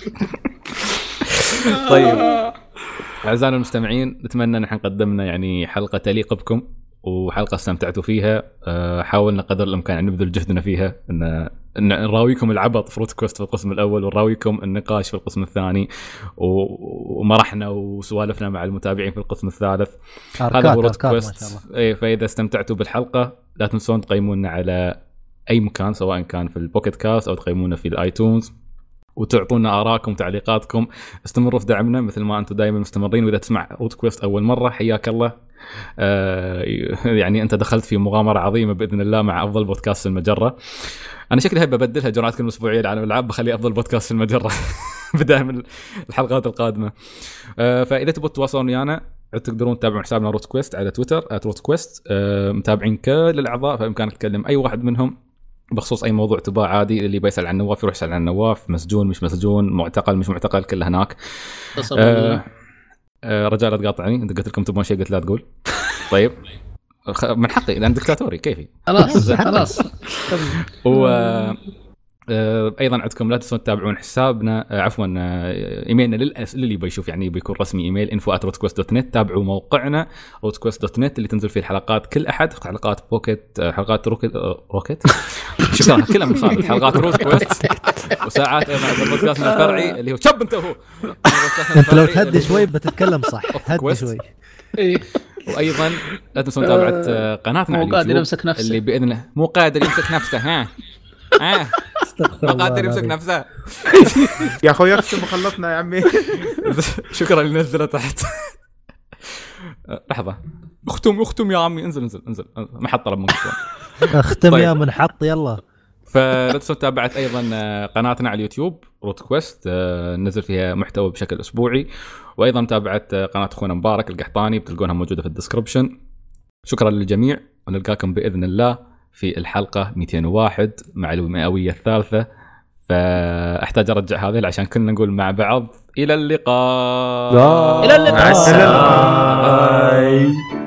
طيب اعزائنا المستمعين نتمنى نحن قدمنا يعني حلقه تليق بكم وحلقه استمتعتوا فيها. حاولنا قدر الامكان ان نبذل جهدنا فيها ان نراويكم العبط في روت كويست في القسم الاول ونراويكم النقاش في القسم الثاني ومرحنا وسوالفنا مع المتابعين في القسم الثالث. هذا هو روت كويست. فاذا استمتعتوا بالحلقه لا تنسون تقيمونا على اي مكان سواء كان في البوكيت كاست او تقيمونا في الايتونز وتعطونا آراءكم وتعليقاتكم. استمروا في دعمنا مثل ما أنتم دائما مستمرين. وإذا تسمع روت كويست أول مرة حياك الله. يعني أنت دخلت في مغامرة عظيمة بإذن الله مع أفضل بودكاست في المجرة. أنا شكلي هبة بدلها جرعتكم الأسبوعية لعالم الألعاب بخلي أفضل بودكاست في المجرة بداية من الحلقات القادمة. فإذا تبغوا تتواصلون ويانا تقدرون تتابعون حسابنا روت كويست على تويتر @روتكويست. متابعين كل الأعضاء فبإمكانك تكلم أي واحد منهم بخصوص اي موضوع تباه عادي. اللي بيسال عن نواف يروح يسال عن نواف. مسجون مش مسجون معتقل مش معتقل كله هناك. رجال لا تقاطعني انت قلت لكم تبون شيء قلت لا تقول. طيب من حقي لان دكتاتوري كيفي. خلاص و ايضا عندكم لا تنسون تتابعون حسابنا عفوا ايميلنا للي يبي يشوف يعني بيكون رسمي ايميل info@rotquest.net. تابعوا موقعنا rotquest.net اللي تنزل فيه الحلقات كل احد، حلقات بوكيت، حلقات روكيت شكرا كلها من خالد، حلقات روتكويست وساعات ايضا البودكاست الفرعي اللي هو شب انت هو انت لو تهدي شوي بتتكلم صح، هدي شوي. ايه وايضا لا تنسون متابعه قناتنا على اليوتيوب اللي باذن الله مو قادر يمسك نفسه ها ما قادر يمسك نفسه يا اخوي اختم وخلصنا يا عمي. شكرا اللي نزله تحت. لحظه اختم يا عمي، انزل ما حط طلب منك اختم يا منحط يلا. فلا تنسوا متابعه ايضا قناتنا على اليوتيوب روت كويست، ننزل فيها محتوى بشكل اسبوعي، وايضا متابعه قناه اخونا مبارك القحطاني بتلقونها موجوده في الديسكربشن. شكرا للجميع ونلقاكم باذن الله في الحلقة 201 مع المئوية الثالثة. فأحتاج أرجع هذه عشان كنا نقول مع بعض إلى اللقاء. إلى اللقاء. مع السلامة.